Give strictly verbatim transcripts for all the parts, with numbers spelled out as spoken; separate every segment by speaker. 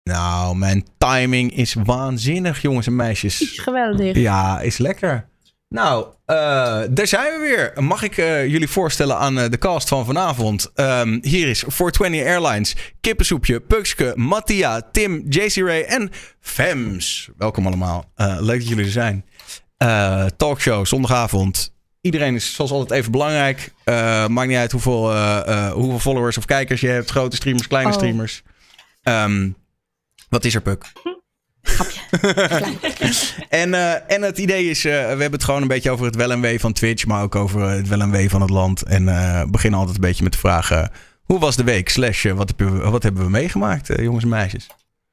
Speaker 1: Nou, mijn timing is waanzinnig, jongens en meisjes.
Speaker 2: Geweldig.
Speaker 1: Ja, is lekker. Nou, uh, daar zijn we weer. Mag ik uh, jullie voorstellen aan uh, de cast van vanavond? Um, hier is vierhonderdtwintig Airlines, Kippensoepje, Pukske, Mattia, Tim, J C Ray en Fems. Welkom allemaal. Uh, leuk dat jullie er zijn. Uh, talkshow, zondagavond. Iedereen is zoals altijd even belangrijk. Uh, maakt niet uit hoeveel, uh, uh, hoeveel followers of kijkers je hebt. Grote streamers, kleine
Speaker 2: oh.
Speaker 1: streamers. Um, wat is er, Puk?
Speaker 2: Grapje.
Speaker 1: en, uh, en het idee is, uh, we hebben het gewoon een beetje over het wel en wee van Twitch, maar ook over het wel en wee van het land. En uh, beginnen altijd een beetje met de vraag, uh, hoe was de week? Slash, uh, wat, heb je, wat hebben we meegemaakt, uh, jongens en meisjes?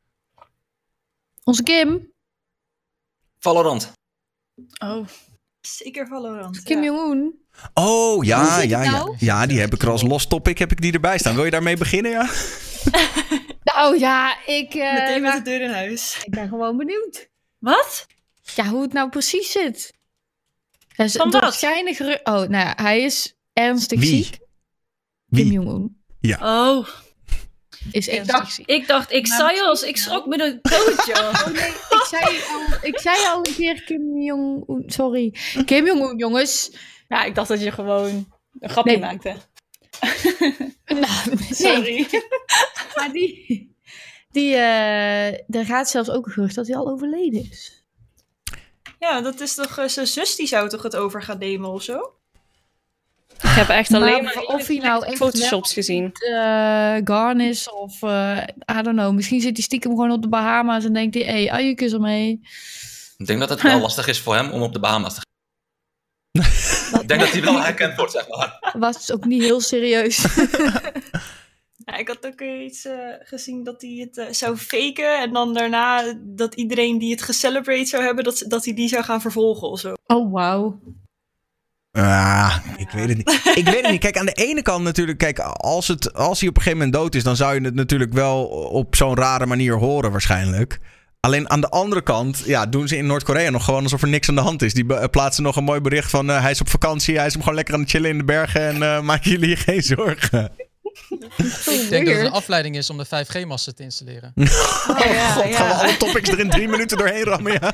Speaker 2: Onze Kim.
Speaker 3: Valorant.
Speaker 4: Oh, zeker Valorant.
Speaker 2: Kim
Speaker 4: ja.
Speaker 2: Jong-un.
Speaker 1: Oh, ja, ja, ja,
Speaker 2: nou?
Speaker 1: ja. Die heb ik er als los topic heb ik die erbij staan. Wil je daarmee beginnen, ja?
Speaker 2: Nou ja, ik... Uh,
Speaker 4: Meteen met
Speaker 2: maar-
Speaker 4: de deur in huis.
Speaker 2: Ik ben gewoon benieuwd.
Speaker 4: Wat?
Speaker 2: Ja, hoe het nou precies zit. Er is
Speaker 4: Van
Speaker 2: door
Speaker 4: wat?
Speaker 2: schijnen geru- Oh, nou ja, hij is ernstig
Speaker 1: Wie?
Speaker 2: ziek. Kim
Speaker 1: Wie?
Speaker 2: Jong-un
Speaker 4: Oh,
Speaker 2: is
Speaker 4: ik
Speaker 2: ernstig
Speaker 4: dacht,
Speaker 2: ziek.
Speaker 4: ik dacht, ik
Speaker 2: Maar
Speaker 4: zei als, ik schrok me de dood, joh.
Speaker 2: Oh nee, ik zei, al, ik zei al een keer Kim Jong-un. Sorry. Kim Jong-un, jongens.
Speaker 4: Ja, ik dacht dat je gewoon een grapje
Speaker 2: Nee.
Speaker 4: maakte.
Speaker 2: Nou, nee.
Speaker 4: Sorry.
Speaker 2: Maar die... die uh, er gaat zelfs ook een gerucht dat hij al overleden is.
Speaker 4: Ja, dat is toch, uh, zijn zus die zou toch het over gaan nemen of zo?
Speaker 5: Ik heb echt alleen
Speaker 2: Maar
Speaker 5: maar
Speaker 2: of hij nou echt
Speaker 5: photoshops gezien.
Speaker 2: Uh, Garnis of uh, I don't know. Misschien zit hij stiekem gewoon op de Bahama's en denkt hij, hé, hey, ajukus ermee.
Speaker 3: Ik denk dat het wel lastig is voor hem om op de Bahama's te gaan. Ik denk dat hij wel herkend wordt, zeg maar.
Speaker 2: Was ook niet heel serieus.
Speaker 4: Ja, ik had ook uh, iets uh, gezien dat hij het uh, zou faken. En dan daarna dat iedereen die het gecelebrate zou hebben, dat, dat hij die zou gaan vervolgen of zo.
Speaker 2: Oh, wauw.
Speaker 1: Ah, ik weet het niet. Ik weet het niet. Kijk, aan de ene kant natuurlijk... Kijk, als, het, als hij op een gegeven moment dood is... dan zou je het natuurlijk wel op zo'n rare manier horen waarschijnlijk. Alleen aan de andere kant... ja, doen ze in Noord-Korea nog gewoon alsof er niks aan de hand is. Die be- plaatsen nog een mooi bericht van... Uh, hij is op vakantie, hij is hem gewoon lekker aan het chillen in de bergen... en uh, maken jullie hier geen zorgen.
Speaker 6: Ik denk dat het een afleiding is om de vijf G-masten te installeren.
Speaker 2: Oh,
Speaker 1: Oh
Speaker 2: ja,
Speaker 1: god,
Speaker 2: ja.
Speaker 1: gaan we alle topics er in drie minuten doorheen rammen, ja?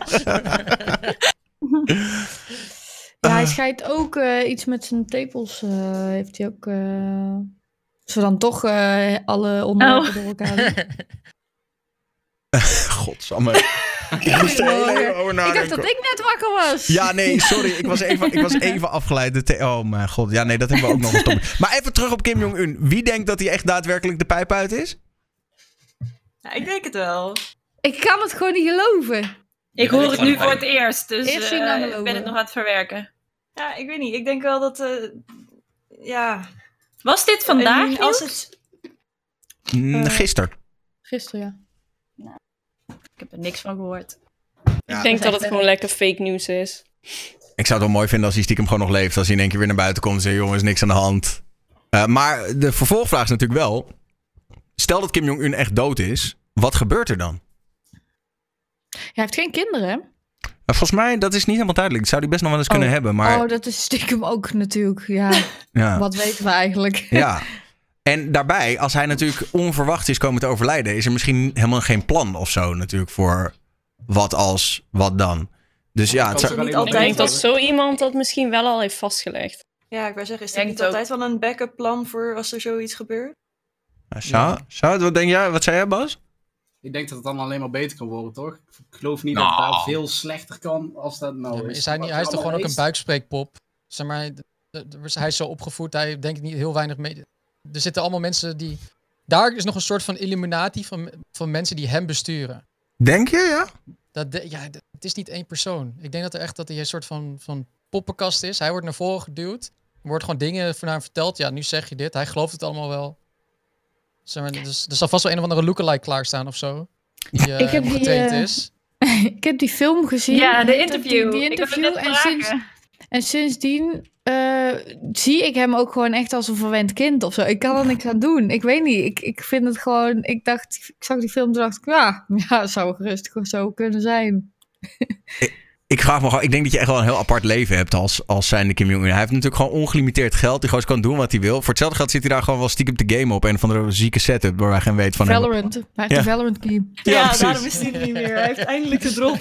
Speaker 2: Ja, hij schijnt ook uh, iets met zijn tepels. Uh, heeft hij ook... Uh, ze dan toch uh, alle onderwerpen
Speaker 4: Oh.
Speaker 2: door elkaar doen.
Speaker 1: Godsamme. Ik moest er heel even over
Speaker 2: Ik
Speaker 1: nadenken.
Speaker 2: dacht dat ik net wakker was.
Speaker 1: Ja, nee, sorry. Ik was even, ik was even afgeleid. De te- oh mijn god. Ja, nee, dat hebben we ook nog eens top. Maar even terug op Kim Jong-un. Wie denkt dat hij echt daadwerkelijk de pijp uit is?
Speaker 4: Ja, ik denk het wel.
Speaker 2: Ik kan het gewoon niet geloven.
Speaker 4: Ik hoor het nu voor het eerst, dus
Speaker 2: Eerst zien
Speaker 4: uh,
Speaker 2: dan
Speaker 4: ik
Speaker 2: geloven.
Speaker 4: ben het nog aan het verwerken. Ja, ik weet niet. Ik denk wel dat... Uh, ja... Was dit vandaag?
Speaker 2: En
Speaker 4: Als het...
Speaker 1: Mm,
Speaker 2: Uh,
Speaker 1: Gisteren.
Speaker 2: Gisteren, ja.
Speaker 4: Ik heb er niks van gehoord.
Speaker 1: Ja,
Speaker 5: Ik denk
Speaker 2: dat
Speaker 5: dat
Speaker 2: is
Speaker 5: het gewoon lekker fake news is.
Speaker 1: Ik zou het wel mooi vinden als hij stiekem gewoon nog leeft. Als hij in één keer weer naar buiten komt en zegt... jongens, niks aan de hand. Uh, maar de vervolgvraag is natuurlijk wel... Stel dat Kim Jong-un echt dood is. Wat gebeurt er dan?
Speaker 2: Hij heeft geen kinderen, hè?
Speaker 1: Maar volgens mij, dat is niet helemaal duidelijk. Dat zou hij best nog wel eens kunnen
Speaker 2: Oh.
Speaker 1: hebben. Maar
Speaker 2: Oh, dat is stiekem ook natuurlijk. Ja,
Speaker 1: ja.
Speaker 2: wat weten we eigenlijk?
Speaker 1: Ja. En daarbij, als hij natuurlijk onverwacht is komen te overlijden... is er misschien helemaal geen plan of zo natuurlijk voor wat als, wat dan. Dus ja, het
Speaker 4: Is
Speaker 1: zou...
Speaker 4: er niet
Speaker 5: Ik
Speaker 4: altijd
Speaker 5: denk dat
Speaker 4: wel-
Speaker 5: zo iemand dat misschien wel al heeft vastgelegd.
Speaker 4: Ja, ik wou zeggen, is er
Speaker 5: Denk
Speaker 4: niet
Speaker 5: het ook.
Speaker 4: altijd wel een backup plan voor als er zoiets gebeurt?
Speaker 1: Zou, zou het, wat denk jij? Wat zei jij, Bas?
Speaker 7: Ik denk dat het dan alleen maar beter kan worden, toch? Ik geloof niet
Speaker 3: Nou.
Speaker 7: dat het daar veel slechter kan als dat nou
Speaker 6: Ja, maar
Speaker 7: is.
Speaker 6: is hij, niet,
Speaker 7: Wat
Speaker 6: hij is toch
Speaker 7: allemaal
Speaker 6: gewoon ook een
Speaker 7: is.
Speaker 6: buikspreekpop? Zeg maar, d- d- hij is zo opgevoed, hij heeft denk ik niet heel weinig mee. Er zitten allemaal mensen die... Daar is nog een soort van illuminati van, van mensen die hem besturen.
Speaker 1: Denk je, ja?
Speaker 6: Dat de- ja, d- het is niet één persoon. Ik denk dat er echt dat hij een soort van, van poppenkast is. Hij wordt naar voren geduwd. Er wordt gewoon dingen van hem verteld. Ja, nu zeg je dit. Hij gelooft het allemaal wel. Zeg maar, dus, er zal vast wel een of andere lookalike klaarstaan of zo. Die uh,
Speaker 2: Ik heb die,
Speaker 6: getraind
Speaker 2: eh,
Speaker 6: is.
Speaker 2: Ik heb die film gezien.
Speaker 4: Ja, de
Speaker 2: Heet dat
Speaker 4: interview.
Speaker 2: Die, die
Speaker 4: Ik heb het
Speaker 2: interview.
Speaker 4: net
Speaker 2: En, sinds,
Speaker 4: vragen.
Speaker 2: en sindsdien uh, zie ik hem ook gewoon echt als een verwend kind of zo. Ik kan er niks aan doen. Ik weet niet. Ik, ik vind het gewoon... Ik dacht, ik zag die film en dacht ik, ja, ja, het zou gerust gewoon zo kunnen zijn.
Speaker 1: Ik vraag me gewoon, ik denk dat je echt wel een heel apart leven hebt als, als zijnde Kim Jong-un. Hij heeft natuurlijk gewoon ongelimiteerd geld. Die gewoon kan doen wat hij wil. Voor hetzelfde geld zit hij daar gewoon wel stiekem te gamen op een of andere zieke setup waar wij geen weet van
Speaker 2: Valorant.
Speaker 1: hebben.
Speaker 2: Hij heeft
Speaker 1: Ja.
Speaker 2: de Valorant game.
Speaker 4: Ja,
Speaker 1: Ja,
Speaker 4: daarom is hij er niet meer. Hij heeft eindelijk de drop.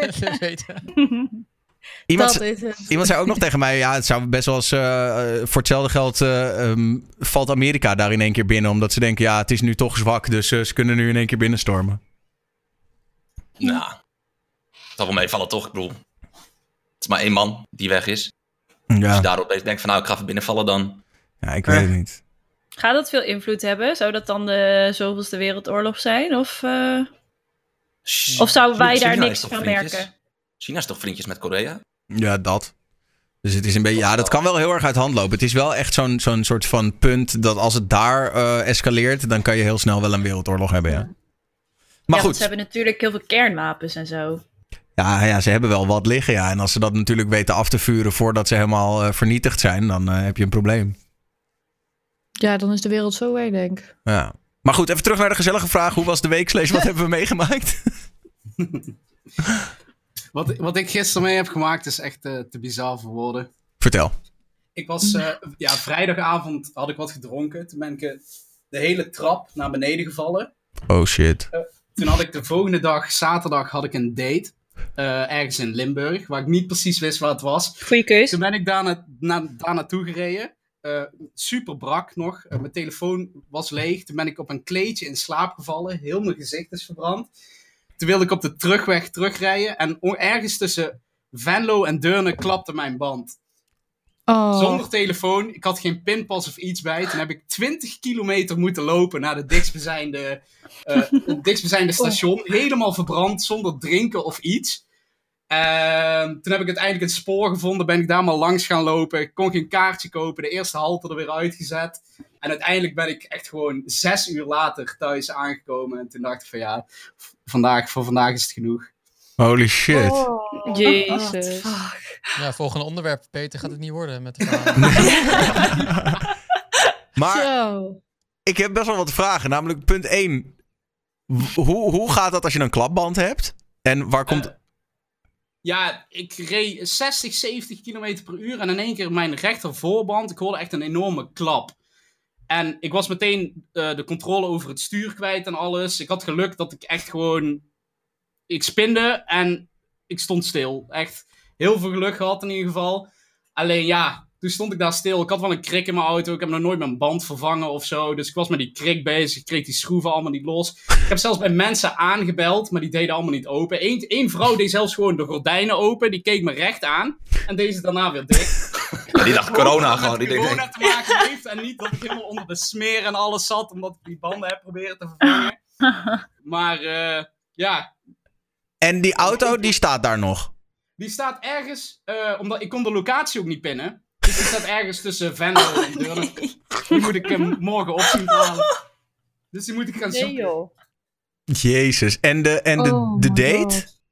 Speaker 1: Iemand,
Speaker 2: Dat is het.
Speaker 1: iemand zei ook nog tegen mij, ja, het zou best wel eens uh, voor hetzelfde geld uh, um, valt Amerika daar in één keer binnen. Omdat ze denken, ja, het is nu toch zwak, dus uh, ze kunnen nu in één keer binnenstormen.
Speaker 3: Nou, het zal wel meevallen toch? Ik bedoel, het is maar één man die weg is. Als je
Speaker 1: Ja,
Speaker 3: daarop opeens denkt van nou, ik ga even binnenvallen dan.
Speaker 1: ja ik weet het niet.
Speaker 8: Gaat dat veel invloed hebben? Zou dat dan de zoveelste wereldoorlog zijn? Of, uh, of zouden wij
Speaker 3: China
Speaker 8: daar
Speaker 3: is
Speaker 8: niks
Speaker 3: toch
Speaker 8: van
Speaker 3: vriendjes?
Speaker 8: merken?
Speaker 3: China is toch vriendjes met Korea?
Speaker 1: Ja, dat. Dus het is een beetje, ja, dat kan wel heel erg uit hand lopen. Het is wel echt zo'n, zo'n soort van punt dat als het daar uh, escaleert, dan kan je heel snel wel een wereldoorlog hebben, ja. Maar
Speaker 8: ja, want
Speaker 1: goed.
Speaker 8: ze hebben natuurlijk heel veel kernwapens en zo.
Speaker 1: Ja, ja, ze hebben wel wat liggen, ja. En als ze dat natuurlijk weten af te vuren voordat ze helemaal uh, vernietigd zijn, dan uh, heb je een probleem.
Speaker 2: Ja, dan is de wereld zo weer, denk ik.
Speaker 1: Ja. Maar goed, even terug naar de gezellige vraag. Hoe was de week? Slash, wat hebben we meegemaakt?
Speaker 7: Wat, wat ik gisteren mee heb gemaakt is echt uh, te bizar voor woorden.
Speaker 1: Vertel.
Speaker 7: Ik was, uh, ja, vrijdagavond had ik wat gedronken. Toen ben ik uh, de hele trap naar beneden gevallen.
Speaker 1: Oh shit.
Speaker 7: Uh, toen had ik de volgende dag, zaterdag, had ik een date. Uh, ergens in Limburg, waar ik niet precies wist waar het was.
Speaker 8: Goeie keus.
Speaker 7: Toen ben ik daar, na, na, daar naartoe gereden. Uh, super brak nog. Uh, mijn telefoon was leeg. Toen ben ik op een kleedje in slaap gevallen. Heel mijn gezicht is verbrand. Toen wilde ik op de terugweg terugrijden. En ergens tussen Venlo en Deurne klapte mijn band.
Speaker 2: Oh.
Speaker 7: Zonder telefoon. Ik had geen pinpas of iets bij. Toen heb ik twintig kilometer moeten lopen naar de dichtstbijzijnde, uh, het dichtstbijzijnde station. Helemaal verbrand, zonder drinken of iets. Uh, toen heb ik uiteindelijk het spoor gevonden. Ben ik daar maar langs gaan lopen. Ik kon geen kaartje kopen. De eerste halte er weer uitgezet. En uiteindelijk ben ik echt gewoon zes uur later thuis aangekomen. En toen dacht ik van ja, vandaag, voor vandaag is het genoeg.
Speaker 1: Holy shit.
Speaker 8: Oh, Jezus.
Speaker 6: Ja, volgende onderwerp, Peter, gaat het niet worden met de verhalen.
Speaker 1: Maar
Speaker 2: Zo.
Speaker 1: ik heb best wel wat vragen. Namelijk punt één. Hoe, hoe gaat dat als je een klapband hebt? En waar komt...
Speaker 7: Uh, ja, ik reed zestig, zeventig kilometer per uur. En in één keer mijn rechtervoorband. Ik hoorde echt een enorme klap. En ik was meteen uh, de controle over het stuur kwijt en alles. Ik had geluk dat ik echt gewoon... Ik spinde en ik stond stil. Echt heel veel geluk gehad in ieder geval. Alleen ja, toen stond ik daar stil. Ik had wel een krik in mijn auto. Ik heb nog nooit mijn band vervangen of zo. Dus ik was met die krik bezig. Ik kreeg die schroeven allemaal niet los. Ik heb zelfs bij mensen aangebeld, maar die deden allemaal niet open. Eén, één vrouw deed zelfs gewoon de gordijnen open. Die keek me recht aan. En deed ze daarna weer dicht.
Speaker 3: Ja, die dacht corona gewoon. Die
Speaker 7: corona
Speaker 3: denkt,
Speaker 7: te maken heeft. En niet dat ik helemaal onder de smeer en alles zat. Omdat ik die banden heb proberen te vervangen. Maar uh, ja...
Speaker 1: En die auto, die staat daar nog?
Speaker 7: Die staat ergens, uh, omdat ik kon de locatie ook niet pinnen. Dus die staat ergens tussen Venlo en Deurne. Oh, nee. Die moet ik hem morgen op zien te halen. Dus die moet ik gaan zoeken.
Speaker 8: Nee, joh.
Speaker 1: Jezus. En de, en de,
Speaker 2: Oh
Speaker 1: de
Speaker 2: my
Speaker 1: date?
Speaker 2: God.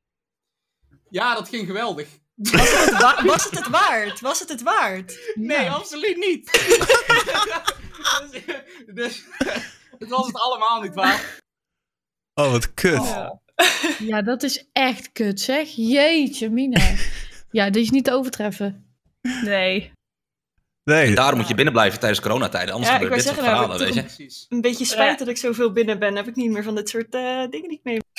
Speaker 7: Ja, dat ging geweldig.
Speaker 4: Was het het, wa- was het het waard? Was het het waard?
Speaker 7: Nee,
Speaker 2: Ja.
Speaker 7: absoluut niet. dus, dus het was het allemaal niet waard.
Speaker 1: Oh, wat kut.
Speaker 2: Oh. Ja, dat is echt kut, zeg. Jeetje, mina. Ja, dit is niet te overtreffen.
Speaker 8: Nee.
Speaker 1: Nee.
Speaker 3: daarom moet je binnen blijven tijdens coronatijden. Anders
Speaker 4: Ja, ik
Speaker 3: gebeurt
Speaker 4: wou
Speaker 3: dit soort
Speaker 4: zeggen, nou,
Speaker 3: verhalen,
Speaker 4: heb ik
Speaker 3: weet je.
Speaker 7: Precies.
Speaker 4: Een beetje spijt
Speaker 8: Ja.
Speaker 4: dat ik zoveel binnen ben. Heb ik niet meer van dit soort uh, dingen niet mee.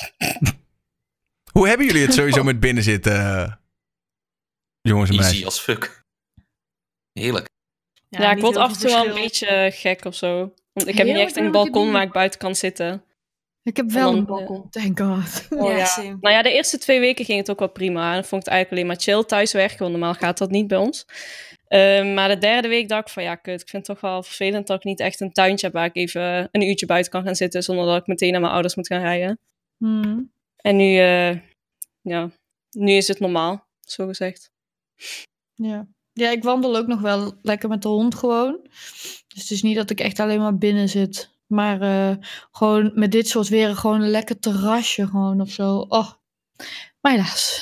Speaker 1: Hoe hebben jullie het sowieso met binnenzitten? Uh, jongens en
Speaker 3: Easy
Speaker 1: meisjes.
Speaker 3: als fuck. Heerlijk.
Speaker 8: Ja, ik
Speaker 4: niet
Speaker 8: word
Speaker 4: heel
Speaker 8: af en toe wel
Speaker 4: veel
Speaker 8: een beetje gek of zo. Want ik heb niet
Speaker 2: Heel
Speaker 8: echt een
Speaker 2: erg
Speaker 8: balkon
Speaker 2: niet.
Speaker 8: waar ik buiten kan zitten.
Speaker 2: Ik heb wel
Speaker 8: En dan,
Speaker 2: een balkon, thank god.
Speaker 8: Oh,
Speaker 4: Ja,
Speaker 8: ja.
Speaker 4: same.
Speaker 8: Nou ja, de eerste twee weken ging het ook wel prima. En dan vond ik het eigenlijk alleen maar chill thuis weg. Want normaal gaat dat niet bij ons. Uh, maar de derde week dacht ik van ja, kut. Ik vind het toch wel vervelend dat ik niet echt een tuintje heb waar ik even een uurtje buiten kan gaan zitten. Zonder dat ik meteen naar mijn ouders moet gaan rijden.
Speaker 2: Hmm.
Speaker 8: En nu, uh, ja, nu is het normaal, zo gezegd.
Speaker 2: Ja. Ja, ik wandel ook nog wel lekker met de hond gewoon. Dus het is niet dat ik echt alleen maar binnen zit. Maar uh, gewoon met dit soort weer gewoon een lekker terrasje gewoon of zo. Oh, maar helaas.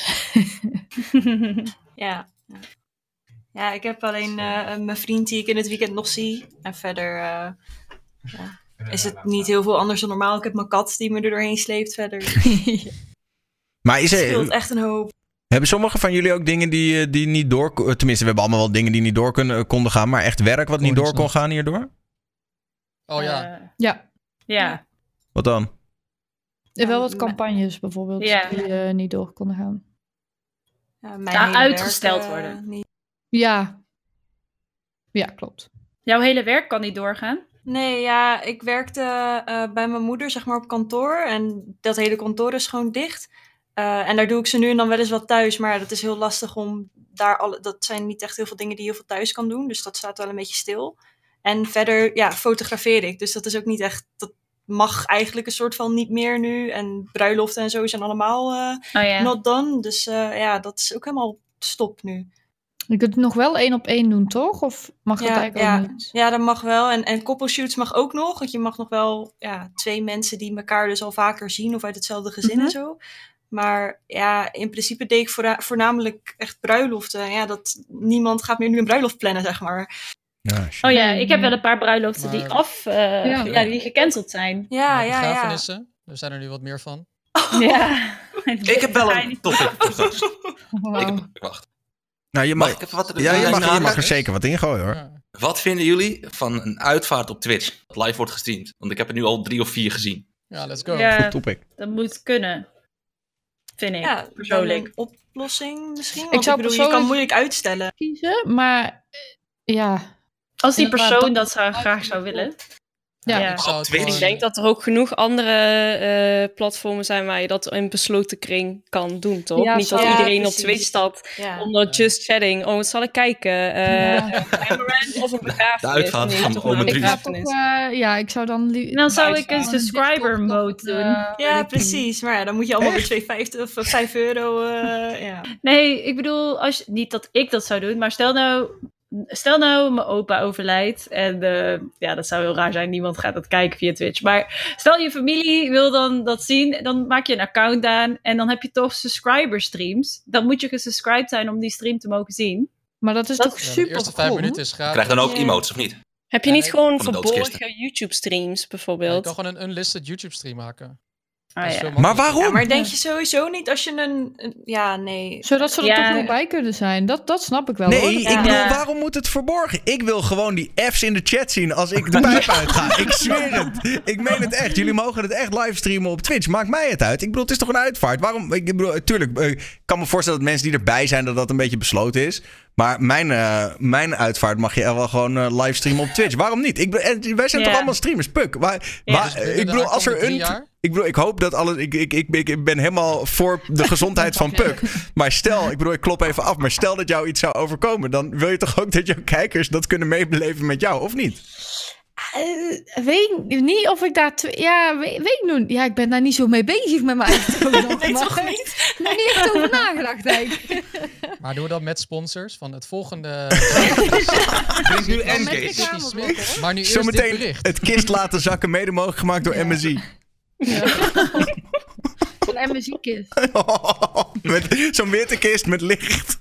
Speaker 4: Ja. Ja. Ja, ik heb alleen uh, mijn vriend die ik in het weekend nog zie. En verder uh, ja, is het niet heel veel anders dan normaal. Ik heb mijn kat die me er doorheen sleept verder.
Speaker 1: Maar is
Speaker 4: Het scheelt
Speaker 1: er,
Speaker 4: echt een hoop.
Speaker 1: Hebben sommigen van jullie ook dingen die, uh, die niet door... Tenminste, we hebben allemaal wel dingen die niet door kunnen, konden gaan. Maar echt werk wat niet door kon gaan hierdoor?
Speaker 6: Oh ja.
Speaker 9: Uh,
Speaker 2: Ja.
Speaker 9: Ja.
Speaker 1: Wat dan?
Speaker 2: Er wel wat campagnes bijvoorbeeld
Speaker 9: Ja.
Speaker 2: die uh, niet door konden gaan.
Speaker 4: Ja, mijn
Speaker 9: Ja,
Speaker 4: hele
Speaker 9: uitgesteld
Speaker 4: werk, uh,
Speaker 9: worden.
Speaker 4: niet.
Speaker 2: Ja. Ja, klopt.
Speaker 9: Jouw hele werk kan niet doorgaan.
Speaker 4: Nee, ja, ik werkte uh, bij mijn moeder, zeg maar, op kantoor. En dat hele kantoor is gewoon dicht. Uh, en daar doe ik ze nu en dan wel eens wat thuis. Maar dat is heel lastig om daar alle... Dat zijn niet echt heel veel dingen die je heel veel thuis kan doen. Dus dat staat wel een beetje stil. En verder, ja, fotografeer ik. Dus dat is ook niet echt... Dat mag eigenlijk een soort van niet meer nu. En bruiloften en zo zijn allemaal uh,
Speaker 9: Oh ja.
Speaker 4: not done. Dus uh, ja, dat is ook helemaal stop nu.
Speaker 2: Je kunt het nog wel één op één doen, toch? Of mag dat
Speaker 4: Ja,
Speaker 2: eigenlijk
Speaker 4: ja.
Speaker 2: ook niet?
Speaker 4: Ja, dat mag wel. En, en koppelshoots mag ook nog. Want je mag nog wel ja, twee mensen die elkaar dus al vaker zien. Of uit hetzelfde gezin
Speaker 2: Mhm.
Speaker 4: en zo. Maar ja, in principe deed ik voora- voornamelijk echt bruiloften. Ja, dat niemand gaat meer nu een bruiloft plannen, zeg maar.
Speaker 1: Ja,
Speaker 9: Oh ja, ik heb wel een paar bruiloften die
Speaker 6: Maar-
Speaker 9: af, uh,
Speaker 2: Ja.
Speaker 9: ja. die gecanceld zijn.
Speaker 4: Ja,
Speaker 6: Maar
Speaker 4: ja, ja.
Speaker 6: begrafenissen, er zijn er nu wat meer van.
Speaker 9: Ja.
Speaker 3: Ik heb wel een topic voor straks.
Speaker 2: Wauw.
Speaker 3: Ik heb, wacht.
Speaker 1: Nou, je
Speaker 3: Mag
Speaker 1: mag,
Speaker 3: ik even wat er
Speaker 1: ja, je mag, je mag er
Speaker 3: namelijk?
Speaker 1: zeker wat in gooien, hoor.
Speaker 6: Ja.
Speaker 3: Wat vinden jullie van een uitvaart op Twitch? Dat live wordt gestreamd. Want ik heb er nu al drie of vier gezien.
Speaker 6: Ja, let's go.
Speaker 9: Ja,
Speaker 1: Goed topic.
Speaker 9: dat moet kunnen. Vind ik,
Speaker 4: Ja,
Speaker 9: persoonlijk.
Speaker 4: wel een oplossing misschien.
Speaker 2: Ik
Speaker 4: Want ik,
Speaker 2: zou
Speaker 4: bedoel, je kan
Speaker 2: persoonlijk-
Speaker 4: moeilijk uitstellen.
Speaker 2: Kiezen, maar eh, ja.
Speaker 9: Als die
Speaker 2: Inderdaad,
Speaker 9: persoon
Speaker 2: dat-
Speaker 9: dat zou, graag zou willen.
Speaker 2: Ja.
Speaker 9: Ja.
Speaker 6: Ik zou het
Speaker 3: Twitch.
Speaker 6: gewoon-
Speaker 8: Ik denk dat er ook genoeg andere eh, platformen zijn waar je dat in besloten kring kan doen, toch?
Speaker 2: Ja,
Speaker 8: Niet dat
Speaker 4: ja,
Speaker 8: iedereen
Speaker 4: precies.
Speaker 8: op Twitch staat
Speaker 4: Ja.
Speaker 8: onder just chatting. Oh, wat zal ik kijken? Eh
Speaker 2: Ja.
Speaker 8: Cameron of een begrafenis?
Speaker 3: De uitvaart
Speaker 8: Nee,
Speaker 3: van
Speaker 8: toch
Speaker 3: Ome
Speaker 8: een
Speaker 2: Ik
Speaker 3: Dries.
Speaker 2: ga toch,
Speaker 8: begrafenis.
Speaker 2: eh, ja, ik zou dan... li-
Speaker 9: En dan zou ik een
Speaker 2: Discord
Speaker 9: subscriber
Speaker 2: of,
Speaker 9: mode doen.
Speaker 2: eh,
Speaker 4: Ja,
Speaker 2: weet ik
Speaker 4: precies. Maar ja, dan moet je allemaal weer twee vijftig of vijf euro. eh, ja.
Speaker 9: Nee, ik bedoel, als je, niet dat ik dat zou doen, maar stel nou, stel nou mijn opa overlijdt en eh, ja, dat zou heel raar zijn, niemand gaat dat kijken via Twitch. Maar stel je familie wil dan dat zien, dan maak je een account aan en dan heb je toch subscriber streams. Dan moet je gesubscribed zijn om die stream te mogen zien.
Speaker 2: Maar dat is
Speaker 9: Dat-
Speaker 2: toch
Speaker 6: Ja, de
Speaker 2: super
Speaker 6: eerste vijf
Speaker 2: cool?
Speaker 6: minuten is gratis.
Speaker 3: Krijg dan ook
Speaker 4: Ja.
Speaker 3: emotes, of niet?
Speaker 8: Heb je
Speaker 6: Ja,
Speaker 8: niet
Speaker 6: ik-
Speaker 8: gewoon
Speaker 3: Van de doodskisten.
Speaker 8: verborgen YouTube-streams
Speaker 6: Ja, je
Speaker 8: bijvoorbeeld?
Speaker 6: kan gewoon een unlisted YouTube stream maken.
Speaker 9: Ah,
Speaker 6: Dat is
Speaker 9: ja.
Speaker 6: veel
Speaker 1: Maar
Speaker 6: makkelijker.
Speaker 1: waarom?
Speaker 4: Ja, maar denk je sowieso niet als je een... een- ja, nee.
Speaker 2: Zodat ze er
Speaker 9: Ja.
Speaker 2: toch nog bij kunnen zijn. Dat, dat snap ik wel,
Speaker 1: Nee,
Speaker 2: hoor.
Speaker 1: ik
Speaker 4: Ja.
Speaker 1: bedoel,
Speaker 9: Ja.
Speaker 1: waarom moet het verborgen? Ik wil gewoon die F's in de chat zien als ik de pijp uitga. Ik zweer het. Ik meen het echt. Jullie mogen het echt livestreamen op Twitch. Maakt mij het uit. Ik bedoel, het is toch een uitvaart? Waarom? Ik bedoel, tuurlijk, eh, ik kan me voorstellen dat mensen die erbij zijn, dat dat een beetje besloten is. Maar mijn, eh, mijn uitvaart mag je wel gewoon eh, livestreamen op Twitch. Waarom niet? Ik, bedoel, eh, wij zijn
Speaker 9: Ja.
Speaker 1: toch allemaal streamers? Puk. Waar,
Speaker 9: Ja.
Speaker 1: waar-
Speaker 6: Dus binnen
Speaker 1: ik
Speaker 6: de
Speaker 1: bedoel, als er
Speaker 6: aankomende drie
Speaker 1: een...
Speaker 6: jaar?
Speaker 1: Ik bedoel, ik hoop dat alles... Ik, ik, ik, ik ben helemaal voor de gezondheid van Puk. Maar stel, ik bedoel, ik klop even af. Maar stel dat jou iets zou overkomen. Dan wil je toch ook dat jouw kijkers dat kunnen meebeleven met jou, of niet?
Speaker 2: Eh, weet niet of ik daar... tw- Ja, weet, weet ik nog niet. Ja, ik ben daar niet zo mee bezig met mijn eigen toon.
Speaker 4: Nee,
Speaker 2: maar
Speaker 4: toch niet?
Speaker 2: nog niet echt over nagedacht, eigenlijk.
Speaker 6: Maar doen we dat met sponsors van het volgende...
Speaker 3: Dit is nu
Speaker 2: Met
Speaker 3: Endgame.
Speaker 2: reclameblokken, hoor.
Speaker 6: Maar nu eerst dit
Speaker 1: Zometeen
Speaker 6: bericht.
Speaker 1: het kist laten zakken, mede mogelijk gemaakt door
Speaker 2: Ja.
Speaker 1: M S I.
Speaker 2: Een M S I-kist.
Speaker 1: Met zo'n witte kist met licht.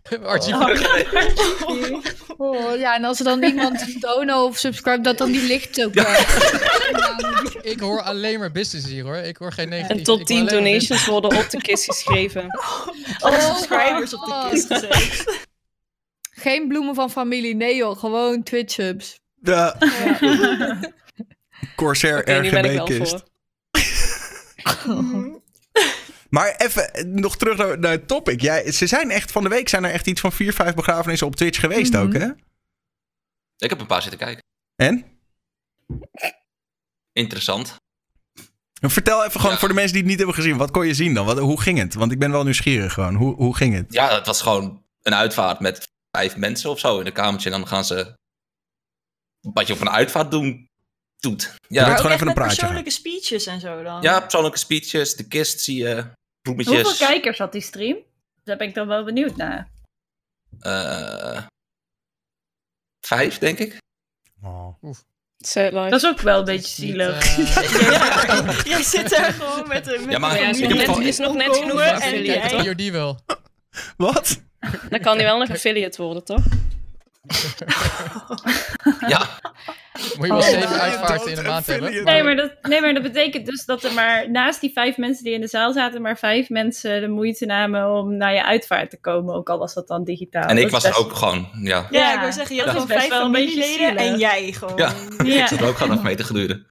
Speaker 6: Archie-
Speaker 2: Oh, ja, en als er dan iemand dono of subscribe, dat dan die licht ook... eh,
Speaker 6: Ik hoor alleen maar business hier hoor. Ik hoor geen negatief.
Speaker 8: En tot
Speaker 6: Ik hoor
Speaker 8: tien
Speaker 6: alleen maar
Speaker 8: donations worden op de kist geschreven.
Speaker 4: Alle
Speaker 2: Oh,
Speaker 4: subscribers op de
Speaker 2: God.
Speaker 4: kist gezet.
Speaker 2: Geen bloemen van familie, nee joh, gewoon Twitch-subs.
Speaker 1: Ja. Corsair
Speaker 8: Oké, nu ben ik
Speaker 1: R
Speaker 8: wel
Speaker 1: G B-kist.
Speaker 8: voor.
Speaker 1: Maar even eh, nog terug naar, naar het topic. Jij, ze zijn echt van de week zijn er echt iets van vier, vijf begrafenissen op Twitch geweest
Speaker 2: Mhm.
Speaker 1: ook, hè?
Speaker 3: Ik heb een paar zitten kijken.
Speaker 1: En?
Speaker 3: Interessant.
Speaker 1: Vertel even gewoon
Speaker 3: Ja.
Speaker 1: voor de mensen die het niet hebben gezien. Wat kon je zien dan? Wat, hoe ging het? Want ik ben wel nieuwsgierig gewoon. Hoe, hoe ging het?
Speaker 3: Ja, het was gewoon een uitvaart met vijf mensen of zo in een kamertje. En dan gaan ze wat je op een uitvaart doen, doet.
Speaker 1: Er
Speaker 3: Ja,
Speaker 1: werd
Speaker 4: Maar ook
Speaker 1: gewoon
Speaker 4: echt
Speaker 1: even een
Speaker 4: met
Speaker 1: praatje
Speaker 4: persoonlijke speeches en zo dan.
Speaker 3: ja, persoonlijke speeches, de kist zie je, bloemetjes.
Speaker 9: Hoeveel kijkers had die stream? Daar ben ik dan wel benieuwd naar.
Speaker 3: Eh, vijf, denk ik.
Speaker 1: Oh.
Speaker 8: Sad life.
Speaker 9: Dat is ook wel een beetje
Speaker 6: Niet,
Speaker 9: zielig.
Speaker 6: eh,
Speaker 4: Ja, jij zit daar gewoon met een...
Speaker 3: Ja, maar-
Speaker 8: Ja, is
Speaker 3: Ik
Speaker 8: nog
Speaker 3: heb
Speaker 8: net,
Speaker 3: gewoon-
Speaker 8: is nog net
Speaker 4: opkomen
Speaker 8: genoeg
Speaker 4: en
Speaker 8: voor
Speaker 6: Kijk,
Speaker 8: affiliate,
Speaker 6: kijk
Speaker 8: toch?
Speaker 6: of P O D wil.
Speaker 1: Wat?
Speaker 8: Dan kan hij wel nog affiliate worden, toch?
Speaker 3: Ja.
Speaker 6: Moet je wel
Speaker 2: Oh,
Speaker 6: zeven
Speaker 2: wow.
Speaker 6: uitvaarten in de maand hebben.
Speaker 9: Nee maar, dat, nee, maar dat betekent dus dat er maar naast die vijf mensen die in de zaal zaten, maar vijf mensen de moeite namen om naar je uitvaart te komen, ook al was dat dan digitaal.
Speaker 3: En ik
Speaker 9: Dat
Speaker 3: was
Speaker 9: is
Speaker 3: er
Speaker 9: best-
Speaker 3: ook gewoon, ja.
Speaker 4: Ja,
Speaker 9: Ja,
Speaker 4: ik wil zeggen, je
Speaker 9: dat
Speaker 4: had
Speaker 9: is
Speaker 4: gewoon
Speaker 9: best
Speaker 4: vijf
Speaker 9: wel een beetje
Speaker 4: familieleden en
Speaker 9: zielig.
Speaker 4: jij gewoon.
Speaker 3: Ja,
Speaker 9: Ja.
Speaker 3: ik zat er ook gewoon nog mee te gluren.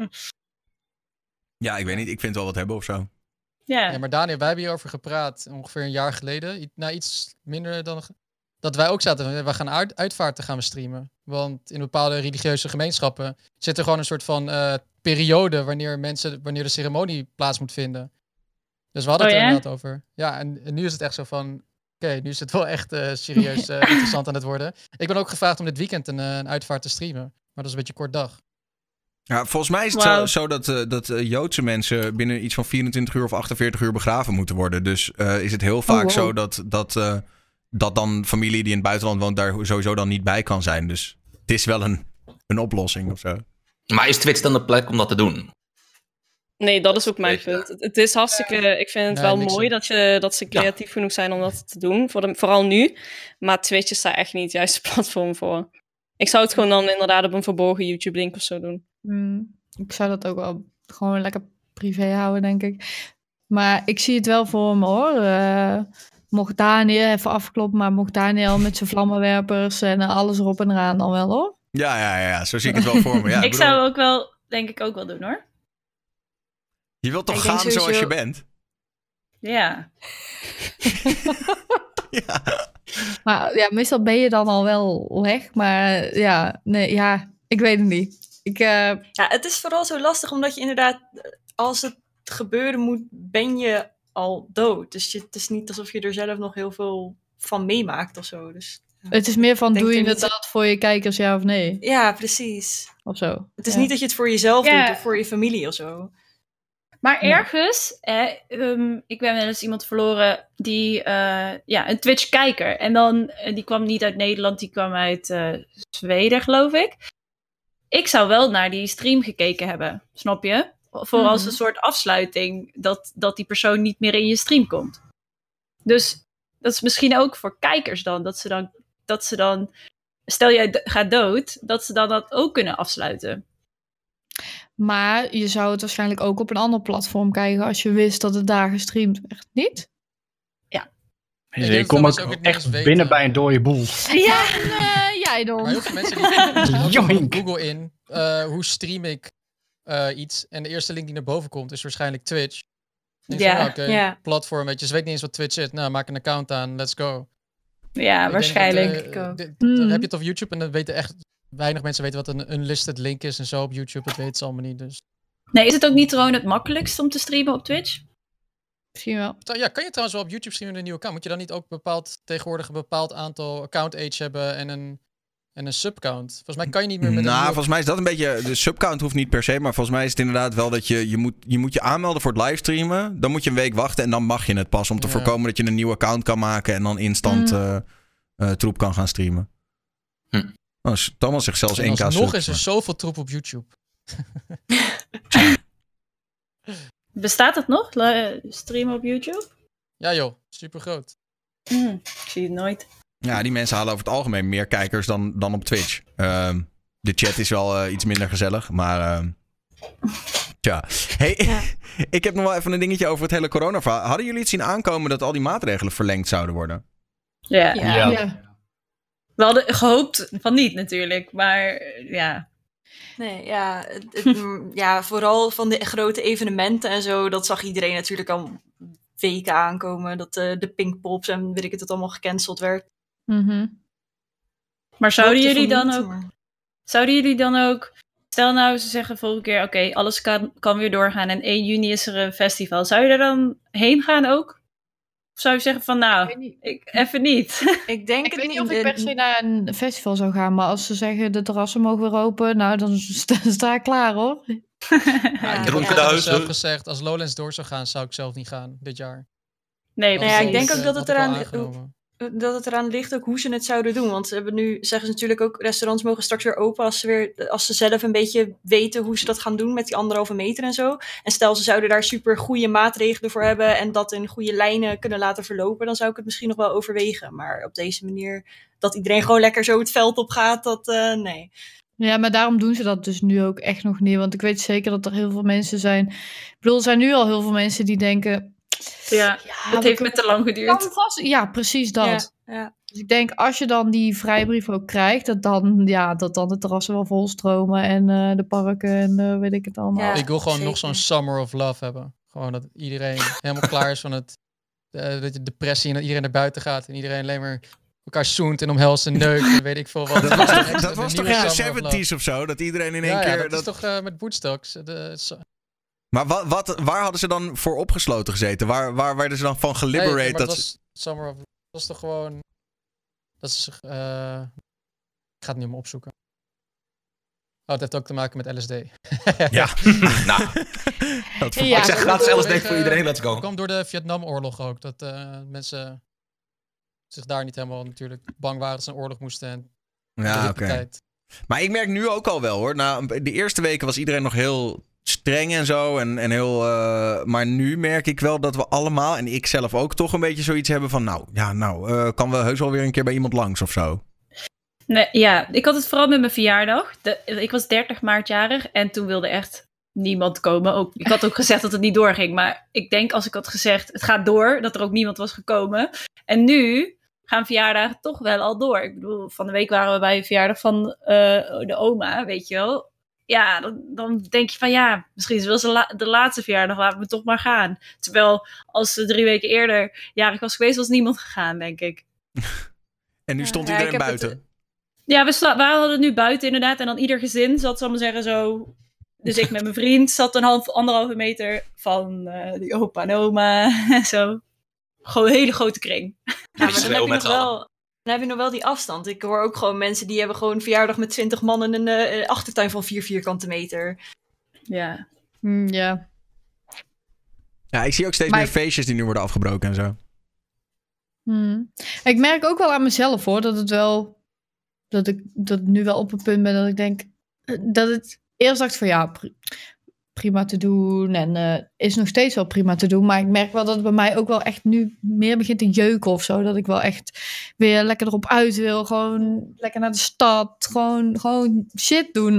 Speaker 1: Ja, ik weet niet. Ik vind wel wat hebben of zo.
Speaker 9: Ja.
Speaker 6: Ja, maar Daniel, wij hebben hierover gepraat ongeveer een jaar geleden. I- Nou, iets minder dan... Dat wij ook zaten, we gaan uit, uitvaarten gaan we streamen. Want in bepaalde religieuze gemeenschappen zit er gewoon een soort van eh, periode wanneer mensen, wanneer de ceremonie plaats moet vinden. Dus we hadden
Speaker 9: Oh,
Speaker 6: het er
Speaker 9: ja?
Speaker 6: inderdaad over. Ja, en, en nu is het echt zo van, oké, nu is het wel echt eh, serieus eh, interessant aan het worden. Ik ben ook gevraagd om dit weekend een, eh, een uitvaart te streamen. Maar dat is een beetje een kort dag.
Speaker 1: Ja, volgens mij is het
Speaker 9: Wauw.
Speaker 1: zo, zo dat, eh, dat eh, Joodse mensen binnen iets van vierentwintig uur of achtenveertig uur begraven moeten worden. Dus eh, is het heel vaak
Speaker 2: wow.
Speaker 1: zo dat, dat, eh, dat dan familie die in het buitenland woont daar sowieso dan niet bij kan zijn. Dus het is wel een, een oplossing of zo.
Speaker 3: Maar is Twitch dan de plek om dat te doen?
Speaker 8: Nee, dat is ook mijn
Speaker 3: Weet je.
Speaker 8: punt. Het, het is hartstikke... Ik vind het
Speaker 6: Nee,
Speaker 8: wel
Speaker 6: niks
Speaker 8: mooi
Speaker 6: aan.
Speaker 8: dat, je, dat ze creatief genoeg zijn om dat te doen. Voor de, vooral nu. Maar Twitch is daar echt niet het juiste platform voor. Ik zou het gewoon dan inderdaad op een verborgen YouTube-link of zo doen.
Speaker 2: Mm, ik zou dat ook wel gewoon lekker privé houden, denk ik. Maar ik zie het wel voor me, hoor. Eh, mocht Daniel, even afkloppen, maar mocht Daniel met zijn vlammenwerpers en alles erop en eraan dan wel, hoor.
Speaker 1: Ja, ja, ja, zo zie ik het wel voor me. Ja,
Speaker 9: ik
Speaker 1: bedoel,
Speaker 9: zou ook wel, denk ik ook wel doen hoor.
Speaker 1: je wilt toch
Speaker 4: Ik
Speaker 1: gaan
Speaker 4: denk
Speaker 1: zoals je
Speaker 4: sowieso-
Speaker 1: bent?
Speaker 9: Ja.
Speaker 1: Ja.
Speaker 2: Maar ja, meestal ben je dan al wel weg. Maar eh, ja, nee, ja, ik weet het niet. Ik, eh,
Speaker 4: Ja, het is vooral zo lastig omdat je inderdaad, als het gebeuren moet, ben je al dood. Dus je, het is niet alsof je er zelf nog heel veel van meemaakt of zo. Dus, ja.
Speaker 2: het is meer van,
Speaker 4: Denk
Speaker 2: doe je
Speaker 4: er
Speaker 2: het
Speaker 4: niet-
Speaker 2: dat voor je kijkers, ja of nee?
Speaker 4: Ja, precies.
Speaker 2: Of zo.
Speaker 4: Het is
Speaker 2: Ja.
Speaker 4: niet dat je het voor jezelf
Speaker 9: Ja.
Speaker 4: doet of voor je familie of zo.
Speaker 9: Maar
Speaker 2: Ja.
Speaker 9: ergens, eh, um, ik ben wel eens iemand verloren die, eh, ja, een Twitch-kijker. En dan, eh, die kwam niet uit Nederland, die kwam uit eh, Zweden, geloof ik. Ik zou wel naar die stream gekeken hebben, snap je? Voor als
Speaker 2: Mhm.
Speaker 9: een soort afsluiting, dat, dat die persoon niet meer in je stream komt. Dus dat is misschien ook voor kijkers dan, dat ze dan, dat ze dan stel jij d- gaat dood, dat ze dan dat ook kunnen afsluiten.
Speaker 2: Maar je zou het waarschijnlijk ook op een ander platform kijken als je wist dat het daar gestreamd werd. Niet?
Speaker 6: Ik denk
Speaker 10: Ik
Speaker 6: dat
Speaker 10: kom
Speaker 6: mensen
Speaker 10: ook
Speaker 6: ook het niet
Speaker 10: echt
Speaker 6: eens weten.
Speaker 10: binnen bij een dode boel.
Speaker 2: Ja, en, eh, jij dan.
Speaker 6: Maar heel veel mensen die die
Speaker 10: Joink.
Speaker 6: Google in, eh, hoe stream ik eh, iets? En de eerste link die naar boven komt is waarschijnlijk Twitch. Dan denk je
Speaker 9: Ja,
Speaker 6: van, nou, oké,
Speaker 4: ja.
Speaker 6: platform, weet je, ze weet niet eens wat Twitch is. Nou, maak een account aan, let's go.
Speaker 9: Ja,
Speaker 6: Ik
Speaker 9: waarschijnlijk.
Speaker 6: denk dat, eh,
Speaker 4: Ik ook.
Speaker 6: dit-
Speaker 2: Mm.
Speaker 6: Dan heb je het op YouTube en dan weten echt weinig mensen weten wat een unlisted link is en zo op YouTube. Dat weten ze allemaal niet. Dus.
Speaker 9: Nee, is het ook niet gewoon het makkelijkst om te streamen op Twitch?
Speaker 2: Misschien wel.
Speaker 6: Trouw- Ja, kan je trouwens wel op YouTube streamen met een nieuwe account? Moet je dan niet ook bepaald, tegenwoordig een bepaald aantal account age hebben en een, en een subcount? Volgens mij kan je niet meer met een
Speaker 1: Nou,
Speaker 6: nieuwe-
Speaker 1: volgens mij is dat een beetje... De subcount hoeft niet per se, maar volgens mij is het inderdaad wel dat je... Je moet je, moet je aanmelden voor het livestreamen. Dan moet je een week wachten en dan mag je het pas. Om te
Speaker 6: Ja.
Speaker 1: voorkomen dat je een nieuw account kan maken en dan instant
Speaker 2: Mm.
Speaker 1: eh, eh, troep kan gaan streamen.
Speaker 3: Hm.
Speaker 1: Oh, Thomas zegt zelfs
Speaker 6: En
Speaker 1: één k
Speaker 6: alsnog
Speaker 1: subs,
Speaker 6: is er
Speaker 1: maar-
Speaker 6: zoveel troep op YouTube.
Speaker 9: Bestaat het nog? La- streamen op YouTube?
Speaker 6: Ja joh, super groot.
Speaker 9: Hm, ik zie het nooit.
Speaker 1: Ja, die mensen halen over het algemeen meer kijkers dan, dan op Twitch. Ehm, de chat is wel eh, iets minder gezellig, maar... ehm, tja. Hey,
Speaker 4: Ja.
Speaker 1: ik heb nog wel even een dingetje over het hele coronaverhaal. Hadden jullie het zien aankomen dat al die maatregelen verlengd zouden worden?
Speaker 9: Ja.
Speaker 4: Ja.
Speaker 10: Ja.
Speaker 2: Ja.
Speaker 9: We hadden gehoopt van niet natuurlijk, maar eh, ja.
Speaker 4: Nee, ja, het- het- mm, ja, vooral van de grote evenementen en zo, dat zag iedereen natuurlijk al weken aankomen. Dat eh, de Pinkpops en weet ik het, dat allemaal gecanceld werd.
Speaker 2: Mhm.
Speaker 9: Maar zouden
Speaker 4: Hoopte
Speaker 9: jullie
Speaker 4: van
Speaker 9: dan
Speaker 4: niet,
Speaker 9: ook,
Speaker 4: maar-
Speaker 9: zouden jullie dan ook, stel nou ze zeggen volgende keer, oké, alles kan, kan weer doorgaan en één juni is er een festival. Zou je er dan heen gaan ook? Of zou je zeggen van
Speaker 2: Ik
Speaker 9: nou,
Speaker 2: weet niet,
Speaker 9: ik, even niet?
Speaker 4: Ik denk
Speaker 2: ik
Speaker 4: het
Speaker 2: weet niet of
Speaker 4: niet.
Speaker 2: ik per se naar een festival zou gaan. Maar als ze zeggen de terrassen mogen weer open, nou dan sta, sta ik klaar hoor.
Speaker 6: Ja,
Speaker 4: Ja.
Speaker 6: ik heb
Speaker 3: Jeroen
Speaker 6: ook
Speaker 3: Kudahuis,
Speaker 6: zelf
Speaker 3: hè?
Speaker 6: gezegd, als Lowlands door zou gaan, zou ik zelf niet gaan dit jaar.
Speaker 9: Nee,
Speaker 6: Dat
Speaker 4: Nou ja,
Speaker 6: is
Speaker 4: ik denk
Speaker 6: iets,
Speaker 4: ook
Speaker 6: eh,
Speaker 4: dat
Speaker 6: had
Speaker 4: het
Speaker 6: ik wel
Speaker 4: eraan-
Speaker 6: aangenomen.
Speaker 4: dat het eraan ligt ook hoe ze het zouden doen. Want ze hebben nu, zeggen ze natuurlijk ook, restaurants mogen straks weer open als ze, weer, als ze zelf een beetje weten hoe ze dat gaan doen met die anderhalve meter en zo. En stel ze zouden daar super goede maatregelen voor hebben en dat in goede lijnen kunnen laten verlopen, dan zou ik het misschien nog wel overwegen. Maar op deze manier, dat iedereen gewoon lekker zo het veld op gaat, dat uh, nee.
Speaker 2: Ja, maar daarom doen ze dat dus nu ook echt nog niet. Want ik weet zeker dat er heel veel mensen zijn. Ik bedoel, er zijn nu al heel veel mensen die denken...
Speaker 9: Ja,
Speaker 2: Ja,
Speaker 9: het
Speaker 2: we
Speaker 9: heeft me te lang geduurd.
Speaker 2: kan vast- Ja, precies dat.
Speaker 4: Ja, ja.
Speaker 2: Dus ik denk, als je dan die vrijbrief ook krijgt, dat dan, ja, dat dan de terrassen wel volstromen en uh, de parken en uh, weet ik het allemaal.
Speaker 4: Ja.
Speaker 6: Ik wil gewoon nog
Speaker 4: zeker.
Speaker 6: zo'n summer of love hebben. Gewoon dat iedereen helemaal klaar is van het uh, dat je depressie en dat iedereen naar buiten gaat en iedereen alleen maar elkaar zoent en omhelst en neukt en weet ik veel wat.
Speaker 1: Dat was toch,
Speaker 6: De
Speaker 1: dat was toch
Speaker 6: nieuwe
Speaker 1: in de
Speaker 6: Summer of Love.
Speaker 1: zeventies of zo? Dat iedereen in één
Speaker 6: Ja, ja,
Speaker 1: keer...
Speaker 6: dat,
Speaker 1: dat...
Speaker 6: is toch uh, met Woodstocks. De, so-
Speaker 1: Maar wat, wat, waar hadden ze dan voor opgesloten gezeten? Waar, waar werden ze dan van geliberate?
Speaker 6: Nee, maar
Speaker 1: dat
Speaker 6: dat
Speaker 1: ze-
Speaker 6: was Summer of Love. Dat was toch gewoon... Dat is... Uh, ik ga het niet meer opzoeken. Oh, het heeft ook te maken met L S D.
Speaker 3: Ja, nou,
Speaker 1: dat
Speaker 2: Ja.
Speaker 3: ik zeg gratis L S D
Speaker 6: Vanwege-
Speaker 3: voor iedereen, let's
Speaker 6: Het
Speaker 3: go.
Speaker 6: kwam door de Vietnamoorlog ook. Dat uh, mensen zich daar niet helemaal natuurlijk bang waren dat ze een oorlog moesten. En
Speaker 1: Ja,
Speaker 6: de
Speaker 1: oké.
Speaker 6: tijd.
Speaker 1: Maar ik merk nu ook al wel hoor. Na de eerste weken was iedereen nog heel streng en zo. En, en heel, uh, maar nu merk ik wel dat we allemaal, en ik zelf ook, toch een beetje zoiets hebben van... Nou, ja, nou, uh, kan we heus wel weer een keer bij iemand langs of zo.
Speaker 9: Nee, ja, ik had het vooral met mijn verjaardag. De, ik was dertig maart jarig en toen wilde echt niemand komen. Ook, ik had ook gezegd dat het niet doorging. Maar ik denk als ik had gezegd, het gaat door, dat er ook niemand was gekomen. En nu gaan verjaardagen toch wel al door. Ik bedoel, van de week waren we bij een verjaardag van uh, de oma, weet je wel. Ja, dan, dan denk je van ja, misschien is het wel zo la- de laatste verjaardag, laten we toch maar gaan. Terwijl als ze drie weken eerder jarig was geweest, was niemand gegaan, denk ik.
Speaker 1: En nu stond
Speaker 4: Ja,
Speaker 1: iedereen
Speaker 4: ik heb het-
Speaker 1: buiten.
Speaker 9: Ja, we, sla- we hadden het nu buiten inderdaad. En dan ieder gezin zat, zal ik maar zeggen, zo... Dus ik met mijn vriend zat een half, anderhalve meter van uh, die opa en oma. Zo. Gewoon een hele grote kring.
Speaker 4: Ja, maar dan
Speaker 3: Twee
Speaker 4: heb, je
Speaker 3: met
Speaker 4: nog
Speaker 3: z'n allen.
Speaker 4: wel, dan heb je nog wel die afstand. Ik hoor ook gewoon mensen die hebben gewoon verjaardag met twintig man in een uh, achtertuin van vier vierkante meter.
Speaker 9: Ja.
Speaker 2: Hm, ja.
Speaker 1: Ja, ik zie ook steeds
Speaker 2: Maar
Speaker 1: meer
Speaker 2: ik-
Speaker 1: feestjes die nu worden afgebroken en zo.
Speaker 2: Hm. Ik merk ook wel aan mezelf hoor, dat het wel... Dat ik dat ik nu wel op een punt ben dat ik denk... eh, Dat het eerst dacht van ja, pri- prima te doen. En uh, is nog steeds wel prima te doen. Maar ik merk wel dat het bij mij ook wel echt nu meer begint te jeuken of zo. Dat ik wel echt weer lekker erop uit wil. Gewoon lekker naar de stad. Gewoon, gewoon shit doen.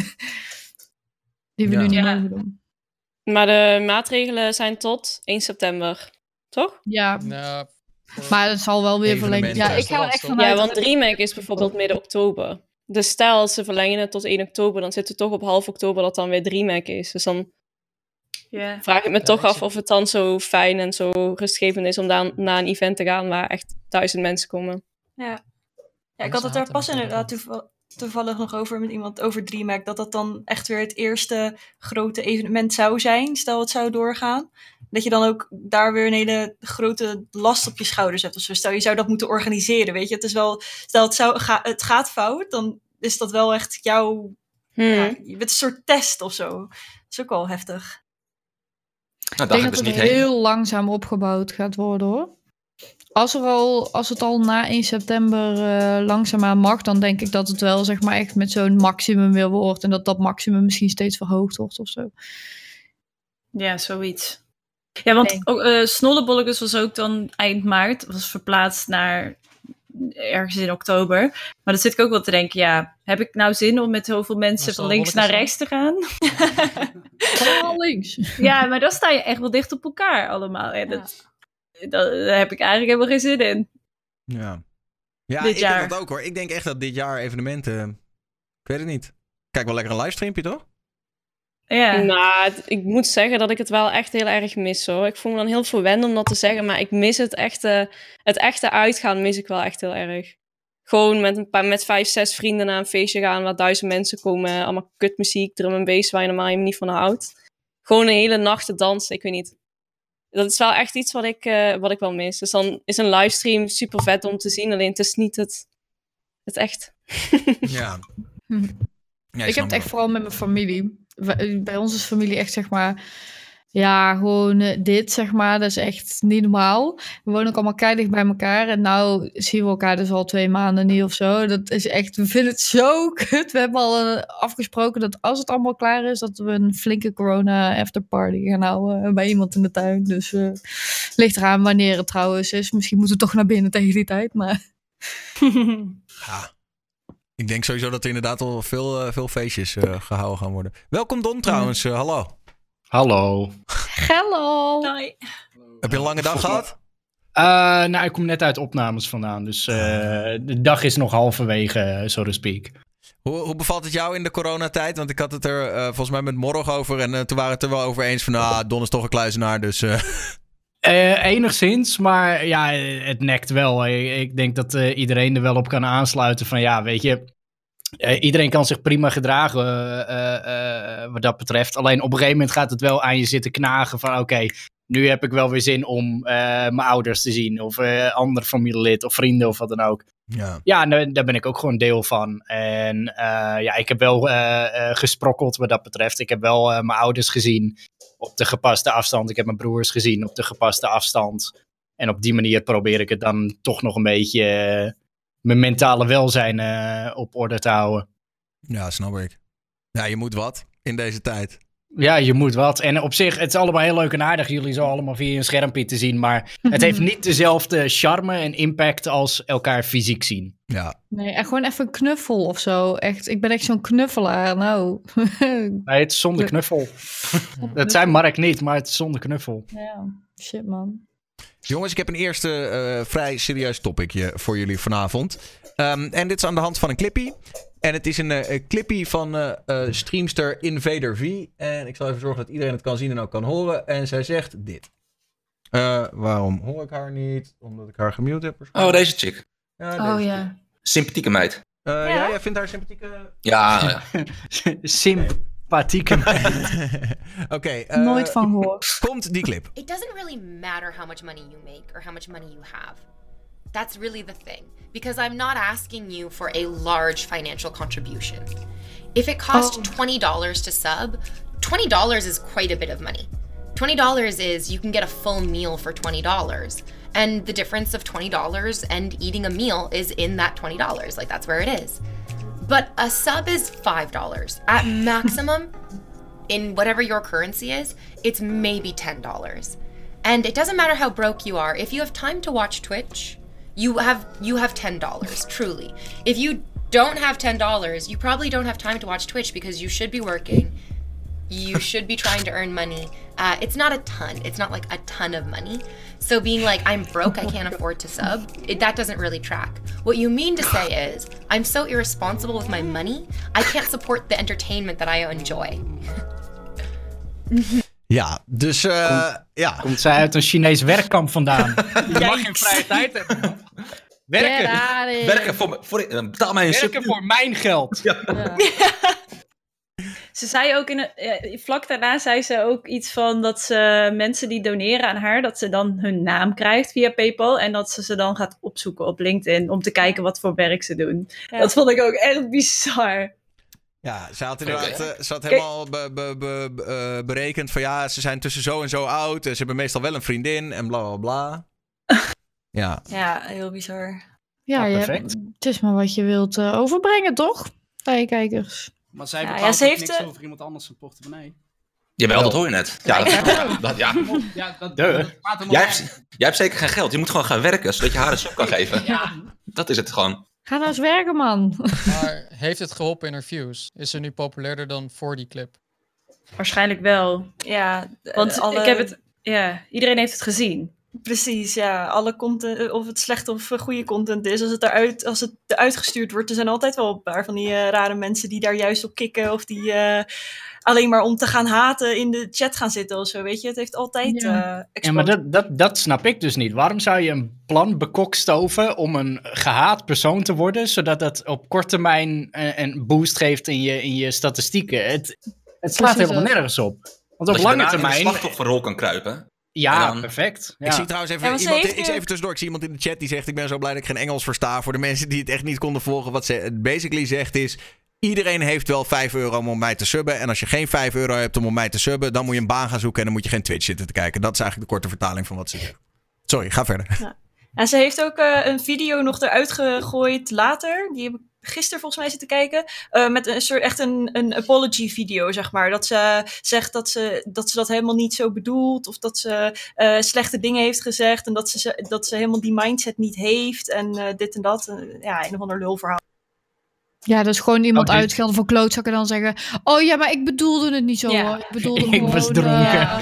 Speaker 2: Die we
Speaker 1: Ja.
Speaker 2: nu niet
Speaker 9: Ja.
Speaker 2: mogen doen.
Speaker 8: Maar de maatregelen zijn tot één september, toch?
Speaker 2: Ja,
Speaker 6: Nou, voor-
Speaker 2: maar het zal wel weer verlengen.
Speaker 1: Evenementen.
Speaker 2: Ja, ik ga er echt vanuit.
Speaker 8: Ja,
Speaker 2: dat
Speaker 8: want
Speaker 2: het-
Speaker 8: DreamHack is bijvoorbeeld midden oktober. Dus stel, ze verlengen het tot één oktober, dan zitten we toch op half oktober dat dan weer DreamHack is. Dus dan
Speaker 9: Ja.
Speaker 8: vraag ik me
Speaker 6: Ja,
Speaker 8: toch
Speaker 6: ik
Speaker 8: af
Speaker 6: zie-
Speaker 8: of het dan zo fijn en zo rustgevend is om daar naar een event te gaan waar echt duizend mensen komen.
Speaker 4: Ja, ja ik
Speaker 6: Mensen
Speaker 4: had het daar
Speaker 6: haten
Speaker 4: pas
Speaker 6: elkaar
Speaker 4: inderdaad toeval- toevallig nog over met iemand over DreamHack. Dat dat dan echt weer het eerste grote evenement zou zijn. Stel het zou doorgaan. Dat je dan ook daar weer een hele grote last op je schouders hebt. Of zo. Stel je zou dat moeten organiseren. Weet je, het is wel. Stel het, zou, ga, het gaat fout. Dan is dat wel echt jouw.
Speaker 8: Hmm.
Speaker 4: Ja, je bent een soort test of zo. Dat is ook wel heftig.
Speaker 3: Nou,
Speaker 2: Ik
Speaker 3: dacht
Speaker 2: denk
Speaker 3: ik
Speaker 2: dat
Speaker 3: dus
Speaker 2: het
Speaker 3: niet heen.
Speaker 2: heel langzaam opgebouwd gaat worden hoor. Als, er al, als het al na één september uh, langzaamaan mag, dan denk ik dat het wel zeg maar echt met zo'n maximum weer wordt. En dat dat maximum misschien steeds verhoogd wordt of zo.
Speaker 9: Ja, zoiets. Ja, want
Speaker 2: Nee.
Speaker 9: ook, uh, Snollebolletjes was ook dan eind maart. Was verplaatst naar ergens in oktober. Maar dan zit ik ook wel te denken, ja, heb ik nou zin om met zoveel mensen
Speaker 6: Was
Speaker 9: van
Speaker 6: dat
Speaker 9: links naar
Speaker 6: bolletjes
Speaker 9: rechts te gaan?
Speaker 2: Allemaal links.
Speaker 9: Ja, maar dan sta je echt wel dicht op elkaar allemaal. En dat, dat, daar heb ik eigenlijk helemaal geen zin in.
Speaker 1: Ja, ja
Speaker 9: Dit
Speaker 1: ik
Speaker 9: jaar.
Speaker 1: denk dat ook hoor. Ik denk echt dat dit jaar evenementen... Ik weet het niet. Kijk wel lekker een livestreampje toch?
Speaker 9: Ja.
Speaker 8: Nou, het- ik moet zeggen dat ik het wel echt heel erg mis hoor. Ik voel me dan heel verwend om dat te zeggen, maar ik mis het echte, het echte uitgaan mis ik wel echt heel erg. Gewoon met, een paar, met vijf, zes vrienden naar een feestje gaan waar duizend mensen komen, allemaal kutmuziek, drum en bass waar je normaal helemaal niet van houdt. Gewoon een hele nacht te dansen, ik weet niet. Dat is wel echt iets wat ik, uh, wat ik wel mis. Dus dan is een livestream super vet om te zien, alleen het is niet het, het echt.
Speaker 1: Ja.
Speaker 2: Hm.
Speaker 1: Ja,
Speaker 2: Ik heb
Speaker 1: snap
Speaker 2: het echt
Speaker 1: wel.
Speaker 2: vooral met mijn familie. Wij- Bij ons is familie echt zeg maar... Ja, gewoon uh, dit, zeg maar. Dat is echt niet normaal. We wonen ook allemaal keidig bij elkaar. En nou zien we elkaar dus al twee maanden niet of zo. Dat is echt, we vinden het zo kut. We hebben al uh, afgesproken dat als het allemaal klaar is, dat we een flinke corona afterparty gaan houden uh, bij iemand in de tuin. Dus uh, ligt eraan wanneer het trouwens is. Misschien moeten we toch naar binnen tegen die tijd, maar...
Speaker 1: ja. Ik denk sowieso dat er inderdaad al veel, uh, veel feestjes uh, gehouden gaan worden. Welkom Don trouwens, uh, hallo.
Speaker 10: Hallo.
Speaker 2: Hallo.
Speaker 4: Hoi.
Speaker 1: Heb je een lange dag gehad?
Speaker 10: Uh, nou, ik kom net uit opnames vandaan. Dus uh, de dag is nog halverwege, so to speak.
Speaker 1: Hoe, hoe bevalt het jou in de coronatijd? Want ik had het er uh, volgens mij met Morg over. En uh, toen waren we het er wel over eens van... Nou, Don is toch een kluizenaar, dus... Uh...
Speaker 10: Uh, enigszins, maar ja, het nekt wel. Ik, ik denk dat uh, iedereen er wel op kan aansluiten van... Ja, weet je... Uh, iedereen kan zich prima gedragen uh, uh, uh, wat dat betreft. Alleen op een gegeven moment gaat het wel aan je zitten knagen van... Oké, okay, nu heb ik wel weer zin om uh, mijn ouders te zien. Of uh, ander familielid of vrienden of wat dan ook.
Speaker 1: Ja,
Speaker 10: ja nou, daar ben ik ook gewoon deel van. En uh, ja, ik heb wel uh, uh, gesprokkeld wat dat betreft. Ik heb wel uh, mijn ouders gezien op de gepaste afstand. Ik heb mijn broers gezien op de gepaste afstand. En op die manier probeer ik het dan toch nog een beetje... Uh, mijn mentale welzijn uh, op orde te houden.
Speaker 1: Ja, snap ik. Ja, je moet wat in deze tijd.
Speaker 10: Ja, je moet wat. En op zich, het is allemaal heel leuk en aardig. Jullie zo allemaal via een schermpje te zien. Maar het heeft niet dezelfde charme en impact als elkaar fysiek zien.
Speaker 1: Ja.
Speaker 2: Nee, en gewoon even een knuffel of zo. Echt, ik ben echt zo'n knuffelaar. Nou.
Speaker 10: Nee, het is zonder knuffel. Dat zei Mark niet, maar het is zonder knuffel.
Speaker 2: Ja, shit man.
Speaker 1: Jongens, ik heb een eerste uh, vrij serieus topicje voor jullie vanavond. Um, en dit is aan de hand van een clippie. En het is een, uh, een clippie van uh, uh, streamster Invader V. En ik zal even zorgen dat iedereen het kan zien en ook kan horen. En zij zegt dit. Uh, waarom hoor ik haar niet? Omdat ik haar gemute heb.
Speaker 3: Oh, deze chick.
Speaker 1: Ja, deze
Speaker 9: Oh ja.
Speaker 3: Sympathieke meid.
Speaker 1: Uh, ja? ja, jij vindt haar sympathieke...
Speaker 3: Ja, ja.
Speaker 10: Sympathieke meid.
Speaker 1: Oké. Okay, uh,
Speaker 2: Nooit van gehoord.
Speaker 1: Komt die clip.
Speaker 11: It doesn't really matter how much money you make or how much money you have. That's really the thing. Because I'm not asking you for a large financial contribution. If it costs oh. twenty dollars to sub, twenty dollars is quite a bit of money. twenty dollars is you can get a full meal for twenty dollars. And the difference of twenty dollars and eating a meal is in that twenty dollars. Like, that's where it is. But a sub is five dollars. At maximum, in whatever your currency is, it's maybe ten dollars. And it doesn't matter how broke you are. If you have time to watch Twitch, you have you have ten dollars, truly. If you don't have ten dollars, you probably don't have time to watch Twitch because you should be working. You should be trying to earn money. Uh, it's not a ton. It's not like a ton of money. So being like, I'm broke, I can't afford to sub, it, that doesn't really track. What you mean to say is, I'm so irresponsible with my money, I can't support the entertainment that I enjoy.
Speaker 1: Ja, dus uh,
Speaker 10: Komt,
Speaker 1: ja.
Speaker 10: Komt zij uit een Chinees werkkamp vandaan? Je mag geen vrije tijd hebben. Werken.
Speaker 3: Werken voor, voor uh, betaal mij een
Speaker 10: Werken
Speaker 3: sub.
Speaker 10: voor mijn geld.
Speaker 3: Ja.
Speaker 2: Ja.
Speaker 9: Ze zei ook, in een, vlak daarna zei ze ook iets van dat ze mensen die doneren aan haar, dat ze dan hun naam krijgt via PayPal en dat ze ze dan gaat opzoeken op LinkedIn om te kijken wat voor werk ze doen. Ja. Dat vond ik ook echt bizar.
Speaker 1: Ja, ze had inderdaad okay. uh, ze had helemaal be, be, be, be, uh, berekend van ja, ze zijn tussen zo en zo oud. Ze hebben meestal wel een vriendin en bla bla bla. Ja.
Speaker 4: Ja, heel bizar.
Speaker 2: Ja,
Speaker 10: ah,
Speaker 2: je
Speaker 10: perfect.
Speaker 2: hebt, het is maar wat je wilt uh, overbrengen, toch? Bij je kijkers.
Speaker 7: Maar zij
Speaker 4: Ja,
Speaker 7: bepaalt
Speaker 4: ja, ze heeft,
Speaker 7: niks
Speaker 4: uh...
Speaker 7: over iemand anders zijn portemonnee.
Speaker 3: Jawel, dat hoor je net. Ja, dat,
Speaker 4: Ja.
Speaker 3: dat, ja.
Speaker 7: Ja, dat,
Speaker 3: Duh.
Speaker 7: dat gaat hem
Speaker 3: Jij,
Speaker 7: al
Speaker 3: hebt, jij hebt zeker geen geld. Je moet gewoon gaan werken, zodat je haar een sub kan geven.
Speaker 7: Ja.
Speaker 3: Dat is het gewoon.
Speaker 2: Ga nou eens werken, man.
Speaker 6: Maar heeft het geholpen in haar views? Is ze nu populairder dan voor die clip?
Speaker 9: Waarschijnlijk wel.
Speaker 4: Ja,
Speaker 9: Want
Speaker 4: alle...
Speaker 9: ik heb het, ja, iedereen heeft het gezien.
Speaker 4: Precies, ja. Alle content, of het slechte of goede content is, als het eruit, als het eruit gestuurd wordt, er zijn altijd wel een paar van die uh, rare mensen die daar juist op kikken of die uh, alleen maar om te gaan haten in de chat gaan zitten of zo, weet je. Het heeft altijd
Speaker 2: Ja.
Speaker 4: uh,
Speaker 10: Ja, maar dat, dat, dat snap ik dus niet. Waarom zou je een plan bekokstoven om een gehaat persoon te worden, zodat dat op korte termijn een, een boost geeft in je, in je statistieken? Het, het slaat
Speaker 2: Precies
Speaker 10: helemaal
Speaker 2: ook.
Speaker 10: nergens op. Want op
Speaker 3: Dat je
Speaker 10: lange
Speaker 3: daarna in de
Speaker 10: termijn...
Speaker 3: slachtofferrol kan kruipen.
Speaker 10: Ja,
Speaker 3: dan...
Speaker 10: perfect. Ja.
Speaker 1: Ik zie trouwens even,
Speaker 4: Ja, want ze
Speaker 1: iemand,
Speaker 4: heeft
Speaker 1: ik
Speaker 4: nu-
Speaker 1: even tussendoor, ik zie iemand in de chat die zegt, ik ben zo blij dat ik geen Engels versta. Voor de mensen die het echt niet konden volgen, wat ze basically zegt is, iedereen heeft wel vijf euro om op mij te subben. En als je geen vijf euro hebt om op mij te subben, dan moet je een baan gaan zoeken en dan moet je geen Twitch zitten te kijken. Dat is eigenlijk de korte vertaling van wat ze zegt. Sorry, ga verder.
Speaker 4: Ja. En ze heeft ook uh, een video nog eruit gegooid later. Die heb ik gisteren volgens mij zitten kijken. Uh, met een soort echt een, een apology video, zeg maar. Dat ze zegt dat ze, dat ze dat helemaal niet zo bedoelt. Of dat ze uh, slechte dingen heeft gezegd. En dat ze, dat ze helemaal die mindset niet heeft. En uh, dit en dat. Uh, ja, een of ander lulverhaal.
Speaker 2: Ja, dus gewoon iemand
Speaker 10: Okay.
Speaker 2: uitschelden voor klootzakken en dan zeggen... Oh ja, maar ik bedoelde het niet zo.
Speaker 4: Ja.
Speaker 2: Hoor. Ik bedoelde
Speaker 10: Ik
Speaker 2: gewoon,
Speaker 10: was dronken.
Speaker 2: uh,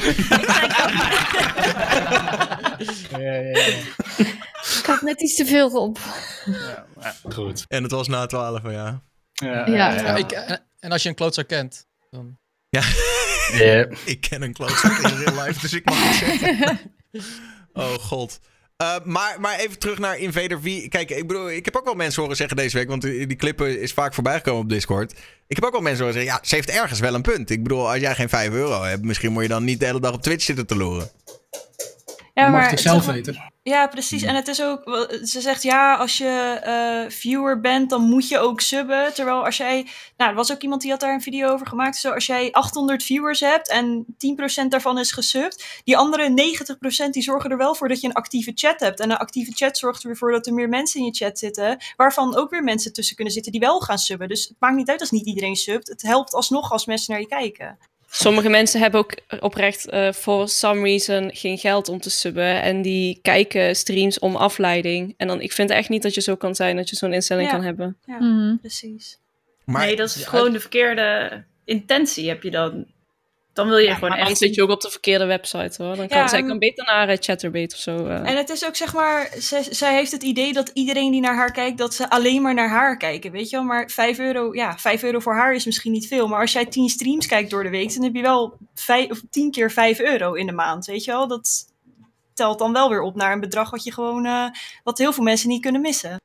Speaker 10: Ja, ja, ja.
Speaker 2: ik had net iets te veel op.
Speaker 10: Ja, ja, goed.
Speaker 1: En het was na twaalf, ja.
Speaker 10: Ja,
Speaker 2: Ja.
Speaker 10: ja,
Speaker 6: Ja,
Speaker 10: ja.
Speaker 6: ik, en, en als je een klootzak kent, dan...
Speaker 1: Ja.
Speaker 10: Ja.
Speaker 1: Ik ken een klootzak in real life, dus ik mag het zeggen. Oh god. Uh, maar, maar even terug naar Invader V. Kijk, ik bedoel, ik heb ook wel mensen horen zeggen deze week, want die, die clippen is vaak voorbij gekomen op Discord. Ik heb ook wel mensen horen zeggen, ja, ze heeft ergens wel een punt. Ik bedoel, als jij geen vijf euro hebt, misschien moet je dan niet de hele dag op Twitch zitten te loeren.
Speaker 4: Ja,
Speaker 7: Je mag
Speaker 4: maar
Speaker 7: het
Speaker 4: het
Speaker 7: zelf
Speaker 4: is ook-
Speaker 7: weten.
Speaker 4: Ja, precies. En het is ook, ze zegt ja, als je uh, viewer bent, dan moet je ook subben. Terwijl als jij, nou, er was ook iemand die had daar een video over gemaakt. Zo, als jij achthonderd viewers hebt en tien procent daarvan is gesubt, die andere negentig procent die zorgen er wel voor dat je een actieve chat hebt. En een actieve chat zorgt er weer voor dat er meer mensen in je chat zitten, waarvan ook weer mensen tussen kunnen zitten die wel gaan subben. Dus het maakt niet uit als niet iedereen subt. Het helpt alsnog als mensen naar je kijken.
Speaker 8: Sommige mensen hebben ook oprecht uh, for some reason geen geld om te subben. En die kijken streams om afleiding. En dan, ik vind echt niet dat je zo kan zijn dat je zo'n instelling
Speaker 4: Ja.
Speaker 8: kan hebben.
Speaker 4: Ja,
Speaker 2: Mhm.
Speaker 4: precies.
Speaker 1: Maar,
Speaker 9: Nee, dat is
Speaker 6: Ja,
Speaker 9: gewoon de verkeerde intentie heb je dan. Dan wil je
Speaker 4: Ja,
Speaker 9: gewoon
Speaker 8: Maar
Speaker 9: echt...
Speaker 8: dan zit je ook op de verkeerde website hoor. Dan kan,
Speaker 4: Ja,
Speaker 8: zij
Speaker 4: en-
Speaker 8: kan beter naar uh, Chatterbait of zo. uh.
Speaker 4: En het is ook zeg maar, zij, zij heeft het idee dat iedereen die naar haar kijkt, dat ze alleen maar naar haar kijken, weet je wel. Maar vijf euro, ja, vijf euro voor haar is misschien niet veel. Maar als jij tien streams kijkt door de week, dan heb je wel vijf, of tien keer vijf euro in de maand, weet je wel. Dat telt dan wel weer op naar een bedrag wat je gewoon, uh, wat heel veel mensen niet kunnen missen.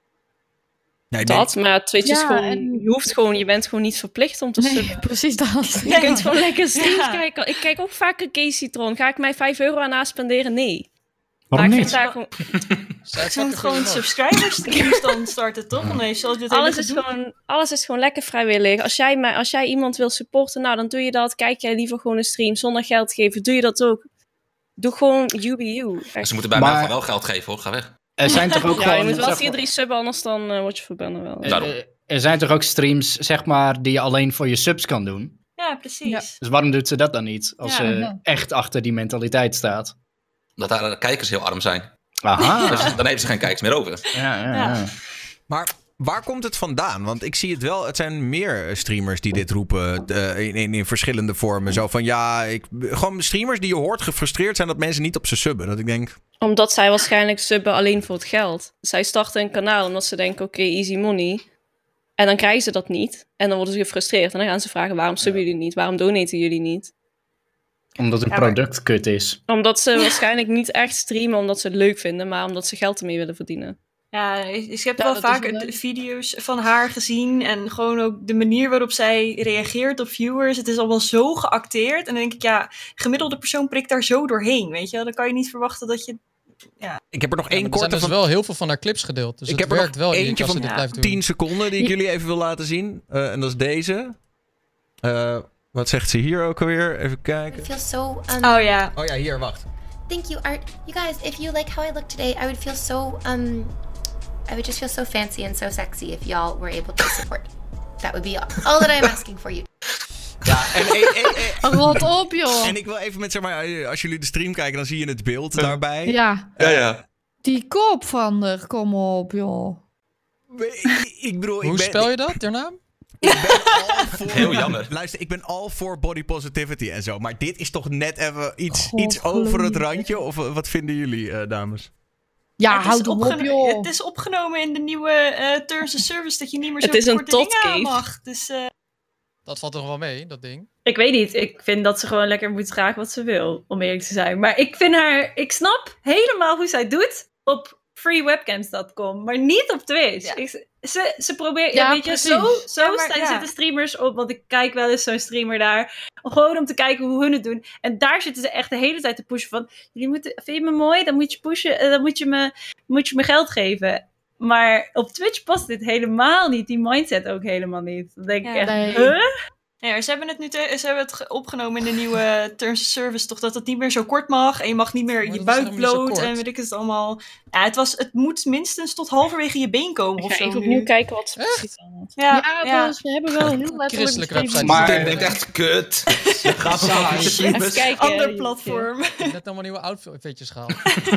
Speaker 1: ja, ik denk-
Speaker 8: Dat, maar Twitch is
Speaker 2: Ja,
Speaker 8: gewoon,
Speaker 2: en-
Speaker 8: je hoeft gewoon, je bent gewoon niet verplicht om te
Speaker 2: Nee,
Speaker 8: subben.
Speaker 2: precies dat.
Speaker 8: Je kunt gewoon lekker streams
Speaker 4: Ja.
Speaker 8: kijken. Ik kijk ook vaak een K-Citron. Ga ik mij vijf euro aan naspenderen? Nee.
Speaker 10: Waarom
Speaker 8: maar ik
Speaker 10: niet?
Speaker 8: vind daar gewoon,
Speaker 6: Zij
Speaker 4: Ze moet
Speaker 6: fucking
Speaker 4: gewoon
Speaker 6: veel
Speaker 4: subscribers streams dan starten, toch? Dan heeft ze al dit
Speaker 8: alles,
Speaker 4: hele
Speaker 8: is
Speaker 4: gedoe.
Speaker 8: gewoon, alles is gewoon lekker vrijwillig. Als jij, mij, als jij iemand wil supporten, nou dan doe je dat. Kijk jij liever gewoon een stream zonder geld geven, doe je dat ook. Doe gewoon you be you.
Speaker 3: En
Speaker 8: Echt.
Speaker 3: ze moeten bij
Speaker 10: Maar-
Speaker 3: mij gewoon wel geld geven hoor, ga weg.
Speaker 10: Er zijn toch ook
Speaker 8: Ja, je
Speaker 10: gewoon...
Speaker 8: moet wel
Speaker 10: zeg
Speaker 8: vier,
Speaker 10: maar-
Speaker 8: drie subben, anders dan uh, word je verbannen wel.
Speaker 10: er-
Speaker 3: Daarom.
Speaker 10: er- Er zijn toch ook streams, zeg maar, die je alleen voor je subs kan doen?
Speaker 4: Ja, precies.
Speaker 2: Ja.
Speaker 10: Dus waarom doet ze dat dan niet? Als
Speaker 4: Ja,
Speaker 10: ze
Speaker 2: ja.
Speaker 10: echt achter die mentaliteit staat.
Speaker 3: Dat daar de kijkers heel arm zijn.
Speaker 10: Aha.
Speaker 3: Dus dan hebben ze geen kijkers meer over.
Speaker 10: Ja, ja,
Speaker 4: Ja.
Speaker 10: ja.
Speaker 1: Maar waar komt het vandaan? Want ik zie het wel, het zijn meer streamers die dit roepen uh, in, in, in verschillende vormen. Zo van ja, ik, gewoon streamers die je hoort gefrustreerd zijn dat mensen niet op ze subben. Dat ik denk,
Speaker 8: Omdat zij waarschijnlijk subben alleen voor het geld. Zij starten een kanaal omdat ze denken, oké, easy money. En dan krijgen ze dat niet. En dan worden ze gefrustreerd. En dan gaan ze vragen, waarom subben jullie niet? Waarom donaten jullie niet?
Speaker 10: Omdat een
Speaker 4: Ja, maar-
Speaker 10: product kut is.
Speaker 8: Omdat ze waarschijnlijk niet echt streamen omdat ze het leuk vinden, maar omdat ze geld ermee willen verdienen.
Speaker 4: Ja, ik ik heb
Speaker 2: Ja,
Speaker 4: wel
Speaker 2: dat is
Speaker 4: vaker
Speaker 2: wel
Speaker 4: de
Speaker 2: leuk.
Speaker 4: video's van haar gezien. En gewoon ook de manier waarop zij reageert op viewers. Het is allemaal zo geacteerd. En dan denk ik, ja, gemiddelde persoon prikt daar zo doorheen, weet je wel. Dan kan je niet verwachten dat je...
Speaker 1: ik heb er nog
Speaker 6: Ja,
Speaker 1: één
Speaker 6: maar er zijn
Speaker 1: korte
Speaker 6: dus
Speaker 1: van
Speaker 6: wel heel veel van haar clips gedeeld. Dus
Speaker 1: Ik
Speaker 6: het
Speaker 1: heb er
Speaker 6: werkt
Speaker 1: nog
Speaker 6: wel
Speaker 1: eentje
Speaker 6: als ze
Speaker 1: van
Speaker 6: dit blijft doen.
Speaker 1: tien seconden die ik jullie even wil laten zien. Uh, en dat is deze. Uh, wat zegt ze hier ook alweer? Even
Speaker 11: I
Speaker 1: kijken.
Speaker 11: feel so um
Speaker 4: Oh ja.
Speaker 1: Oh ja, hier, wacht.
Speaker 11: Thank you, Art. You guys, if you like how I look today, I would feel so, um, I would just feel so fancy and so sexy if y'all were able to support me. That would be all, all that I'm asking for you.
Speaker 1: Ja, en, en, en, en,
Speaker 2: Rot op, joh.
Speaker 1: en ik wil even met, zeg maar, als jullie de stream kijken, dan zie je het beeld daarbij.
Speaker 2: Ja,
Speaker 3: Ja, ja.
Speaker 2: die kop van er, kom op, joh.
Speaker 1: Ik, ik bedoel, ik
Speaker 6: Hoe
Speaker 1: ben,
Speaker 6: spel je dat, haar naam?
Speaker 1: Ik ben al voor,
Speaker 3: Heel jammer.
Speaker 1: Luister, ik ben al voor body positivity en zo. Maar dit is toch net even iets,
Speaker 2: God,
Speaker 1: iets over het
Speaker 2: geloof
Speaker 1: randje? Of uh, wat vinden jullie, uh, dames?
Speaker 2: Ja,
Speaker 4: het, is
Speaker 2: houd op,
Speaker 4: opgeno-
Speaker 2: joh.
Speaker 4: het is opgenomen in de nieuwe uh, Terms of Service dat je niet meer zo
Speaker 8: Het is een
Speaker 4: korte dingen
Speaker 8: totcave.
Speaker 4: aan mag. Dus, uh,
Speaker 6: Dat valt toch wel mee, dat ding?
Speaker 9: Ik weet niet. Ik vind dat ze gewoon lekker moet dragen wat ze wil, om eerlijk te zijn. Maar ik vind haar... Ik snap helemaal hoe zij het doet op free webcams dot com, maar niet op Twitch.
Speaker 4: Ja.
Speaker 9: Ik, ze, ze probeert...
Speaker 2: Ja,
Speaker 9: Ja, weet je,
Speaker 2: precies.
Speaker 9: zo, zo
Speaker 4: Ja, maar
Speaker 9: staan,
Speaker 4: ja.
Speaker 9: zitten streamers op, want ik kijk wel eens zo'n streamer daar. Gewoon om te kijken hoe hun het doen. En daar zitten ze echt de hele tijd te pushen van... Jullie moeten, vind je me mooi? Dan moet je pushen, eh, dan moet je me, moet je me geld geven. Maar op Twitch past dit helemaal niet. Die mindset ook helemaal niet. Dan denk ik
Speaker 4: Ja,
Speaker 9: echt,
Speaker 2: nee.
Speaker 9: huh?
Speaker 4: Ja, ze hebben het nu te- ze hebben het ge- opgenomen in de nieuwe Terms of Service, toch dat het niet meer zo kort mag en je mag niet meer
Speaker 6: Maar
Speaker 4: je
Speaker 6: dat is
Speaker 4: buik
Speaker 6: helemaal niet zo
Speaker 4: bloot
Speaker 6: kort.
Speaker 4: en weet ik het allemaal. Ja, het, was, het moet minstens tot halverwege je been komen
Speaker 8: Ik
Speaker 4: of
Speaker 8: ga
Speaker 4: zo
Speaker 8: even
Speaker 4: nu.
Speaker 8: opnieuw kijken wat ze precies aan had.
Speaker 4: Ja,
Speaker 2: Ja,
Speaker 4: ja.
Speaker 2: dus we hebben wel heel letterlijk
Speaker 6: Christelijke
Speaker 2: beschreven.
Speaker 6: website.
Speaker 10: Maar-
Speaker 3: Tim denkt echt, kut. Je gaat me
Speaker 6: Saai.
Speaker 3: fucking
Speaker 8: Even
Speaker 3: streamen.
Speaker 8: kijken.
Speaker 4: Ander
Speaker 8: die-
Speaker 4: platform.
Speaker 6: Ik heb net allemaal nieuwe outfitjes gehaald.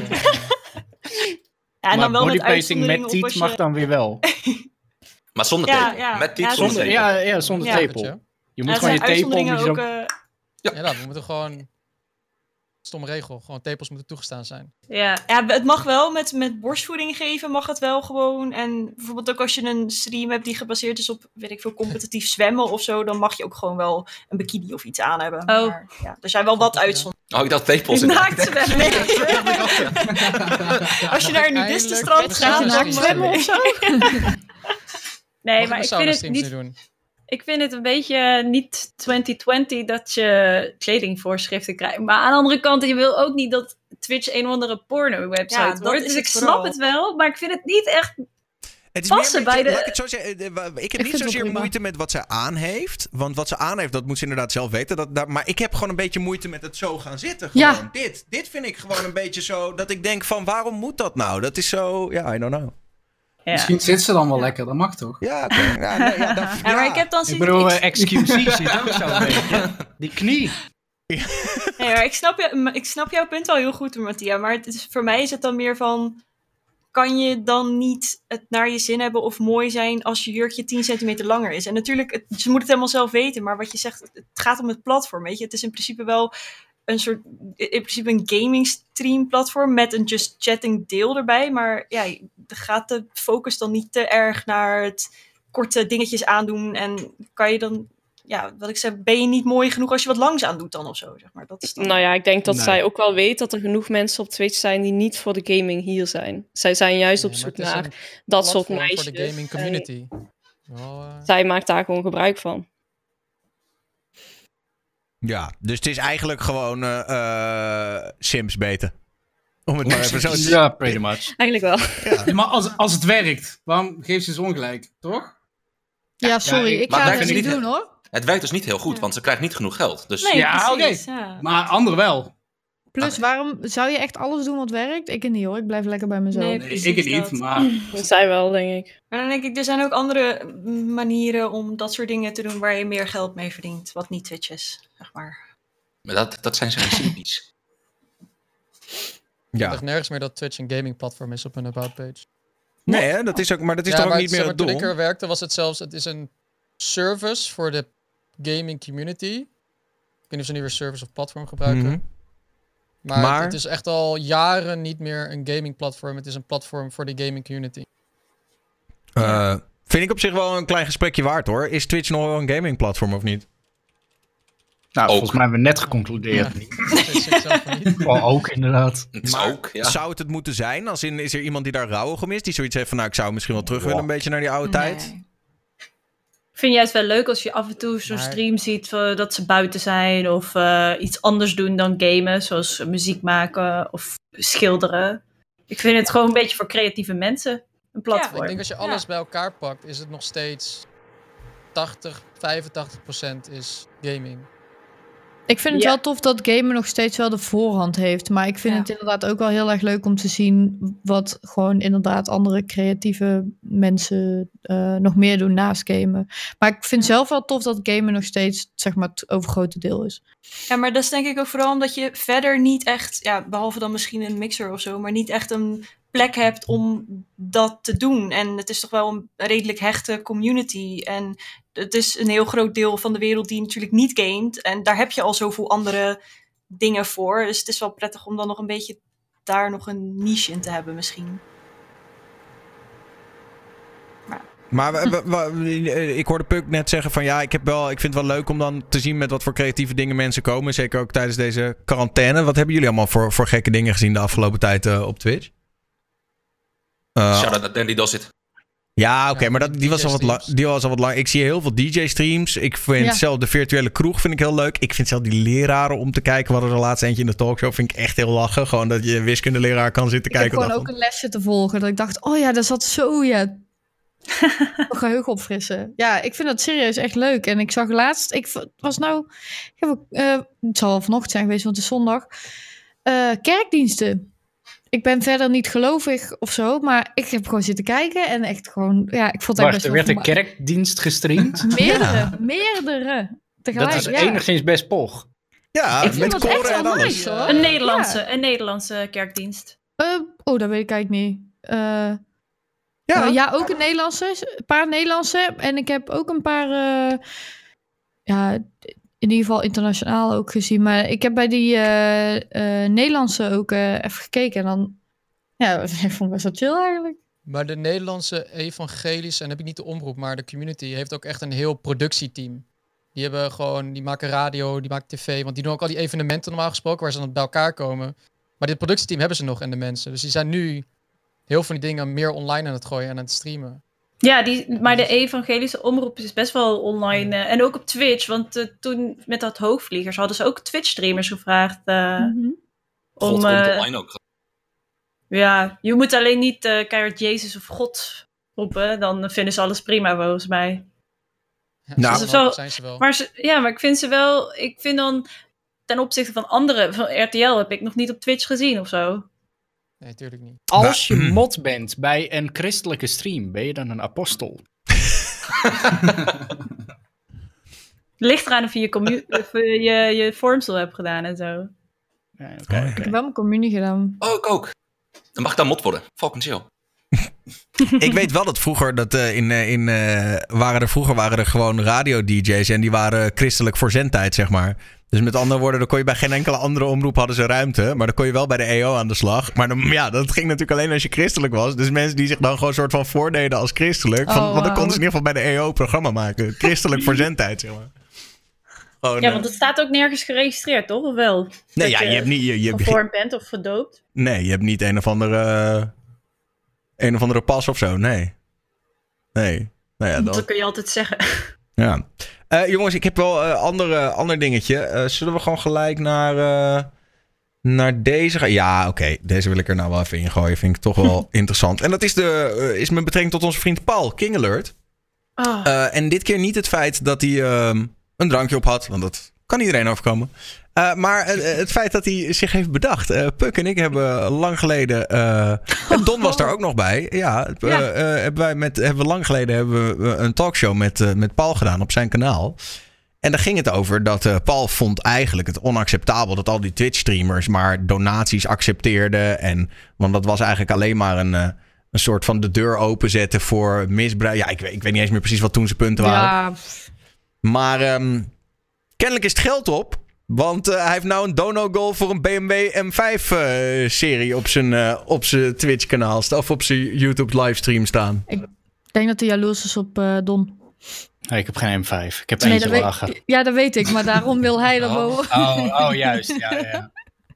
Speaker 4: Ja, en dan wel met
Speaker 10: bodypainting
Speaker 4: uitzonderingen
Speaker 10: met
Speaker 4: op
Speaker 10: tiet
Speaker 4: als je...
Speaker 10: mag dan weer wel.
Speaker 3: Maar zonder
Speaker 4: Ja,
Speaker 3: tepel.
Speaker 4: ja.
Speaker 3: Met tiet
Speaker 4: Ja,
Speaker 3: zonder
Speaker 10: Zonder,
Speaker 3: tepel.
Speaker 10: ja, ja, zonder
Speaker 4: Ja.
Speaker 10: tepel. Je moet
Speaker 4: Ja,
Speaker 10: gewoon
Speaker 4: er
Speaker 10: je
Speaker 4: zijn
Speaker 10: tepel...
Speaker 4: uitzonderingen
Speaker 10: moet je
Speaker 4: ook...
Speaker 10: zo-
Speaker 4: eh,
Speaker 6: Ja, nou, we moeten gewoon... Stomme regel. Gewoon tepels moeten toegestaan zijn.
Speaker 9: Ja.
Speaker 4: Ja, het mag wel met, met borstvoeding geven, mag het wel gewoon. En bijvoorbeeld ook als je een stream hebt die gebaseerd is op, weet ik veel, competitief zwemmen of zo, dan mag je ook gewoon wel een bikini of iets aan hebben.
Speaker 9: Oh.
Speaker 4: Maar, ja, er zijn wel wat uitzonderingen.
Speaker 3: Oh, ik dacht tepels in.
Speaker 4: Naakt zwemmen. Nee. Als je naar een nudistenstrand
Speaker 6: Eindelijk
Speaker 4: gaat,
Speaker 6: met
Speaker 4: naakt
Speaker 6: z'n
Speaker 4: zwemmen of zo.
Speaker 9: Nee,
Speaker 6: Mag
Speaker 9: maar
Speaker 6: de
Speaker 9: ik vind
Speaker 6: sauna
Speaker 9: het
Speaker 6: streams
Speaker 9: niet...
Speaker 6: nu doen.
Speaker 9: Ik vind het een beetje niet twintig twintig dat je kledingvoorschriften krijgt. Maar aan de andere kant, je wil ook niet dat Twitch een of andere porno-website
Speaker 4: Ja, dat
Speaker 9: wordt.
Speaker 4: is
Speaker 9: Dus
Speaker 4: het
Speaker 9: ik
Speaker 4: vooral.
Speaker 9: snap het wel, maar ik vind het niet echt...
Speaker 1: Het is
Speaker 9: Passen
Speaker 1: meer een beetje,
Speaker 9: bij de-
Speaker 1: laat ik het zo zeggen, eh, wa- ik heb
Speaker 2: Ik
Speaker 1: niet
Speaker 2: vind het wel
Speaker 1: zozeer
Speaker 2: prima.
Speaker 1: moeite met wat ze aan heeft. Want wat ze aan heeft, dat moet ze inderdaad zelf weten. Dat, dat, maar ik heb gewoon een beetje moeite met het zo gaan zitten. Gewoon.
Speaker 2: Ja.
Speaker 1: Dit, dit vind ik gewoon een beetje zo, dat ik denk van, waarom moet dat nou? Dat is zo, ja, I don't know.
Speaker 9: Ja.
Speaker 7: Misschien zit ze dan wel lekker, dat mag toch?
Speaker 1: Ja, oké. Ja, nee, ja, dat-
Speaker 4: Ja, maar
Speaker 1: ja.
Speaker 4: ik heb dan
Speaker 10: Ik
Speaker 4: zoiets-
Speaker 10: bedoel,
Speaker 4: ik-
Speaker 10: eh, X Q C zit ook zo een beetje. Die knie.
Speaker 4: Nee, maar ik snap, je, ik snap jouw punt wel heel goed, Mattia. Maar het is, voor mij is het dan meer van... Kan je dan niet het naar je zin hebben of mooi zijn als je jurkje tien centimeter langer is? En natuurlijk, het, ze moet het helemaal zelf weten. Maar wat je zegt, het gaat om het platform, weet je. Het is in principe wel een soort... In principe een gaming stream platform met een just chatting deel erbij. Maar ja, gaat de focus dan niet te erg naar het korte dingetjes aandoen? En kan je dan... Ja, wat ik zeg, ben je niet mooi genoeg als je wat langs aan doet dan of zo, zeg maar. Dat is dan...
Speaker 8: Nou ja, ik denk dat
Speaker 10: Nee.
Speaker 8: zij ook wel weet dat er genoeg mensen op Twitch zijn die niet voor de gaming hier zijn. Zij zijn juist op
Speaker 6: Nee,
Speaker 8: zoek
Speaker 6: maar het is
Speaker 8: naar
Speaker 6: een
Speaker 8: dat soort
Speaker 6: platform
Speaker 8: meisjes.
Speaker 6: voor de gaming
Speaker 8: En
Speaker 6: community. Wel, eh,
Speaker 8: zij maakt daar gewoon gebruik van.
Speaker 1: Ja, dus het is eigenlijk gewoon eh, eh, Sims beter. Om het maar even zo te zeggen.
Speaker 10: Ja, pretty much.
Speaker 8: Eigenlijk wel.
Speaker 7: Ja, maar als, als het werkt, waarom geeft ze ze ongelijk, toch?
Speaker 2: Ja, sorry,
Speaker 10: ik-
Speaker 2: ik
Speaker 3: maar
Speaker 2: ga
Speaker 3: wij
Speaker 2: het
Speaker 3: vinden
Speaker 2: niet
Speaker 3: niet-
Speaker 2: doen hoor.
Speaker 3: Het werkt dus niet heel goed,
Speaker 4: Ja.
Speaker 3: want ze krijgt niet genoeg geld. Dus
Speaker 4: Nee,
Speaker 7: Ja,
Speaker 4: precies. Ja.
Speaker 7: Maar anderen wel.
Speaker 2: Plus, waarom zou je echt alles doen wat werkt? Ik niet hoor, ik blijf lekker bij mezelf.
Speaker 4: Nee,
Speaker 7: Nee,
Speaker 4: precies
Speaker 7: ik het niet,
Speaker 4: dat.
Speaker 7: maar...
Speaker 8: Zij wel, denk ik.
Speaker 4: Maar dan denk ik, er zijn ook andere manieren om dat soort dingen te doen waar je meer geld mee verdient. Wat niet Twitch is, zeg maar.
Speaker 3: maar dat, dat zijn zijn simpies.
Speaker 6: Ik
Speaker 1: Ja.
Speaker 6: dacht nergens meer dat Twitch een gaming platform is op hun about page.
Speaker 1: Nee, hè, dat is ook, maar dat is
Speaker 6: Ja,
Speaker 1: toch ook
Speaker 6: maar
Speaker 1: niet
Speaker 6: zeg
Speaker 1: meer
Speaker 6: maar,
Speaker 1: het
Speaker 6: toen ik
Speaker 1: doel?
Speaker 6: er werkte was het zelfs, het is een service voor de gaming community. Ik weet niet of ze nu weer service of platform gebruiken.
Speaker 1: Mhm.
Speaker 6: Maar,
Speaker 1: Maar-
Speaker 6: het is echt al jaren niet meer een gaming platform. Het is een platform voor de gaming community.
Speaker 1: Eh, vind ik op zich wel een klein gesprekje waard hoor. Is Twitch nog wel een gaming platform of niet?
Speaker 10: Nou,
Speaker 3: Ook.
Speaker 10: volgens mij hebben we net geconcludeerd.
Speaker 6: Ja. Ik zeg zelf van niet.
Speaker 10: Wel ook, inderdaad.
Speaker 3: Het is
Speaker 1: Maar
Speaker 3: ook, ja.
Speaker 1: Zou het het moeten zijn? Als in, is er iemand die daar rouwig om is? Die zoiets heeft van, nou, ik zou misschien wel terug willen een beetje naar die oude tijd?
Speaker 4: Nee.
Speaker 9: Ik vind juist wel leuk als je af en toe zo'n
Speaker 6: Maar-
Speaker 9: stream ziet eh, dat ze buiten zijn of eh, iets anders doen dan gamen, zoals muziek maken of schilderen. Ik vind het gewoon een beetje voor creatieve mensen een platform.
Speaker 6: Ik denk als je alles
Speaker 4: Ja.
Speaker 6: bij elkaar pakt, is het nog steeds tachtig, vijfentachtig procent is gaming.
Speaker 2: Ik vind het
Speaker 9: Ja.
Speaker 2: wel tof dat gamen nog steeds wel de voorhand heeft. Maar ik vind
Speaker 4: Ja.
Speaker 2: het inderdaad ook wel heel erg leuk om te zien wat gewoon inderdaad andere creatieve mensen eh, nog meer doen naast gamen. Maar ik vind zelf wel tof dat gamen nog steeds, zeg maar, het overgrote deel is.
Speaker 4: Ja, maar dat is denk ik ook vooral omdat je verder niet echt, ja, behalve dan misschien een mixer of zo, maar niet echt een plek hebt om dat te doen. En het is toch wel een redelijk hechte community. En het is een heel groot deel van de wereld die natuurlijk niet gamet. En daar heb je al zoveel andere dingen voor. Dus het is wel prettig om dan nog een beetje daar nog een niche in te hebben misschien.
Speaker 1: Maar we- we- we- ik hoorde Puk net zeggen van ja, ik, heb wel, ik vind het wel leuk om dan te zien met wat voor creatieve dingen mensen komen. Zeker ook tijdens deze quarantaine. Wat hebben jullie allemaal voor, voor gekke dingen gezien de afgelopen tijd uh, op Twitch? Uh,
Speaker 3: Shout-out naar Dandy Dossit.
Speaker 1: Ja, oké, okay,
Speaker 6: Ja,
Speaker 1: maar dat, die, was al wat lang, die was al wat lang. Ik zie heel veel D J-streams. Ik vind
Speaker 2: Ja.
Speaker 1: zelf de virtuele kroeg vind ik heel leuk. Ik vind zelf die leraren om te kijken. We hadden er laatst eentje in de talkshow. Vind ik echt heel lachen. Gewoon dat je een wiskundeleraar kan zitten
Speaker 2: Ik heb
Speaker 1: kijken.
Speaker 2: gewoon ook een lesje te volgen. Dat ik dacht, oh ja, dat zat zo, ja. Geheugen opfrissen. Ja, ik vind dat serieus echt leuk. En ik zag laatst, ik v- was nou, ik heb ook, eh, het zal wel vanochtend zijn geweest, want het is zondag. Eh, kerkdiensten. Ik ben verder niet gelovig of zo, maar ik heb gewoon zitten kijken en echt gewoon, ja, ik vond het
Speaker 10: Wacht,
Speaker 2: best
Speaker 10: er
Speaker 2: wel
Speaker 10: werd een
Speaker 2: verma-
Speaker 10: kerkdienst gestreamd?
Speaker 2: Meerdere, meerdere. Tegelijk,
Speaker 10: Dat is
Speaker 2: ja.
Speaker 10: enigszins best poch.
Speaker 1: Ja,
Speaker 2: Ik vind
Speaker 1: met
Speaker 2: dat echt
Speaker 1: koren en
Speaker 2: wel
Speaker 1: alles.
Speaker 2: nice, hoor.
Speaker 9: Een Nederlandse,
Speaker 2: Ja.
Speaker 9: een Nederlandse kerkdienst.
Speaker 2: Eh, oh, dat weet ik eigenlijk niet. Eh,
Speaker 1: Ja.
Speaker 2: eh, ja, ook een Nederlandse. Een paar Nederlandse. En ik heb ook een paar... eh, ja, in ieder geval internationaal ook gezien. Maar ik heb bij die eh, eh, Nederlandse ook eh, even gekeken. En dan... Ja, ik vond het best wel chill eigenlijk.
Speaker 6: Maar de Nederlandse evangelische, en heb ik niet de omroep, maar de community heeft ook echt een heel productieteam. Die hebben gewoon, die maken radio, die maken tv, want die doen ook al die evenementen normaal gesproken waar ze dan bij elkaar komen. Maar dit productieteam hebben ze nog en de mensen. Dus die zijn nu heel veel van die dingen meer online aan het gooien en aan het streamen.
Speaker 9: Ja, die, maar de evangelische omroep is best wel online. eh, en ook op Twitch, want eh, toen met dat hoogvliegers hadden ze ook Twitch-streamers gevraagd. eh,
Speaker 2: Mhm.
Speaker 3: God
Speaker 9: om,
Speaker 3: komt
Speaker 9: eh,
Speaker 3: online ook.
Speaker 9: Ja, je moet alleen niet eh keihard Jezus of God roepen. Dan vinden ze alles prima volgens mij.
Speaker 6: Ja,
Speaker 1: Nou,
Speaker 6: zo
Speaker 9: Dus zo-
Speaker 6: zijn ze wel.
Speaker 9: Maar ze, ja, maar ik vind ze wel... Ik vind dan ten opzichte van andere... Van R T L heb ik nog niet op Twitch gezien of zo.
Speaker 6: Nee, natuurlijk niet.
Speaker 10: Als je
Speaker 1: Maar-
Speaker 10: mod bent bij een christelijke stream, ben je dan een apostel?
Speaker 9: Ligt eraan of je je, commu- of je, je, je vormsel hebt gedaan en zo.
Speaker 10: Ja, oké,
Speaker 2: Ik
Speaker 10: oké.
Speaker 2: heb wel mijn communie gedaan.
Speaker 3: Oh, ik ook. Dan mag ik dan mot worden. Fucking chill.
Speaker 1: Ik weet wel dat vroeger, dat, uh, in, uh, in, uh, waren er, vroeger waren er gewoon radio-D J's en die waren christelijk voor zendtijd, zeg maar. Dus met andere woorden, dan kon je bij geen enkele andere omroep hadden ze ruimte. Maar dan kon je wel bij de E O aan de slag. Maar dan, ja, dat ging natuurlijk alleen als je christelijk was. Dus mensen die zich dan gewoon een soort van voordeden als christelijk. Van,
Speaker 2: Oh,
Speaker 1: want dan konden
Speaker 2: wauw.
Speaker 1: ze in ieder geval bij de E O programma maken. Christelijk voor zendtijd, zeg maar. Gewoon,
Speaker 9: Ja,
Speaker 1: uh,
Speaker 9: want het staat ook nergens geregistreerd, toch? Of wel?
Speaker 1: nee,
Speaker 9: Dat
Speaker 1: ja, je hebt niet... Je, je, hebt-
Speaker 9: gevormd bent of gedoopt.
Speaker 1: nee, je hebt niet een of andere... uh, een of andere pas of zo, nee. Nee. Nou ja,
Speaker 9: Dat
Speaker 1: dan...
Speaker 9: kun je altijd zeggen.
Speaker 1: Ja. Uh, jongens, ik heb wel een uh, ander, uh, ander dingetje. Uh, zullen we gewoon gelijk naar, uh, naar deze gaan? Ja, oké. Okay. Deze wil ik er nou wel even in gooien. Vind ik toch wel interessant. En dat is, de, uh, is met betrekking tot onze vriend Paul, King Alert.
Speaker 9: Oh.
Speaker 1: Uh, en dit keer niet het feit dat hij uh, een drankje op had. Want dat kan iedereen overkomen. Uh, maar uh, het feit dat hij zich heeft bedacht. Uh, Puk en ik hebben lang geleden... Uh, en Don was daar ook nog bij. Ja, uh,
Speaker 9: Ja.
Speaker 1: uh, hebben wij met, hebben we lang geleden hebben we een talkshow met, uh, met Paul gedaan op zijn kanaal. En daar ging het over dat uh, Paul vond eigenlijk het onacceptabel... dat al die Twitch-streamers maar donaties accepteerden. En, want dat was eigenlijk alleen maar een... Uh, een soort van de deur openzetten voor misbruik. Ja, ik weet, ik weet niet eens meer precies wat toen zijn punten waren.
Speaker 2: Ja,
Speaker 1: Maar um, kennelijk is het geld op. Want uh, hij heeft nou een dono-goal voor een B M W M vijf uh, serie op zijn, uh, op zijn Twitch-kanaal. Of op zijn YouTube-livestream staan.
Speaker 2: ik denk dat hij jaloers is op uh, Don.
Speaker 10: Nee, ik heb geen M vijf. Ik heb
Speaker 2: Nee,
Speaker 10: eentje
Speaker 2: dat
Speaker 10: lager.
Speaker 2: weet, ja, dat weet ik. Maar daarom wil hij er boven.
Speaker 10: Oh, oh, juist. Ja, ja.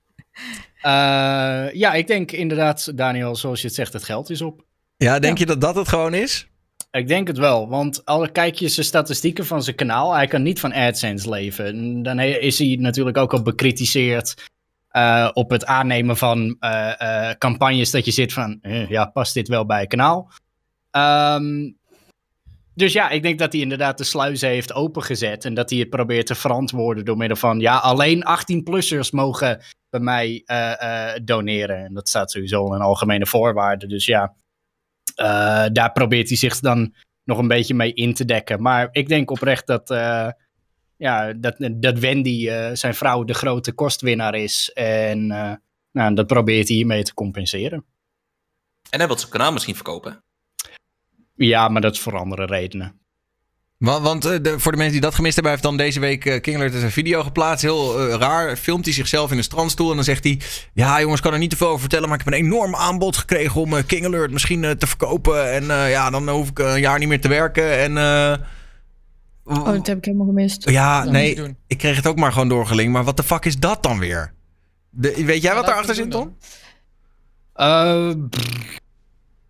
Speaker 10: Uh, ja, ik denk inderdaad, Daniel, zoals je het zegt, het geld is op.
Speaker 1: Ja, denk
Speaker 2: Ja.
Speaker 1: je dat dat het gewoon is?
Speaker 10: Ik denk het wel, want al kijk je zijn statistieken van zijn kanaal, hij kan niet van AdSense leven. Dan is hij natuurlijk ook al bekritiseerd uh, op het aannemen van uh, uh, campagnes dat je zit van, uh, ja, past dit wel bij het kanaal? Um, dus ja, ik denk dat hij inderdaad de sluizen heeft opengezet en dat hij het probeert te verantwoorden door middel van, ja, alleen achttien-plussers mogen bij mij uh, uh, doneren. En dat staat sowieso in algemene voorwaarden, dus ja. Uh, daar probeert hij zich dan nog een beetje mee in te dekken. Maar ik denk oprecht dat, uh, ja, dat, dat Wendy, uh, zijn vrouw, de grote kostwinnaar is. En uh, nou, dat probeert hij hiermee te compenseren.
Speaker 3: En hij wil zijn kanaal misschien verkopen.
Speaker 10: Ja, maar dat is voor andere redenen.
Speaker 1: Want, want uh, de, voor de mensen die dat gemist hebben... heeft dan deze week uh, King Alert een video geplaatst. Heel uh, raar. Filmt hij zichzelf in een strandstoel. En dan zegt hij... Ja jongens, ik kan er niet te veel over vertellen... maar ik heb een enorm aanbod gekregen om uh, King Alert misschien uh, te verkopen. En uh, ja, dan hoef ik een jaar niet meer te werken. En... Uh,
Speaker 2: Oh, dat heb ik helemaal gemist.
Speaker 1: ja,
Speaker 6: Dat moet
Speaker 1: nee.
Speaker 6: je doen.
Speaker 1: Ik kreeg het ook maar gewoon doorgelinkt. Maar wat de fuck is dat dan weer? De, weet jij
Speaker 6: Ja,
Speaker 1: wat
Speaker 6: laat
Speaker 1: daarachter
Speaker 6: het
Speaker 1: zit,
Speaker 6: doen
Speaker 1: Tom?
Speaker 10: Uh, pff.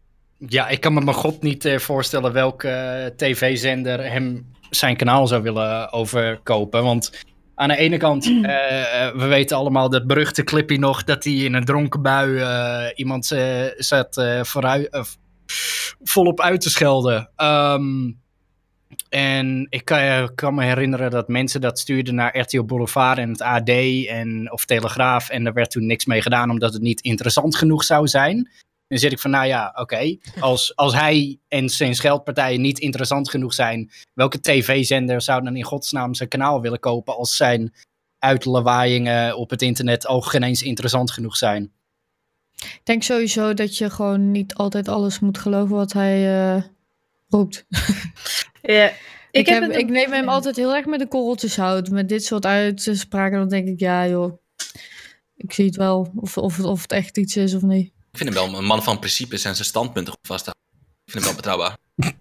Speaker 10: Ja, ik kan me mijn god niet uh, voorstellen welke uh, tv-zender hem zijn kanaal zou willen overkopen. Want aan de ene kant, uh, we weten allemaal dat beruchte clipje nog dat hij in een dronken bui uh, iemand uh, zat uh, vooruit, uh, volop uit te schelden. Um, en ik kan, uh, kan me herinneren dat mensen dat stuurden naar R T L Boulevard en het A D en, of Telegraaf. En daar werd toen niks mee gedaan omdat het niet interessant genoeg zou zijn. Dan zit ik van, nou ja, oké, okay, als, als hij en zijn scheldpartijen niet interessant genoeg zijn, welke tv-zender zou dan in godsnaam zijn kanaal willen kopen als zijn uitlawaaiingen op het internet ook geen eens interessant genoeg zijn?
Speaker 2: Ik denk sowieso dat je gewoon niet altijd alles moet geloven wat hij uh, roept.
Speaker 9: Ja.
Speaker 2: Ik,
Speaker 9: Ik,
Speaker 2: heb,
Speaker 9: heb het
Speaker 2: ik neem hem altijd heel erg met de korreltjes hout. Met dit soort uitspraken, dan denk ik, ja joh, ik zie het wel of, of, of het echt iets is of niet.
Speaker 3: Ik vind hem wel een man van principes en zijn standpunten goed vasthouden. Ik vind hem wel betrouwbaar.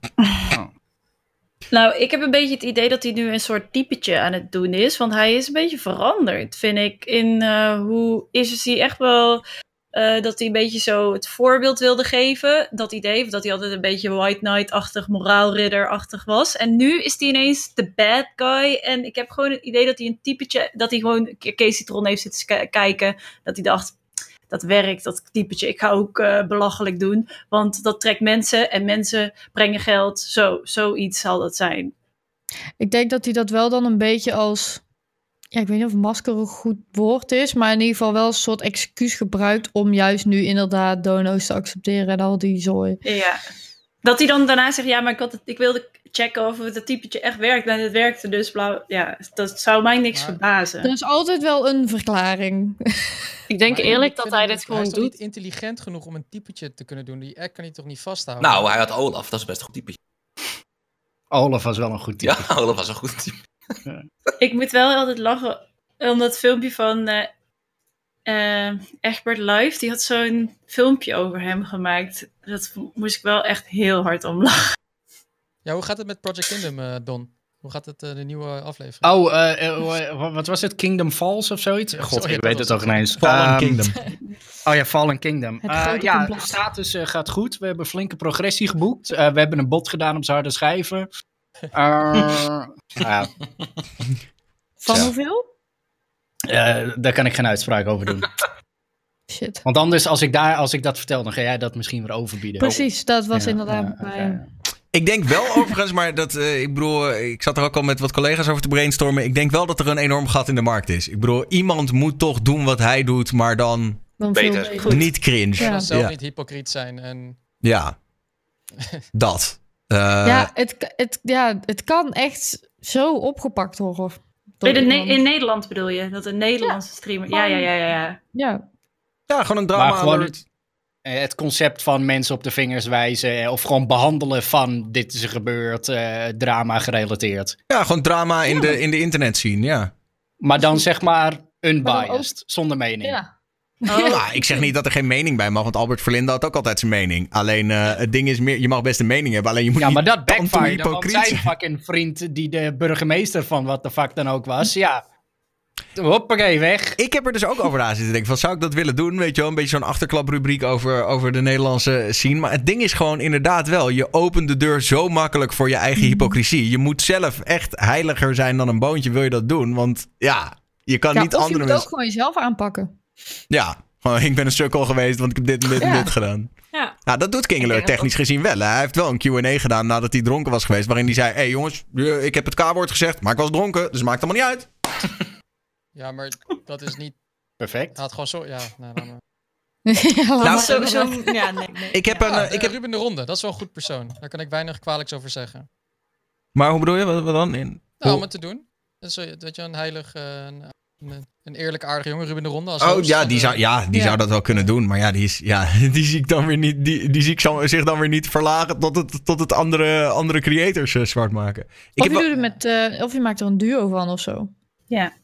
Speaker 9: Nou, ik heb een beetje het idee dat hij nu een soort typetje aan het doen is. Want hij is een beetje veranderd, vind ik. In uh, hoe is hij echt wel... Uh, dat hij een beetje zo het voorbeeld wilde geven. Dat idee, dat hij altijd een beetje white knight-achtig, moraalridder-achtig was. En nu is hij ineens de bad guy. En ik heb gewoon het idee dat hij een typetje... Dat hij gewoon Kees Citron heeft zitten k- kijken. Dat hij dacht... Dat werkt, dat typetje. Ik ga ook uh, belachelijk doen. Want dat trekt mensen en mensen brengen geld. Zo, zoiets zal dat zijn.
Speaker 2: Ik denk dat hij dat wel dan een beetje als... Ja, ik weet niet of masker een goed woord is. Maar in ieder geval wel een soort excuus gebruikt... om juist nu inderdaad dono's te accepteren en al die zooi.
Speaker 9: Ja. Dat hij dan daarna zegt... Ja, maar ik, had het, ik wilde checken of het typetje echt werkt. En het werkte dus. Blauw. Ja, dat zou mij niks maar, verbazen.
Speaker 2: Er is altijd wel een verklaring.
Speaker 5: Ik denk
Speaker 6: maar
Speaker 5: eerlijk
Speaker 6: ik
Speaker 5: dat hij dit
Speaker 6: hij
Speaker 5: gewoon
Speaker 6: is
Speaker 5: doet.
Speaker 6: Hij is niet intelligent genoeg om een typetje te kunnen doen. Die act kan hij toch niet vasthouden?
Speaker 3: Nou, hij had Olaf. Dat is best een goed typetje.
Speaker 10: Olaf was wel een goed type.
Speaker 3: Ja, Olaf was een goed type.
Speaker 9: Ja. Ik moet wel altijd lachen om dat filmpje van uh, uh, Egbert Live. Die had zo'n filmpje over hem gemaakt. Dat moest ik wel echt heel hard om lachen.
Speaker 6: Ja, hoe gaat het met Project Kingdom, uh, Don? Hoe gaat het, uh, de nieuwe aflevering?
Speaker 10: Oh, uh, uh, wat was het? Kingdom Falls of zoiets? God, Sorry, ik weet het ook ineens.
Speaker 1: Fallen um, Kingdom.
Speaker 10: Oh ja, Fallen Kingdom. Uh, ja, de status uh, gaat goed. We hebben flinke progressie geboekt. Uh, we hebben een bot gedaan op zijn harde schijven. Uh, uh,
Speaker 2: Van
Speaker 10: ja.
Speaker 2: hoeveel?
Speaker 10: Uh, daar kan ik geen uitspraak over doen.
Speaker 2: Shit.
Speaker 10: Want anders, als ik, daar, als ik dat vertel, dan ga jij dat misschien weer overbieden.
Speaker 2: Precies, dat was
Speaker 10: ja,
Speaker 2: inderdaad
Speaker 10: uh,
Speaker 2: bij...
Speaker 10: okay.
Speaker 1: Ik denk wel overigens, maar dat, uh, ik bedoel, ik zat er ook al met wat collega's over te brainstormen. Ik denk wel dat er een enorm gat in de markt is. Ik bedoel, iemand moet toch doen wat hij doet, maar dan,
Speaker 2: dan
Speaker 3: beter.
Speaker 2: Goed.
Speaker 1: Niet cringe.
Speaker 6: Ja. Dan zelf
Speaker 1: ja.
Speaker 6: niet hypocriet zijn. En...
Speaker 1: Ja, dat. Uh,
Speaker 2: ja, het, het, ja, het kan echt zo opgepakt worden.
Speaker 9: In, ne- in Nederland bedoel je? Dat een Nederlandse ja. streamer... Ja, ja, ja, ja, ja.
Speaker 2: Ja,
Speaker 1: ja gewoon een drama
Speaker 10: gewoon
Speaker 1: alert.
Speaker 10: Het, het concept van mensen op de vingers wijzen of gewoon behandelen van dit is er gebeurd, uh, drama gerelateerd.
Speaker 1: Ja, gewoon drama in, ja. de, in de internet zien, ja.
Speaker 10: Maar dan zeg maar unbiased, ook... zonder mening.
Speaker 2: Ja.
Speaker 1: Oh. Nou, ik zeg niet dat er geen mening bij mag, want Albert Verlinde had ook altijd zijn mening. Alleen uh, het ding is meer, je mag best een mening hebben, alleen je moet
Speaker 10: ja,
Speaker 1: niet
Speaker 10: maar dat backfire, want zijn
Speaker 1: zijn.
Speaker 10: fucking vriend die de burgemeester van wat de fuck dan ook was, ja. Hoppakee, weg.
Speaker 1: Ik heb er dus ook over na zitten denken van, zou ik dat willen doen? Weet je wel, een beetje zo'n achterklaprubriek over, over de Nederlandse scene. Maar het ding is gewoon inderdaad wel, je opent de deur zo makkelijk voor je eigen hypocrisie. Je moet zelf echt heiliger zijn dan een boontje, wil je dat doen? Want ja, je kan
Speaker 2: ja,
Speaker 1: niet
Speaker 2: of
Speaker 1: andere
Speaker 2: je moet
Speaker 1: mensen...
Speaker 2: ook gewoon jezelf aanpakken.
Speaker 1: Ja, gewoon, ik ben een sukkel geweest, want ik heb dit en dit en
Speaker 2: ja.
Speaker 1: dit gedaan.
Speaker 9: Ja.
Speaker 1: Nou, dat doet King Alert technisch gezien wel. Hè? Hij heeft wel een Q en A gedaan nadat hij dronken was geweest, waarin hij zei, hé hey, jongens, ik heb het K-woord gezegd, maar ik was dronken, dus maakt allemaal niet uit.
Speaker 6: Ja, maar dat is niet...
Speaker 10: Perfect.
Speaker 6: Hij had gewoon zo... Ja, nou, dan...
Speaker 2: ja,
Speaker 1: nou,
Speaker 9: zo, zo, ja, nee, nee.
Speaker 1: Ik heb
Speaker 6: ja,
Speaker 1: een... Uh, ik heb...
Speaker 6: Ruben de Ronde, dat is wel een goed persoon. Daar kan ik weinig kwalijks over zeggen.
Speaker 1: Maar hoe bedoel je? Wat, wat dan? In...
Speaker 6: Nou, om het te doen. Dus, weet je, een heilig... Uh, een, een eerlijke, aardige jongen, Ruben de Ronde. Als
Speaker 1: oh,
Speaker 6: host,
Speaker 1: ja, die,
Speaker 6: uh,
Speaker 1: zou, ja, die ja. zou dat wel kunnen doen. Maar ja, die, is, ja, die zie ik dan weer niet... Die, die zie ik zo, zich dan weer niet verlagen tot het, tot het andere, andere creators uh, zwart maken. Ik
Speaker 2: of, je
Speaker 1: heb
Speaker 2: doet het met, uh, of je maakt er een duo van of zo.
Speaker 9: Ja.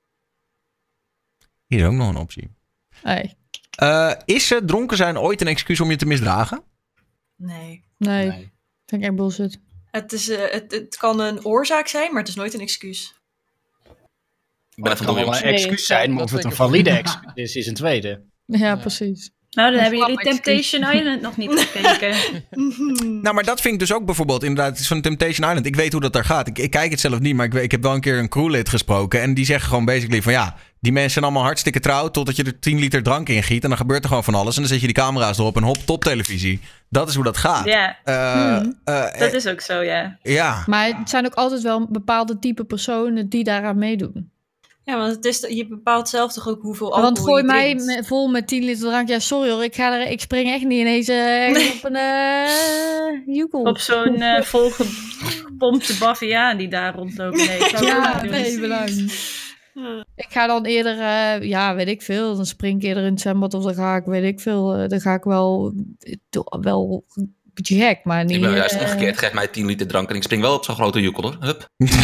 Speaker 1: Hier is ook nog een optie.
Speaker 2: Hey.
Speaker 1: Uh, is uh, dronken zijn ooit een excuus om je te misdragen?
Speaker 9: Nee.
Speaker 2: Nee, nee. Vind ik echt bullshit.
Speaker 4: Het, is, uh, het, het kan een oorzaak zijn, maar het is nooit een excuus.
Speaker 3: Ik ben
Speaker 10: het kan wel een excuus zijn, maar of het een valide excuus is, is een tweede.
Speaker 2: Ja, ja. precies.
Speaker 9: Nou, dan
Speaker 2: Dat
Speaker 9: hebben
Speaker 2: is
Speaker 9: jullie
Speaker 2: wel
Speaker 9: Temptation
Speaker 2: excuus.
Speaker 9: Island nog niet gekeken.
Speaker 1: Nou, maar dat vind ik dus ook bijvoorbeeld inderdaad zo'n Temptation Island. Ik weet hoe dat daar gaat. Ik, ik kijk het zelf niet, maar ik, weet- ik heb wel een keer een crewlid gesproken. En die zeggen gewoon basically van ja, die mensen zijn allemaal hartstikke trouw totdat je er tien liter drank in giet. En dan gebeurt er gewoon van alles. En dan zet je die camera's erop en hop, toptelevisie. Dat is hoe dat gaat.
Speaker 9: Ja,
Speaker 1: Eh,
Speaker 2: Hmm.
Speaker 1: eh,
Speaker 9: dat is ook zo, ja.
Speaker 1: Ja.
Speaker 2: Maar het zijn ook altijd wel bepaalde type personen die daaraan meedoen.
Speaker 4: Ja, want het is, je bepaalt zelf toch ook hoeveel alcohol
Speaker 2: Want gooi
Speaker 4: je
Speaker 2: mij
Speaker 4: drinkt.
Speaker 2: me- vol met tien liter drank. Ja, sorry hoor, ik, ga er, ik spring echt niet ineens uh, ergens op een uh, joekel.
Speaker 9: Op zo'n uh, volgepompte baviaan die daar rondloopt. Nee, ik zou het
Speaker 2: Ja,
Speaker 9: ook niet
Speaker 2: nee,
Speaker 9: doen.
Speaker 2: belangrijk. Ik ga dan eerder, uh, ja, weet ik veel. Dan spring ik eerder in het zwembad of dan ga ik, weet ik veel. Uh, dan ga ik wel, wel een beetje gek, maar niet...
Speaker 3: Ik ben juist
Speaker 2: uh,
Speaker 3: omgekeerd. Geef mij tien liter drank en ik spring wel op zo'n grote joekel, hoor. Hup.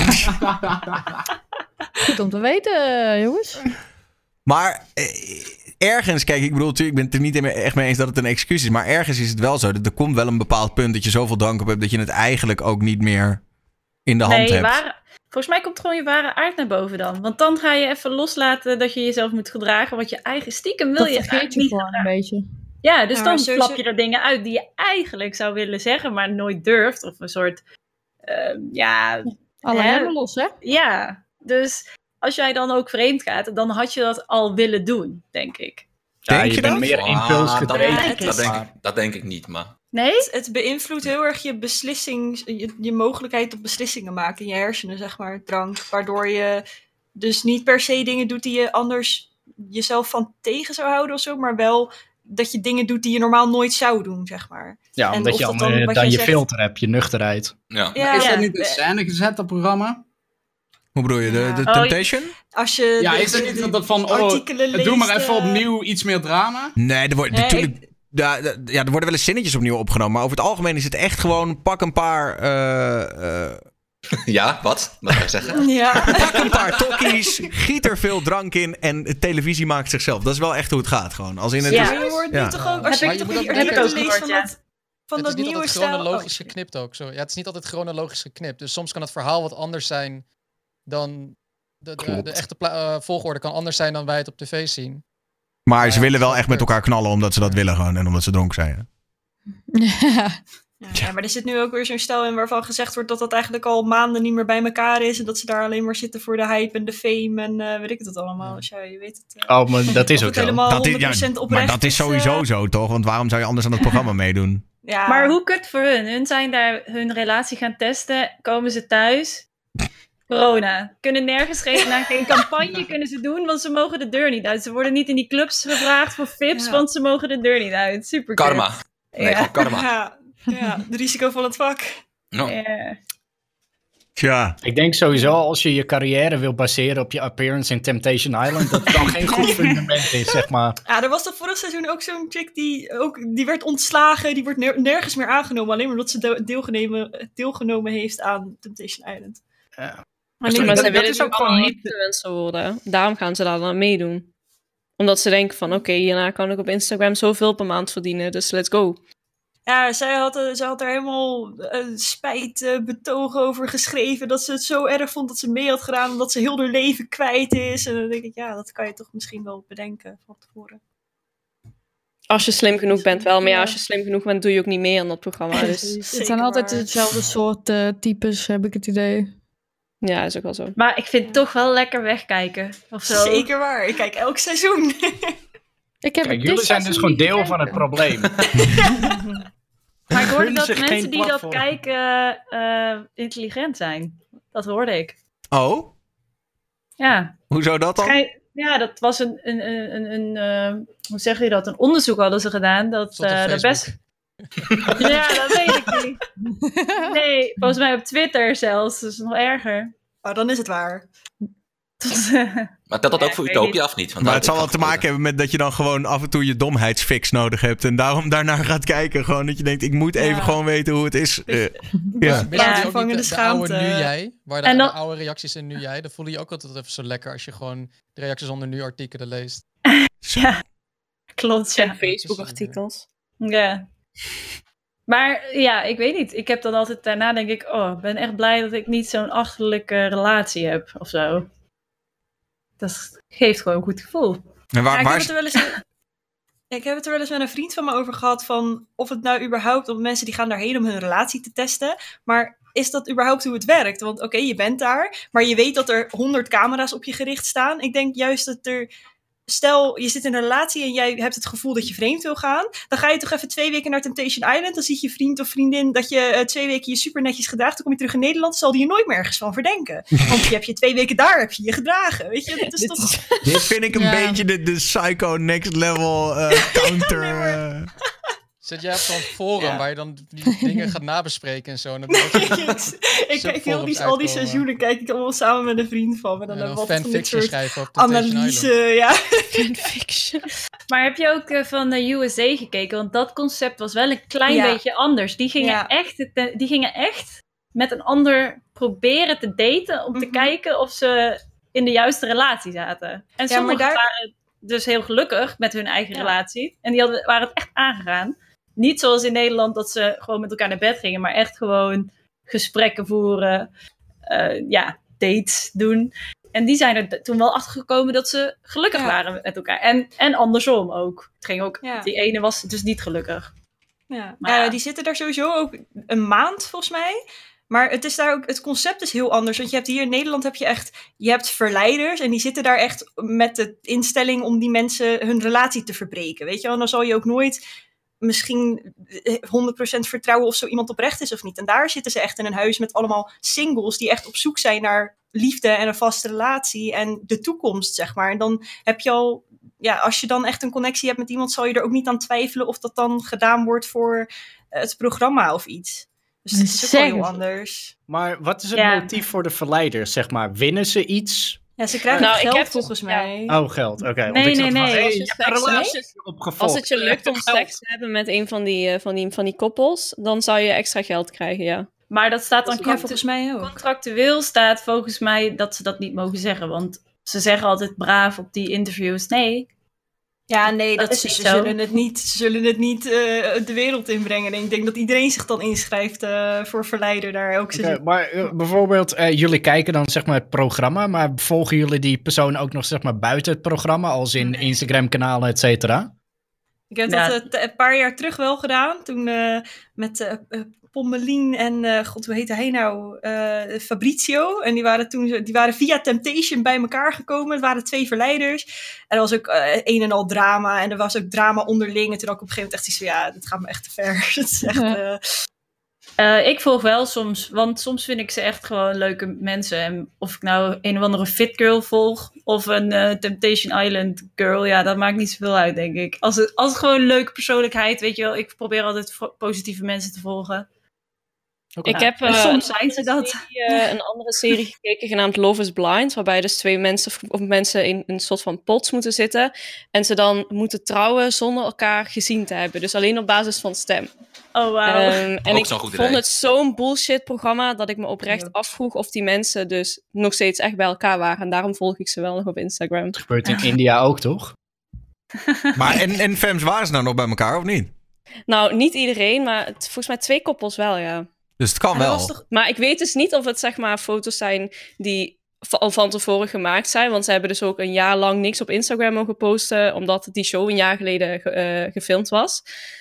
Speaker 2: Goed om te weten, uh, jongens.
Speaker 1: Maar eh, ergens, kijk, ik bedoel natuurlijk, ik ben het er niet echt mee eens dat het een excuus is. Maar ergens is het wel zo dat er komt wel een bepaald punt dat je zoveel drank op hebt dat je het eigenlijk ook niet meer in de hand
Speaker 9: Nee, je
Speaker 1: hebt.
Speaker 9: ware, volgens mij komt gewoon je ware aard naar boven dan. Want dan ga je even loslaten dat je jezelf moet gedragen. Want je eigen stiekem wil
Speaker 2: Dat
Speaker 9: je
Speaker 2: vergeet je
Speaker 9: niet
Speaker 2: gewoon een beetje.
Speaker 9: Ja, dus
Speaker 4: Ja,
Speaker 9: dan
Speaker 4: maar sowieso-
Speaker 9: flap je er dingen uit die je eigenlijk zou willen zeggen, maar nooit durft. Of een soort, uh, ja...
Speaker 2: Alle
Speaker 9: hè?
Speaker 2: remmen los, hè?
Speaker 9: Ja, dus als jij dan ook vreemd gaat, dan had je dat al willen doen, denk ik.
Speaker 10: Ja,
Speaker 1: Denk
Speaker 10: je
Speaker 1: je
Speaker 10: bent
Speaker 1: dat?
Speaker 10: meer
Speaker 3: Ah,
Speaker 10: impuls
Speaker 3: dat,
Speaker 10: gedreven.
Speaker 9: Ja,
Speaker 3: dat,
Speaker 9: het
Speaker 3: denk
Speaker 10: maar-
Speaker 3: ik, dat denk ik niet, maar...
Speaker 9: Nee?
Speaker 4: Het, het beïnvloedt heel erg je beslissing, je, je mogelijkheid tot beslissingen maken in je hersenen, zeg maar, drank. Waardoor je dus niet per se dingen doet die je anders jezelf van tegen zou houden of zo, maar wel dat je dingen doet die je normaal nooit zou doen, zeg maar.
Speaker 10: Ja,
Speaker 4: En
Speaker 10: omdat
Speaker 4: of
Speaker 10: je
Speaker 4: dat
Speaker 10: dan,
Speaker 4: dan
Speaker 10: eh,
Speaker 4: wat
Speaker 10: dan
Speaker 4: je
Speaker 10: je
Speaker 4: zegt-
Speaker 10: filter hebt, je nuchterheid.
Speaker 3: Ja.
Speaker 4: Ja,
Speaker 7: is dat
Speaker 4: ja,
Speaker 7: niet in scène gezet, dat programma?
Speaker 1: Hoe bedoel je? De, de
Speaker 4: Ja.
Speaker 1: Temptation?
Speaker 4: als je
Speaker 7: Ja,
Speaker 4: de-
Speaker 7: is het
Speaker 4: de-
Speaker 7: niet
Speaker 4: de
Speaker 7: dat dat van, oh,
Speaker 4: artikelen leest,
Speaker 7: doe maar even
Speaker 4: eh,
Speaker 7: opnieuw iets meer drama?
Speaker 1: Nee, er, wordt,
Speaker 4: Nee,
Speaker 1: natuurlijk, ja, d- ja, er worden wel eens zinnetjes opnieuw opgenomen. Maar over het algemeen is het echt gewoon pak een paar... eh, eh,
Speaker 3: Ja, wat? Wat ga je zeggen?
Speaker 4: Ja.
Speaker 1: pak een paar tokkies, giet er veel drank in en de televisie maakt zichzelf. Dat is wel echt hoe het gaat gewoon. Als in het
Speaker 9: Ja.
Speaker 1: is-
Speaker 4: Maar je hoort
Speaker 1: Ja.
Speaker 4: nu toch ook,
Speaker 6: Maar
Speaker 4: als je
Speaker 6: je
Speaker 4: toch
Speaker 6: moet
Speaker 4: die
Speaker 6: ook
Speaker 9: heb ik
Speaker 4: artikelen
Speaker 9: ook
Speaker 4: leest
Speaker 9: gehoord,
Speaker 4: van
Speaker 9: ja.
Speaker 4: dat, van
Speaker 6: Het
Speaker 4: dat
Speaker 6: is niet
Speaker 4: nieuwe
Speaker 6: altijd
Speaker 4: stijl.
Speaker 6: chronologisch
Speaker 4: Oh,
Speaker 6: geknipt ook. Zo. Ja, het is niet altijd chronologisch geknipt. Dus soms kan het verhaal wat anders zijn dan... De, de, de
Speaker 10: Klopt.
Speaker 6: echte pla- uh, volgorde kan anders zijn dan wij het op tv zien.
Speaker 1: Maar ze
Speaker 6: Ja,
Speaker 1: willen wel
Speaker 6: dat
Speaker 1: echt met
Speaker 6: gebeurt.
Speaker 1: elkaar knallen omdat ze dat willen gewoon. En omdat ze dronken zijn.
Speaker 2: Ja.
Speaker 4: Ja, ja, maar er zit nu ook weer zo'n stijl in waarvan gezegd wordt dat dat eigenlijk al maanden niet meer bij elkaar is. En dat ze daar alleen maar zitten voor de hype en de fame en eh, weet ik het allemaal. Dus ja, je weet het. eh,
Speaker 10: Oh, maar dat is
Speaker 4: of
Speaker 10: ook
Speaker 4: het
Speaker 10: zo.
Speaker 4: helemaal
Speaker 1: Dat is,
Speaker 4: honderd procent
Speaker 1: ja,
Speaker 4: oprecht
Speaker 1: maar dat is sowieso
Speaker 4: eh,
Speaker 1: zo, toch? Want waarom zou je anders aan het programma meedoen?
Speaker 4: ja.
Speaker 9: Maar hoe kut voor hun? Hun zijn daar hun relatie gaan testen, komen ze thuis. Corona. Kunnen nergens geen, naar geen campagne kunnen ze doen, want ze mogen de deur niet uit. Ze worden niet in die clubs gevraagd voor V I P's,
Speaker 4: Ja.
Speaker 9: want ze mogen de deur niet uit. Super kut.
Speaker 3: Karma. Nee,
Speaker 9: Ja.
Speaker 3: gewoon karma.
Speaker 4: Ja, ja, het risico van het vak.
Speaker 3: No.
Speaker 9: Ja.
Speaker 1: Tja.
Speaker 10: Ik denk sowieso als je je carrière wil baseren op je appearance in Temptation Island, dat het dan geen goed fundament is, zeg maar.
Speaker 4: Ja, er was toch vorig seizoen ook zo'n chick die, ook, die werd ontslagen. Die wordt ner- nergens meer aangenomen. Alleen maar omdat ze de- deelgenomen, deelgenomen heeft aan Temptation Island.
Speaker 10: Ja.
Speaker 4: Maar
Speaker 10: Sorry,
Speaker 4: nee,
Speaker 8: Maar
Speaker 10: dat-
Speaker 8: ze
Speaker 10: dat
Speaker 8: willen
Speaker 10: is ook
Speaker 8: ook allemaal
Speaker 10: gewoon niet-
Speaker 8: influencer worden. Daarom gaan ze daar dan meedoen. Omdat ze denken van, oké, hierna kan ik op Instagram zoveel per maand verdienen. Dus let's go.
Speaker 4: Ja, zij had, eh, zij had er helemaal uh, spijt, uh, betogen over geschreven. Dat ze het zo erg vond dat ze mee had gedaan. Omdat ze heel haar leven kwijt is. En dan denk ik, ja, dat kan je toch misschien wel bedenken van tevoren.
Speaker 8: Als je slim genoeg bent wel. Maar ja,
Speaker 4: Ja.
Speaker 8: als je slim genoeg bent, doe je ook niet mee aan dat programma. Dus
Speaker 2: Het
Speaker 4: Zeker
Speaker 2: zijn altijd
Speaker 4: waar.
Speaker 2: hetzelfde soort uh, types, heb ik het idee.
Speaker 8: ja, is ook wel zo.
Speaker 9: Maar ik vind het toch wel lekker wegkijken. Of zo.
Speaker 4: Zeker waar. Ik kijk elk seizoen.
Speaker 2: Ik heb
Speaker 10: Kijk,
Speaker 2: het
Speaker 10: jullie
Speaker 2: dit
Speaker 10: zijn dus
Speaker 2: seizoen
Speaker 10: gewoon
Speaker 2: niet
Speaker 10: deel
Speaker 2: gekeken.
Speaker 10: van het probleem.
Speaker 9: Maar ik hoorde
Speaker 10: Gun
Speaker 9: dat
Speaker 10: zich
Speaker 9: mensen
Speaker 10: geen
Speaker 9: die dat
Speaker 10: platform.
Speaker 9: kijken uh, intelligent zijn. Dat hoorde ik.
Speaker 1: Oh?
Speaker 9: Ja.
Speaker 1: Hoezo dat dan?
Speaker 9: Schij- Ja, dat was een, een, een, een, een uh, hoe zeg je dat? Een onderzoek hadden ze gedaan. Dat
Speaker 6: Stond op
Speaker 9: uh, de
Speaker 6: Facebook.
Speaker 9: best. Ja, dat weet ik niet. Nee, volgens mij op Twitter zelfs. Dus nog erger.
Speaker 4: Oh, dan is het waar.
Speaker 9: Tot, uh,
Speaker 3: Maar telt dat
Speaker 9: Ja,
Speaker 3: ook voor
Speaker 9: ik weet
Speaker 3: Utopia
Speaker 9: niet.
Speaker 3: of niet? Want
Speaker 1: Maar
Speaker 3: daar
Speaker 1: het zal
Speaker 3: heb
Speaker 1: wel
Speaker 3: ik
Speaker 1: te
Speaker 3: van
Speaker 1: maken hebben met dat je dan gewoon af en toe je domheidsfix nodig hebt. En daarom daarnaar gaat kijken. Gewoon dat je denkt, ik moet even
Speaker 4: Ja.
Speaker 1: gewoon weten hoe het is. Uh, ja.
Speaker 6: Ben je
Speaker 4: Ja,
Speaker 6: ook
Speaker 4: vangen
Speaker 6: niet
Speaker 4: de
Speaker 6: de, de oude
Speaker 4: schaamte.
Speaker 6: nu jij, waar de,
Speaker 9: En dan-
Speaker 6: de oude reacties in nu jij, dan voel je je ook altijd even zo lekker als je gewoon de reacties onder nu artikelen leest.
Speaker 9: ja, klopt, ja.
Speaker 8: En Facebook-artikels.
Speaker 9: Ja. Maar ja, ik weet niet. Ik heb dan altijd daarna denk ik, oh, ik ben echt blij dat ik niet zo'n achterlijke relatie heb of zo. Dat geeft gewoon een goed gevoel.
Speaker 1: En waar,
Speaker 4: Ja, ik
Speaker 1: waar
Speaker 4: heb
Speaker 1: is-
Speaker 4: het er wel eens... Ik heb het er wel eens met een vriend van me over gehad van of het nou überhaupt, om mensen die gaan daarheen om hun relatie te testen, maar is dat überhaupt hoe het werkt? Want oké, okay, je bent daar, maar je weet dat er honderd camera's op je gericht staan. Ik denk juist dat er, stel je zit in een relatie en jij hebt het gevoel dat je vreemd wil gaan, dan ga je toch even twee weken naar Temptation Island, dan ziet je vriend of vriendin dat je uh, twee weken je super netjes gedraagt, dan kom je terug in Nederland, zal die je nooit meer ergens van verdenken. Want je hebt je twee weken daar, heb je je gedragen, weet je? Dat is toch...
Speaker 1: Dit vind ik een ja. beetje de, de psycho next level uh, counter...
Speaker 4: nee, maar...
Speaker 1: uh...
Speaker 6: Zet jij op zo'n forum ja. waar je dan die dingen gaat nabespreken en zo. En dan
Speaker 4: nee, ik kijk heel die, al die seizoenen kijk ik allemaal samen met een vriend van. En dan,
Speaker 6: en dan
Speaker 4: wat
Speaker 6: fanfiction schrijven op
Speaker 4: analyse, ja.
Speaker 9: Fanfiction. Maar heb je ook uh, van de U S A gekeken? Want dat concept was wel een klein ja. beetje anders. Die gingen, ja. echt, die gingen echt met een ander proberen te daten om mm-hmm. te kijken of ze in de juiste relatie zaten. En ja, sommigen daar... waren dus heel gelukkig met hun eigen ja. relatie. En die hadden, waren het echt aangegaan. Niet zoals in Nederland dat ze gewoon met elkaar naar bed gingen, maar echt gewoon gesprekken voeren, uh, ja, dates doen. En die zijn er toen wel achter gekomen dat ze gelukkig ja. waren met elkaar. En, en andersom ook. Het ging ook. Ja. Die ene was dus niet gelukkig.
Speaker 4: Ja. Maar ja, die zitten daar sowieso ook een maand volgens mij. Maar het is daar ook, het concept is heel anders. Want je hebt hier in Nederland heb je echt, je hebt verleiders en die zitten daar echt met de instelling om die mensen hun relatie te verbreken. Weet je wel, dan zal je ook nooit misschien honderd procent vertrouwen of zo iemand oprecht is of niet. En daar zitten ze echt in een huis met allemaal singles die echt op zoek zijn naar liefde en een vaste relatie en de toekomst, zeg maar. En dan heb je al, ja, als je dan echt een connectie hebt met iemand, zal je er ook niet aan twijfelen of dat dan gedaan wordt voor het programma of iets. Dus het is ook wel heel anders.
Speaker 10: Maar wat is het
Speaker 9: ja.
Speaker 10: motief voor de verleiders, zeg maar? Winnen ze iets?
Speaker 4: Ja, ze krijgen nou, geld ik heb volgens mij.
Speaker 10: Ja. Oh, geld, oké. Okay.
Speaker 9: Nee, nee, nee.
Speaker 10: Hey,
Speaker 9: als het je lukt om seks te hebben met een van die, uh, van, die, van die koppels, dan zou je extra geld krijgen, ja. Maar dat staat dan
Speaker 4: contractu- volgens mij ook.
Speaker 9: Contractueel staat volgens mij dat ze dat niet mogen zeggen. Want ze zeggen altijd braaf op die interviews, nee.
Speaker 4: Ja, nee, dat, dat ze, ze, zullen het niet, ze zullen het niet uh, de wereld inbrengen. En ik denk dat iedereen zich dan inschrijft uh, voor verleider daar ook.
Speaker 10: Okay, maar uh, bijvoorbeeld, uh, jullie kijken dan zeg maar het programma, maar volgen jullie die persoon ook nog zeg maar buiten het programma, als in Instagram-kanalen, et cetera?
Speaker 4: Ik heb ja. dat uh, een paar jaar terug wel gedaan, toen uh, met uh, uh, Pommelien en, uh, god, hoe heette hij nou? Uh, Fabrizio. En die waren toen die waren via Temptation bij elkaar gekomen. Het waren twee verleiders. En er was ook uh, een en al drama. En er was ook drama onderling. En toen had ik op een gegeven moment echt iets van, ja, dit gaat me echt te ver. Het is echt... Uh...
Speaker 9: Uh, ik volg wel soms, want soms vind ik ze echt gewoon leuke mensen. En of ik nou een of andere fit girl volg of een uh, Temptation Island girl, ja, dat maakt niet zoveel uit, denk ik. Als het, als het gewoon een leuke persoonlijkheid, weet je wel, ik probeer altijd vo- positieve mensen te volgen.
Speaker 8: Okay. Ik heb uh,
Speaker 9: soms zijn ze dat.
Speaker 8: Serie, uh, een andere serie gekeken genaamd Love is Blind, waarbij dus twee mensen of mensen in een soort van pots moeten zitten en ze dan moeten trouwen zonder elkaar gezien te hebben. Dus alleen op basis van stem.
Speaker 9: Oh, wauw.
Speaker 8: Um, en ik vond idee. het zo'n bullshit programma dat ik me oprecht ja. afvroeg of die mensen dus nog steeds echt bij elkaar waren. En daarom volg ik ze wel nog op Instagram.
Speaker 10: Dat gebeurt in India ook, toch?
Speaker 1: Maar en, en Fems, waren ze nou nog bij elkaar of niet?
Speaker 8: Nou, niet iedereen, maar het, volgens mij twee koppels wel, ja.
Speaker 1: Dus het kan wel.
Speaker 8: Toch... Maar ik weet dus niet of het zeg maar foto's zijn die al van tevoren gemaakt zijn. Want ze hebben dus ook een jaar lang niks op Instagram mogen posten, omdat die show een jaar geleden ge- uh, gefilmd was.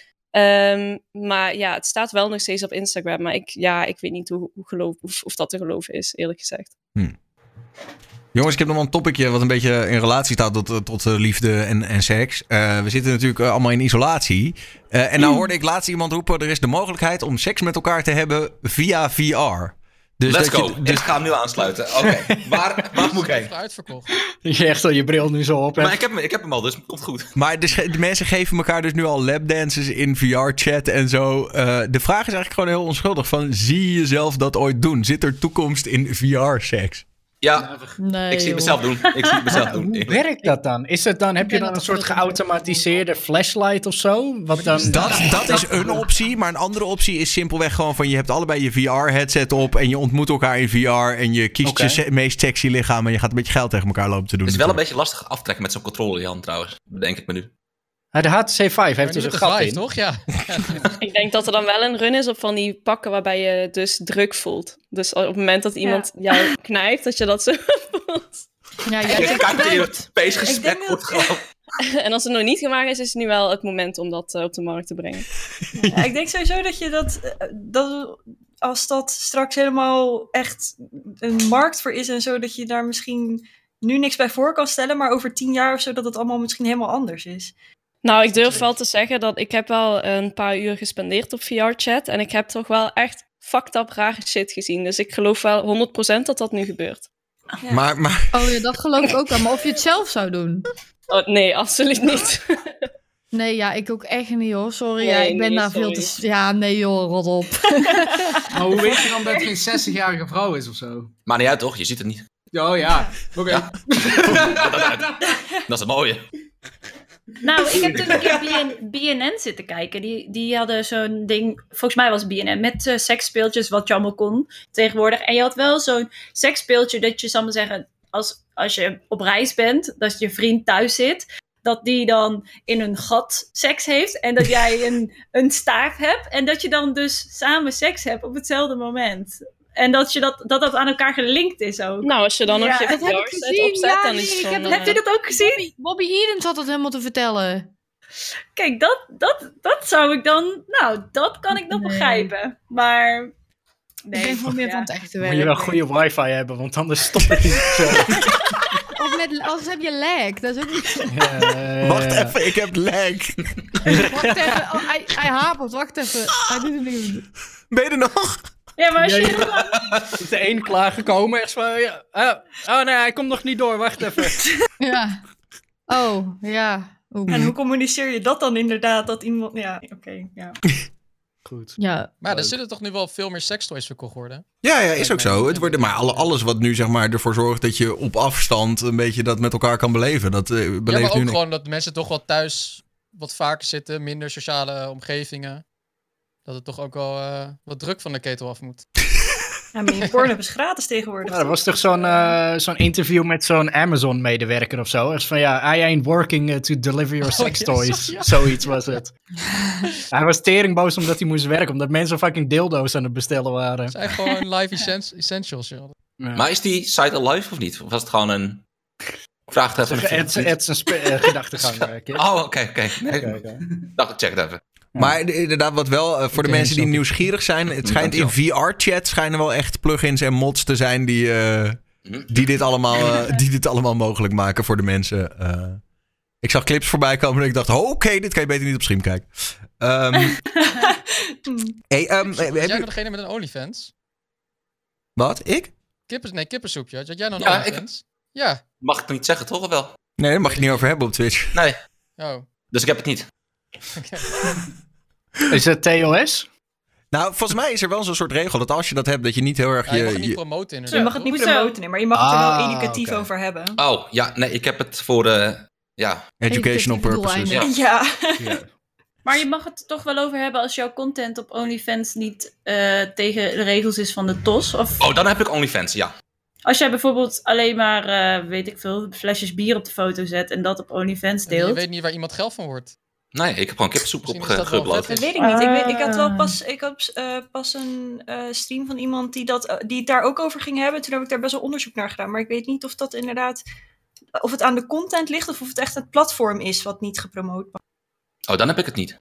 Speaker 8: Um, maar ja, het staat wel nog steeds op Instagram. Maar ik, ja, ik weet niet hoe, hoe geloof, of, of dat te geloven is, eerlijk gezegd.
Speaker 1: Hmm. Jongens, ik heb nog wel een topicje wat een beetje in relatie staat tot, tot liefde en, en seks. Uh, we zitten natuurlijk uh, allemaal in isolatie. Uh, en nou hoorde ik laatst iemand roepen, er is de mogelijkheid om seks met elkaar te hebben via V R. Dus
Speaker 3: Let's
Speaker 1: dat
Speaker 3: go.
Speaker 1: Je, dus...
Speaker 3: Ik ga hem nu aansluiten. Oké, okay. waar, waar moet ik heen?
Speaker 6: Uitverkocht.
Speaker 10: Je echt al je bril nu zo op.
Speaker 3: Maar ik heb, hem, ik heb hem al, dus het komt goed.
Speaker 1: Maar de, de mensen geven elkaar dus nu al lapdances in V R-chat en zo. Uh, de vraag is eigenlijk gewoon heel onschuldig. Van, zie je jezelf dat ooit doen? Zit er toekomst in V R-seks?
Speaker 3: Ja, nee, ik zie het mezelf doen. Ik zie het mezelf doen.
Speaker 10: Hoe werkt dat dan? Is het dan heb je dan een soort geautomatiseerde flashlight of zo? Wat dan...
Speaker 1: dat, dat is een optie, maar een andere optie is simpelweg gewoon van je hebt allebei je V R-headset op en je ontmoet elkaar in V R en je kiest okay. je se- meest sexy lichaam en je gaat een beetje geld tegen elkaar lopen te doen.
Speaker 3: Het is wel een beetje lastig aftrekken met zo'n controle in je hand trouwens, bedenk ik me nu.
Speaker 10: De H T C vijf heeft dus een gat in.
Speaker 6: Toch? Ja.
Speaker 8: Ik denk dat er dan wel een run is op van die pakken waarbij je dus druk voelt. Dus op het moment dat iemand ja. jou knijpt, dat je dat zo voelt.
Speaker 3: Ja, jij je kijkt in het pees gesprek wordt gewoon.
Speaker 8: En als het nog niet gemaakt is, is het nu wel het moment om dat uh, op de markt te brengen.
Speaker 4: Ja, ik denk sowieso dat je dat, dat... Als dat straks helemaal echt een markt voor is en zo... dat je daar misschien nu niks bij voor kan stellen... maar over tien jaar of zo dat het allemaal misschien helemaal anders is.
Speaker 8: Nou, ik durf wel te zeggen dat ik heb wel een paar uur gespendeerd op V R-chat... en ik heb toch wel echt fucked up rare shit gezien. Dus ik geloof wel honderd procent dat dat nu gebeurt.
Speaker 2: Ja.
Speaker 1: Maar, maar...
Speaker 2: Oh ja, dat geloof ik ook wel. Maar of je het zelf zou doen?
Speaker 8: Oh, nee, absoluut niet.
Speaker 2: Nee, ja, ik ook echt niet hoor. Sorry,
Speaker 8: Nee,
Speaker 2: ja, ik ben
Speaker 8: nee,
Speaker 2: daar
Speaker 8: sorry.
Speaker 2: veel te... Ja, nee joh, rot op.
Speaker 7: Maar hoe weet je dan dat het geen zestigjarige vrouw is of zo?
Speaker 3: Maar niet uit, toch? Je ziet het niet.
Speaker 7: Oh ja, oké.
Speaker 3: Ja. Dat is het mooie.
Speaker 9: Nou, ik heb toen een keer B N N zitten kijken. Die, die hadden zo'n ding, volgens mij was B N N, met uh, seksspeeltjes, wat je allemaal kon tegenwoordig. En je had wel zo'n seksspeeltje dat je, zal maar zeggen, als, als je op reis bent, dat je vriend thuis zit, dat die dan in een gat seks heeft en dat jij een, een staart hebt. En dat je dan dus samen seks hebt op hetzelfde moment. En dat je dat, dat, dat aan elkaar gelinkt is ook.
Speaker 8: Nou, als je dan nog
Speaker 2: Ja,
Speaker 8: je
Speaker 2: dat heb ik
Speaker 8: website
Speaker 2: gezien.
Speaker 8: opzet,
Speaker 2: Ja,
Speaker 8: dan
Speaker 2: nee,
Speaker 8: is het
Speaker 2: ik
Speaker 8: van,
Speaker 2: heb-
Speaker 8: uh,
Speaker 9: Heb je dat ook gezien?
Speaker 2: Bobby, Bobby Eden zat het helemaal te vertellen.
Speaker 9: Kijk, dat, dat, dat zou ik dan... Nou, dat kan ik nog
Speaker 2: Nee.
Speaker 9: begrijpen. Maar... Nee,
Speaker 2: ik ben gewoon meer
Speaker 9: ja.
Speaker 2: van het echte
Speaker 10: Moet
Speaker 2: werk.
Speaker 10: je wel goede wifi hebben, want anders stopt het niet zo.
Speaker 2: Of met, anders heb je lag. Dat is ook niet...
Speaker 10: Ja,
Speaker 1: Wacht
Speaker 10: ja.
Speaker 1: even, ik heb lag.
Speaker 2: Wacht even. Oh, hij, hij hapert. Wacht even. Hij doet het niet.
Speaker 1: Ben je er nog?
Speaker 9: Ja, maar als
Speaker 10: Ja,
Speaker 9: je...
Speaker 10: ja. Is de één klaargekomen? Echt van, ja. Oh, oh nee, hij komt nog niet door. Wacht even.
Speaker 2: Ja. Oh, ja. Oeh.
Speaker 4: En hoe communiceer je dat dan inderdaad? Dat iemand... Ja, oké, okay, ja.
Speaker 10: Goed.
Speaker 2: Ja.
Speaker 6: Maar er zullen toch nu wel veel meer sextoys verkocht worden?
Speaker 1: Ja, ja, is ook zo. Het wordt, maar alle, alles wat nu zeg maar ervoor zorgt dat je op afstand een beetje dat met elkaar kan beleven, dat uh, beleeft
Speaker 6: Ja, maar ook
Speaker 1: nu niet.
Speaker 6: gewoon dat mensen toch wel thuis wat vaker zitten, minder sociale omgevingen. Dat het toch ook wel uh, wat druk van de ketel af moet.
Speaker 4: Ja, maar je Pornhub is gratis tegenwoordig.
Speaker 10: Ja, er was toch zo'n uh, zo'n interview met zo'n Amazon-medewerker of zo. Dus van ja, I ain't working uh, to deliver your sex
Speaker 6: ja,
Speaker 10: toys.
Speaker 6: zo- ja.
Speaker 10: Zoiets was het. Hij was teringboos omdat hij moest werken, omdat mensen fucking dildo's aan het bestellen waren.
Speaker 6: Het zijn gewoon live essen- essentials. Joh.
Speaker 10: Ja.
Speaker 3: Maar is die site al live of niet? Of was het gewoon een vraagtreffen?
Speaker 10: Het het is een spe- uh, gedachtegang. uh, Kit.
Speaker 3: Oh, oké, oké. Nee,
Speaker 10: Oké, oké.
Speaker 3: dacht ik, check het even.
Speaker 1: Maar inderdaad, wat wel, uh, voor de
Speaker 10: Oké,
Speaker 1: mensen die
Speaker 10: snap ik.
Speaker 1: nieuwsgierig zijn, het schijnt in V R-chat schijnen wel echt plugins en mods te zijn die, uh, die, dit allemaal, uh, die dit allemaal mogelijk maken voor de mensen. Uh, ik zag clips voorbij komen en ik dacht, oh, oké, okay, dit kan je beter niet op stream kijken. Um, hey, um,
Speaker 6: Was
Speaker 1: heb
Speaker 6: jij
Speaker 1: je...
Speaker 6: nog degene met een OnlyFans?
Speaker 1: Wat? Ik?
Speaker 6: Kippers, nee, kippensoepje. Had jij nog een
Speaker 3: Ja,
Speaker 6: OnlyFans? Ja.
Speaker 3: Mag ik het niet zeggen, toch? Of wel?
Speaker 1: Nee, daar mag je het niet over hebben op Twitch.
Speaker 3: Nee,
Speaker 6: Oh.
Speaker 3: dus ik heb het niet.
Speaker 10: Is het T O S?
Speaker 1: Nou, volgens mij is er wel zo'n soort regel dat als je dat hebt, dat je niet heel erg
Speaker 6: Ja, je mag
Speaker 1: je...
Speaker 6: het niet
Speaker 1: je-
Speaker 6: promoten
Speaker 4: Je
Speaker 6: inderdaad.
Speaker 4: mag het niet
Speaker 9: Hoezo?
Speaker 4: promoten, nee, maar je mag het er
Speaker 10: Ah,
Speaker 4: wel educatief
Speaker 10: oké.
Speaker 4: over hebben.
Speaker 3: Oh, ja, nee, ik heb het voor de... Ja,
Speaker 1: educational purposes.
Speaker 2: doeleinden.
Speaker 3: Ja.
Speaker 4: Ja.
Speaker 10: Ja.
Speaker 9: Maar je mag het toch wel over hebben als jouw content op OnlyFans niet uh, tegen de regels is van de T O S? Of
Speaker 3: Oh, dan heb ik OnlyFans, ja.
Speaker 9: als jij bijvoorbeeld alleen maar, uh, weet ik veel, flesjes bier op de foto zet en dat op OnlyFans
Speaker 6: Je
Speaker 9: deelt.
Speaker 6: weet niet waar iemand geld van wordt.
Speaker 3: Nee, ik heb gewoon kippensoep
Speaker 6: Misschien is dat wel
Speaker 3: opgeüpload.
Speaker 6: vet.
Speaker 4: Dat weet ik niet. Ik, weet, ik had wel
Speaker 9: Ah.
Speaker 4: pas, ik had, uh, pas een uh, stream van iemand die, dat, uh, die het daar ook over ging hebben. Toen heb ik daar best wel onderzoek naar gedaan. Maar ik weet niet of dat inderdaad... Of het aan de content ligt of of het echt het platform is wat niet gepromoot wordt.
Speaker 3: Oh, dan heb ik het niet.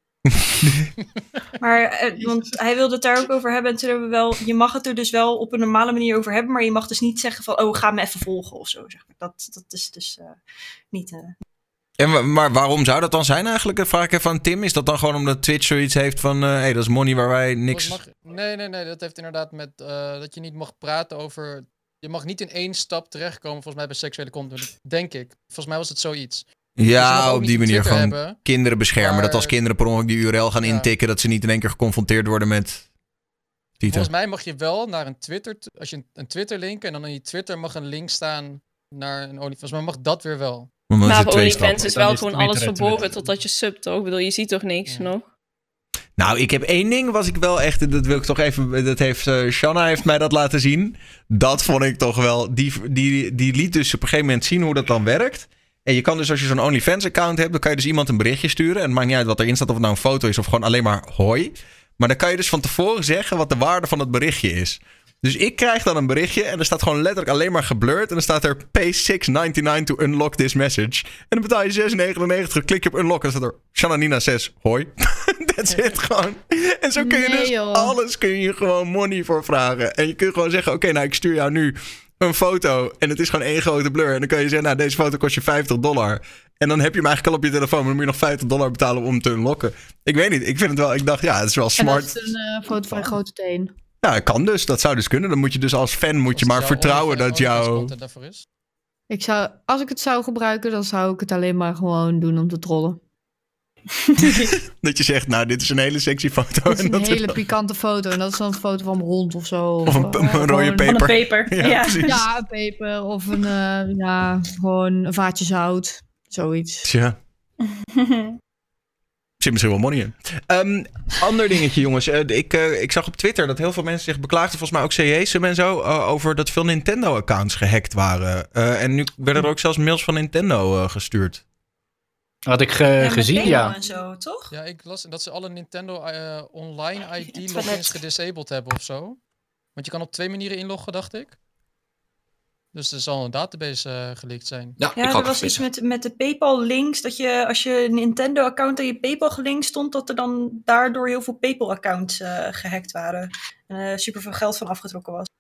Speaker 4: Maar, uh, want hij wilde het daar ook over hebben. En toen hebben we wel... Je mag het er dus wel op een normale manier over hebben. Maar je mag dus niet zeggen van... Oh, ga me even volgen of zo. Zeg maar. dat, dat is dus uh, niet... Uh,
Speaker 1: En, wa- maar waarom zou dat dan zijn eigenlijk? Dat vraag ik even aan Tim. Is dat dan gewoon omdat Twitch zoiets heeft van... Hé, hey, dat is money waar wij niks...
Speaker 6: Dat mag- nee, nee, nee. Dat heeft inderdaad met uh, dat je niet mag praten over... Je mag niet in één stap terechtkomen, volgens mij, bij seksuele content. Denk ik. Volgens mij was het zoiets. Dus je mag
Speaker 1: Ja,
Speaker 6: ook
Speaker 1: op
Speaker 6: niet
Speaker 1: die
Speaker 6: een
Speaker 1: manier
Speaker 6: Twitter
Speaker 1: gewoon
Speaker 6: hebben.
Speaker 1: kinderen beschermen.
Speaker 6: maar-
Speaker 1: Dat als kinderen per ongeluk die U R L gaan
Speaker 6: Ja.
Speaker 1: intikken... dat ze niet in één keer geconfronteerd worden met... Tieten.
Speaker 6: Volgens mij mag je wel naar een Twitter... t- Als je een, een Twitter link en dan in je Twitter mag een link staan naar een OnlyFans. Volgens mij mag dat weer wel.
Speaker 1: Want dan is
Speaker 8: Maar
Speaker 1: het
Speaker 8: voor
Speaker 1: twee
Speaker 8: OnlyFans
Speaker 1: stappen.
Speaker 8: is
Speaker 10: Dan
Speaker 8: wel
Speaker 10: is
Speaker 8: gewoon
Speaker 10: Twitter
Speaker 8: alles
Speaker 10: het
Speaker 8: verborgen
Speaker 10: Twitter.
Speaker 8: totdat je subt, toch? Ik bedoel, je ziet toch niks
Speaker 6: Ja.
Speaker 8: nog?
Speaker 1: Nou, ik heb één ding was ik wel echt... Dat wil ik toch even... Dat heeft... Uh, Shanna heeft mij dat laten zien. Dat vond ik toch wel... Die, die, die liet dus op een gegeven moment zien hoe dat dan werkt. En je kan dus als je zo'n OnlyFans-account hebt... dan kan je dus iemand een berichtje sturen. En het maakt niet uit wat erin staat. Of het nou een foto is of gewoon alleen maar hoi. Maar dan kan je dus van tevoren zeggen wat de waarde van het berichtje is. Dus ik krijg dan een berichtje en er staat gewoon letterlijk alleen maar geblurred. En dan staat er pay six ninety-nine to unlock this message. En dan betaal je zes negenennegentig, klik je op unlock en dan staat er Shananina zes, hoi. That's it gewoon. En zo kun je
Speaker 2: Nee,
Speaker 1: dus
Speaker 2: joh.
Speaker 1: alles kun je gewoon money voor vragen. En je kunt gewoon zeggen, oké, okay, nou ik stuur jou nu een foto en het is gewoon één grote blur. En dan kan je zeggen, nou deze foto kost je vijftig dollar. En dan heb je hem eigenlijk al op je telefoon, maar dan moet je nog vijftig dollar betalen om hem te unlocken. Ik weet niet, ik vind het wel, ik dacht, ja, het is wel
Speaker 2: En
Speaker 1: smart.
Speaker 2: dat is een uh, foto van een grote teen.
Speaker 1: Ja, dat kan dus. Dat zou dus kunnen. Dan moet je dus als fan moet je maar vertrouwen dat jouw...
Speaker 2: Ik zou, als ik het zou gebruiken, dan zou ik het alleen maar gewoon doen om te trollen.
Speaker 1: Dat je zegt, nou, dit is een hele sexy foto.
Speaker 2: Dit is
Speaker 1: en
Speaker 2: een
Speaker 1: dat
Speaker 2: hele
Speaker 1: dan...
Speaker 2: pikante foto. En dat is dan een foto van mijn hond of zo.
Speaker 1: Of een,
Speaker 2: uh,
Speaker 1: een rode
Speaker 2: gewoon...
Speaker 1: peper.
Speaker 9: Van een peper.
Speaker 1: Ja,
Speaker 9: Ja.
Speaker 1: precies.
Speaker 2: Ja, een peper. Of een, uh, ja, gewoon een vaatje zout. Zoiets.
Speaker 1: Tja. Zit misschien wel money in. Um, ander dingetje, jongens. Uh, ik, uh, ik zag op Twitter dat heel veel mensen zich beklaagden, volgens mij ook C J's en zo, uh, over dat veel Nintendo-accounts gehackt waren. Uh, en nu werden er ook zelfs mails van Nintendo uh, gestuurd.
Speaker 10: Had ik uh,
Speaker 4: Ja,
Speaker 10: gezien,
Speaker 4: met
Speaker 10: ja.
Speaker 4: Paypal en zo, toch?
Speaker 6: Ja, ik las dat ze alle Nintendo uh, online I
Speaker 4: Het
Speaker 6: D-logins
Speaker 4: toilet.
Speaker 6: gedisabled hebben of zo. Want je kan op twee manieren inloggen, dacht ik. Dus er zal een database uh, gelekt zijn.
Speaker 3: Ja,
Speaker 4: Ja, er was iets met, met de PayPal-links, dat je als je een Nintendo-account aan je PayPal gelinkt stond, dat er dan daardoor heel veel PayPal-accounts uh, gehackt waren. En uh, superveel geld van afgetrokken was.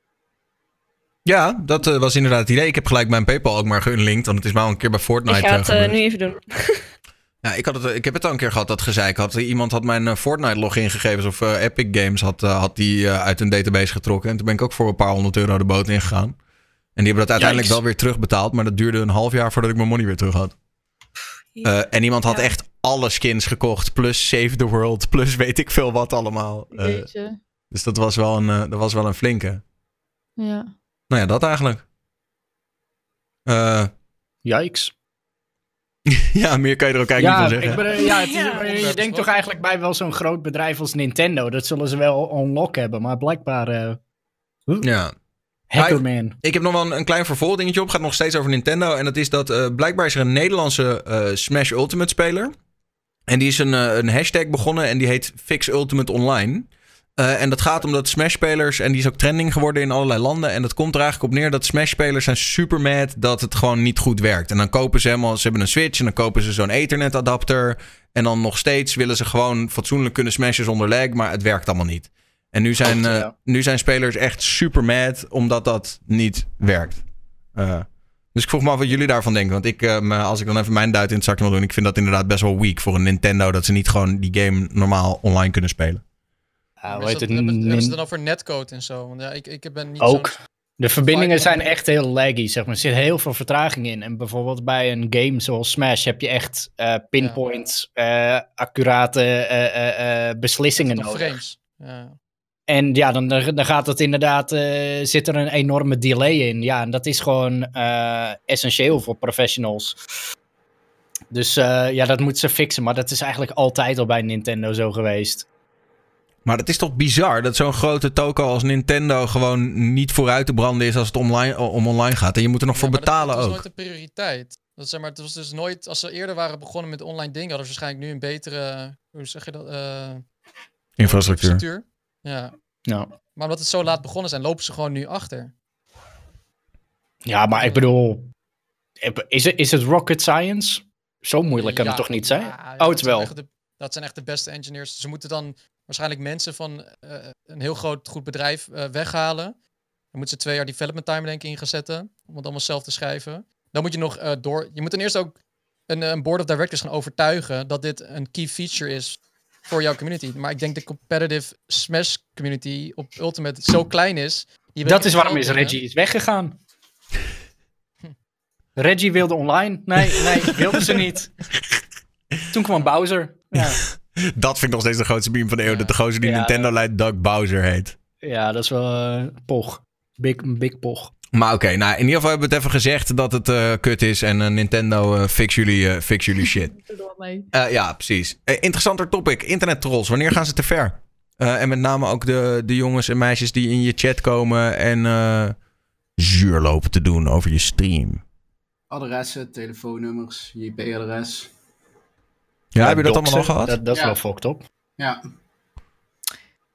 Speaker 1: Ja, dat uh, was inderdaad het idee. Ik heb gelijk mijn PayPal ook maar geunlinkt, want het is maar al een keer bij Fortnite
Speaker 8: Ik ga het
Speaker 1: uh,
Speaker 8: uh,
Speaker 1: gebeurd.
Speaker 8: nu even doen.
Speaker 1: Ja, ik, had het, ik heb het al een keer gehad, dat gezeik had. Iemand had mijn uh, Fortnite-login gegevens of uh, Epic Games had, uh, had die uh, uit een database getrokken. En toen ben ik ook voor een paar honderd euro de boot ingegaan. En die hebben dat uiteindelijk
Speaker 3: Yikes.
Speaker 1: wel weer terugbetaald. Maar dat duurde een half jaar voordat ik mijn money weer terug had. Uh, en iemand had
Speaker 4: Ja.
Speaker 1: echt alle skins gekocht. Plus Save the World. Plus weet ik veel wat allemaal. Uh,
Speaker 2: Jeetje.
Speaker 1: dus dat was, wel een, uh, dat was wel een flinke.
Speaker 2: Ja.
Speaker 1: Nou ja, dat eigenlijk. Uh,
Speaker 10: Yikes.
Speaker 1: ja, meer kan je er ook eigenlijk
Speaker 10: Ja,
Speaker 1: niet van zeggen.
Speaker 10: ik ben, ja, het is-
Speaker 4: Ja.
Speaker 10: je denkt toch eigenlijk bij wel zo'n groot bedrijf als Nintendo. Dat zullen ze wel unlock hebben, maar blijkbaar... Uh, huh?
Speaker 1: Ja.
Speaker 10: Hackerman.
Speaker 1: Ik heb nog wel een, een klein vervolgdingetje op. Het gaat nog steeds over Nintendo. En dat is dat uh, blijkbaar is er een Nederlandse uh, Smash Ultimate speler. En die is een, uh, een hashtag begonnen en die heet Fix Ultimate Online. Uh, en dat gaat om dat Smash-spelers, en die is ook trending geworden in allerlei landen. En dat komt er eigenlijk op neer dat Smash-spelers zijn super mad dat het gewoon niet goed werkt. En dan kopen ze helemaal, ze hebben een Switch en dan kopen ze zo'n Ethernet-adapter. En dan nog steeds willen ze gewoon fatsoenlijk kunnen smashen zonder lag, maar het werkt allemaal niet. En nu zijn, uh, nu zijn spelers echt super mad omdat dat niet werkt. Uh, dus ik vroeg me af wat jullie daarvan denken. Want ik, uh, als ik dan even mijn duit in het zakje wil doen, ik vind dat inderdaad best wel weak voor een Nintendo dat ze niet gewoon die game normaal online kunnen spelen.
Speaker 10: Ja, hoe
Speaker 6: Maar
Speaker 10: heet
Speaker 6: is
Speaker 10: het?
Speaker 6: dat- hebben, hebben ze
Speaker 10: Nin-
Speaker 6: dan over netcode en zo? Want ja, ik, ik ben niet
Speaker 10: Ook.
Speaker 6: zo'n-
Speaker 10: De verbindingen
Speaker 6: Fight-
Speaker 10: zijn echt heel laggy, zeg maar. Er zit heel veel vertraging in. En bijvoorbeeld bij een game zoals Smash heb je echt uh, pinpoint, uh, accurate uh, uh, uh, beslissingen
Speaker 6: Op
Speaker 10: nodig.
Speaker 6: frames. Ja.
Speaker 10: En ja, dan, dan gaat het inderdaad, uh, zit er een enorme delay in. Ja, en dat is gewoon uh, essentieel voor professionals. Dus uh, ja, dat moeten ze fixen. Maar dat is eigenlijk altijd al bij Nintendo zo geweest.
Speaker 1: Maar het is toch bizar dat zo'n grote toko als Nintendo gewoon niet vooruit te branden is als het online, om online gaat. En je moet er nog
Speaker 6: Ja,
Speaker 1: voor
Speaker 6: maar
Speaker 1: betalen
Speaker 6: dat, dat
Speaker 1: ook.
Speaker 6: was nooit een prioriteit. Dat, zeg maar, het was dus nooit, als ze eerder waren begonnen met online dingen, hadden ze waarschijnlijk nu een betere, hoe zeg je dat? Uh,
Speaker 1: Infrastructuur.
Speaker 6: Ja.
Speaker 10: Ja.
Speaker 6: Maar omdat het zo laat begonnen zijn, lopen ze gewoon nu achter.
Speaker 10: Ja, maar ik bedoel, is het, is het rocket science? Zo moeilijk kan
Speaker 6: Ja,
Speaker 10: het toch niet zijn?
Speaker 6: ja, ja,
Speaker 10: oh,
Speaker 6: dat
Speaker 10: het
Speaker 6: zijn
Speaker 10: wel.
Speaker 6: echt de- dat zijn echt de beste engineers. Ze moeten dan waarschijnlijk mensen van uh, een heel groot goed bedrijf uh, weghalen. Dan moeten ze twee jaar development time denk ik in gaan zetten. Om het allemaal zelf te schrijven. Dan moet je nog uh, door... Je moet ten eerste ook een, een board of directors gaan overtuigen dat dit een key feature is voor jouw community. Maar ik denk de competitive Smash community op Ultimate zo klein is. Die
Speaker 10: Dat is waarom
Speaker 6: groot
Speaker 10: is
Speaker 6: dingen.
Speaker 10: Reggie is weggegaan. Reggie wilde online. Nee, nee, wilde ze niet. Toen kwam Bowser. Ja,
Speaker 1: Dat vind ik nog steeds de grootste meme van de eeuw. Dat de gozer die
Speaker 10: Ja.
Speaker 1: Nintendo leidt Doug Bowser heet.
Speaker 10: ja dat is wel uh, poch. Big, big poch.
Speaker 1: Maar oké, okay, nou in ieder geval hebben we het even gezegd dat het uh, kut is. En uh, Nintendo uh, fix, jullie, uh, fix jullie shit.
Speaker 2: Doe er wat mee.
Speaker 1: Uh, ja, precies. Uh, interessanter topic. Internet trolls. Wanneer gaan ze te ver? Uh, en met name ook de, de jongens en meisjes die in je chat komen en uh, zuur lopen te doen over je stream.
Speaker 7: Adressen, telefoonnummers, je I P-adres.
Speaker 1: Ja, heb je dat
Speaker 10: doxen,
Speaker 1: allemaal al gehad?
Speaker 10: Dat, dat is
Speaker 7: Ja.
Speaker 10: wel fucked up.
Speaker 7: Ja.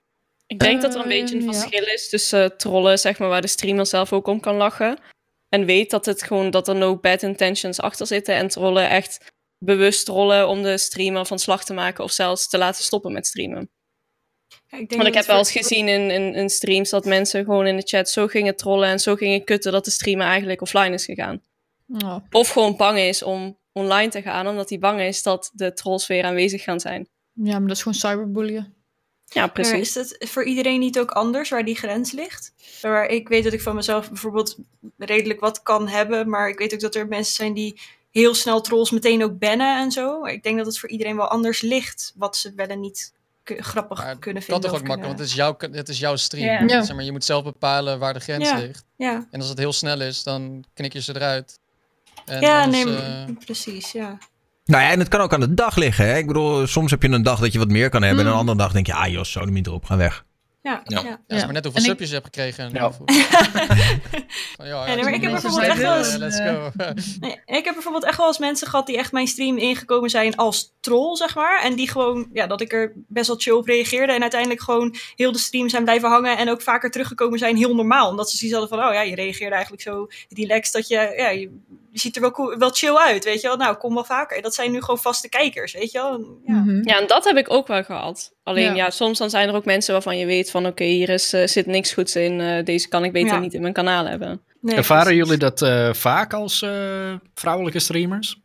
Speaker 8: Ik denk dat er een
Speaker 2: Eh,
Speaker 8: beetje een
Speaker 2: ja.
Speaker 8: verschil is tussen uh, trollen, zeg maar, waar de streamer zelf ook om kan lachen. En weet dat, het gewoon, dat er no bad intentions achter zitten. En trollen echt bewust trollen om de streamer van slag te maken of zelfs te laten stoppen met streamen.
Speaker 4: Ja, ik denk
Speaker 8: Want
Speaker 4: dat
Speaker 8: ik heb
Speaker 4: het
Speaker 8: wel eens
Speaker 4: voor-
Speaker 8: gezien in, in, in streams dat mensen gewoon in de chat zo gingen trollen en zo gingen kutten dat de streamer eigenlijk offline is gegaan.
Speaker 2: Ja.
Speaker 8: Of gewoon bang is om online te gaan, omdat hij bang is dat de trolls weer aanwezig gaan zijn.
Speaker 2: ja, maar dat is gewoon cyberbullying.
Speaker 8: Ja,
Speaker 4: Maar
Speaker 8: precies.
Speaker 4: is dat voor iedereen niet ook anders waar die grens ligt? Waar ik weet dat ik van mezelf bijvoorbeeld redelijk wat kan hebben, maar ik weet ook dat er mensen zijn die heel snel trolls meteen ook bannen en zo. Maar ik denk dat het voor iedereen wel anders ligt wat ze wel en niet k- grappig
Speaker 6: Maar
Speaker 4: kunnen
Speaker 6: Het kan
Speaker 4: vinden.
Speaker 6: toch
Speaker 4: of
Speaker 6: ook makkelijk, want
Speaker 4: kunnen-
Speaker 6: het is jouw, het is jouw stream.
Speaker 9: Ja.
Speaker 2: Ja.
Speaker 6: Zeg maar, je moet zelf bepalen waar de grens
Speaker 4: Ja.
Speaker 6: ligt.
Speaker 4: Ja,
Speaker 6: En als het heel snel is, dan knik je ze eruit. En
Speaker 4: ja
Speaker 6: anders,
Speaker 4: nee,
Speaker 6: eh,
Speaker 4: precies, ja.
Speaker 1: Nou ja, en het kan ook aan de dag liggen. Hè? Ik bedoel, soms heb je een dag dat je wat meer kan hebben. En
Speaker 2: Mm.
Speaker 1: een andere dag denk je, ah joh, zo niet erop, ga weg.
Speaker 4: Ja,
Speaker 3: Ja.
Speaker 4: ja.
Speaker 6: ja,
Speaker 2: Ja.
Speaker 6: zeg maar net hoeveel
Speaker 2: En ik-
Speaker 6: subjes je hebt gekregen.
Speaker 10: Ja.
Speaker 6: Van, ja,
Speaker 4: Ja, nee, maar ik heb
Speaker 6: mensen
Speaker 4: bijvoorbeeld
Speaker 6: zijn
Speaker 4: echt wel
Speaker 6: er,
Speaker 4: eens-
Speaker 6: eh, let's go.
Speaker 4: Nee, ik heb bijvoorbeeld echt wel eens mensen gehad die echt mijn stream ingekomen zijn als troll, zeg maar. En die gewoon, ja, dat ik er best wel chill op reageerde. En uiteindelijk gewoon heel de stream zijn blijven hangen. En ook vaker teruggekomen zijn, heel normaal. Omdat ze zoiets hadden van, oh ja, je reageerde eigenlijk zo relaxed dat je, ja, je, je ziet er wel, cool, wel chill uit, weet je wel. Nou, kom wel vaker. Dat zijn nu gewoon vaste kijkers, weet je wel. Ja.
Speaker 2: Mhm.
Speaker 8: Ja, en dat heb ik ook wel gehad. Alleen
Speaker 2: Ja.
Speaker 8: ja, soms dan zijn er ook mensen waarvan je weet van oké, hier is, eh, zit niks goeds in. eh, deze kan ik beter
Speaker 4: Ja.
Speaker 8: niet in mijn kanaal hebben.
Speaker 4: Nee,
Speaker 10: Ervaren
Speaker 4: precies.
Speaker 10: jullie dat eh, vaak als eh, vrouwelijke streamers?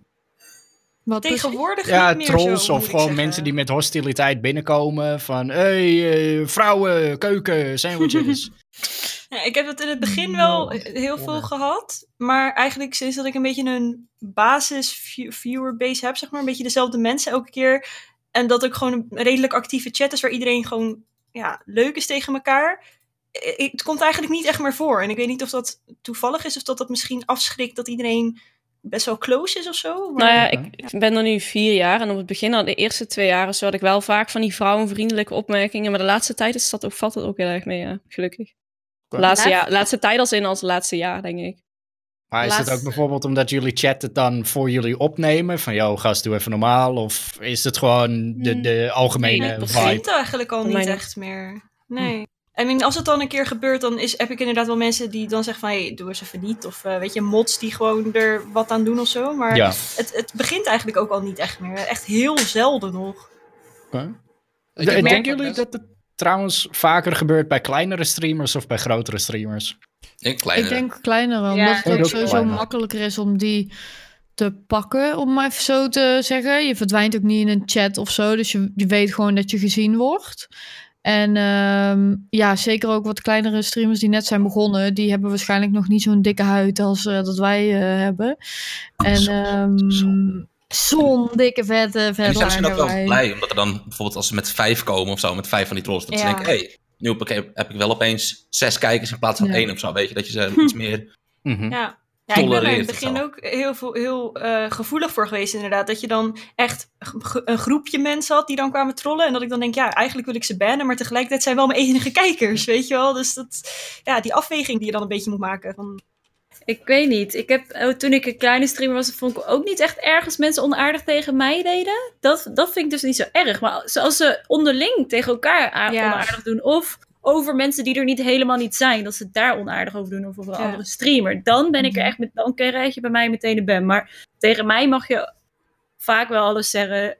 Speaker 2: Wat precies?
Speaker 4: Tegenwoordig
Speaker 10: Ja,
Speaker 4: niet meer
Speaker 10: trolls
Speaker 4: zo,
Speaker 10: of
Speaker 4: moet ik
Speaker 10: gewoon
Speaker 4: zeggen.
Speaker 10: mensen die met hostiliteit binnenkomen. Van, hey, eh, vrouwen, keuken, sandwiches.
Speaker 4: Ja, ik heb dat in het begin wel
Speaker 10: Nou,
Speaker 4: heel veel
Speaker 6: honger.
Speaker 4: gehad. Maar eigenlijk sinds dat ik een beetje een basis view- viewer base heb, zeg maar, een beetje dezelfde mensen elke keer. En dat ook gewoon een redelijk actieve chat is waar iedereen gewoon ja, leuk is tegen elkaar. I- Het komt eigenlijk niet echt meer voor. En ik weet niet of dat toevallig is of dat dat misschien afschrikt dat iedereen best wel close is of zo. Maar...
Speaker 8: Nou ja, ik, ik ben er nu vier jaar en op het begin, al de eerste twee jaar, zo had ik wel vaak van die vrouwenvriendelijke opmerkingen. Maar de laatste tijd is dat ook, valt het ook heel erg mee, ja, gelukkig. De laatste,
Speaker 9: Ja.
Speaker 8: jaar, laatste tijd als in als het laatste jaar, denk ik.
Speaker 10: Maar is het
Speaker 9: Laatst-
Speaker 10: ook bijvoorbeeld omdat jullie chat het dan voor jullie opnemen? Van, yo, gast, doe even normaal. Of is het gewoon de, de algemene
Speaker 4: Nee, het
Speaker 10: vibe?
Speaker 4: begint eigenlijk al
Speaker 8: Voor mij
Speaker 4: niet
Speaker 8: niet.
Speaker 4: echt meer. Nee. I mean, als het dan een keer gebeurt, dan is, heb ik inderdaad wel mensen die dan zeggen van... Hey, doe eens even niet. Of eh, weet je, mods die gewoon er wat aan doen of zo. Maar
Speaker 10: Ja.
Speaker 4: het, het begint eigenlijk ook al niet echt meer. Echt heel zelden nog.
Speaker 10: Oké.
Speaker 6: Ik
Speaker 10: De-
Speaker 6: heb
Speaker 10: Denken
Speaker 6: ook
Speaker 10: jullie
Speaker 6: mensen-
Speaker 10: dat het trouwens vaker gebeurt bij kleinere streamers of bij grotere streamers?
Speaker 3: Ik kleine.
Speaker 2: Ik denk kleiner, omdat
Speaker 9: Ja.
Speaker 2: het
Speaker 10: Ik denk
Speaker 2: ook
Speaker 10: ook
Speaker 2: sowieso
Speaker 10: kleiner.
Speaker 2: makkelijker is om die te pakken, om maar even zo te zeggen. Je verdwijnt ook niet in een chat of zo, dus je, je weet gewoon dat je gezien wordt. En ehm, ja, zeker ook wat kleinere streamers die net zijn begonnen, die hebben waarschijnlijk nog niet zo'n dikke huid als eh, dat wij eh, hebben. En ehm zo'n dikke vette,
Speaker 3: En die
Speaker 2: vette
Speaker 3: zijn misschien ook wel
Speaker 2: lange
Speaker 3: blij, omdat er dan bijvoorbeeld als ze met vijf komen of zo, met vijf van die trolls, dat ze
Speaker 4: Ja.
Speaker 3: denken, hé, hey, nu heb ik, heb ik wel opeens zes kijkers in plaats van
Speaker 2: Ja.
Speaker 3: één of zo, weet je, dat je ze iets meer...
Speaker 10: Mhm.
Speaker 4: Ja. Ja, ik ben er in
Speaker 3: Tolereert
Speaker 4: het
Speaker 3: het
Speaker 4: begin
Speaker 3: wel.
Speaker 4: ook heel, veel, heel eh, gevoelig voor geweest inderdaad. Dat je dan echt g- een groepje mensen had die dan kwamen trollen. En dat ik dan denk, ja, eigenlijk wil ik ze bannen. Maar tegelijkertijd zijn wel mijn enige kijkers, weet je wel. Dus dat, ja, die afweging die je dan een beetje moet maken. Van,
Speaker 9: Ik weet niet. Ik heb, oh, toen ik een kleine streamer was, vond ik ook niet echt erg als mensen onaardig tegen mij deden. Dat, dat vind ik dus niet zo erg. Maar als ze onderling tegen elkaar a-
Speaker 4: Ja.
Speaker 9: onaardig doen, of over mensen die er niet helemaal niet zijn, dat ze het daar onaardig over doen, of over een
Speaker 4: Ja.
Speaker 9: andere streamer, dan ben ik er echt met, dan krijg je bij mij meteen de ban. Maar tegen mij mag je vaak wel alles zeggen.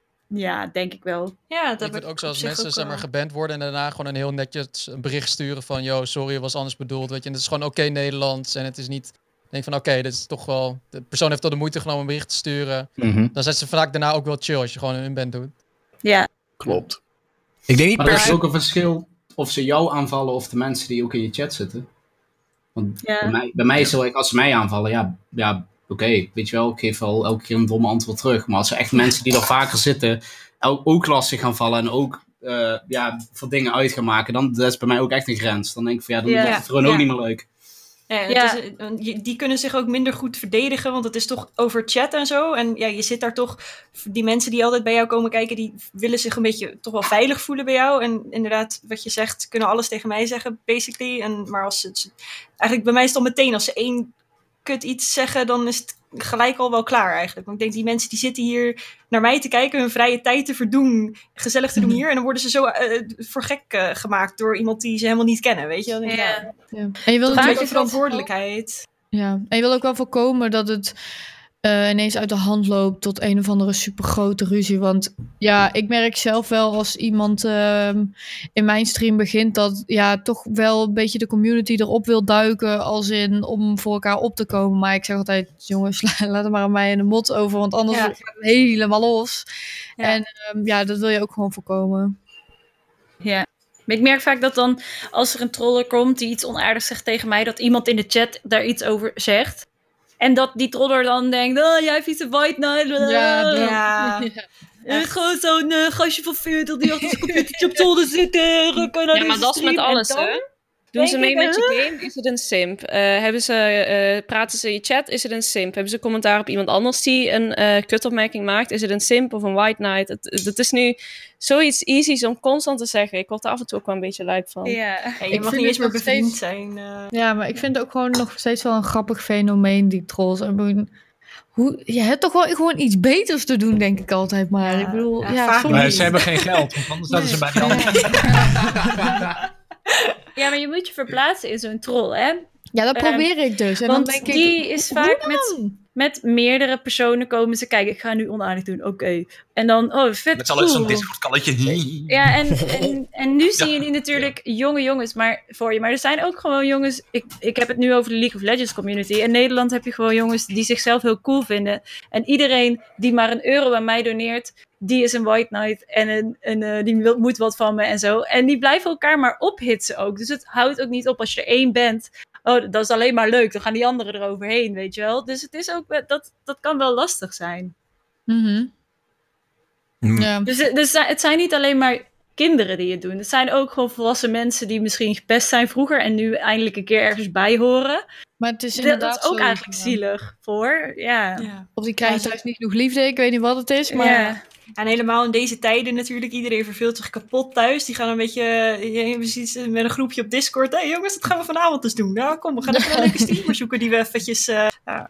Speaker 9: Ja, denk ik wel.
Speaker 4: ja, dat
Speaker 6: Ik
Speaker 4: heb
Speaker 6: vind ook
Speaker 4: op
Speaker 6: zoals
Speaker 4: zich
Speaker 6: mensen
Speaker 4: ook
Speaker 6: zeg maar,
Speaker 4: wel.
Speaker 6: geband worden en daarna gewoon een heel netjes een bericht sturen van yo, sorry, het was anders bedoeld. Weet je, en het is gewoon oké Nederlands en het is niet... Ik denk van oké, dit is toch wel... De persoon heeft al de moeite genomen een bericht te sturen.
Speaker 10: Mhm.
Speaker 6: Dan zijn ze vaak daarna ook wel chill als je gewoon een unband doet.
Speaker 9: Ja.
Speaker 10: Klopt.
Speaker 1: Ik denk niet
Speaker 7: Maar er
Speaker 1: per
Speaker 7: is
Speaker 1: se...
Speaker 7: ook een verschil of ze jou aanvallen of de mensen die ook in je chat zitten. Want
Speaker 9: Ja.
Speaker 7: bij, mij, bij mij is het heel erg, als ze mij aanvallen, ja, ja oké, weet je wel, ik geef wel elke keer een domme antwoord terug. Maar als er echt mensen die er vaker zitten ook, ook lastig gaan vallen en ook eh, ja, voor dingen uit gaan maken, dan dat is bij mij ook echt een grens. Dan denk ik van ja, dan
Speaker 9: Ja.
Speaker 7: wordt het gewoon ook
Speaker 4: Ja.
Speaker 7: niet meer leuk.
Speaker 4: Ja, het
Speaker 9: Ja.
Speaker 4: is, eh, je- die kunnen zich ook minder goed verdedigen, want het is toch over chat en zo. En ja, je zit daar toch, die mensen die altijd bij jou komen kijken, die willen zich een beetje toch wel veilig voelen bij jou. En inderdaad, wat je zegt, kunnen alles tegen mij zeggen, basically. En, maar als het, eigenlijk bij mij is het dan meteen, als ze één kut iets zeggen, dan is het gelijk al wel klaar eigenlijk. Want ik denk, die mensen die zitten hier naar mij te kijken, hun vrije tijd te verdoen, gezellig te doen hier. En dan worden ze zo uh, voor gek uh, gemaakt door iemand die ze helemaal niet kennen, weet je? Dan denk ik,
Speaker 2: Ja.
Speaker 4: ja.
Speaker 2: Ja. En je wil
Speaker 4: Toch
Speaker 2: natuurlijk
Speaker 4: een beetje
Speaker 2: ook
Speaker 4: verantwoordelijkheid.
Speaker 2: Ja, en je wil ook wel voorkomen dat het uh, ineens uit de hand loopt tot een of andere supergrote ruzie. Want ja, ik merk zelf wel als iemand uh, in mijn stream begint dat ja, toch wel een beetje de community erop wil duiken als in om voor elkaar op te komen. Maar ik zeg altijd, jongens, laat het maar aan mij in de mot over, want anders
Speaker 4: Ja.
Speaker 2: gaat het helemaal los.
Speaker 9: Ja.
Speaker 2: En um, ja, dat wil je ook gewoon voorkomen.
Speaker 9: Ja. Maar ik merk vaak dat dan, als er een troller komt die iets onaardigs zegt tegen mij, dat iemand in de chat daar iets over zegt. En dat die troller dan denkt, oh, jij vindt een white knight.
Speaker 2: Ja, dat-
Speaker 4: Ja.
Speaker 9: En gewoon zo'n uh, gastje van veertig die achter zijn computertje op zolder zit. Uh, kan naar
Speaker 8: Ja,
Speaker 9: deze
Speaker 8: maar dat is met
Speaker 9: stream. En
Speaker 8: alles,
Speaker 9: dan
Speaker 8: hè? Doen ze
Speaker 9: denk
Speaker 8: mee
Speaker 9: ik,
Speaker 8: met je
Speaker 9: huh?
Speaker 8: game, is het een simp. Uh, hebben ze, uh, praten ze in je chat, is het een simp. Hebben ze commentaar op iemand anders die een uh, kutopmerking maakt, is het een simp of een white knight. Het, het is nu zoiets easy's om constant te zeggen. Ik word er af en toe ook wel een beetje lijp van.
Speaker 9: Ja.
Speaker 4: Ja, je
Speaker 2: Ik
Speaker 4: mag
Speaker 2: vind
Speaker 4: niet eens
Speaker 2: het
Speaker 4: meer
Speaker 2: nog
Speaker 4: bevriend
Speaker 2: steeds-
Speaker 4: zijn. uh.
Speaker 2: Ja, maar ik vind het ook gewoon nog steeds wel een grappig fenomeen, die trolls. Ik bedoel, hoe, je hebt toch wel gewoon iets beters te doen, denk ik altijd maar.
Speaker 4: Ja,
Speaker 2: Ik bedoel,
Speaker 4: ja,
Speaker 2: ja,
Speaker 4: vaak
Speaker 2: sorry.
Speaker 10: Maar ze hebben geen geld, want anders zouden ze bij die anderen.
Speaker 9: Ja, maar je moet je verplaatsen in zo'n troll, hè?
Speaker 2: Ja, dat
Speaker 9: Eh,
Speaker 2: probeer ik dus. En
Speaker 9: Want
Speaker 2: dan denk ik,
Speaker 9: die is
Speaker 2: hoe
Speaker 9: vaak
Speaker 2: dan?
Speaker 9: met, met meerdere personen komen ze kijken. Ik ga nu onaardig doen, oké. En dan, oh, vet
Speaker 3: Met z'n allen zo'n
Speaker 9: cool.
Speaker 3: Discord-kalletje.
Speaker 9: Ja, en, en, en nu zie je nu natuurlijk jonge jongens maar voor je. Maar er zijn ook gewoon jongens... Ik, ik heb het nu over de League of Legends community. In Nederland heb je gewoon jongens die zichzelf heel cool vinden. En iedereen die maar een euro aan mij doneert, die is een white knight. En een, een, uh, die wil, moet wat van me en zo. En die blijven elkaar maar ophitsen ook. Dus het houdt ook niet op als je er één bent. Oh, dat is alleen maar leuk. Dan gaan die anderen eroverheen, weet je wel. Dus het is ook... wel- Dat, dat kan wel lastig zijn.
Speaker 2: Mhm.
Speaker 1: Mm.
Speaker 2: Ja.
Speaker 9: Dus, dus het zijn niet alleen maar kinderen die het doen. Het zijn ook gewoon volwassen mensen die misschien gepest zijn vroeger en nu eindelijk een keer ergens bij horen.
Speaker 2: Maar het is
Speaker 9: Dat,
Speaker 2: inderdaad
Speaker 9: dat is ook
Speaker 2: zo,
Speaker 9: eigenlijk
Speaker 2: ja.
Speaker 9: zielig voor. Ja.
Speaker 4: Ja.
Speaker 2: Of die krijgen
Speaker 4: Ja,
Speaker 2: thuis niet genoeg liefde, ik weet niet wat het is, maar...
Speaker 9: Ja.
Speaker 4: En helemaal in deze tijden natuurlijk, iedereen verveelt zich kapot thuis. Die gaan een beetje je precies, met een groepje op Discord. Hé hey, jongens, dat gaan we vanavond eens doen. Nou kom, we gaan even een leuke streamer zoeken die we eventjes... Uh, ja.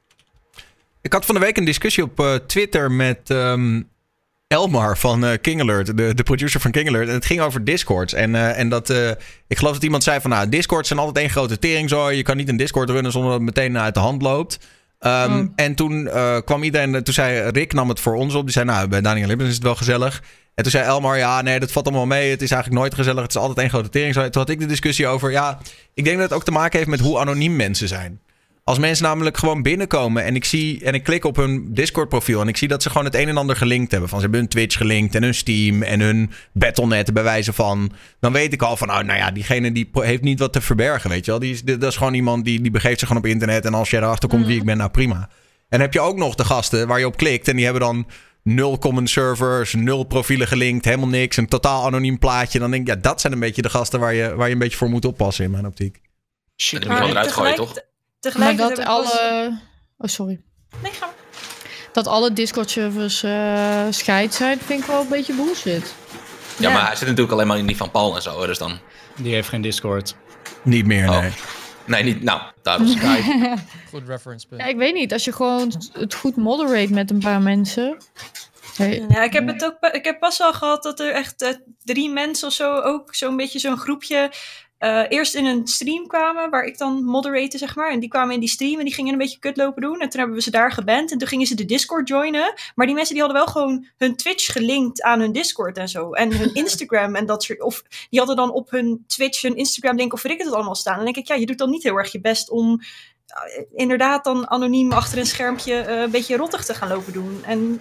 Speaker 1: Ik had van de week een discussie op uh, Twitter met um, Elmar van uh, King Alert, de, de producer van King Alert. En het ging over Discords. En, uh, en dat, uh, ik geloof dat iemand zei van, nou, Discords zijn altijd één grote teringzooi. Je kan niet een Discord runnen zonder dat het meteen uit de hand loopt. Um,
Speaker 2: Oh.
Speaker 1: En toen uh, kwam iedereen, toen zei Rick, nam het voor ons op. Die zei, nou, bij Daniel Lippens is het wel gezellig. En toen zei Elmar, ja, nee, dat valt allemaal mee. Het is eigenlijk nooit gezellig. Het is altijd één grote teringzooi. Toen had ik de discussie over, ja, ik denk dat het ook te maken heeft met hoe anoniem mensen zijn. Als mensen namelijk gewoon binnenkomen en ik zie en ik klik op hun Discord profiel en ik zie dat ze gewoon het een en ander gelinkt hebben. Van ze hebben hun Twitch gelinkt en hun Steam en hun Battle net bij wijze van. Dan weet ik al van, nou, nou ja, diegene die heeft niet wat te verbergen, weet je wel. Die is, dat is gewoon iemand die, die begeeft zich gewoon op internet en als jij erachter komt wie ik ben, nou prima. En dan heb je ook nog de gasten waar je op klikt en die hebben dan nul common servers, nul profielen gelinkt, helemaal niks, een totaal anoniem plaatje. Dan denk ik, ja, dat zijn een beetje de gasten waar je, waar je een beetje voor moet oppassen in mijn optiek.
Speaker 3: Die moet je wel eruit gooien, toch?
Speaker 2: Maar
Speaker 4: Tegelijkertijd
Speaker 2: dat
Speaker 4: heb ik pas-
Speaker 2: alle... Oh, sorry.
Speaker 4: Nee, ga maar.
Speaker 2: Dat alle Discord-servers uh, scheid zijn, vind ik wel een beetje bullshit.
Speaker 3: Ja, maar hij zit natuurlijk alleen maar in die van Paul en zo, dus dan...
Speaker 10: Die heeft geen Discord.
Speaker 1: Niet meer,
Speaker 3: Oh.
Speaker 1: nee.
Speaker 3: Nee, niet... Nou, daar was Skype.
Speaker 6: Goed reference punt.
Speaker 2: Ja, ik weet niet. Als je gewoon het goed moderate met een paar mensen... Hey,
Speaker 4: Ja, ik heb het ook. Ik heb pas al gehad dat er echt uh, drie mensen of zo ook zo'n beetje zo'n groepje uh, eerst in een stream kwamen waar ik dan moderate, zeg maar. En die kwamen in die stream en die gingen een beetje kut lopen doen. En toen hebben we ze daar geband en toen gingen ze de Discord joinen. Maar die mensen die hadden wel gewoon hun Twitch gelinkt aan hun Discord en zo. En hun Instagram en dat soort. Of die hadden dan op hun Twitch hun Instagram link of weet ik het allemaal staan. En dan denk ik, ja, je doet dan niet heel erg je best om uh, inderdaad dan anoniem achter een schermpje uh, een beetje rottig te gaan lopen doen. En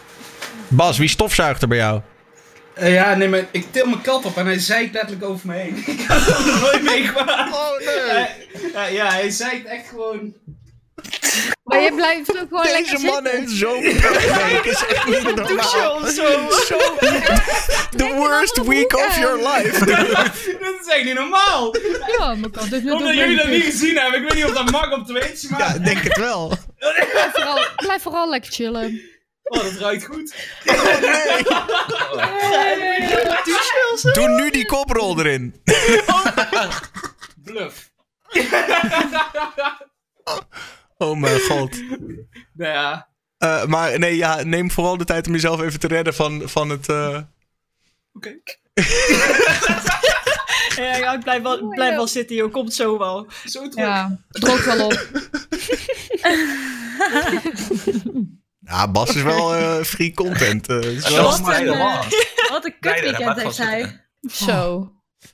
Speaker 1: Bas, wie stofzuigt er bij jou?
Speaker 7: Uh, ja, nee, maar ik til mijn kat op en hij zeikt letterlijk over me heen. Ik had dat nog nooit meegemaakt.
Speaker 1: Oh, nee.
Speaker 7: Hij- ja, ja, hij zeikt echt gewoon...
Speaker 2: Maar je blijft ook gewoon lekker
Speaker 1: Deze man
Speaker 2: zitten.
Speaker 1: heeft zo'n week. is echt niet normaal.
Speaker 4: of zo.
Speaker 1: Zo, the worst week of your life.
Speaker 7: Dat is echt niet normaal.
Speaker 2: Ja, mijn kat heeft net
Speaker 7: Omdat
Speaker 2: ook
Speaker 7: jullie dat
Speaker 2: een
Speaker 7: niet
Speaker 2: pik.
Speaker 7: gezien hebben. Ik weet niet of dat mag op Twitch, maar...
Speaker 1: Ja, ik denk het wel.
Speaker 2: Blijf vooral, blijf vooral lekker chillen.
Speaker 7: Oh, dat ruikt goed.
Speaker 1: Doe nu die koprol erin.
Speaker 7: Bluff.
Speaker 1: Oh mijn god.
Speaker 7: Nou ja.
Speaker 1: Uh, maar nee, ja, neem vooral de tijd om jezelf even te redden van, van het... Uh...
Speaker 7: Oké. Okay.
Speaker 4: ja, ja, ik blijf wel, blijf wel zitten, joh. Komt zo wel.
Speaker 7: Zo terug.
Speaker 2: Ja, droogt wel op.
Speaker 1: Ja, Bas is wel uh, free content. Uh,
Speaker 9: wat, wat een, uh, wat een kutweekend heeft hij.
Speaker 2: Zo.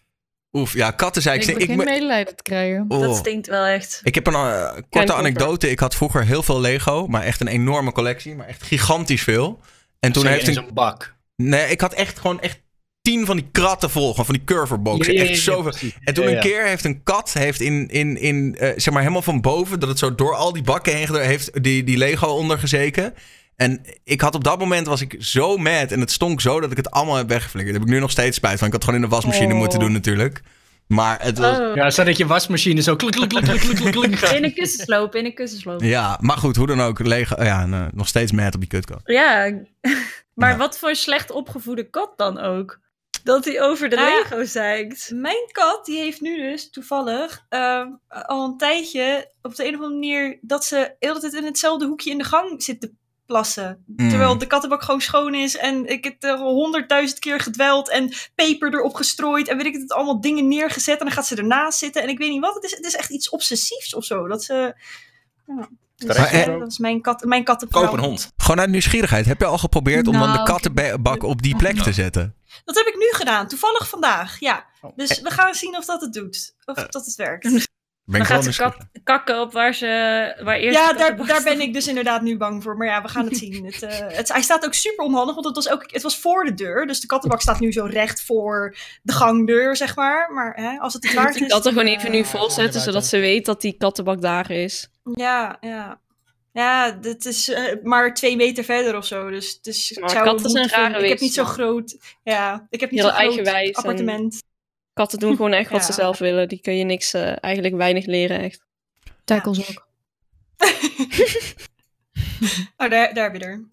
Speaker 1: Oef, ja, katten zei ik...
Speaker 2: Ik begin
Speaker 1: ik
Speaker 2: medelijden te krijgen.
Speaker 9: Oh. Dat stinkt wel echt.
Speaker 1: Ik heb een uh, korte anekdote. Ik had vroeger heel veel Lego, maar echt een enorme collectie. Maar echt gigantisch veel. En toen heeft
Speaker 10: een... zo'n bak.
Speaker 1: Nee, ik had echt gewoon echt tien van die kratten vol. Gewoon van die curverboxen.
Speaker 10: Ja, ja, ja,
Speaker 1: echt zoveel. Ja, en toen ja, ja. een keer heeft een kat heeft in, in, in uh, zeg maar helemaal van boven, dat het zo door al die bakken heen heeft die, die Lego onder gezeken. En ik had op dat moment was ik zo mad en het stonk zo dat ik het allemaal heb weggeflikkerd. Daar heb ik nu nog steeds spijt van. Ik had het gewoon in de wasmachine oh. moeten doen natuurlijk. Maar het was...
Speaker 10: Oh. Ja, zodat je wasmachine zo klik, klik, klik, klik, klik, klik gaat.
Speaker 9: In een kussensloop, in een kussensloop.
Speaker 1: Ja, maar goed, hoe dan ook. Lego, ja, nou, nog steeds mad op die kutkat.
Speaker 9: Ja, maar
Speaker 1: ja.
Speaker 9: wat voor een slecht opgevoede kat dan ook. Dat hij over de
Speaker 4: Ah,
Speaker 9: Lego zeikt.
Speaker 4: Mijn kat, die heeft nu dus toevallig uh, al een tijdje op de een of andere manier dat ze de hele tijd in hetzelfde hoekje in de gang zit te plassen. Mm. Terwijl de kattenbak gewoon schoon is en ik heb er honderdduizend keer gedweld en peper erop gestrooid en weet ik het, allemaal dingen neergezet en dan gaat ze ernaast zitten en ik weet niet wat. Het is, het is echt iets obsessiefs of zo. Dat ze... Ja. Dus, maar, uh, dat is mijn, kat, mijn kattenvrouw.
Speaker 3: Koop een hond.
Speaker 1: Gewoon uit nieuwsgierigheid. Heb je al geprobeerd om nou, dan de kattenbak op die plek te zetten?
Speaker 4: Dat heb ik nu gedaan. Toevallig vandaag. Ja. Dus we gaan zien of dat het doet. Of uh, dat het werkt.
Speaker 1: Ben
Speaker 9: dan gaat ze kak, kakken op waar ze waar eerst.
Speaker 4: Ja, daar, daar ben ik dus inderdaad nu bang voor. Maar ja, we gaan het zien. Het, uh, het, hij staat ook super onhandig, want het was, ook, het was voor de deur. Dus de kattenbak staat nu zo recht voor de gangdeur, zeg maar. Maar hè, als het klaar is...
Speaker 8: Ik had er gewoon even nu volzetten, uh, zodat ze weet dat die kattenbak daar is.
Speaker 4: Ja, ja. Ja, dit is uh, maar twee meter verder of zo. Dus, dus
Speaker 8: maar zou katten zijn rare
Speaker 4: Ik heb niet zo groot... Ja, ik heb niet zo'n groot appartement.
Speaker 8: Katten doen gewoon echt wat ja. ze zelf willen. Die kun je niks, uh, eigenlijk weinig leren, echt.
Speaker 2: Tackles ja. ook.
Speaker 4: oh, daar, daar heb je er.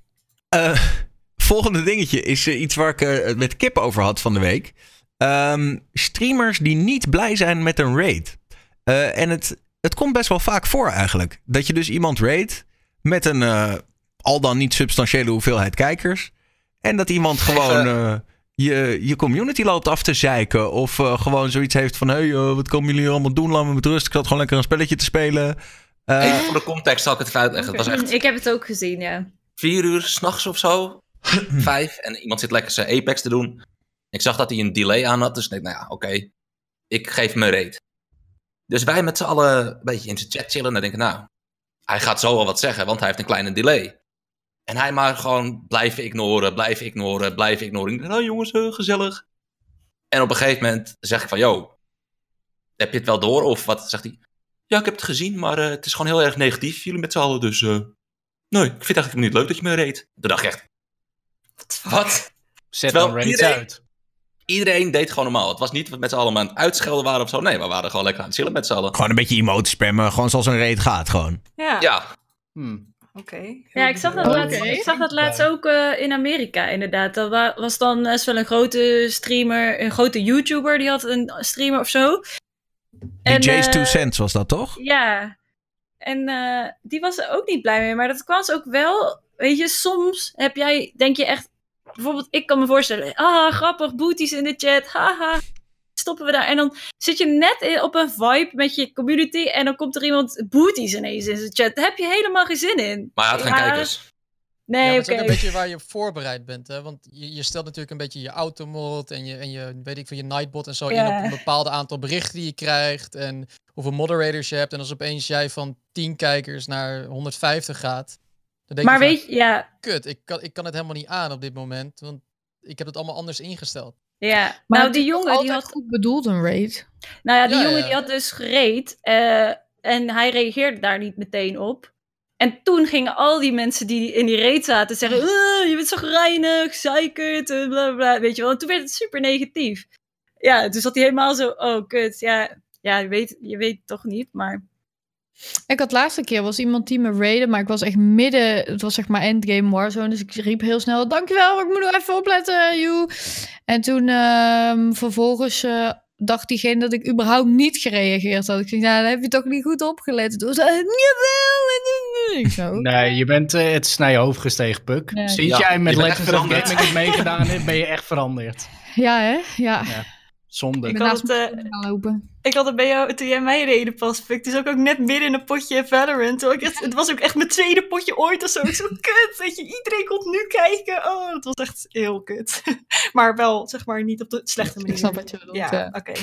Speaker 1: Uh, volgende dingetje is uh, iets waar ik uh, met Kip over had van de week. Um, streamers die niet blij zijn met een raid. Uh, en het, het komt best wel vaak voor eigenlijk. Dat je dus iemand raid met een uh, al dan niet substantiële hoeveelheid kijkers. En dat iemand gewoon... Uh, Je, je community loopt af te zeiken. Of uh, gewoon zoiets heeft van... Hé, hey, uh, wat komen jullie hier allemaal doen? Laat me met rust. Ik zat gewoon lekker een spelletje te spelen. Uh,
Speaker 3: Even voor de context zal ik het even uitleggen. Okay. Het was echt...
Speaker 9: Ik heb het ook gezien, ja.
Speaker 3: Vier uur s'nachts of zo. Vijf. En iemand zit lekker zijn Apex te doen. Ik zag dat hij een delay aan had. Dus ik denk, nou ja, oké. Okay. Ik geef hem een raid. Dus wij met z'n allen een beetje in zijn chat chillen. En dan denken, nou... Hij gaat zo wel wat zeggen, want hij heeft een kleine delay. En hij maar gewoon blijven ignoren, blijven ignoren, blijven ignoren. Ik denk, nou jongens, uh, gezellig. En op een gegeven moment zeg ik van, yo, heb je het wel door? Of wat? Zegt hij, ja, ik heb het gezien, maar uh, het is gewoon heel erg negatief. Jullie met z'n allen, dus uh, nee, ik vind het eigenlijk niet leuk dat je me reed. Toen dacht ik echt, wat?
Speaker 10: Zet dan raids uit.
Speaker 3: Iedereen deed gewoon normaal. Het was niet dat met z'n allen aan het uitschelden waren of zo. Nee, we waren gewoon lekker aan het chillen met z'n allen.
Speaker 1: Gewoon een beetje emote spammen, gewoon zoals een raid gaat, gewoon.
Speaker 4: Ja.
Speaker 3: Ja.
Speaker 10: Hmm.
Speaker 4: Okay.
Speaker 9: Ja, ik zag dat,
Speaker 2: okay.
Speaker 9: laatst, ik zag dat laatst ook uh, in Amerika, inderdaad. Dat wa- was dan best wel een grote streamer, een grote YouTuber, die had een streamer of zo.
Speaker 1: En, D J's uh, Two Cents was dat, toch?
Speaker 9: Ja. En uh, die was er ook niet blij mee, maar dat kwam ook wel, weet je, soms heb jij, denk je echt, bijvoorbeeld, ik kan me voorstellen, ah, grappig, booties in de chat, haha. Stoppen we daar. En dan zit je net in, op een vibe met je community. En dan komt er iemand booties ineens in zijn chat. Daar heb je helemaal geen zin in.
Speaker 3: Maar hij had geen
Speaker 9: ja.
Speaker 3: kijkers.
Speaker 9: Nee,
Speaker 6: ja,
Speaker 9: oké.
Speaker 6: Het is ook een beetje waar je voorbereid bent. Hè? Want je, je stelt natuurlijk een beetje je automod. En je, en je weet ik veel, je nightbot en zo.
Speaker 9: Ja.
Speaker 6: In op een bepaald aantal berichten die je krijgt. En hoeveel moderators je hebt. En als opeens jij van tien kijkers naar honderdvijftig gaat. Dan denk
Speaker 9: maar
Speaker 6: je
Speaker 9: weet
Speaker 6: van,
Speaker 9: je, ja.
Speaker 6: Kut, ik kan, ik kan het helemaal niet aan op dit moment. Want ik heb het allemaal anders ingesteld.
Speaker 9: Ja,
Speaker 2: maar
Speaker 9: nou die jongen die had
Speaker 2: goed bedoeld een raid.
Speaker 9: Nou ja, die
Speaker 6: ja,
Speaker 9: jongen
Speaker 6: ja.
Speaker 9: die had dus gereed uh, en hij reageerde daar niet meteen op. En toen gingen al die mensen die in die raid zaten zeggen, uh, je bent zo reinig, zeikert, bla bla bla, weet je wel. En toen werd het super negatief. Ja, toen zat hij helemaal zo, oh kut, ja, ja je, weet, je weet het toch niet, maar...
Speaker 2: Ik had laatste keer, was iemand die me raidde, maar ik was echt midden, het was zeg maar endgame Warzone, dus ik riep heel snel, dankjewel, maar ik moet nog even opletten, joe. En toen uh, vervolgens uh, dacht diegene dat ik überhaupt niet gereageerd had. Ik zei, nou, dan heb je toch niet goed opgelet. Toen zei hij, jawel. Ik zo.
Speaker 10: Nee, je bent uh, het is naar je hoofd gestegen, Puk.
Speaker 2: Ja.
Speaker 10: Sinds
Speaker 3: Ja,
Speaker 10: jij met
Speaker 3: je bent echt
Speaker 10: Legends of
Speaker 3: veranderd.
Speaker 10: Gaming hebt meegedaan, ben je echt veranderd.
Speaker 2: Ja, hè? Ja.
Speaker 10: Ja. Zonde.
Speaker 2: Ik
Speaker 4: Ik
Speaker 2: ben
Speaker 4: had,
Speaker 2: naast
Speaker 4: het,
Speaker 2: me
Speaker 4: eh,
Speaker 2: gaan lopen.
Speaker 4: ik had het bij jou, toen jij mij reden pas, Puk. Dus ook, ook net midden in een potje Valorant. Terwijl ik echt- Het was ook echt mijn tweede potje ooit of zo. Ik zo kut, weet je. Iedereen komt nu kijken. Oh, dat was echt heel kut. Maar wel, zeg maar, niet op de slechte manier.
Speaker 2: Ik snap wat je bedoelt.
Speaker 4: Ja,
Speaker 2: Ja,
Speaker 4: oké.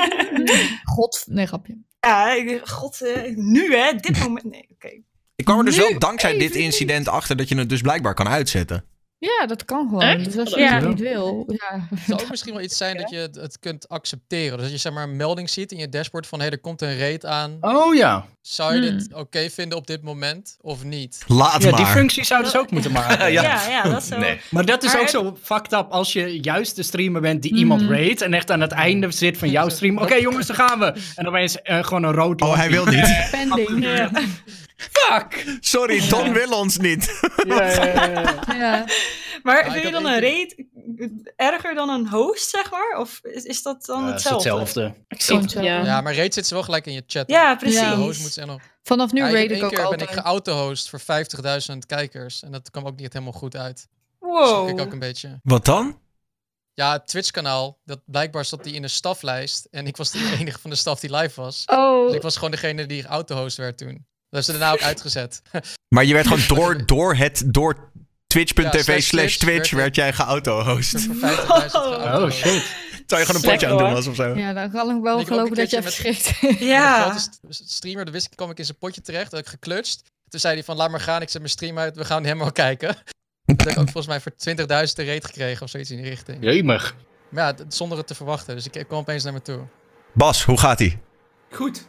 Speaker 2: God, nee, grapje.
Speaker 4: Ja, ik- god, eh, nu hè, dit moment. Nee, oké.
Speaker 1: Ik kwam er dus
Speaker 2: Nu
Speaker 1: wel dankzij dit
Speaker 2: even
Speaker 1: incident achter dat je het dus blijkbaar kan uitzetten.
Speaker 2: Ja, dat kan gewoon.
Speaker 8: Echt?
Speaker 2: Dus als je
Speaker 9: Ja.
Speaker 2: het niet wil, ja.
Speaker 6: Het zou ook misschien wel iets zijn dat je het, het kunt accepteren. Dus dat je zeg maar een melding ziet in je dashboard van... hé, hey, er komt een raid aan.
Speaker 10: Oh ja.
Speaker 6: Zou je
Speaker 2: Hmm.
Speaker 6: dit oké vinden op dit moment of niet?
Speaker 1: Laat
Speaker 10: Ja,
Speaker 1: maar.
Speaker 10: die functie zouden ze ook moeten maken.
Speaker 3: Ja.
Speaker 4: Ja, ja, dat is zo.
Speaker 3: Nee.
Speaker 10: Maar dat is
Speaker 4: Maar
Speaker 10: ook
Speaker 4: heb-
Speaker 10: zo fucked up als je juist de streamer bent die
Speaker 2: Mhm.
Speaker 10: iemand raid en echt aan het einde zit van jouw stream. Oké jongens, daar gaan we. En dan opeens uh, gewoon een rood
Speaker 1: Oh, hij
Speaker 10: lampje.
Speaker 1: wil niet.
Speaker 2: Pending. Ja.
Speaker 10: Fuck!
Speaker 1: Sorry, Don wil ons niet.
Speaker 10: Ja, ja, ja, ja.
Speaker 2: Ja.
Speaker 4: Maar
Speaker 6: Ja, ik
Speaker 4: vind je
Speaker 6: had
Speaker 4: dan
Speaker 6: één
Speaker 4: een raid erger dan een host, zeg maar? Of is, is dat dan
Speaker 10: Ja, het is
Speaker 4: hetzelfde?
Speaker 10: hetzelfde.
Speaker 8: Ik zie het,
Speaker 2: Gewoon
Speaker 8: ja.
Speaker 6: Ja, maar raid zit ze wel gelijk in je chat.
Speaker 4: Ja, precies.
Speaker 2: Ja.
Speaker 6: De host moet ze nog...
Speaker 2: Vanaf nu
Speaker 6: Ja, ik
Speaker 2: raid
Speaker 6: heb
Speaker 2: ik
Speaker 6: één
Speaker 2: ook
Speaker 6: keer ben
Speaker 2: altijd.
Speaker 6: ik geauto-host voor vijftigduizend kijkers. En dat kwam ook niet helemaal goed uit.
Speaker 4: Wow.
Speaker 6: Schrok ik ook een beetje.
Speaker 1: Wat dan?
Speaker 6: Ja, het Twitch-kanaal, dat blijkbaar zat die in de staflijst. En ik was de enige van de staf die live was.
Speaker 2: Oh,
Speaker 6: Dus ik was gewoon degene die auto-host werd toen. Dat hebben ze daarna ook uitgezet.
Speaker 1: Maar je werd gewoon door, door het, door twitch.tv
Speaker 6: Ja, slash
Speaker 1: slash
Speaker 6: Twitch
Speaker 1: Twitch
Speaker 6: werd
Speaker 1: werd jij geauto-host.
Speaker 6: voor vijftigduizend
Speaker 4: Oh.
Speaker 6: geauto-host.
Speaker 10: Oh shit.
Speaker 1: Terwijl je gewoon een potje aan het doen was of zo.
Speaker 2: ja, dan kan ik wel
Speaker 6: Ik ook
Speaker 2: geloven
Speaker 6: een
Speaker 2: dat je
Speaker 6: keertje
Speaker 2: even schrikt.
Speaker 6: Een
Speaker 4: Ja.
Speaker 6: grote st- streamer, de wist ik, kwam ik in zijn potje terecht. Dat ik geklutst. Toen zei hij van, laat maar gaan, ik zet mijn stream uit. We gaan hem wel kijken. Toen heb ik ook volgens mij voor twintigduizend de rate gekregen of zoiets in die richting.
Speaker 10: Jemig.
Speaker 6: Maar ja, d- zonder het te verwachten. Dus ik, ik kwam opeens naar me toe.
Speaker 1: Bas, hoe gaat ie?
Speaker 7: Goed.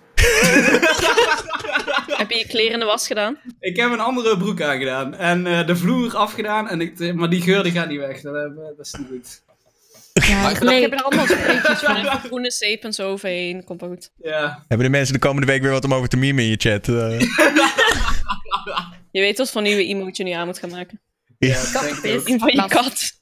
Speaker 8: Heb je je kleren in de was gedaan?
Speaker 7: Ik heb een andere broek aangedaan. En eh, de vloer afgedaan. En ik, eh, maar die geur die gaat niet weg. Dat, eh, dat is niet goed.
Speaker 2: Ja,
Speaker 6: Maar
Speaker 2: ik,
Speaker 6: ik-
Speaker 2: ik heb er allemaal spreekjes van.
Speaker 8: Even groene zeep en zo overheen. Komt wel goed.
Speaker 7: Ja.
Speaker 1: Hebben de mensen de komende week weer wat om over te memen in je chat? Eh,
Speaker 8: Je weet wat voor nieuwe emoji je nu aan moet gaan maken.
Speaker 1: ja.
Speaker 7: denk ik ook.
Speaker 8: Die van je kat.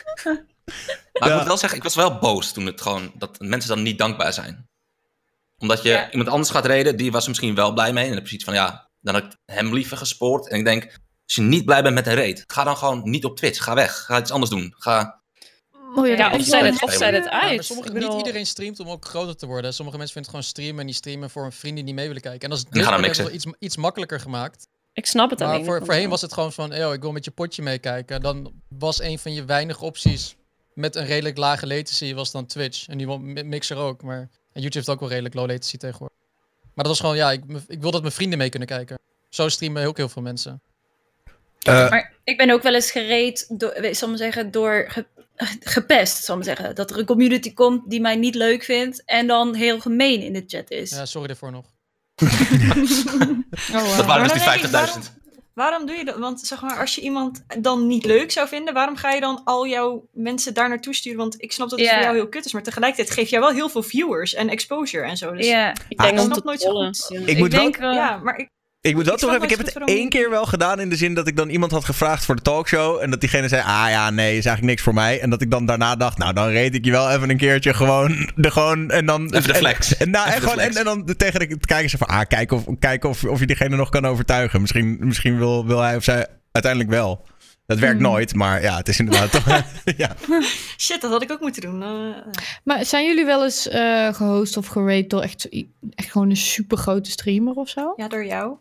Speaker 3: Maar
Speaker 1: Ja.
Speaker 3: ik moet wel zeggen, ik was wel boos toen het gewoon... dat mensen dan niet dankbaar zijn. Omdat je
Speaker 4: Ja.
Speaker 3: iemand anders gaat reden, die was er misschien wel blij mee. En dan heb je zoiets van, ja, dan had ik hem liever gespoord. En ik denk, als je niet blij bent met een raid, ga dan gewoon niet op Twitch. Ga weg. Ga iets anders doen. Ga...
Speaker 2: Oh,
Speaker 8: Ja,
Speaker 2: dat
Speaker 8: of
Speaker 2: is
Speaker 8: zet
Speaker 2: wel
Speaker 8: het,
Speaker 2: een-
Speaker 8: of zet het
Speaker 6: Ja, maar
Speaker 8: uit.
Speaker 6: sommige,
Speaker 8: Ik bedoel-
Speaker 6: Niet iedereen streamt om ook groter te worden. Sommige mensen vinden het gewoon streamen en die streamen voor een vriend die niet mee willen kijken. En als
Speaker 3: die gaan
Speaker 6: Discord
Speaker 3: dan
Speaker 6: heeft het
Speaker 3: mixen.
Speaker 6: wel iets, iets makkelijker gemaakt.
Speaker 8: Ik snap het
Speaker 6: Maar
Speaker 8: alleen.
Speaker 6: voor,
Speaker 8: niet.
Speaker 6: voorheen was het gewoon van, yo, ik wil met je potje meekijken. Dan was een van je weinige opties met een redelijk lage latency was dan Twitch. En die mi- Mixer ook. Maar en YouTube heeft ook wel redelijk low latency tegenwoordig. Maar dat was gewoon, ja, ik, ik wil dat mijn vrienden mee kunnen kijken. Zo streamen ook heel veel mensen.
Speaker 1: Eh,
Speaker 9: Maar ik ben ook wel eens gereed, door, eh, zal ik maar zeggen, door ge- gepest, zal ik maar zeggen. Dat er een community komt die mij niet leuk vindt en dan heel gemeen in de chat is.
Speaker 6: Ja, sorry daarvoor nog.
Speaker 2: Oh, wow.
Speaker 3: Dat waren
Speaker 4: Maar
Speaker 3: dus
Speaker 4: dan
Speaker 3: die
Speaker 4: denk ik,
Speaker 3: vijftigduizend.
Speaker 4: Waarom doe je dat? Want zeg maar, als je iemand dan niet leuk zou vinden, waarom ga je dan al jouw mensen daar naartoe sturen? Want ik snap dat het
Speaker 9: Ja.
Speaker 4: voor jou heel kut is, maar tegelijkertijd geef jij wel heel veel viewers en exposure en zo. Dus
Speaker 9: Ja,
Speaker 8: Ik
Speaker 1: Ah,
Speaker 8: denk
Speaker 1: ik
Speaker 8: om
Speaker 4: snap
Speaker 8: te
Speaker 4: nooit zo
Speaker 8: trollen.
Speaker 4: goed.
Speaker 8: Ja.
Speaker 1: Ik moet wel-
Speaker 9: denk wel...
Speaker 4: ja, maar ik,
Speaker 1: Ik moet wel
Speaker 4: Ik snap
Speaker 1: toegeven, ik heb
Speaker 4: nooit
Speaker 1: het
Speaker 4: goed waarom-
Speaker 1: één keer wel gedaan in de zin dat ik dan iemand had gevraagd voor de talkshow. En dat diegene zei, ah ja, nee, is eigenlijk niks voor mij. En dat ik dan daarna dacht, nou dan reed ik je wel even een keertje gewoon, de, gewoon en dan...
Speaker 3: Even de flex.
Speaker 1: En, en, nou,
Speaker 3: Even
Speaker 1: en,
Speaker 3: de
Speaker 1: gewoon, en,
Speaker 3: flex.
Speaker 1: en dan tegen de kijkers van, ah, kijk, of, kijk of, of je diegene nog kan overtuigen. Misschien, misschien wil, wil hij of zij uiteindelijk wel. Dat werkt
Speaker 2: Hmm.
Speaker 1: nooit, maar ja, het is inderdaad toch... ja.
Speaker 4: shit, dat had ik ook moeten doen. Eh,
Speaker 2: Maar zijn jullie wel eens eh gehost of gerate door echt, echt gewoon een super grote streamer of zo?
Speaker 4: ja, door jou.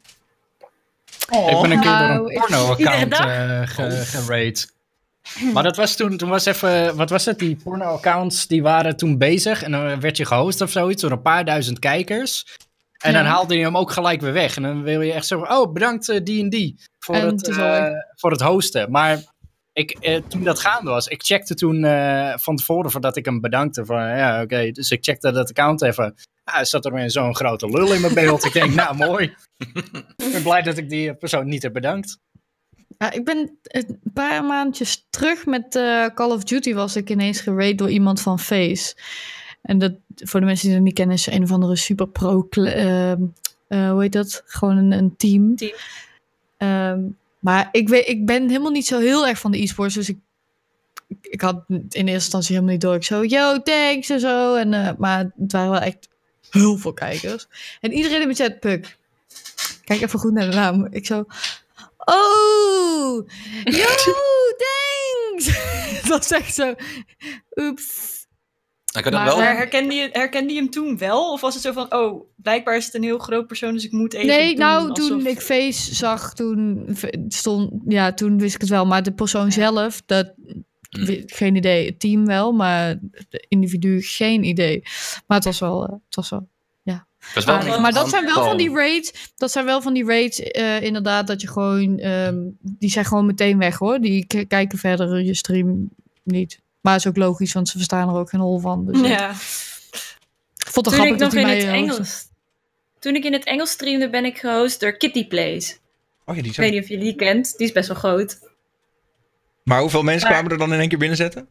Speaker 10: Ik ben een keer door
Speaker 2: Nou,
Speaker 10: een
Speaker 2: ik-
Speaker 10: porno-account
Speaker 9: Iedere dag?
Speaker 10: eh ge, gerate. Maar dat was toen, toen was even, wat was het, die porno-accounts die waren toen bezig en dan werd je gehost of zoiets door een paar duizend kijkers. En
Speaker 2: Ja.
Speaker 10: dan haalde je hem ook gelijk weer weg. En dan wil je echt zo van, oh bedankt eh, die en die voor,
Speaker 2: En
Speaker 10: het,
Speaker 2: het is al
Speaker 10: eh,
Speaker 2: weg.
Speaker 10: voor het hosten. Maar ik, eh, toen dat gaande was, ik checkte toen eh, van tevoren voordat ik hem bedankte van, ja oké, dus ik checkte dat account even. Ah, er zat er weer zo'n grote lul in mijn beeld. Ik denk, nou mooi. Ik ben blij dat ik die persoon niet heb bedankt.
Speaker 2: Ja, ik ben een paar maandjes terug met eh, Call of Duty was ik ineens gerate door iemand van Face. En dat, voor de mensen die dat niet kennen, is een of andere super pro, kle- ehm, eh, hoe heet dat? Gewoon een, een team.
Speaker 9: Team.
Speaker 2: Ehm, maar ik, weet, ik ben helemaal niet zo heel erg van de e-sports, dus ik ik had in eerste instantie helemaal niet door. Ik zo, yo, thanks en zo. En, uh, maar het waren wel echt heel veel kijkers. En iedereen in mijn chat, Puk. Kijk even goed naar de naam. Ik zo, oh, yo, thanks. Dat is echt zo, oeps.
Speaker 3: Ik had
Speaker 4: Maar,
Speaker 3: wel...
Speaker 4: maar herkende, je, herkende je hem toen wel? Of was het zo van, oh, blijkbaar is het een heel groot persoon, dus ik moet even
Speaker 2: Nee,
Speaker 4: doen
Speaker 2: nou,
Speaker 4: alsof...
Speaker 2: toen ik Face zag, toen stond, ja, toen wist ik het wel. Maar de persoon zelf, dat,
Speaker 3: Hm.
Speaker 2: geen idee. Het team wel, maar de individu geen idee. Maar het was wel, uh, het was wel, ja.
Speaker 3: Het was wel
Speaker 2: aardig.
Speaker 3: een
Speaker 2: Maar dat zijn wel
Speaker 3: aantal-
Speaker 2: van die raids, dat zijn wel van die raids, uh, inderdaad, dat je gewoon, um, die zijn gewoon meteen weg, hoor. Die k- kijken verder je stream niet. Maar is ook logisch, want ze verstaan er ook geen hol van. Dus, uh,
Speaker 4: Ja.
Speaker 2: ik vond het
Speaker 9: Toen
Speaker 2: grappig
Speaker 9: ik
Speaker 2: dat
Speaker 9: nog
Speaker 2: hij
Speaker 9: in
Speaker 2: mij
Speaker 9: het
Speaker 2: uh,
Speaker 9: Engels... Toen ik in het Engels streamde, ben ik gehost door Kitty Plays.
Speaker 1: Oh ja, die
Speaker 9: Ik weet niet of je die kent. Die is best wel groot.
Speaker 1: Maar hoeveel mensen
Speaker 9: Maar-
Speaker 1: kwamen er dan in één keer binnenzetten?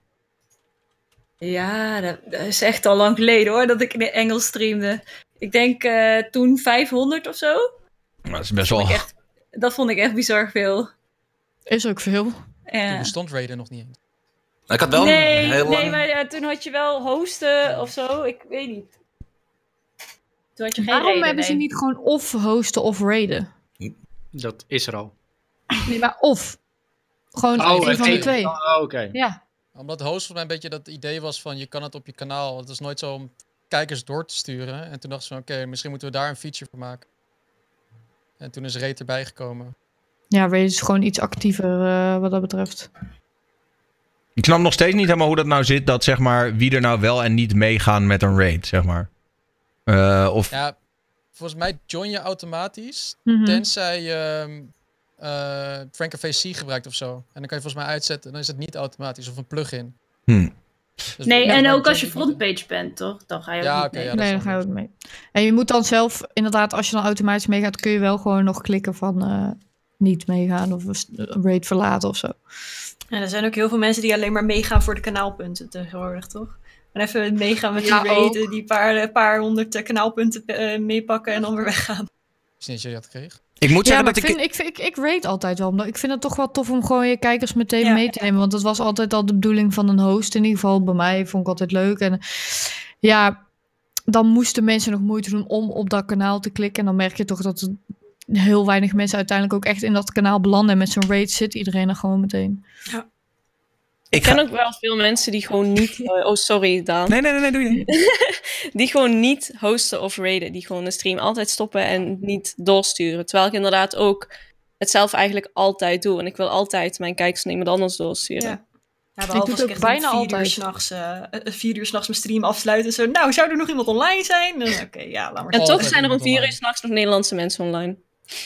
Speaker 9: Ja, dat, dat is echt al lang geleden hoor, dat ik in het Engels streamde. Ik denk uh, toen vijfhonderd of zo.
Speaker 1: Dat is best
Speaker 9: Vond
Speaker 1: wel...
Speaker 9: ik echt, dat vond ik echt bizar veel.
Speaker 2: Is ook veel.
Speaker 6: Toen
Speaker 9: Ja.
Speaker 6: bestond Raider nog niet eens.
Speaker 3: Ik had wel
Speaker 9: Nee,
Speaker 3: een heel
Speaker 9: nee
Speaker 3: lang...
Speaker 9: maar ja, toen had je wel hosten of zo. Ik weet niet. Toen had je geen
Speaker 2: Waarom
Speaker 9: reden,
Speaker 2: hebben ze
Speaker 9: nee.
Speaker 2: niet gewoon of hosten of raiden?
Speaker 10: Dat is er al.
Speaker 2: Nee, maar of. Gewoon
Speaker 10: Oh,
Speaker 2: een
Speaker 10: het
Speaker 2: van de
Speaker 10: een-
Speaker 2: twee.
Speaker 10: Oh, oké.
Speaker 2: Ja.
Speaker 6: Omdat host volgens mij een beetje dat idee was van je kan het op je kanaal. Het is nooit zo om kijkers door te sturen. En toen dachten ze van oké, misschien moeten we daar een feature voor maken. En toen is Raid erbij gekomen.
Speaker 2: Ja, raid is gewoon iets actiever uh, wat dat betreft.
Speaker 1: Ik snap nog steeds niet helemaal hoe dat nou zit, dat zeg maar wie er nou wel en niet meegaan met een raid, zeg maar. Uh, of...
Speaker 6: Ja, volgens mij join je automatisch,
Speaker 2: Mhm.
Speaker 6: tenzij je uh, Frankerface C gebruikt of zo. En dan kan je volgens mij uitzetten, dan is het niet automatisch of een plugin.
Speaker 1: Hm.
Speaker 6: Dus
Speaker 9: Nee,
Speaker 6: ja,
Speaker 9: en
Speaker 6: maar
Speaker 9: ook als je
Speaker 6: join niet-
Speaker 9: frontpage bent, toch? Dan ga je
Speaker 6: Ja,
Speaker 9: ook
Speaker 6: oké,
Speaker 9: niet
Speaker 6: ja,
Speaker 9: mee.
Speaker 6: dat
Speaker 2: Nee,
Speaker 6: is
Speaker 2: dan
Speaker 6: wel
Speaker 2: ga je ook mee. En je moet dan zelf, inderdaad, als je dan automatisch meegaat, kun je wel gewoon nog klikken van uh, niet meegaan of een raid verlaten of zo.
Speaker 4: Ja, er zijn ook heel veel mensen die alleen maar meegaan voor de kanaalpunten tegenwoordig, toch? En even meegaan met
Speaker 2: Ja,
Speaker 4: die raiden,
Speaker 2: ook.
Speaker 4: die paar, paar honderd uh, kanaalpunten uh, meepakken en dan weer weggaan.
Speaker 6: Is niet dat je dat kreeg.
Speaker 1: Ik moet
Speaker 2: Ja,
Speaker 1: zeggen
Speaker 2: maar
Speaker 1: dat
Speaker 2: ik,
Speaker 1: ik...
Speaker 2: vind, ik, vind, ik, ik raid altijd wel. Omdat ik vind het toch wel tof om gewoon je kijkers meteen
Speaker 4: Ja,
Speaker 2: mee te nemen. Want dat was altijd al de bedoeling van een host. In ieder geval bij mij vond ik altijd leuk. En ja, dan moesten mensen nog moeite doen om op dat kanaal te klikken. En dan merk je toch dat er heel weinig mensen uiteindelijk ook echt in dat kanaal belanden. En met zo'n raid zit iedereen er gewoon meteen.
Speaker 1: Ik
Speaker 8: Ik ken
Speaker 1: ga...
Speaker 8: ook wel veel mensen die gewoon niet... Uh, oh, sorry, Daan.
Speaker 1: Nee, nee, nee, nee, doe je niet.
Speaker 8: Die gewoon niet hosten of raiden. Die gewoon de stream altijd stoppen en niet doorsturen. Terwijl ik inderdaad ook het zelf eigenlijk altijd doe. En ik wil altijd mijn kijkers naar iemand anders doorsturen.
Speaker 4: Ja. Ja,
Speaker 2: Ik
Speaker 4: behalve
Speaker 2: doe
Speaker 4: als
Speaker 2: het
Speaker 4: ik
Speaker 2: ook
Speaker 4: echt
Speaker 2: bijna
Speaker 4: om vier uur
Speaker 2: altijd.
Speaker 4: s'nachts uh, vier uur s'nachts mijn stream afsluit en zo. Nou, zou er nog iemand online zijn? Dan, Oké, okay, ja, laat maar.
Speaker 8: En
Speaker 6: Altijd
Speaker 8: toch zijn er om
Speaker 6: iemand
Speaker 8: vier uur
Speaker 6: online.
Speaker 8: s'nachts nog Nederlandse mensen online.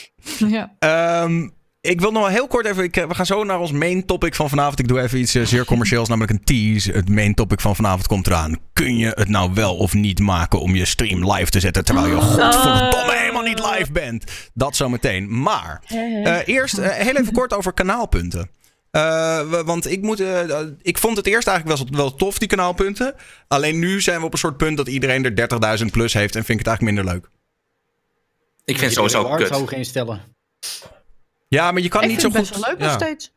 Speaker 2: Ja.
Speaker 1: Um, ik wil nog wel heel kort even... Ik, we gaan zo naar ons main topic van vanavond. Ik doe even iets uh, zeer commercieels, namelijk een tease. Het main topic van vanavond komt eraan. Kun je het nou wel of niet maken om je stream live te zetten... terwijl je godverdomme helemaal niet live bent? Dat zometeen. Maar uh, eerst uh, heel even kort over kanaalpunten. Uh, want ik, moet, uh, ik vond het eerst eigenlijk wel, wel tof, die kanaalpunten. Alleen nu zijn we op een soort punt dat iedereen er dertigduizend plus heeft... en vind ik het eigenlijk minder leuk.
Speaker 3: Ik vind het sowieso
Speaker 10: hard
Speaker 3: kut.
Speaker 10: hoog instellen.
Speaker 1: Ja, maar je kan
Speaker 2: Ik
Speaker 1: niet
Speaker 2: vind
Speaker 1: zo
Speaker 2: het
Speaker 1: goed...
Speaker 2: best wel leuk
Speaker 1: ja.
Speaker 2: nog steeds.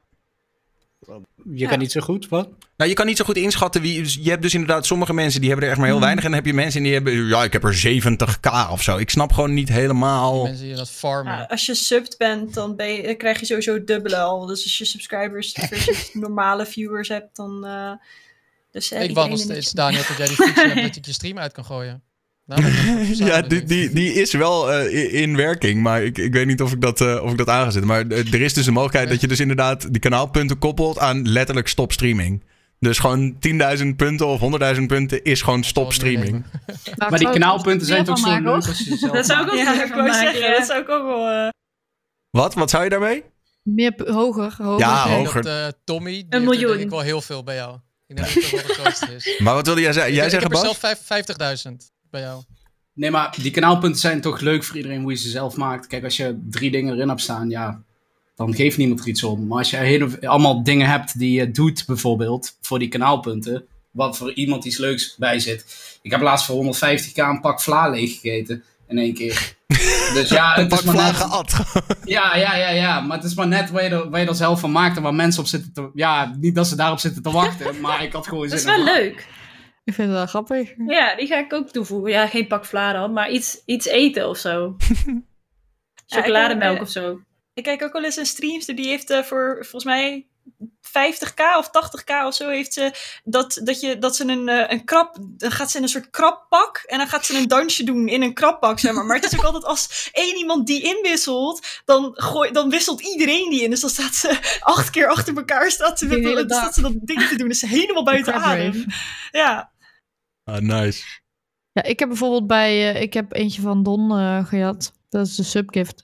Speaker 10: Je kan niet zo goed, wat?
Speaker 1: Nou, je kan niet zo goed inschatten wie... Je hebt dus inderdaad sommige mensen die hebben er echt maar heel
Speaker 2: Hmm.
Speaker 1: weinig... en dan heb je mensen die hebben... Ja, ik heb er zeventig k of zo. Ik snap gewoon niet helemaal...
Speaker 6: Mensen die dat farmen.
Speaker 4: Ja, als je subbed bent, dan, ben je, dan krijg je sowieso dubbele al. Dus als je subscribers versus normale viewers hebt, dan... Uh, dus, uh,
Speaker 6: Ik
Speaker 4: die
Speaker 6: wacht nog
Speaker 4: ene
Speaker 6: steeds,
Speaker 4: niet-
Speaker 6: Daniel, tot jij die feature hebt dat je je stream uit kan gooien. Nou, dat is een
Speaker 1: Ja, die, die, die is wel uh, in, in werking. Maar ik, ik weet niet of ik dat, uh, of ik dat aan ga zetten. Maar uh, er is dus een mogelijkheid dat je dus inderdaad... die kanaalpunten koppelt aan letterlijk stop streaming. Dus gewoon tienduizend punten of honderdduizend punten is gewoon stop streaming.
Speaker 7: Maar die kanaalpunten zijn toch zo leuk als je ze zelf
Speaker 9: Dat zou ik ook
Speaker 4: Ja,
Speaker 9: weer
Speaker 4: ik
Speaker 9: van
Speaker 4: wou
Speaker 9: maken,
Speaker 4: zeggen,
Speaker 9: ja.
Speaker 4: dat zou ik ook wel... Uh...
Speaker 1: Wat? Wat zou je daarmee?
Speaker 2: Meer p- hoger. hoger
Speaker 1: Ja,
Speaker 6: Ik denk
Speaker 1: hoger.
Speaker 6: dat uh, Tommy, die
Speaker 9: Een
Speaker 6: heeft er
Speaker 9: miljoen.
Speaker 6: denk ik wel heel veel bij jou. Ik denk dat het wel de grootste is.
Speaker 1: Maar wat wilde jij zeggen? Jij
Speaker 6: ik,
Speaker 1: zeggen,
Speaker 6: ik heb er
Speaker 1: Bas?
Speaker 6: zelf vijf- vijftigduizend bij jou.
Speaker 7: Nee, maar die kanaalpunten zijn toch leuk voor iedereen hoe je ze zelf maakt. Kijk, als je drie dingen erin hebt staan, ja, dan geeft niemand er iets om. Maar als je hele, allemaal dingen hebt die je doet, bijvoorbeeld, voor die kanaalpunten, wat voor iemand iets leuks bij zit. Ik heb laatst voor honderdvijftig k een pak vla leeg gegeten in één keer. Dus ja,
Speaker 1: Een
Speaker 7: het
Speaker 1: pak
Speaker 7: is maar
Speaker 1: vlagen
Speaker 7: net...
Speaker 1: at.
Speaker 7: Ja, ja, ja, ja. Maar het is maar net waar je, er, waar je er zelf van maakt en waar mensen op zitten te... Ja, niet dat ze daarop zitten te wachten, maar ik had gewoon
Speaker 9: Dat
Speaker 7: zin
Speaker 9: is
Speaker 7: in
Speaker 9: wel
Speaker 7: een-
Speaker 9: leuk.
Speaker 2: Ik vind het wel grappig.
Speaker 9: Ja, die ga ik ook toevoegen. Ja, geen pak vla dan, maar iets, iets eten of zo. Chocolademelk
Speaker 4: ik-
Speaker 9: of zo.
Speaker 4: Ik kijk ook wel eens een streamster die heeft uh, voor volgens mij vijftig k of tachtig k of zo heeft ze dat, dat, je, dat ze een, uh, een krab, dan gaat ze in een soort krabpak en dan gaat ze een dansje doen in een krabpak, zeg maar. Maar het is ook altijd als één iemand die inwisselt, dan, gooi, dan wisselt iedereen die in. Dus dan staat ze acht keer achter elkaar, staat ze,
Speaker 2: Die hele
Speaker 4: dan
Speaker 2: dag.
Speaker 4: staat ze dat ding te doen. Dus ze helemaal buiten
Speaker 2: Crab
Speaker 4: adem.
Speaker 2: rave.
Speaker 4: Ja.
Speaker 1: Ah, nice.
Speaker 2: Ja, ik heb bijvoorbeeld bij... uh, ik heb eentje van Don uh, gehad. Dat is de subgift.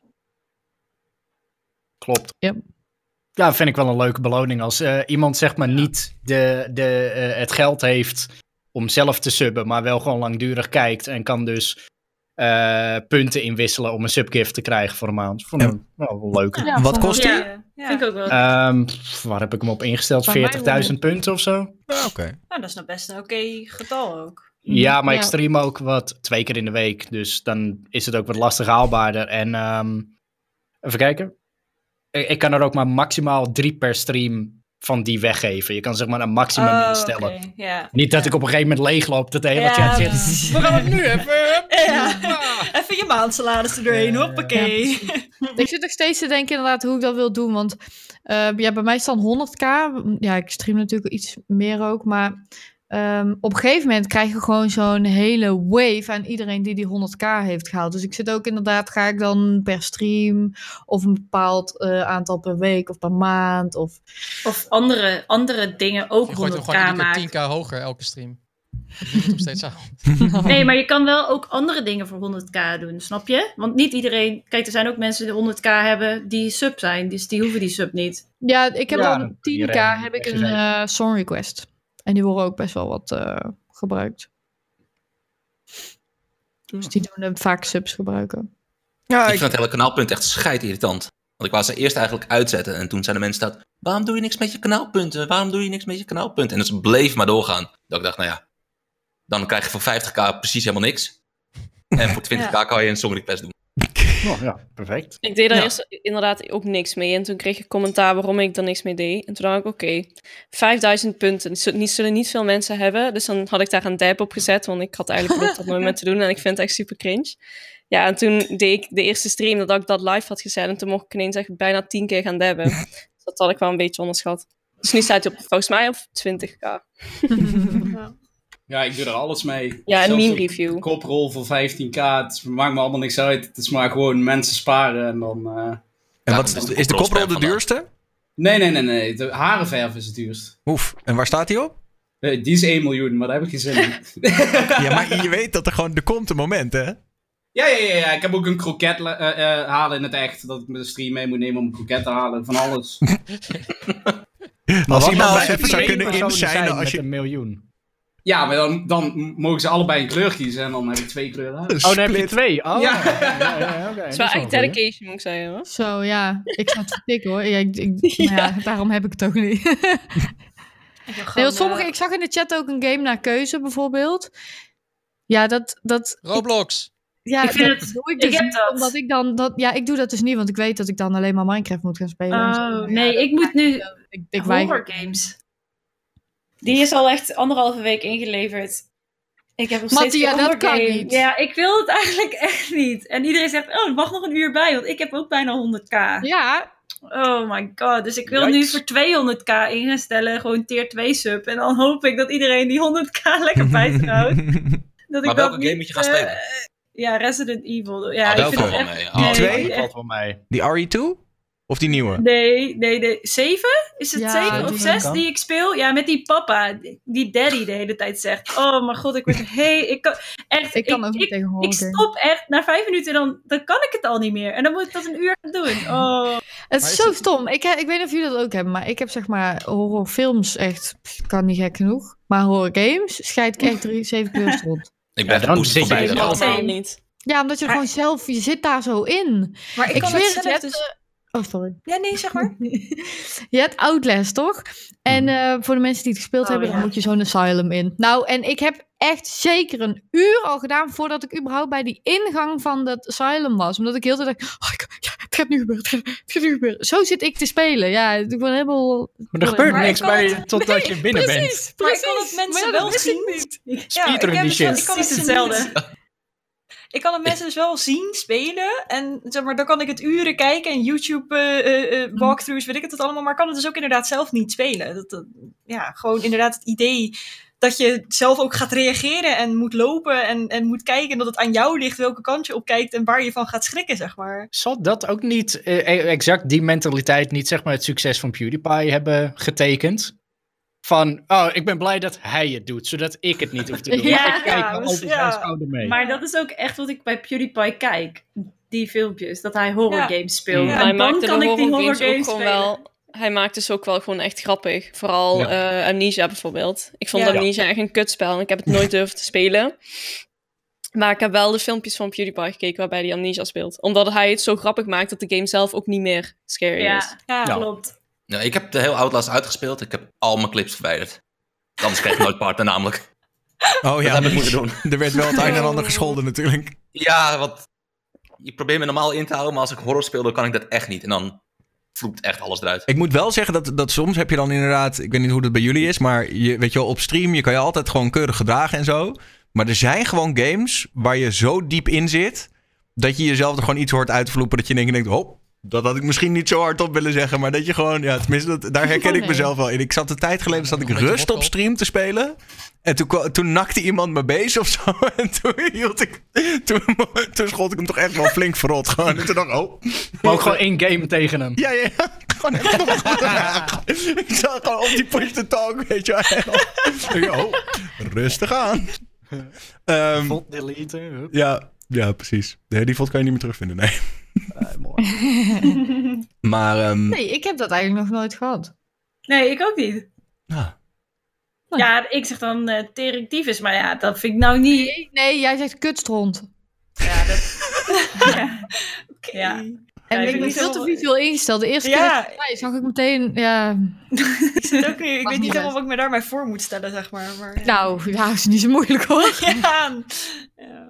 Speaker 10: Klopt.
Speaker 2: Ja.
Speaker 10: Ja, vind ik wel een leuke beloning. Als uh, iemand zeg maar niet de, de, uh, het geld heeft om zelf te subben, maar wel gewoon langdurig kijkt en kan dus uh, punten inwisselen om een subgift te krijgen voor een maand. Vond ik wel wel leuk.
Speaker 2: Ja,
Speaker 1: Wat
Speaker 2: van-
Speaker 1: kost die?
Speaker 9: Ja,
Speaker 4: Ja.
Speaker 9: vind ik ook wel.
Speaker 10: Um, waar heb ik hem op ingesteld?
Speaker 2: Van mij
Speaker 10: veertigduizend punten of zo?
Speaker 1: Ja, oké.
Speaker 4: Nou, dat is nou best een oké getal ook.
Speaker 10: Ja, maar
Speaker 2: Ja.
Speaker 10: ik stream ook wat twee keer in de week. Dus dan is het ook wat lastig haalbaarder. En um, even kijken. Ik, ik kan er ook maar maximaal drie per stream van die weggeven. Je kan zeg maar een maximum
Speaker 4: Oh,
Speaker 10: instellen.
Speaker 4: oké, ja.
Speaker 10: Niet dat ik op een gegeven moment leegloop dat de hele
Speaker 4: Ja,
Speaker 10: chat zit.
Speaker 4: precies.
Speaker 10: We gaan het nu even.
Speaker 4: Ja. Even je maandsalaris er doorheen,
Speaker 10: Ja, ja, ja.
Speaker 4: hoppakee.
Speaker 2: Ik zit nog steeds te denken inderdaad hoe ik dat wil doen. Want uh, ja, bij mij staan honderd k. Ja, ik stream natuurlijk iets meer ook. Maar um, op een gegeven moment krijg je gewoon zo'n hele wave aan iedereen die die honderd k heeft gehaald. Dus ik zit ook inderdaad, ga ik dan per stream of een bepaald uh, aantal per week of per maand. Of...
Speaker 9: Of andere, andere dingen ook
Speaker 6: Je gooit hem
Speaker 9: honderd
Speaker 6: gewoon
Speaker 9: k
Speaker 6: iedere keer
Speaker 9: maken.
Speaker 6: tien k hoger elke stream. Dat doet hem steeds aan.
Speaker 9: Nee, maar je kan wel ook andere dingen voor honderd k doen, snap je? Want niet iedereen... Kijk, er zijn ook mensen die honderd k hebben die sub zijn. Dus die hoeven die sub niet.
Speaker 2: Ja, ik heb
Speaker 10: Ja,
Speaker 2: dan tien k
Speaker 10: iedereen
Speaker 2: heb ik
Speaker 10: heeft
Speaker 2: een
Speaker 10: gezegd.
Speaker 2: uh, song request. En die worden ook best wel wat uh, gebruikt. Dus die doen uh, vaak subs gebruiken.
Speaker 1: Ja,
Speaker 3: Ik
Speaker 1: ik,
Speaker 3: vind het hele kanaalpunt echt scheidirritant. Want ik wou ze eerst eigenlijk uitzetten. En toen zeiden de mensen dat... Waarom doe je niks met je kanaalpunten? Waarom doe je niks met je kanaalpunten? En dus bleef maar doorgaan. Dat ik dacht, nou ja... Dan krijg je voor vijftig k precies helemaal niks. En voor twintig k
Speaker 4: Ja.
Speaker 3: kan je een song request doen.
Speaker 10: Oh, ja, perfect.
Speaker 8: Ik deed daar
Speaker 1: Ja.
Speaker 8: eerst inderdaad ook niks mee. En toen kreeg ik commentaar waarom ik er niks mee deed. En toen dacht ik, oké, vijfduizend punten. Die zullen niet, zullen niet veel mensen hebben. Dus dan had ik daar een dab op gezet. Want ik had eigenlijk beloofd dat nooit meer te doen. En ik vind het echt super cringe. Ja, en toen deed ik de eerste stream dat ik dat live had gezet. En toen mocht ik ineens echt bijna tien keer gaan dabben. Dus dat had ik wel een beetje onderschat. Dus nu staat hij op volgens mij op twintig k.
Speaker 7: Ja, ik doe er alles mee.
Speaker 8: Ja, een
Speaker 7: Zelfs
Speaker 8: meme
Speaker 7: de
Speaker 8: review.
Speaker 7: Koprol voor vijftien k. Het maakt me allemaal niks uit. Het is maar gewoon mensen sparen en dan... Uh...
Speaker 1: en wat,
Speaker 3: komt
Speaker 1: is de koprol de
Speaker 3: vandaan.
Speaker 1: duurste?
Speaker 7: Nee, nee, nee, nee. De harenverf is het duurst.
Speaker 1: Oef. En waar staat die op?
Speaker 7: Nee, die is één miljoen, maar daar heb ik geen zin in.
Speaker 1: Ja, maar je weet dat er gewoon... Er komt een moment, hè?
Speaker 7: Ja, ja, ja, ja. Ik heb ook een kroket uh, uh, halen in het echt. Dat ik met de stream mee moet nemen om een kroket te halen. Van alles.
Speaker 1: Als
Speaker 10: wat
Speaker 1: iemand
Speaker 10: nou
Speaker 1: mij
Speaker 10: als er
Speaker 1: even zou
Speaker 10: twee
Speaker 1: kunnen
Speaker 10: personen
Speaker 1: inshinen
Speaker 10: zijn
Speaker 1: als
Speaker 10: met
Speaker 1: je...
Speaker 10: een miljoen.
Speaker 7: Ja, maar dan, dan mogen ze allebei een kleur kiezen. En dan heb ik twee kleuren.
Speaker 1: Een
Speaker 10: Oh, dan heb je
Speaker 1: split.
Speaker 10: twee. Oh,
Speaker 7: Ja.
Speaker 10: ja, ja, ja, oké.
Speaker 8: Dat is
Speaker 10: Dat
Speaker 8: wel
Speaker 10: is
Speaker 8: echt
Speaker 10: wel een goeie.
Speaker 8: dedication, moet ik zeggen. Hoor.
Speaker 2: Zo, ja. Ik zou het vertikken hoor. Ja, ik, ik, maar ja, daarom heb ik het ook niet. Nee, want sommige, ik zag in de chat ook een game naar keuze bijvoorbeeld. Ja, dat... dat
Speaker 6: Roblox.
Speaker 2: ja,
Speaker 9: Ik vind
Speaker 2: dat
Speaker 9: het-
Speaker 2: doe ik
Speaker 9: ik
Speaker 2: dus
Speaker 9: heb
Speaker 2: niet,
Speaker 9: dat.
Speaker 2: omdat ik dan... Dat, ja, ik doe dat dus niet, want ik weet dat ik dan alleen maar Minecraft moet gaan spelen. en zo.
Speaker 9: Oh,
Speaker 2: Ja,
Speaker 9: nee,
Speaker 2: dat-
Speaker 9: ik moet nu
Speaker 2: Ik, ik weiger.
Speaker 9: horror games. Die is al echt anderhalve week ingeleverd. Ik heb nog steeds
Speaker 2: Mattia,
Speaker 9: geen
Speaker 2: dat
Speaker 9: horror
Speaker 2: kan
Speaker 9: game.
Speaker 2: niet.
Speaker 9: Ja, ik wil het eigenlijk echt niet. En iedereen zegt, oh, er mag nog een uur bij, want ik heb ook bijna honderd k.
Speaker 2: Ja,
Speaker 9: Oh my god, dus ik wil nu
Speaker 10: Yikes.
Speaker 9: voor tweehonderd k in gaan stellen, gewoon tier twee sub. En dan hoop ik dat iedereen die honderd k lekker bij zich houdt. Dat
Speaker 3: Maar
Speaker 9: ik
Speaker 3: welke
Speaker 9: dat
Speaker 3: game
Speaker 9: niet,
Speaker 3: moet je gaan
Speaker 9: eh,
Speaker 3: spelen?
Speaker 9: Ja, Resident Evil. Ja,
Speaker 3: Ah,
Speaker 9: ik
Speaker 3: dat
Speaker 9: vind
Speaker 3: valt
Speaker 9: het
Speaker 3: wel
Speaker 9: echt...
Speaker 3: mee.
Speaker 1: Die
Speaker 3: Oh,
Speaker 1: twee?
Speaker 9: ik
Speaker 10: Dat
Speaker 9: echt-
Speaker 10: valt wel mee.
Speaker 1: Die R E twee? Of die nieuwe?
Speaker 9: Nee, nee, nee. Zeven? Is het
Speaker 2: Ja,
Speaker 9: zeven of
Speaker 2: die
Speaker 9: zes
Speaker 10: kan.
Speaker 9: die ik speel? Ja, met die papa, die daddy de hele tijd zegt. Oh mijn god, ik word hey, ik kan echt.
Speaker 2: ik kan ook
Speaker 9: ik,
Speaker 2: niet tegen horror
Speaker 9: ik stop echt na vijf minuten, dan, dan kan ik het al niet meer. En dan moet ik dat een uur gaan doen. Oh.
Speaker 2: Het
Speaker 6: Maar
Speaker 2: is
Speaker 6: is
Speaker 2: zo
Speaker 6: het-
Speaker 2: stom. Ik, he- ik weet niet of jullie dat ook hebben, maar ik heb zeg maar horrorfilms echt, pff, kan niet gek genoeg. Maar horror games scheid ik echt drie, zeven keer rond.
Speaker 3: Ik ben
Speaker 10: Ja, dan
Speaker 3: verpoest
Speaker 10: zit je
Speaker 3: voorbij.
Speaker 10: er
Speaker 3: dat
Speaker 10: wel.
Speaker 3: wel.
Speaker 8: Allemaal niet.
Speaker 2: Ja, omdat je er gewoon zelf, je zit daar zo in.
Speaker 4: Maar ik,
Speaker 2: Ik
Speaker 4: kan
Speaker 2: zweer
Speaker 4: het
Speaker 2: het,
Speaker 4: zelf
Speaker 2: je
Speaker 4: dus...
Speaker 2: Oh, sorry.
Speaker 4: Ja, nee, zeg maar.
Speaker 2: Je hebt Outlast, toch? En uh, voor de mensen die het gespeeld
Speaker 4: oh,
Speaker 2: hebben,
Speaker 4: ja.
Speaker 2: dan moet je zo'n asylum in. Nou, en ik heb echt zeker een uur al gedaan voordat ik überhaupt bij die ingang van dat asylum was. Omdat ik heel de tijd dacht, oh, ik, ja, het gaat nu gebeuren, het gaat, het gaat nu gebeuren. Zo zit ik te spelen. Ja, ik ben helemaal...
Speaker 10: Maar er gebeurt
Speaker 2: maar
Speaker 10: niks bij je
Speaker 2: het...
Speaker 10: totdat
Speaker 2: nee,
Speaker 10: je binnen
Speaker 2: precies,
Speaker 10: bent.
Speaker 4: Maar
Speaker 2: precies.
Speaker 4: ik kan het mensen
Speaker 2: maar
Speaker 4: wel
Speaker 2: dat
Speaker 4: zien.
Speaker 2: Niet.
Speaker 4: Ja, ik, heb
Speaker 10: die shit.
Speaker 4: Het, ik kan het hetzelfde. Ik kan het mensen dus wel zien spelen. En zeg maar, dan kan ik het uren kijken. En YouTube uh, uh, uh, walkthroughs, weet ik het allemaal. Maar ik kan het dus ook inderdaad zelf niet spelen. Dat, dat, ja, gewoon inderdaad het idee dat je zelf ook gaat reageren. En moet lopen. En, en moet kijken dat het aan jou ligt welke kant je op kijkt. En waar je van gaat schrikken, zeg maar.
Speaker 10: Zal dat ook niet, uh, exact die mentaliteit, niet zeg maar het succes van PewDiePie hebben getekend? Van, oh, ik ben blij dat hij het doet, zodat ik het niet hoef te doen.
Speaker 9: Ja,
Speaker 10: ik kijk
Speaker 9: ja,
Speaker 10: maar
Speaker 9: dus,
Speaker 10: over
Speaker 9: ja.
Speaker 10: zijn schouder mee.
Speaker 9: Maar dat is ook echt wat ik bij PewDiePie kijk. Die filmpjes, dat hij horror
Speaker 4: Ja.
Speaker 9: games speelt.
Speaker 8: Ja,
Speaker 9: En
Speaker 8: hij
Speaker 9: dan
Speaker 8: maakte
Speaker 9: kan
Speaker 8: de
Speaker 9: ik die horror
Speaker 8: games ook
Speaker 9: games
Speaker 8: gewoon
Speaker 9: spelen.
Speaker 8: wel... Hij maakt dus ook wel gewoon echt grappig. Vooral
Speaker 10: Ja.
Speaker 8: uh, Amnesia bijvoorbeeld. Ik vond
Speaker 4: Ja.
Speaker 8: Amnesia echt een kutspel en ik heb het nooit durven te spelen. Maar ik heb wel de filmpjes van PewDiePie gekeken waarbij hij Amnesia speelt. Omdat hij het zo grappig maakt dat de game zelf ook niet meer scary
Speaker 9: Ja,
Speaker 8: is.
Speaker 9: ja,
Speaker 10: Ja.
Speaker 9: klopt.
Speaker 3: Ja, ik heb de hele Outlast uitgespeeld. Ik heb al mijn clips verwijderd. Anders krijg ik nooit partner namelijk.
Speaker 1: Oh
Speaker 3: Dat
Speaker 1: ja,
Speaker 3: heb ik moeten doen.
Speaker 1: er werd wel het een en ander gescholden natuurlijk.
Speaker 3: Ja, want ik probeer me normaal in te houden, maar als ik horror speel, dan kan ik dat echt niet. En dan vloept echt alles eruit.
Speaker 1: Ik moet wel zeggen dat, dat soms heb je dan inderdaad... Ik weet niet hoe dat bij jullie is, maar je, weet je wel, op stream... je kan je altijd gewoon keurig gedragen en zo. Maar er zijn gewoon games waar je zo diep in zit... dat je jezelf er gewoon iets hoort uitvloepen... dat je in één keer denkt, oh, dat had ik misschien niet zo hardop willen zeggen... maar dat je gewoon, ja, tenminste, dat, daar herken
Speaker 2: Oh,
Speaker 1: ik
Speaker 2: nee.
Speaker 1: mezelf wel in. Ik zat een tijd geleden, zat ik
Speaker 6: Een beetje
Speaker 1: rust op
Speaker 6: vodka op.
Speaker 1: stream te spelen... En toen, kwa- toen nakte iemand mijn beest of zo. En toen hield ik... Toen, toen schot ik hem toch echt wel flink verrot. Gewoon. En toen dacht ik, oh...
Speaker 10: Maar ook gewoon één game tegen hem.
Speaker 1: Ja, ja, ja. Gewoon echt. Ik zag gewoon op die push to talk, weet je wel. Ik, oh, rustig aan. Um,
Speaker 10: Vod deleten. hup.
Speaker 1: ja, ja, precies. Nee, die vod kan je niet meer terugvinden, nee.
Speaker 10: Ah, mooi.
Speaker 1: Maar, um,
Speaker 2: Nee, ik heb dat eigenlijk nog nooit gehad.
Speaker 9: Nee, ik ook niet.
Speaker 1: nou,
Speaker 9: Ja, ik zeg dan uh, Tering Tyfus, maar ja, dat vind ik nou niet...
Speaker 2: Nee, nee jij zegt kutstront.
Speaker 9: Ja, dat... ja.
Speaker 4: Oké.
Speaker 9: Ja.
Speaker 2: En
Speaker 9: Ja,
Speaker 2: ik
Speaker 9: ik
Speaker 2: ben
Speaker 9: vind
Speaker 2: veel
Speaker 9: het
Speaker 2: te
Speaker 9: wel-
Speaker 2: visueel ingesteld. De eerste
Speaker 4: Ja.
Speaker 2: keer dat ik zag ik meteen, ja...
Speaker 4: Ik, zit ook, nu- ik
Speaker 2: Mag
Speaker 4: weet niet
Speaker 2: niet
Speaker 4: helemaal
Speaker 2: best.
Speaker 4: wat ik me daarbij voor moet stellen, zeg maar. maar
Speaker 2: Nou, ja, is niet zo moeilijk hoor.
Speaker 4: ja. ja.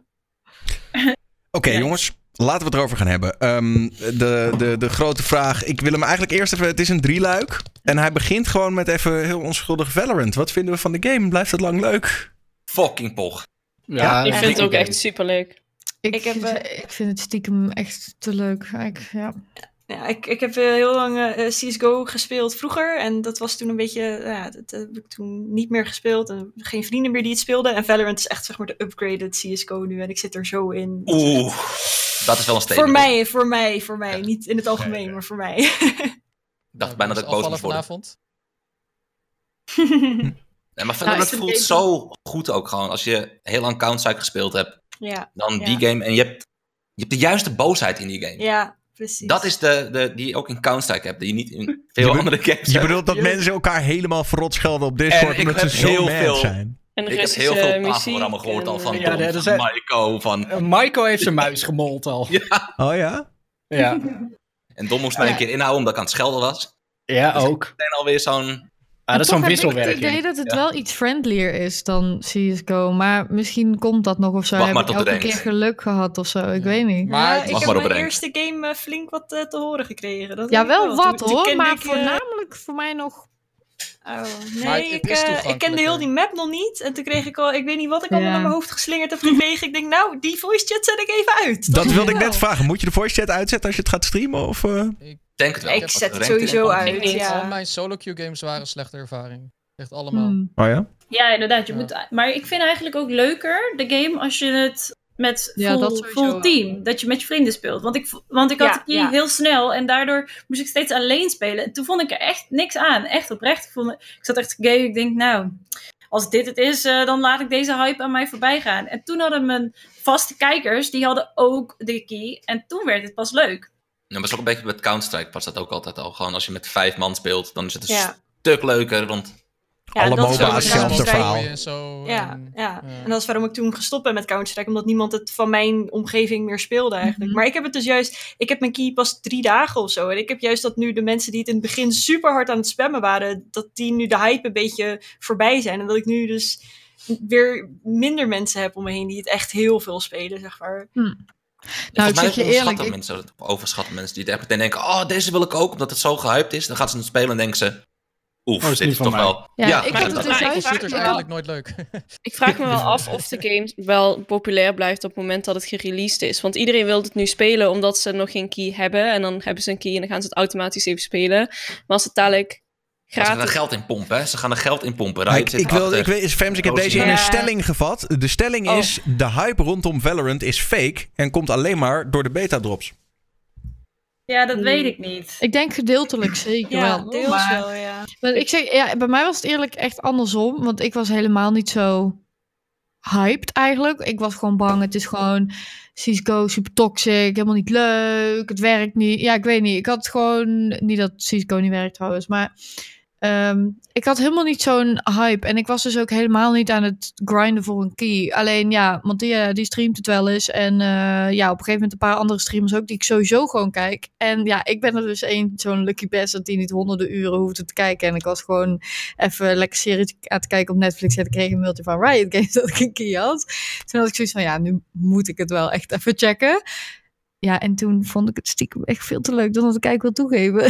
Speaker 1: Oké,
Speaker 9: Ja.
Speaker 1: jongens. Laten we het erover gaan hebben. Um, de, de, de grote vraag. Ik wil hem eigenlijk eerst even... Het is een drieluik. En hij begint gewoon met even heel onschuldig Valorant. Wat vinden we van de game? Blijft het lang leuk?
Speaker 3: Fucking poch.
Speaker 10: Ja,
Speaker 8: ik vind het ook
Speaker 10: game.
Speaker 8: echt superleuk.
Speaker 2: Ik,
Speaker 4: Ik heb, eh,
Speaker 2: ik vind het stiekem echt te leuk. Ik, ja.
Speaker 4: Ja, ik, ik heb uh, heel lang uh, C S G O gespeeld vroeger. En dat was toen een beetje... Uh, ja, dat heb ik toen niet meer gespeeld. En geen vrienden meer die het speelden. En Valorant is echt zeg maar de upgraded C S G O nu. En ik zit er zo in.
Speaker 3: Oeh, dat is wel een statement.
Speaker 4: Voor mij, voor mij, voor mij. Niet in het algemeen,
Speaker 10: Ja, ja.
Speaker 4: maar voor mij.
Speaker 3: Ik dacht bijna dat ik boos
Speaker 6: afvallen
Speaker 3: moest worden.
Speaker 6: vanavond.
Speaker 3: Nee, maar Valorant
Speaker 2: ik vind
Speaker 3: voelt
Speaker 2: het
Speaker 3: zo goed ook gewoon. Als je heel lang Counter-Strike gespeeld hebt,
Speaker 4: ja,
Speaker 3: dan
Speaker 4: Ja.
Speaker 3: die game. En je hebt, je hebt de juiste boosheid in die game.
Speaker 4: ja, precies.
Speaker 3: Dat is de, de die je ook in Counter-Strike hebt, die je niet in
Speaker 1: Je
Speaker 3: veel
Speaker 1: be-
Speaker 3: andere games
Speaker 1: Je
Speaker 3: hebt.
Speaker 1: bedoelt dat mensen elkaar helemaal verrot schelden op Discord...
Speaker 3: En ik
Speaker 1: omdat ze
Speaker 3: heb
Speaker 1: zo
Speaker 3: heel
Speaker 1: mad
Speaker 3: veel-
Speaker 1: zijn.
Speaker 8: En
Speaker 3: Ik heb
Speaker 8: Russische
Speaker 3: heel veel
Speaker 8: muziek.
Speaker 3: tafelrammen gehoord al van
Speaker 8: en,
Speaker 10: Ja,
Speaker 3: Tom,
Speaker 10: dat is
Speaker 3: van
Speaker 10: echt-
Speaker 3: Maiko, van...
Speaker 10: Uh, Maiko heeft zijn muis gemold al.
Speaker 3: Ja.
Speaker 1: Oh ja?
Speaker 10: Ja,
Speaker 3: En Dom moest mij een keer inhouden omdat ik aan het schelden was.
Speaker 10: ja ook.
Speaker 3: En alweer zo'n...
Speaker 10: Ah, dat is
Speaker 2: Toch
Speaker 10: zo'n
Speaker 2: heb ik het
Speaker 10: wisselwerking.
Speaker 2: idee dat het
Speaker 3: Ja.
Speaker 2: wel iets friendlier is dan C S G O. Maar misschien komt dat nog of zo.
Speaker 3: Wacht
Speaker 2: Heb
Speaker 3: maar
Speaker 2: ik
Speaker 3: tot de
Speaker 2: elke keer
Speaker 3: ranks.
Speaker 2: geluk gehad of zo. Ik
Speaker 6: Ja.
Speaker 2: weet niet.
Speaker 6: Maar
Speaker 4: Ja,
Speaker 6: het
Speaker 4: ik
Speaker 3: mag
Speaker 4: heb
Speaker 3: maar op
Speaker 4: mijn
Speaker 3: rank.
Speaker 4: eerste game uh, flink wat uh, te horen gekregen. Dat
Speaker 2: Ja,
Speaker 4: weet ik
Speaker 2: wel wat
Speaker 4: Toen- toen
Speaker 2: hoor.
Speaker 4: kende
Speaker 2: Maar
Speaker 4: ik, uh,
Speaker 2: voornamelijk voor mij nog...
Speaker 4: Oh, nee,
Speaker 6: Maar het
Speaker 4: ik,
Speaker 6: is
Speaker 4: uh, ik
Speaker 6: toegankelijker.
Speaker 4: kende heel die map nog niet. En toen kreeg ik al, ik weet niet wat ik allemaal
Speaker 2: Ja.
Speaker 4: naar mijn hoofd geslingerd heb gekregen. Ik denk, nou, die voice chat zet ik even uit.
Speaker 1: Dat wilde ik
Speaker 4: wel.
Speaker 1: net vragen. Moet je de voice chat uitzetten als je het gaat streamen? Of, uh?
Speaker 3: Denk het wel.
Speaker 4: Ik
Speaker 3: Als
Speaker 4: zet
Speaker 3: de
Speaker 4: het
Speaker 3: rank
Speaker 4: sowieso
Speaker 3: erin komt.
Speaker 4: uit,
Speaker 8: Ik niet.
Speaker 4: ja.
Speaker 6: Al mijn solo queue games waren een slechte ervaring. Echt allemaal.
Speaker 2: Hmm.
Speaker 1: Oh ja?
Speaker 9: Ja, inderdaad. Je
Speaker 6: Ja.
Speaker 9: moet, maar ik vind eigenlijk ook leuker de game als je het met
Speaker 2: Ja,
Speaker 9: full,
Speaker 2: dat sowieso
Speaker 9: full
Speaker 2: wel.
Speaker 9: team. Dat je met je vrienden speelt. Want ik, want ik had
Speaker 4: Ja,
Speaker 9: de key
Speaker 4: ja.
Speaker 9: heel snel en daardoor moest ik steeds alleen spelen. En toen vond ik er echt niks aan. Echt oprecht. Ik, vond, ik zat echt te gamen. Ik denk, nou, als dit het is, uh, dan laat ik deze hype aan mij voorbij gaan. En toen hadden mijn vaste kijkers, die hadden ook de key. En toen werd het pas leuk.
Speaker 3: Ja, maar zo ook een beetje met Counter-Strike was dat ook altijd al. Gewoon als je met vijf man speelt, dan is het een
Speaker 4: Ja.
Speaker 3: stuk leuker. Want
Speaker 4: Ja,
Speaker 1: Alle
Speaker 4: dat is
Speaker 1: MOBA's,
Speaker 4: waarom ik
Speaker 1: hetzelfde
Speaker 4: Counter-Strike-
Speaker 1: verhaal.
Speaker 6: En zo,
Speaker 4: Ja,
Speaker 6: en,
Speaker 4: ja.
Speaker 6: ja.
Speaker 4: en dat is waarom ik toen gestopt ben met Counter-Strike. Omdat niemand het van mijn omgeving meer speelde eigenlijk.
Speaker 2: Mhm.
Speaker 4: Maar ik heb het dus juist... Ik heb mijn key pas drie dagen of zo. En ik heb juist dat nu de mensen die het in het begin super hard aan het spammen waren... dat die nu de hype een beetje voorbij zijn. En dat ik nu dus weer minder mensen heb om me heen... die het echt heel veel spelen, zeg maar.
Speaker 2: Hm. Nou, ik zeg je eerlijk... Ik...
Speaker 3: Mensen, overschatten mensen die het echt meteen denken... oh, deze wil ik ook, omdat het zo gehyped is. Dan gaan ze het spelen en denken ze... oef,
Speaker 10: Oh, is
Speaker 3: dit
Speaker 10: niet
Speaker 3: is
Speaker 10: van
Speaker 3: toch
Speaker 10: mij.
Speaker 3: wel...
Speaker 2: Ja, ik
Speaker 8: maar
Speaker 2: heb
Speaker 8: dat-
Speaker 2: het dus
Speaker 8: maar ik
Speaker 2: juist...
Speaker 8: vraag
Speaker 6: Shooter is
Speaker 8: me
Speaker 6: eigenlijk nooit leuk.
Speaker 8: Ik vraag me wel af of de game wel populair blijft op het moment dat het gereleased is. Want iedereen wil het nu spelen omdat ze nog geen key hebben. En dan hebben ze een key en dan gaan ze het automatisch even spelen. Maar als het dadelijk
Speaker 3: Ze gaan er
Speaker 8: gratis...
Speaker 3: geld in pompen, hè. Ze gaan er geld in pompen.
Speaker 1: Maar
Speaker 3: Riot
Speaker 1: ik,
Speaker 3: zit
Speaker 1: ik, wil,
Speaker 3: achter.
Speaker 1: ik weet, Fems, ik heb
Speaker 3: Oh,
Speaker 1: deze in
Speaker 4: ja.
Speaker 1: een stelling gevat. De stelling
Speaker 8: Oh.
Speaker 1: is, de hype rondom Valorant is fake en komt alleen maar door de beta-drops.
Speaker 9: Ja, dat weet ik niet.
Speaker 2: Ik denk gedeeltelijk zeker
Speaker 4: Ja,
Speaker 2: wel.
Speaker 4: deels
Speaker 2: maar...
Speaker 4: wel, ja.
Speaker 2: Maar ik zeg, ja, bij mij was het eerlijk echt andersom. Want ik was helemaal niet zo hyped eigenlijk. Ik was gewoon bang. Het is gewoon C S G O super toxic. Helemaal niet leuk. Het werkt niet. Ja, ik weet niet. Ik had gewoon... Niet dat C S G O niet werkt trouwens. Maar um, ik had helemaal niet zo'n hype. En ik was dus ook helemaal niet aan het grinden voor een key. Alleen ja, Mattia die streamt het wel eens. En uh, ja, op een gegeven moment een paar andere streamers ook. Die ik sowieso gewoon kijk. En ja, ik ben er dus één zo'n lucky bastard die niet honderden uren hoefde te kijken. En ik was gewoon even een lekker serie aan het kijken op Netflix. En ik kreeg een mailtje van Riot Games dat ik een key had. Toen had ik zoiets van, ja, nu moet ik het wel echt even checken. Ja, en toen vond ik het stiekem echt veel te leuk dan dat ik eigenlijk wil toegeven.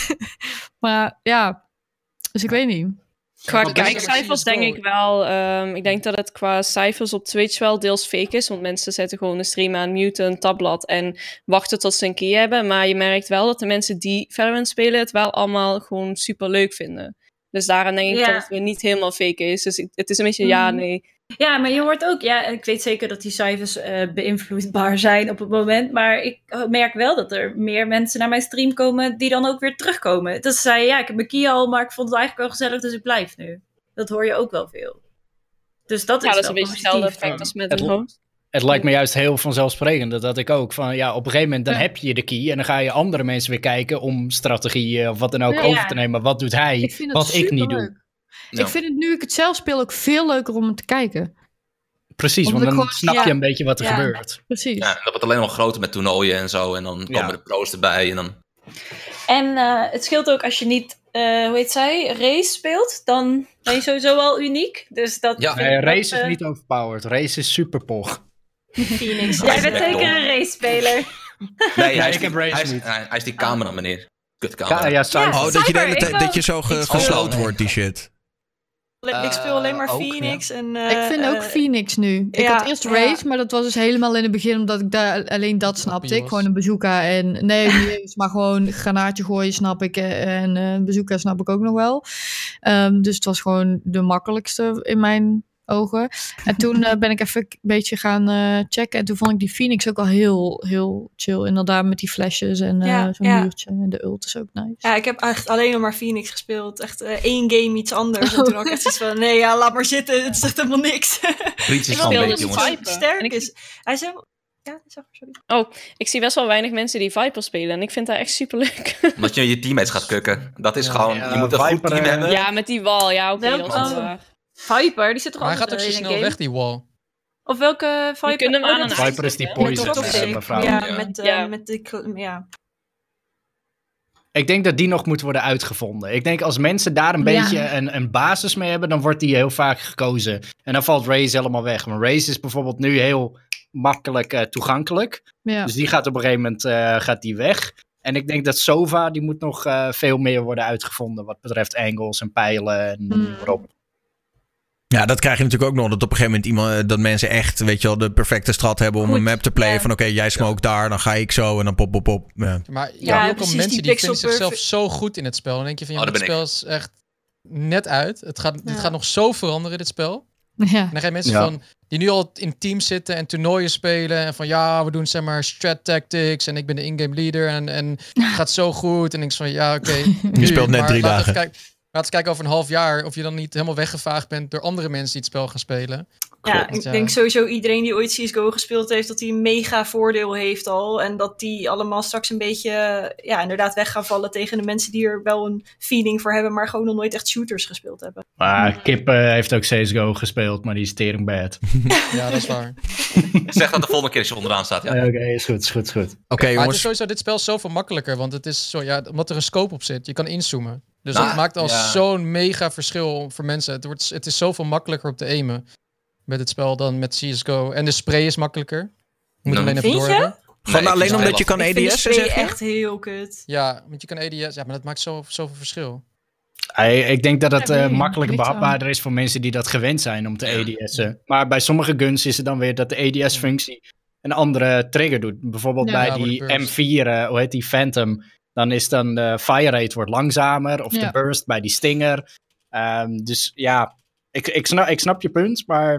Speaker 2: Maar ja, dus ik weet niet.
Speaker 8: Qua
Speaker 6: Maar best
Speaker 8: kijkcijfers
Speaker 6: wel
Speaker 8: denk ik wel. Um, ik denk dat het qua cijfers op Twitch wel deels fake is. Want mensen zetten gewoon een stream aan, muten een tabblad en wachten tot ze een key hebben. Maar je merkt wel dat de mensen die Valorant spelen het wel allemaal gewoon super leuk vinden. Dus daaraan denk ik
Speaker 9: Ja.
Speaker 8: dat het weer niet helemaal fake is. Dus ik- het is een beetje ja,
Speaker 9: Mhm.
Speaker 8: nee.
Speaker 9: Ja, maar je hoort ook, ja, ik weet zeker dat die cijfers eh, beïnvloedbaar zijn op het moment. Maar ik merk wel dat er meer mensen naar mijn stream komen die dan ook weer terugkomen. Dat ze zeiden, ja, ik heb mijn key al, maar ik vond het eigenlijk wel gezellig, dus ik blijf nu. Dat hoor je ook wel veel. Dus dat
Speaker 8: Ja,
Speaker 9: is
Speaker 8: dat is
Speaker 9: wel
Speaker 8: een beetje hetzelfde
Speaker 9: positief.
Speaker 8: effect als met
Speaker 10: Het-
Speaker 8: een host.
Speaker 10: Het lijkt me juist heel vanzelfsprekend dat, dat ik ook van ja, op een gegeven moment dan
Speaker 2: Ja.
Speaker 10: heb je de key en dan ga je andere mensen weer kijken om strategieën of wat dan ook
Speaker 2: Ja.
Speaker 10: over te nemen. Wat doet hij?
Speaker 2: Ik vind het
Speaker 10: wat ik niet
Speaker 2: superleuk.
Speaker 10: doe.
Speaker 3: Ja.
Speaker 2: Ik vind het nu ik het zelf speel ook veel leuker om het te kijken.
Speaker 10: Precies,
Speaker 2: Omdat
Speaker 10: want dan
Speaker 2: ik gewoon-
Speaker 10: snap
Speaker 4: ja.
Speaker 10: je een beetje wat er
Speaker 4: Ja.
Speaker 10: gebeurt.
Speaker 2: Precies.
Speaker 3: Ja, en dat wordt alleen nog groter met toernooien en zo. En dan komen
Speaker 10: Ja.
Speaker 3: de pro's erbij. En dan...
Speaker 9: En eh, het scheelt ook als je niet, eh, hoe heet zij, race speelt, dan ben je sowieso al uniek. Dus dat
Speaker 3: Ja.
Speaker 9: vind
Speaker 10: Nee,
Speaker 9: ik
Speaker 10: race
Speaker 9: dat,
Speaker 10: is
Speaker 9: eh,
Speaker 10: niet overpowered. Race is super pog.
Speaker 4: Phoenix.
Speaker 9: Jij bent
Speaker 3: McDonald's.
Speaker 9: zeker een race-speler.
Speaker 3: Nee,
Speaker 10: Ja,
Speaker 3: hij,
Speaker 10: ik
Speaker 3: is
Speaker 10: heb
Speaker 3: die,
Speaker 10: race
Speaker 3: hij, is,
Speaker 10: niet.
Speaker 3: hij, hij is die camera, meneer. Kutcamera.
Speaker 10: Ja, ja, cyber.
Speaker 2: Oh,
Speaker 1: Oh, dat je, de hele
Speaker 9: Cyber,
Speaker 1: tijd-
Speaker 9: ik
Speaker 1: dat je zo ge-
Speaker 4: Ik speel-
Speaker 1: gesloten wordt, die shit.
Speaker 4: Ik speel alleen maar
Speaker 3: Eh, ook,
Speaker 4: Phoenix. En, eh,
Speaker 2: ik vind ook
Speaker 4: eh,
Speaker 2: Phoenix nu. Ik
Speaker 4: ja,
Speaker 2: had eerst
Speaker 4: ja.
Speaker 2: Race, maar dat was dus helemaal in het begin omdat ik daar alleen dat snapte.
Speaker 6: Pios.
Speaker 2: Ik gewoon een bazooka en nee, niet eens, maar gewoon granaatje gooien snap ik eh, en eh bazooka snap ik ook nog wel. Ehm, dus het was gewoon de makkelijkste in mijn ogen. En toen eh, ben ik even een beetje gaan eh, checken en toen vond ik die Phoenix ook al heel, heel chill. Inderdaad met die flesjes en eh,
Speaker 4: Ja,
Speaker 2: zo'n
Speaker 4: ja.
Speaker 2: muurtje en de ult is ook nice.
Speaker 4: Ja, ik heb echt alleen nog maar Phoenix gespeeld. Echt eh, één game iets anders. En toen had ik echt zoiets van, nee, ja, laat maar zitten. Het is echt helemaal niks.
Speaker 3: Breach is
Speaker 4: Ik
Speaker 3: gewoon
Speaker 8: speelde
Speaker 3: beter,
Speaker 8: dus
Speaker 3: jongens.
Speaker 8: Viper.
Speaker 4: sterk
Speaker 8: En ik-
Speaker 4: is. Hij is helemaal... Ja, zeg maar, sorry.
Speaker 8: Ik zie best wel weinig mensen die Viper spelen. En ik vind dat echt super leuk.
Speaker 3: Omdat je je teammates gaat kukken. Dat is
Speaker 6: Ja.
Speaker 3: gewoon...
Speaker 10: Ja,
Speaker 3: je moet een goed
Speaker 10: Viper,
Speaker 3: team
Speaker 10: eh,
Speaker 3: hebben.
Speaker 8: Ja, met die wal. Ja, oké,
Speaker 9: Welke-
Speaker 8: dat is
Speaker 9: oh.
Speaker 8: waar.
Speaker 9: Viper, die zit toch
Speaker 6: Maar hij
Speaker 9: altijd
Speaker 6: gaat ook zo
Speaker 9: in een
Speaker 6: snel
Speaker 9: game?
Speaker 6: weg, die wall.
Speaker 9: Of welke Viper?
Speaker 8: kunt hem
Speaker 9: Oh,
Speaker 8: aan
Speaker 9: dat
Speaker 8: een
Speaker 9: is-
Speaker 10: Viper is die
Speaker 8: Ja,
Speaker 10: poison,
Speaker 9: met
Speaker 10: eh,
Speaker 9: toxic.
Speaker 10: mevrouw.
Speaker 4: Ja,
Speaker 3: Ja.
Speaker 4: met, eh,
Speaker 8: Ja.
Speaker 4: met de... kl- Ja.
Speaker 10: Ik denk dat die nog moet worden uitgevonden. Ik denk als mensen daar een
Speaker 2: Ja.
Speaker 10: beetje een, een basis mee hebben, dan wordt die heel vaak gekozen. En dan valt Raze helemaal weg. Maar Raze is bijvoorbeeld nu heel makkelijk eh, toegankelijk.
Speaker 2: Ja.
Speaker 10: Dus die gaat op een gegeven moment eh, gaat die weg. En ik denk dat Sova, die moet nog eh, veel meer worden uitgevonden. Wat betreft angles en pijlen en noem
Speaker 2: Mm.
Speaker 10: maar op.
Speaker 1: Ja, dat krijg je natuurlijk ook nog. Dat op een gegeven moment iemand, dat mensen echt, weet je wel, de perfecte strat hebben om
Speaker 9: Goed,
Speaker 1: een map te playen.
Speaker 9: ja.
Speaker 1: Van oké, jij smoke daar, dan ga ik zo en dan pop, pop, pop. Ja.
Speaker 6: Maar je
Speaker 4: Ja,
Speaker 6: hebt ook
Speaker 4: precies,
Speaker 6: al mensen
Speaker 4: die
Speaker 6: die vinden
Speaker 4: pixel
Speaker 6: zichzelf
Speaker 4: perfect-
Speaker 6: zo goed in het spel. Dan denk je van, ja,
Speaker 3: Oh,
Speaker 6: dit
Speaker 3: dat ben
Speaker 6: spel is echt net uit. Het gaat, dit
Speaker 2: Ja.
Speaker 6: gaat nog zo veranderen, dit spel.
Speaker 2: Ja.
Speaker 6: En dan ga je mensen
Speaker 10: Ja.
Speaker 6: van, die nu al in teams zitten en toernooien spelen. En van, ja, we doen zeg maar strat tactics. En ik ben de in-game leader. En, en het gaat zo goed. En ik van, ja, oké. nu,
Speaker 1: speelt net
Speaker 6: maar
Speaker 1: drie
Speaker 6: laten we
Speaker 1: dagen.
Speaker 6: even kijken. eens kijken over een half jaar of je dan niet helemaal weggevaagd bent door andere mensen die het spel gaan spelen.
Speaker 4: Ja,
Speaker 6: Want
Speaker 4: ik denk sowieso iedereen die ooit C S G O gespeeld heeft, dat hij een mega voordeel heeft al. En dat die allemaal straks een beetje, ja, inderdaad weg gaan vallen tegen de mensen die er wel een feeling voor hebben, maar gewoon nog nooit echt shooters gespeeld hebben.
Speaker 10: Maar Kip uh, heeft ook C S G O gespeeld, maar die is tering bad.
Speaker 6: Ja, dat is waar.
Speaker 3: Zeg dat de volgende keer als je onderaan staat. Ja.
Speaker 10: Ja, Oké, okay, is goed, is goed, is goed.
Speaker 1: Oké, okay,
Speaker 6: maar
Speaker 1: jongens.
Speaker 6: het is sowieso dit spel zoveel makkelijker, want het is zo, ja, omdat er een scope op zit. Je kan inzoomen. Dus
Speaker 3: Nou,
Speaker 6: dat maakt al
Speaker 3: ja.
Speaker 6: zo'n mega verschil voor mensen. Het, wordt, het is zoveel makkelijker op te aimen met het spel dan met C S G O. En de spray is makkelijker. Je moet
Speaker 3: Nou,
Speaker 6: alleen even
Speaker 4: vind je?
Speaker 6: doorhebben.
Speaker 1: Gewoon
Speaker 3: Nee,
Speaker 1: alleen
Speaker 3: ik vind
Speaker 1: omdat je
Speaker 3: het
Speaker 1: kan
Speaker 4: Ik vind de
Speaker 1: A D S'en,
Speaker 4: spray
Speaker 1: zeg je?
Speaker 4: echt heel kut.
Speaker 6: Ja, want je kan A D S. Ja, maar dat maakt zo, zoveel verschil.
Speaker 10: Hey, ik denk dat het
Speaker 2: Ja,
Speaker 10: uh,
Speaker 2: weet je,
Speaker 10: makkelijker
Speaker 2: weet je
Speaker 10: behapbaarder is voor mensen die dat gewend zijn om te A D S'en. Maar bij sommige guns is het dan weer dat de A D S-functie een andere trigger doet. Bijvoorbeeld
Speaker 2: Ja.
Speaker 10: bij
Speaker 6: Ja,
Speaker 10: die
Speaker 6: voor de burst.
Speaker 10: M vier, uh, hoe heet die, Phantom. Dan is dan de fire rate wordt langzamer. Of
Speaker 2: Ja.
Speaker 10: de burst bij die Stinger. Um, dus ja, ik, ik, snap, ik snap je punt, maar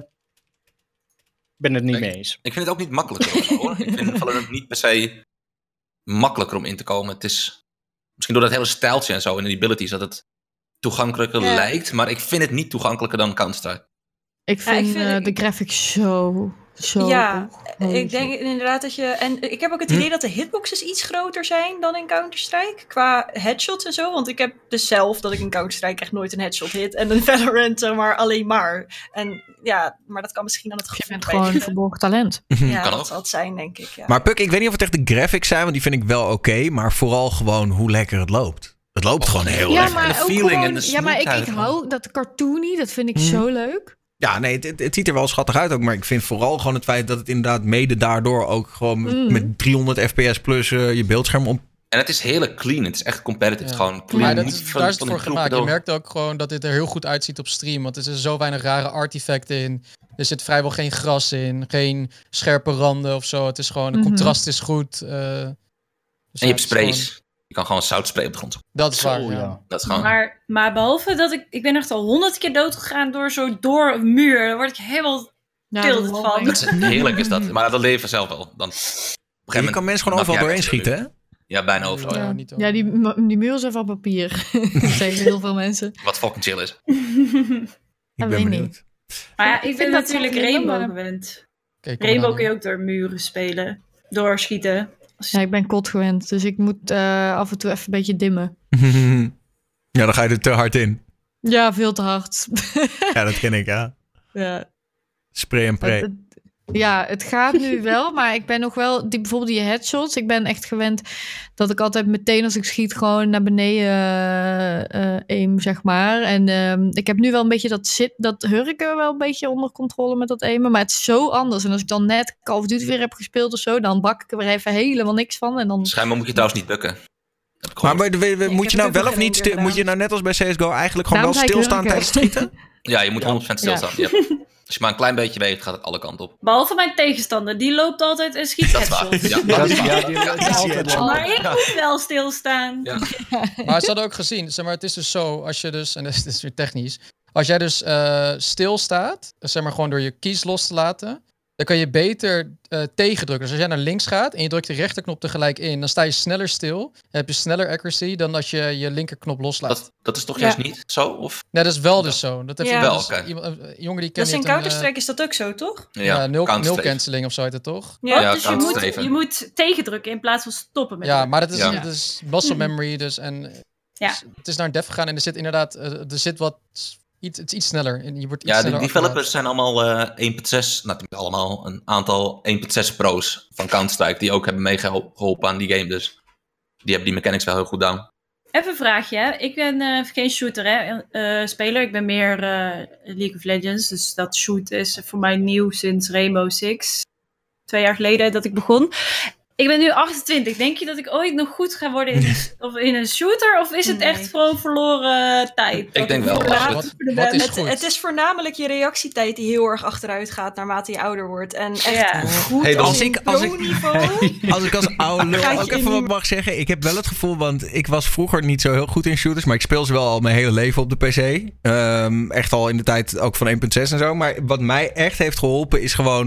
Speaker 10: ik ben het niet
Speaker 3: Nee.
Speaker 10: mee eens.
Speaker 3: Ik vind het ook niet makkelijker of zo, hoor. Ik vind Valorant niet per se makkelijker om in te komen. Het is misschien door dat hele stijltje en zo en die abilities dat het toegankelijker
Speaker 4: Ja.
Speaker 3: lijkt. Maar ik vind het niet toegankelijker dan Counter-Strike.
Speaker 2: Ik
Speaker 4: Ja, ik
Speaker 2: vind,
Speaker 4: vind-
Speaker 2: eh,
Speaker 4: ik-
Speaker 2: de graphics zo, zo...
Speaker 4: Ja,
Speaker 2: holy
Speaker 4: ik denk
Speaker 2: shit.
Speaker 4: inderdaad dat je... En ik heb ook het
Speaker 1: Hm.
Speaker 4: idee dat de hitboxes iets groter zijn dan in Counter-Strike. Qua headshots en zo. Want ik heb dus zelf dat ik in Counter-Strike echt nooit een headshot hit. En in Valorant zeg maar alleen maar. En ja, maar dat kan misschien aan het
Speaker 2: Je
Speaker 4: gevoel
Speaker 2: bent
Speaker 4: bij
Speaker 2: gewoon
Speaker 4: liggen.
Speaker 2: verborgen talent.
Speaker 4: Ja,
Speaker 3: Kan
Speaker 4: dat
Speaker 3: ook.
Speaker 4: zal het zijn, denk ik. Ja.
Speaker 1: Maar Puk, ik weet niet of het echt de graphics zijn, want die vind ik wel oké. Maar vooral gewoon hoe lekker het loopt. Het loopt gewoon heel
Speaker 2: Ja,
Speaker 1: lekker.
Speaker 2: maar
Speaker 3: de
Speaker 2: ook
Speaker 3: feeling
Speaker 2: gewoon...
Speaker 3: en de
Speaker 2: ja, maar ik, ik
Speaker 3: smoothheid.
Speaker 2: hou dat cartoony, dat vind ik
Speaker 1: Mhm.
Speaker 2: zo leuk.
Speaker 1: Ja, nee, het, het, het ziet er wel schattig uit ook. Maar ik vind vooral gewoon het feit dat het inderdaad mede daardoor ook gewoon met,
Speaker 2: Mm.
Speaker 1: met driehonderd F P S plus uh, je beeldscherm op.
Speaker 3: En het is heerlijk clean. Het is echt competitive. Het is
Speaker 6: Ja.
Speaker 3: gewoon clean.
Speaker 6: Maar dat,
Speaker 3: Niet
Speaker 6: is-
Speaker 3: van-
Speaker 6: daar is het
Speaker 3: van
Speaker 6: voor
Speaker 3: die
Speaker 6: gemaakt. Je
Speaker 3: troepen
Speaker 6: merkt ook gewoon dat dit er heel goed uitziet op stream. Want er zitten zo weinig rare artefacten in. Er zit vrijwel geen gras in. Geen scherpe randen of zo. Het is gewoon, het
Speaker 2: Mhm.
Speaker 6: contrast is goed. uh, dus
Speaker 3: En
Speaker 6: ja,
Speaker 3: je hebt
Speaker 6: het is gewoon-
Speaker 3: sprays. Je kan gewoon zout sprayen op de grond.
Speaker 6: Dat is waar,
Speaker 10: Zo,
Speaker 6: ja.
Speaker 10: ja.
Speaker 3: Dat is gewoon...
Speaker 9: Maar, maar behalve dat ik... Ik ben echt al honderd keer doodgegaan door zo'n door een muur. Daar word ik helemaal...
Speaker 2: Ja,
Speaker 9: Tilt
Speaker 2: dat is
Speaker 9: van.
Speaker 2: wel
Speaker 3: Dat is, heerlijk is dat. Maar dat leer je vanzelf wel. Dan, op een gegeven
Speaker 1: Je
Speaker 3: moment
Speaker 1: kan mensen gewoon
Speaker 3: mag
Speaker 1: overal
Speaker 3: jij
Speaker 1: doorheen
Speaker 3: met je
Speaker 1: schieten, hè?
Speaker 3: muur. Ja, bijna overal.
Speaker 6: Ja.
Speaker 3: Ja.
Speaker 2: Ja,
Speaker 6: niet
Speaker 2: ja die, m- die muur zijn van papier. dat zeggen heel veel mensen.
Speaker 3: Wat fucking chill is.
Speaker 1: Ik
Speaker 2: weet
Speaker 1: ben
Speaker 2: niet.
Speaker 1: benieuwd.
Speaker 9: Maar ja,
Speaker 2: Ik
Speaker 9: ik
Speaker 2: vind
Speaker 9: ben
Speaker 2: dat
Speaker 9: natuurlijk
Speaker 2: zo prima,
Speaker 9: Rainbow
Speaker 2: maar-
Speaker 9: gewend.
Speaker 6: Kijk, kom
Speaker 9: Rainbow
Speaker 6: maar
Speaker 9: kun
Speaker 6: aan,
Speaker 9: je ook door muren spelen. Doorschieten.
Speaker 2: Ja, ik ben kot gewend, dus ik moet eh, af en toe even een beetje dimmen.
Speaker 1: Ja, dan ga je er te hard in.
Speaker 2: Ja, veel te hard.
Speaker 1: Ja, dat ken ik, ja.
Speaker 2: ja.
Speaker 1: Spray en pray.
Speaker 2: Het- het- ja, het gaat nu wel, maar ik ben nog wel, die, bijvoorbeeld die headshots, ik ben echt gewend dat ik altijd meteen als ik schiet gewoon naar beneden eh, eh, aim, zeg maar. En ehm, ik heb nu wel een beetje dat zit, dat hurken wel een beetje onder controle met dat aimen, maar het is zo anders. En als ik dan net Call of Duty weer heb gespeeld of zo, dan bak ik er weer even helemaal niks van. En dan...
Speaker 3: Schijnbaar moet je trouwens niet bukken. Heb ik
Speaker 1: Maar
Speaker 3: gehoord.
Speaker 1: we- we- we-
Speaker 4: ik
Speaker 1: moet
Speaker 4: heb
Speaker 1: je
Speaker 4: het
Speaker 1: nou
Speaker 4: ook
Speaker 1: wel
Speaker 4: nog
Speaker 1: of
Speaker 4: geen
Speaker 1: niet,
Speaker 4: één keer
Speaker 1: sti- moet je
Speaker 4: gedaan.
Speaker 1: nou net als bij C S G O eigenlijk gewoon
Speaker 2: Daarom
Speaker 1: wel
Speaker 2: zei ik
Speaker 1: stilstaan
Speaker 2: hurken.
Speaker 1: tijdens het schieten?
Speaker 3: Ja, je moet honderd procent stilstaan. Ja. Als je maar een klein beetje weet, gaat het alle kanten op.
Speaker 9: Behalve mijn tegenstander. Die loopt altijd en schiet
Speaker 3: Dat is waar.
Speaker 9: headshots.
Speaker 3: Ja, dat is waar.
Speaker 10: Ja, die-
Speaker 3: Ja,
Speaker 10: die-
Speaker 3: ja.
Speaker 10: altijd wel.
Speaker 9: Maar ik moet wel stilstaan.
Speaker 3: Ja.
Speaker 6: Maar ze hadden ook gezien, zeg maar, het is dus zo, als je dus, en dat is, dat is weer technisch, als jij dus uh, stilstaat, zeg maar gewoon door je keys los te laten, dan kan je beter uh, tegendrukken. Dus als jij naar links gaat en je drukt de rechterknop tegelijk in, dan sta je sneller stil. Dan heb je sneller accuracy dan als je je linkerknop loslaat.
Speaker 3: Dat, dat is toch
Speaker 4: Ja.
Speaker 3: juist niet zo? Of?
Speaker 6: Nee, dat is wel dus zo. Dat heeft
Speaker 4: Ja.
Speaker 6: iemand,
Speaker 3: Wel, oké.
Speaker 6: iemand- een jongen die
Speaker 4: Dat is
Speaker 6: ken
Speaker 4: in
Speaker 6: je,
Speaker 4: Counter-Strike is dat ook zo, toch?
Speaker 6: Ja, ja, nul, nul
Speaker 3: Counter-Strike.
Speaker 6: cancelling of zo heet het toch?
Speaker 9: Ja,
Speaker 3: Ja,
Speaker 9: dus je moet,
Speaker 3: counterstreven.
Speaker 9: je moet tegendrukken in plaats van stoppen met
Speaker 6: Ja,
Speaker 9: drukken.
Speaker 6: maar dat is,
Speaker 3: Ja.
Speaker 6: dat is muscle memory dus. En
Speaker 9: Ja.
Speaker 6: dus het is naar een def gegaan en er zit inderdaad, uh, er zit wat, iets, het is iets sneller. En je wordt iets
Speaker 3: Ja, de
Speaker 6: sneller
Speaker 3: developers zijn allemaal uh, één punt zes, nou niet allemaal, een aantal één punt zes pro's van Counter-Strike die ook hebben meegeholpen aan die game. Dus die hebben die mechanics wel heel goed down.
Speaker 9: Even een vraagje. Hè. Ik ben uh, geen shooter, hè, uh, speler. Ik ben meer uh, League of Legends. Dus dat shoot is voor mij nieuw sinds Rainbow Six. Twee jaar geleden dat ik begon. Ik ben nu achtentwintig. Denk je dat ik ooit nog goed ga worden in een, of in een shooter? Of is het
Speaker 4: Nee.
Speaker 9: echt gewoon verloren tijd?
Speaker 3: Ik denk wel.
Speaker 6: Wat,
Speaker 3: Wat-
Speaker 6: wat is
Speaker 4: Het,
Speaker 6: goed?
Speaker 4: het is voornamelijk je reactietijd die heel erg achteruit gaat naarmate je ouder wordt. En echt
Speaker 9: Ja.
Speaker 4: goed
Speaker 3: Hey,
Speaker 4: als
Speaker 1: als
Speaker 4: in
Speaker 1: ik- als ik-
Speaker 4: pro-niveau.
Speaker 1: Als ik als oude lul
Speaker 4: Gaat je
Speaker 1: ook even
Speaker 4: in-
Speaker 1: wat mag zeggen. Ik heb wel het gevoel, want ik was vroeger niet zo heel goed in shooters. Maar ik speel ze wel al mijn hele leven op de P C. Ehm, echt al in de tijd ook van één punt zes en zo. Maar wat mij echt heeft geholpen is gewoon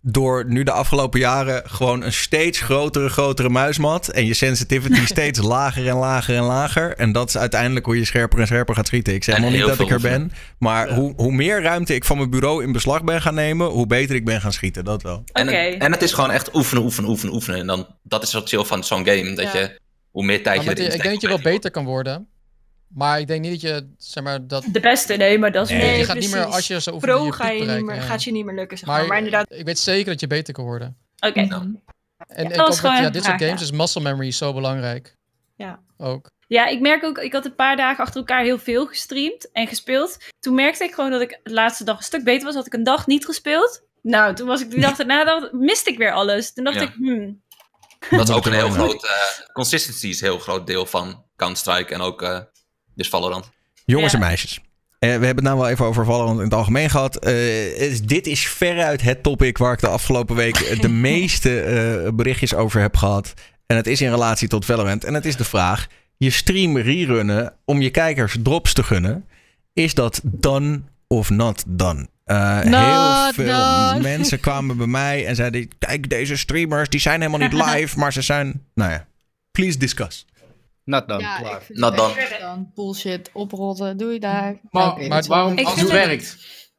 Speaker 1: door nu de afgelopen jaren gewoon een steeds grotere, grotere muismat. En je sensitivity steeds lager en lager en lager. En dat is uiteindelijk hoe je scherper en scherper gaat schieten. Ik zeg nog niet dat ik er ben. Maar ja. hoe, hoe meer ruimte ik van mijn bureau in beslag ben gaan nemen, hoe beter ik ben gaan schieten. Dat wel.
Speaker 3: En,
Speaker 9: Oké.
Speaker 3: het, en het is gewoon echt oefenen, oefenen, oefenen, oefenen. En dan, dat is wat chill van zo'n game. Dat
Speaker 9: Ja.
Speaker 3: je, hoe meer tijd
Speaker 6: Maar
Speaker 3: je
Speaker 6: met die-
Speaker 3: erin
Speaker 6: ik denk dat je wel
Speaker 3: steekt,
Speaker 6: beter kan worden. Maar ik denk niet dat je, zeg maar, dat...
Speaker 9: De beste, nee, maar dat is
Speaker 6: Nee,
Speaker 9: meer...
Speaker 6: je gaat niet meer,
Speaker 4: precies.
Speaker 6: als je zo oefent,
Speaker 4: Pro
Speaker 6: je
Speaker 4: ga je
Speaker 6: piek
Speaker 4: niet
Speaker 6: bereiken,
Speaker 4: meer,
Speaker 6: ja.
Speaker 4: gaat je niet meer lukken, zeg maar.
Speaker 6: Maar,
Speaker 4: Maar inderdaad,
Speaker 6: ik weet zeker dat je beter kan worden.
Speaker 9: Oké.
Speaker 6: En,
Speaker 9: Ja,
Speaker 6: en
Speaker 9: dat
Speaker 6: ook
Speaker 9: was gewoon
Speaker 6: met, ja,
Speaker 9: een
Speaker 6: dit soort
Speaker 9: vraag,
Speaker 6: games
Speaker 9: ja.
Speaker 6: is muscle memory zo belangrijk.
Speaker 4: Ja.
Speaker 6: Ook.
Speaker 9: Ja, ik merk ook, ik had een paar dagen achter elkaar heel veel gestreamd en gespeeld. Toen merkte ik gewoon dat ik de laatste dag een stuk beter was. Had ik een dag niet gespeeld. Nou, toen was ik die dag daarna, dan miste ik weer alles. Toen dacht
Speaker 3: Ja.
Speaker 9: ik, hmm.
Speaker 3: Dat is ook een heel groot... Uh, consistency is een heel groot deel van Counter-Strike en ook uh, dus Valorant.
Speaker 1: Jongens
Speaker 9: Ja.
Speaker 1: en meisjes. Uh, we hebben het nou wel even over Valorant in het algemeen gehad. Uh, is, dit is veruit het topic waar ik de afgelopen week de meeste uh, berichtjes over heb gehad. En het is in relatie tot Valorant. En het is de vraag, je stream rerunnen om je kijkers drops te gunnen. Is dat done of not done? Uh, heel
Speaker 2: Not
Speaker 1: veel
Speaker 2: done.
Speaker 1: mensen kwamen bij mij en zeiden, kijk, deze streamers die zijn helemaal niet live, maar ze zijn, nou ja, please discuss.
Speaker 10: Not done.
Speaker 2: Ja,
Speaker 10: klaar.
Speaker 2: ik vind
Speaker 3: Not
Speaker 2: het
Speaker 3: done.
Speaker 2: echt dan bullshit, oprotten, doe je daar.
Speaker 7: Maar,
Speaker 2: Ja, oké,
Speaker 7: maar
Speaker 2: dat is wel-
Speaker 7: waarom,
Speaker 4: Ik
Speaker 7: als
Speaker 4: vind
Speaker 7: het
Speaker 4: het-
Speaker 7: werkt?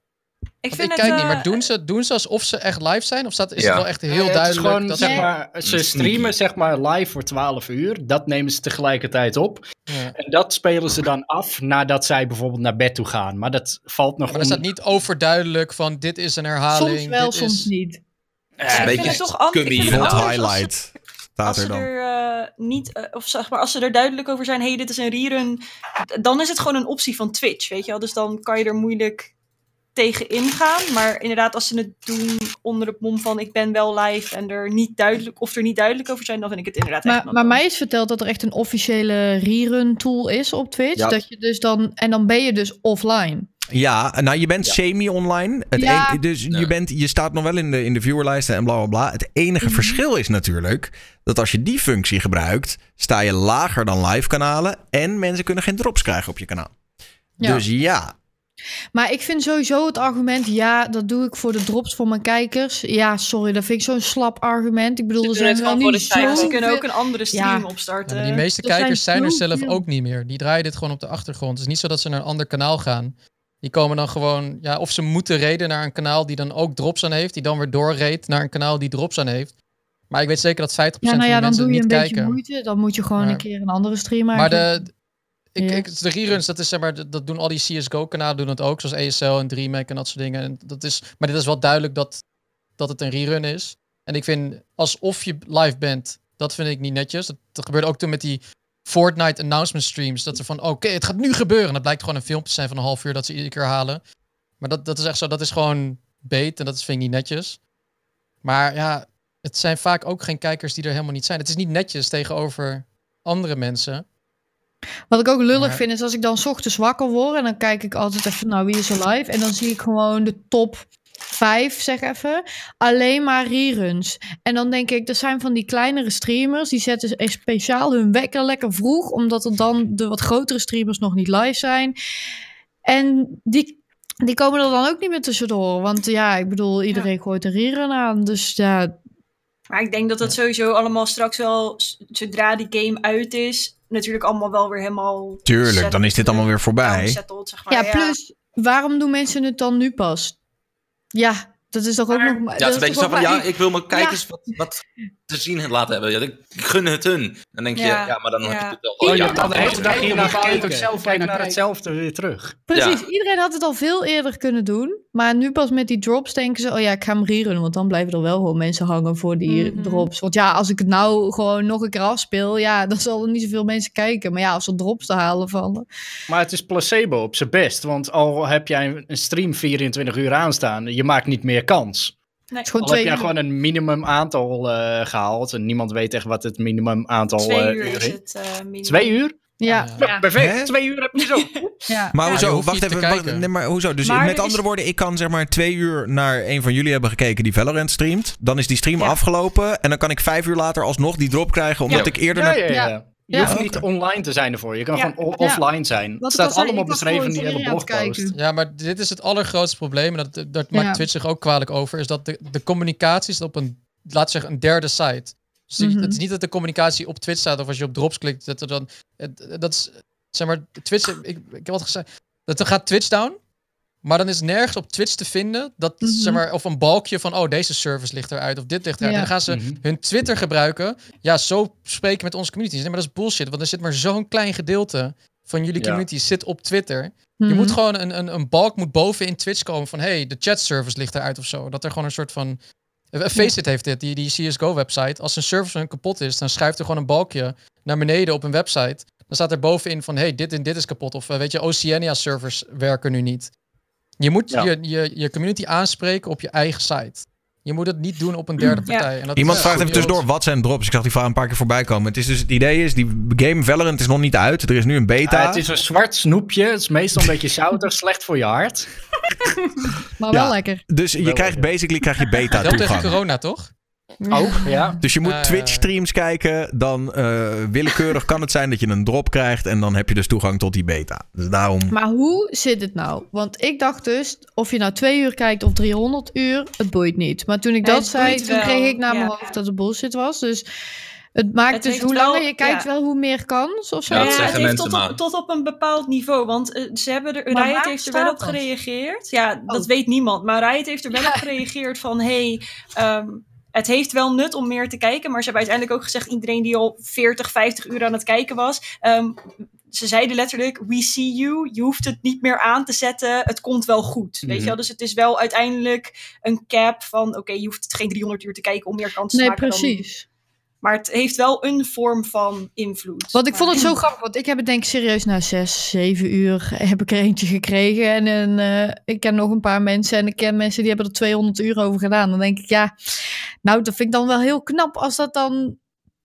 Speaker 4: ik
Speaker 6: Want
Speaker 4: vind
Speaker 6: ik
Speaker 4: het...
Speaker 6: kijk niet,
Speaker 4: eh,
Speaker 6: maar doen ze, doen ze alsof ze echt live zijn? Of staat, is
Speaker 3: Ja.
Speaker 6: het wel echt heel
Speaker 10: Nee, het is
Speaker 6: duidelijk?
Speaker 10: gewoon,
Speaker 6: dat
Speaker 10: zeg
Speaker 6: ze-
Speaker 10: maar, ze streamen zeg maar live voor twaalf uur. Dat nemen ze tegelijkertijd op.
Speaker 6: Ja.
Speaker 10: En dat spelen ze dan af nadat zij bijvoorbeeld naar bed toe gaan. Maar dat valt nog
Speaker 6: Maar er staat niet overduidelijk van dit is een herhaling.
Speaker 2: Soms wel,
Speaker 6: dit
Speaker 2: soms
Speaker 6: is...
Speaker 2: niet.
Speaker 3: Het is een
Speaker 4: ik
Speaker 3: beetje
Speaker 4: vind het toch anders. Ik
Speaker 3: scummy
Speaker 4: vind het
Speaker 1: Hot
Speaker 3: inderdaad.
Speaker 4: anders als ze-
Speaker 1: highlight staat
Speaker 4: Als
Speaker 1: er
Speaker 4: ze
Speaker 1: dan.
Speaker 4: er uh, niet, uh, of zeg maar, als ze er duidelijk over zijn, hey, dit is een rerun, d- dan is het gewoon een optie van Twitch, weet je wel. Dus dan kan je er moeilijk tegen ingaan. Maar inderdaad, als ze het doen onder het mom van ik ben wel live en er niet duidelijk, of er niet duidelijk over zijn, dan vind ik het inderdaad echt
Speaker 2: Maar,
Speaker 4: not
Speaker 2: maar
Speaker 4: done.
Speaker 2: mij is verteld dat er echt een officiële rerun tool is op Twitch.
Speaker 3: Ja.
Speaker 2: Dat je dus dan, en dan ben je dus offline.
Speaker 1: Ja, nou je bent semi-online. Het
Speaker 2: Ja.
Speaker 1: een- dus
Speaker 3: Ja.
Speaker 1: je, bent, je staat nog wel in de, in de viewerlijsten en bla bla bla. Het enige
Speaker 2: Mhm.
Speaker 1: verschil is natuurlijk dat als je die functie gebruikt, sta je lager dan live kanalen en mensen kunnen geen drops krijgen op je kanaal.
Speaker 2: Ja.
Speaker 1: Dus ja,
Speaker 2: Maar ik vind sowieso het argument, ja, dat doe ik voor de drops voor mijn kijkers. Ja, sorry, dat vind ik zo'n slap argument. Ik bedoel,
Speaker 5: Ze
Speaker 2: er
Speaker 5: doen
Speaker 2: zijn
Speaker 5: het
Speaker 2: wel
Speaker 5: gewoon voor
Speaker 2: niet
Speaker 5: de cijfers.
Speaker 2: zo
Speaker 4: Ze kunnen ook
Speaker 2: veel-
Speaker 4: een andere stream
Speaker 2: Ja.
Speaker 4: opstarten.
Speaker 6: Ja, maar die meeste
Speaker 2: Er zijn
Speaker 6: kijkers zijn er
Speaker 2: zoveel.
Speaker 6: zelf ook niet meer. Die draaien dit gewoon op de achtergrond. Het is niet zo dat ze naar een ander kanaal gaan. Die komen dan gewoon... Ja, of ze moeten raiden naar een kanaal die dan ook drops aan heeft. Die dan weer doorreed naar een kanaal die drops aan heeft. Maar ik weet zeker dat vijftig
Speaker 2: Ja,
Speaker 6: procent
Speaker 2: nou ja,
Speaker 6: van de
Speaker 2: dan
Speaker 6: mensen
Speaker 2: doe je
Speaker 6: het
Speaker 2: een
Speaker 6: niet
Speaker 2: beetje
Speaker 6: kijken.
Speaker 2: moeite. Dan moet je gewoon
Speaker 6: Maar-
Speaker 2: een keer een andere stream
Speaker 6: Maar
Speaker 2: maken.
Speaker 6: de, ik,
Speaker 2: Ja.
Speaker 6: ik, de reruns, dat is zeg maar, dat dat doen al die C S G O-kanalen doen het ook, zoals E S L en DreamHack en dat soort dingen. En dat is, maar dit is wel duidelijk dat, dat het een rerun is. En ik vind, alsof je live bent, dat vind ik niet netjes. Dat, dat gebeurde ook toen met die Fortnite announcement streams. Dat ze van, oké, het gaat nu gebeuren. En dat blijkt gewoon een filmpje te zijn van een half uur dat ze iedere keer halen. Maar dat, dat is echt zo, dat is gewoon bait en dat is, vind ik niet netjes. Maar ja, het zijn vaak ook geen kijkers die er helemaal niet zijn. Het is niet netjes tegenover andere mensen.
Speaker 2: Wat ik ook lullig
Speaker 6: Maar-
Speaker 2: vind, is als ik dan 's ochtends wakker word... en dan kijk ik altijd even, nou, wie is er live? En dan zie ik gewoon de top vijf, zeg even. Alleen maar reruns. En dan denk ik, er zijn van die kleinere streamers... die zetten echt speciaal hun wekker lekker vroeg... omdat er dan de wat grotere streamers nog niet live zijn. En die... Die komen er dan ook niet meer tussendoor. Want ja, ik bedoel, iedereen gooit een rerun aan. Dus ja,
Speaker 4: Maar ik denk dat dat sowieso allemaal straks wel, s- zodra die game uit is, natuurlijk allemaal wel weer helemaal...
Speaker 1: tuurlijk, dan is dit allemaal weer voorbij.
Speaker 4: settled, zeg maar.
Speaker 2: ja, plus, waarom doen mensen het dan nu pas? Ja, dat is toch ook
Speaker 4: Maar-
Speaker 2: nog...
Speaker 3: Ja, het is een beetje zo van, ja, ik wil mijn
Speaker 2: Ja.
Speaker 3: kijkers wat, wat te zien laten hebben. Ja, ik gun het hun. Dan denk je,
Speaker 4: Ja.
Speaker 3: ja, maar dan
Speaker 4: Ja.
Speaker 3: heb je het wel.
Speaker 10: Oh, je
Speaker 3: ja,
Speaker 10: hebt al de hele dag hier naar
Speaker 7: bepaal je
Speaker 10: gekeken.
Speaker 7: ook zelf waar
Speaker 10: Kijk
Speaker 7: je naar
Speaker 10: naar
Speaker 7: kijkt.
Speaker 10: hetzelfde weer terug.
Speaker 2: Precies,
Speaker 3: Ja.
Speaker 2: iedereen had het al veel eerder kunnen doen. Maar nu pas met die drops denken ze... oh ja, ik ga hem rerunnen. Want dan blijven er wel gewoon mensen hangen voor die
Speaker 4: Mhm.
Speaker 2: drops. Want ja, als ik het nou gewoon nog een keer afspeel... ja, dan zal er niet zoveel mensen kijken. Maar ja, als er drops te halen vallen...
Speaker 10: Maar het is placebo op zijn best. Want al heb jij een stream vierentwintig uur aanstaan, je maakt niet meer kans.
Speaker 4: Nee,
Speaker 2: Het is gewoon
Speaker 10: Al heb
Speaker 2: twee
Speaker 10: jij
Speaker 2: uur.
Speaker 10: gewoon een minimum aantal eh, gehaald. En niemand weet echt wat het minimum aantal
Speaker 4: twee
Speaker 10: eh,
Speaker 4: uur
Speaker 10: uur
Speaker 4: is
Speaker 10: is.
Speaker 4: het uh, minimum.
Speaker 10: Twee uur?
Speaker 2: Ja,
Speaker 6: Ja.
Speaker 10: Nou, perfect.
Speaker 1: Hè?
Speaker 10: Twee uur heb je zo.
Speaker 2: ja.
Speaker 1: Maar
Speaker 6: Ja, je
Speaker 1: hoezo?
Speaker 6: hoeft
Speaker 1: Wacht
Speaker 6: niet te
Speaker 1: even. Wacht,
Speaker 6: kijken.
Speaker 1: nee, maar hoezo? Dus
Speaker 4: Maar
Speaker 1: met
Speaker 4: er is-
Speaker 1: andere woorden, ik kan zeg maar twee uur naar een van jullie hebben gekeken die Valorant streamt. Dan is die stream
Speaker 4: Ja.
Speaker 1: afgelopen. En dan kan ik vijf uur later alsnog die drop krijgen. Omdat
Speaker 3: Ja.
Speaker 1: ik eerder
Speaker 10: Ja,
Speaker 1: naar...
Speaker 10: ja, ja.
Speaker 2: Ja.
Speaker 10: Je
Speaker 2: Ja,
Speaker 10: hoeft
Speaker 1: oké.
Speaker 10: niet online te zijn ervoor. Je kan
Speaker 9: Ja.
Speaker 10: gewoon o-
Speaker 2: Ja.
Speaker 10: offline zijn. Het
Speaker 2: Wat ik
Speaker 10: staat
Speaker 2: al zei,
Speaker 10: allemaal
Speaker 2: ik was
Speaker 10: beschreven in
Speaker 2: gewoon
Speaker 10: die hele
Speaker 2: serie aan het
Speaker 10: blogpost.
Speaker 2: kijken.
Speaker 6: Ja, maar dit is het allergrootste probleem. En dat, dat maakt
Speaker 2: Ja.
Speaker 6: Twitch zich ook kwalijk over. Is dat de, de communicatie is op een, laat zeggen, een derde site. Dus die-
Speaker 2: Mhm.
Speaker 6: het is niet dat de communicatie op Twitch staat. Of als je op drops klikt. Dat er dan. Het, dat is. Zeg maar, Twitch. Ik, ik heb wat gezegd. Dat er gaat Twitch down. Maar dan is nergens op Twitch te vinden. Dat,
Speaker 2: Mhm.
Speaker 6: zeg maar, of een balkje van. Oh, deze service ligt eruit. Of dit ligt eruit.
Speaker 2: Ja.
Speaker 6: En dan gaan ze
Speaker 10: Mhm.
Speaker 6: hun Twitter gebruiken. Ja, zo spreken met onze community. Nee, maar dat is bullshit. Want er zit maar zo'n klein gedeelte van jullie
Speaker 10: Ja.
Speaker 6: community zit op Twitter. Je
Speaker 2: Mhm.
Speaker 6: moet gewoon een, een, een balk moet boven in Twitch komen van hey, de chat service ligt eruit of zo. Dat er gewoon een soort van. Uh, Faceit heeft dit, die, die C S G O website. Als een service van hun kapot is, dan schuift er gewoon een balkje naar beneden op een website. Dan staat er bovenin van hey, dit en dit is kapot. Of uh, weet je, Oceania servers werken nu niet. Je moet
Speaker 10: Ja.
Speaker 6: je, je, je community aanspreken op je eigen site. Je moet het niet doen op een derde
Speaker 9: Ja.
Speaker 6: partij. En dat
Speaker 1: Iemand
Speaker 6: is
Speaker 1: vraagt even
Speaker 6: idioot.
Speaker 1: tussendoor, wat zijn drops? Ik zag die vraag een paar keer voorbij komen. Het is dus, het idee is, die game Valorant is nog niet uit. Er is nu een beta.
Speaker 10: Ja, het is een zwart snoepje. Het is meestal een beetje zoutig, slecht voor je hart.
Speaker 2: Maar wel
Speaker 1: Ja.
Speaker 2: lekker.
Speaker 1: Dus je
Speaker 10: Wel,
Speaker 1: krijgt
Speaker 10: ja.
Speaker 1: basically krijg je beta
Speaker 6: Helpt tegen
Speaker 1: toegang.
Speaker 6: corona, toch?
Speaker 10: Ook, ja.
Speaker 1: Dus je moet
Speaker 6: Eh.
Speaker 1: Twitch streams kijken. Dan eh, willekeurig kan het zijn dat je een drop krijgt. En dan heb je dus toegang tot die beta. Dus daarom...
Speaker 2: Maar hoe zit het nou? Want ik dacht dus, of je nou twee uur kijkt of driehonderd uur, het boeit niet. Maar toen ik
Speaker 4: Ja,
Speaker 2: dat
Speaker 4: het
Speaker 2: zei,
Speaker 4: boeit
Speaker 2: toen
Speaker 4: wel,
Speaker 2: kreeg ik naar mijn
Speaker 4: ja.
Speaker 2: hoofd dat het bullshit was. Dus het maakt
Speaker 4: Het
Speaker 2: dus
Speaker 4: heeft
Speaker 2: hoe
Speaker 4: wel-
Speaker 2: langer je kijkt
Speaker 4: ja.
Speaker 2: wel hoe meer kans of zo.
Speaker 3: Ja, dat
Speaker 4: Ja,
Speaker 3: zeggen
Speaker 4: het heeft
Speaker 3: mensen
Speaker 4: tot
Speaker 3: maar.
Speaker 4: op, tot op een bepaald niveau. Want eh, ze hebben er,
Speaker 2: Maar
Speaker 4: Riot
Speaker 2: waar
Speaker 4: heeft er wel op
Speaker 2: staat dat?
Speaker 4: gereageerd. Ja, dat
Speaker 2: Oh.
Speaker 4: weet niemand. Maar Riot heeft er wel
Speaker 2: Ja.
Speaker 4: op gereageerd van... Hey, ehm, het heeft wel nut om meer te kijken. Maar ze hebben uiteindelijk ook gezegd... iedereen die al veertig, vijftig uur aan het kijken was... ehm, ze zeiden letterlijk... We see you. Je hoeft het niet meer aan te zetten. Het komt wel goed. Weet
Speaker 10: Mhm.
Speaker 4: je wel? Dus het is wel uiteindelijk een cap van... Oké, je hoeft het geen driehonderd uur te kijken... om meer kansen
Speaker 2: Nee,
Speaker 4: te maken. dan-
Speaker 2: precies.
Speaker 4: Maar het heeft wel een vorm van invloed.
Speaker 2: Want ik
Speaker 4: Maar-
Speaker 2: vond het zo grappig, want ik heb het denk ik serieus na zes, zeven uur heb ik er eentje gekregen. En een, eh, ik ken nog een paar mensen en ik ken mensen die hebben er tweehonderd uur over gedaan. Dan denk ik, ja, nou dat vind ik dan wel heel knap als dat dan,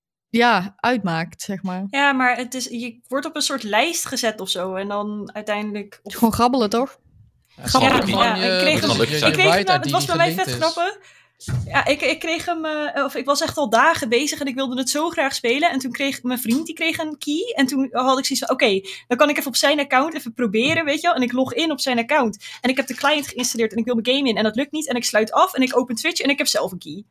Speaker 2: ja, uitmaakt, zeg maar.
Speaker 4: Ja, maar het is, je wordt op een soort lijst gezet of zo. En dan uiteindelijk...
Speaker 2: Het is gewoon grabbelen, toch?
Speaker 6: Ja,
Speaker 3: Grappig.
Speaker 6: gewoon
Speaker 3: Ja,
Speaker 6: je-
Speaker 4: ik kreeg
Speaker 6: wat
Speaker 3: hem-
Speaker 6: is het,
Speaker 3: ik
Speaker 6: je- je
Speaker 4: Ik kreeg hem,
Speaker 6: Riot
Speaker 4: nou,
Speaker 6: I D
Speaker 4: het was bij mij
Speaker 6: gelinkt
Speaker 4: vet
Speaker 6: is.
Speaker 4: grappig. Ja, ik, ik kreeg hem, eh, of ik was echt al dagen bezig en ik wilde het zo graag spelen. En toen kreeg mijn vriend, die kreeg een key. En toen had ik zoiets van, oké, dan kan ik even op zijn account even proberen, weet je wel. En ik log in op zijn account. En ik heb de client geïnstalleerd en ik wil mijn game in. En dat lukt niet. En ik sluit af en ik open Twitch en ik heb zelf een key.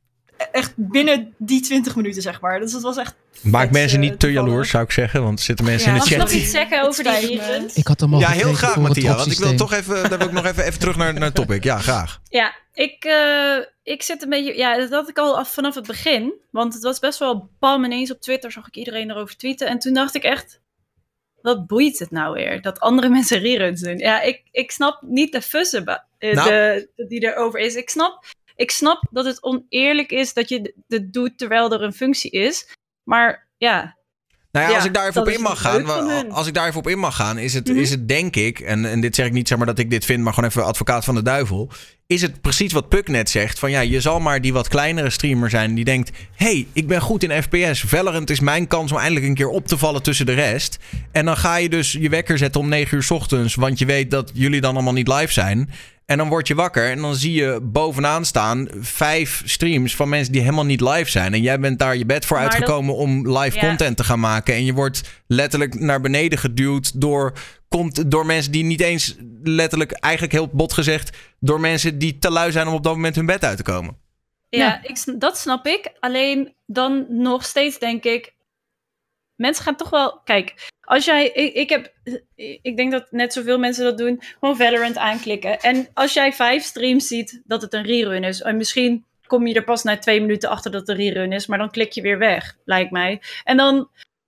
Speaker 4: Echt binnen die twintig minuten, zeg maar. Dus dat was echt...
Speaker 1: Maak
Speaker 4: vet,
Speaker 1: mensen
Speaker 4: eh,
Speaker 1: niet te
Speaker 4: toevallig.
Speaker 1: jaloers, zou ik zeggen. Want er zitten mensen
Speaker 4: Ja,
Speaker 1: in
Speaker 9: Mag
Speaker 1: de
Speaker 9: ik nog
Speaker 1: chat.
Speaker 9: iets zeggen over die
Speaker 4: spijt me.
Speaker 9: reruns?
Speaker 6: Ik had hem al
Speaker 1: Ja, heel
Speaker 6: gekregen
Speaker 1: graag,
Speaker 6: voor het
Speaker 1: Mattia. Want ik wil
Speaker 6: dropsysteem.
Speaker 1: toch even, daar wil ik nog even, even terug naar, naar het topic. Ja, graag.
Speaker 9: Ja, ik, eh, ik zit een beetje... Ja, dat had ik al af, vanaf het begin. Want het was best wel bam ineens op Twitter. Zag ik iedereen erover tweeten. En toen dacht ik echt... Wat boeit het nou weer? Dat andere mensen reruns doen. Ja, ik, ik snap niet de fuss eba- eh,
Speaker 1: Nou.
Speaker 9: de, die erover is. Ik snap, ik snap dat het oneerlijk is dat je dit doet terwijl er een functie is. Maar ja...
Speaker 1: Nou ja,
Speaker 9: Ja,
Speaker 1: als ik daar even
Speaker 9: dat
Speaker 1: op
Speaker 9: is
Speaker 1: in mag
Speaker 9: leuk
Speaker 1: gaan,
Speaker 9: van
Speaker 1: wa-
Speaker 9: hun.
Speaker 1: als ik daar even op in mag gaan, is het,
Speaker 9: Mhm.
Speaker 1: is het denk ik, en, en dit zeg ik niet zeg maar dat ik dit vind, maar gewoon even advocaat van de duivel, is het precies wat Puck net zegt, van ja, je zal maar die wat kleinere streamer zijn die denkt, hey, ik ben goed in F P S, Valorant is mijn kans om eindelijk een keer op te vallen tussen de rest. En dan ga je dus je wekker zetten om negen uur 's ochtends, want je weet dat jullie dan allemaal niet live zijn. En dan word je wakker en dan zie je bovenaan staan vijf streams van mensen die helemaal niet live zijn. En jij bent daar je bed voor
Speaker 9: Maar
Speaker 1: uitgekomen om live
Speaker 9: Ja.
Speaker 1: content te gaan maken. En je wordt letterlijk naar beneden geduwd door, cont- door mensen die niet eens letterlijk, eigenlijk heel bot gezegd, door mensen die te lui zijn om op dat moment hun bed uit te komen.
Speaker 9: Ja,
Speaker 2: Ja.
Speaker 9: Ik, sn- dat snap ik. Alleen dan nog steeds denk ik... Mensen gaan toch wel... Kijk, als jij... Ik, ik heb... Ik denk dat net zoveel mensen dat doen. Gewoon Valorant aanklikken. En als jij vijf streams ziet dat het een rerun is... En misschien kom je er pas na twee minuten achter dat het een rerun is... Maar dan klik je weer weg, lijkt mij. En dan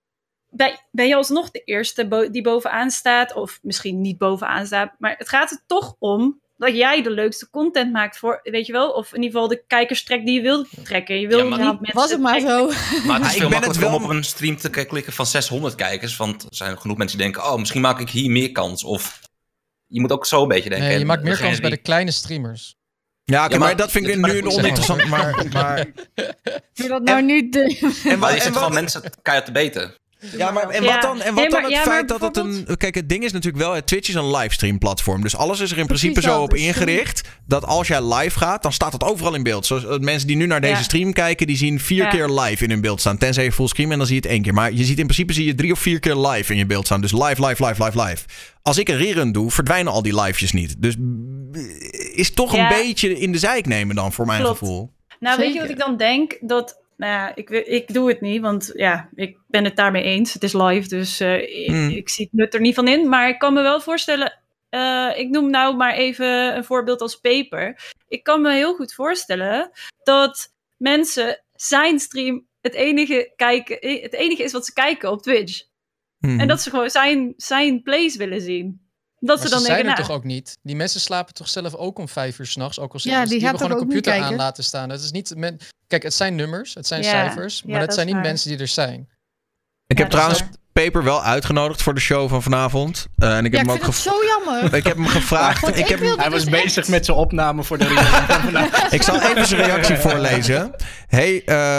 Speaker 9: ben, ben je alsnog de eerste bo- die bovenaan staat. Of misschien niet bovenaan staat. Maar het gaat er toch om... dat jij de leukste content maakt voor, weet je wel, of in ieder geval de kijkerstrek die je wil trekken. Je wil
Speaker 3: Ja, maar-
Speaker 9: niet
Speaker 2: Ja,
Speaker 9: mensen
Speaker 2: was het maar
Speaker 9: trekken.
Speaker 2: zo.
Speaker 3: Maar het is
Speaker 1: Ja, ik
Speaker 3: veel
Speaker 1: ben het
Speaker 3: makkelijker om
Speaker 1: wel-
Speaker 3: op een stream te k- klikken van zeshonderd kijkers. Want er zijn genoeg mensen die denken, oh, misschien maak ik hier meer kans. Of je moet ook zo een beetje denken.
Speaker 6: Nee, je
Speaker 3: En
Speaker 6: maakt meer
Speaker 3: degene
Speaker 6: kans bij de
Speaker 3: die-
Speaker 6: kleine streamers.
Speaker 1: Ja, oké,
Speaker 3: Ja,
Speaker 1: maar,
Speaker 3: maar-
Speaker 1: dat vind ik
Speaker 3: maar
Speaker 1: nu
Speaker 3: dat moet
Speaker 1: oninteressant.
Speaker 3: zeggen.
Speaker 1: Maar, maar,
Speaker 2: Doe dat nou
Speaker 1: En-
Speaker 2: niet.
Speaker 1: en,
Speaker 3: Maar
Speaker 1: wa-
Speaker 3: je
Speaker 1: en
Speaker 3: zit
Speaker 1: wat-
Speaker 3: gewoon mensen keihard te beten.
Speaker 1: Ja, maar en
Speaker 9: Ja.
Speaker 1: wat dan, en wat
Speaker 9: Nee,
Speaker 1: dan
Speaker 9: maar-
Speaker 1: het
Speaker 9: ja, maar
Speaker 1: feit dat het een... Kijk, het ding is natuurlijk wel... Twitch is een livestream platform. Dus alles is er in
Speaker 2: Precies
Speaker 1: principe zo
Speaker 2: dat,
Speaker 1: op
Speaker 2: dus
Speaker 1: ingericht... dat als jij live gaat, dan staat dat overal in beeld. Zoals uh, mensen die nu naar deze
Speaker 9: Ja.
Speaker 1: stream kijken... die zien vier
Speaker 9: Ja.
Speaker 1: keer live in hun beeld staan. Tenzij je fullscreen en dan zie je het één keer. Maar je ziet in principe zie je drie of vier keer live in je beeld staan. Dus live, live, live, live, live. Als ik een rerun doe, verdwijnen al die livejes niet. Dus b- is toch
Speaker 9: Ja.
Speaker 1: een beetje in de zeik nemen dan, voor mijn
Speaker 9: Klopt.
Speaker 1: gevoel.
Speaker 9: Nou, weet je
Speaker 2: Zeker.
Speaker 9: wat ik dan denk? Dat, nou ja, ik, we- ik doe het niet, want ja, ik ben het daarmee eens. Het is live, dus eh, ik,
Speaker 1: Hmm.
Speaker 9: ik zie het nut er niet van in. Maar ik kan me wel voorstellen, eh, ik noem nou maar even een voorbeeld als Paper. Ik kan me heel goed voorstellen dat mensen zijn stream het enige, kijken, het enige is wat ze kijken op Twitch.
Speaker 1: Hmm.
Speaker 9: En dat ze gewoon zijn, zijn plays willen zien. Dat
Speaker 6: Maar
Speaker 9: ze dan
Speaker 6: ze zijn
Speaker 9: denken,
Speaker 6: er
Speaker 9: nou,
Speaker 6: toch ook niet? Die mensen slapen toch zelf ook om vijf uur s'nachts? Ook al
Speaker 2: Ja,
Speaker 6: zitten ze-
Speaker 2: die
Speaker 6: die
Speaker 2: gaat
Speaker 6: hebben gewoon
Speaker 2: toch
Speaker 6: een
Speaker 2: ook niet
Speaker 6: computer aan
Speaker 2: kijken?
Speaker 6: laten staan. Het is niet men... Kijk, het zijn nummers, het zijn
Speaker 9: Ja,
Speaker 6: cijfers, maar
Speaker 9: ja,
Speaker 6: het
Speaker 9: dat
Speaker 6: zijn
Speaker 9: is
Speaker 6: niet
Speaker 9: waar.
Speaker 6: mensen die er zijn.
Speaker 1: Ik
Speaker 9: Ja,
Speaker 1: heb
Speaker 9: dat is
Speaker 1: trouwens
Speaker 9: waar.
Speaker 1: Paper wel uitgenodigd voor de show van vanavond. Uh, en ik
Speaker 2: Ja,
Speaker 1: heb
Speaker 2: ik
Speaker 1: hem ook
Speaker 2: vind het
Speaker 1: gev-
Speaker 2: zo jammer.
Speaker 1: Ik heb hem gevraagd.
Speaker 2: Want
Speaker 1: ik
Speaker 2: ik
Speaker 1: heb hem...
Speaker 2: wilde
Speaker 10: Hij was
Speaker 2: dus
Speaker 10: bezig
Speaker 2: echt-
Speaker 10: met zijn opname voor de review.
Speaker 1: Ik zal even zijn reactie voorlezen. Hey,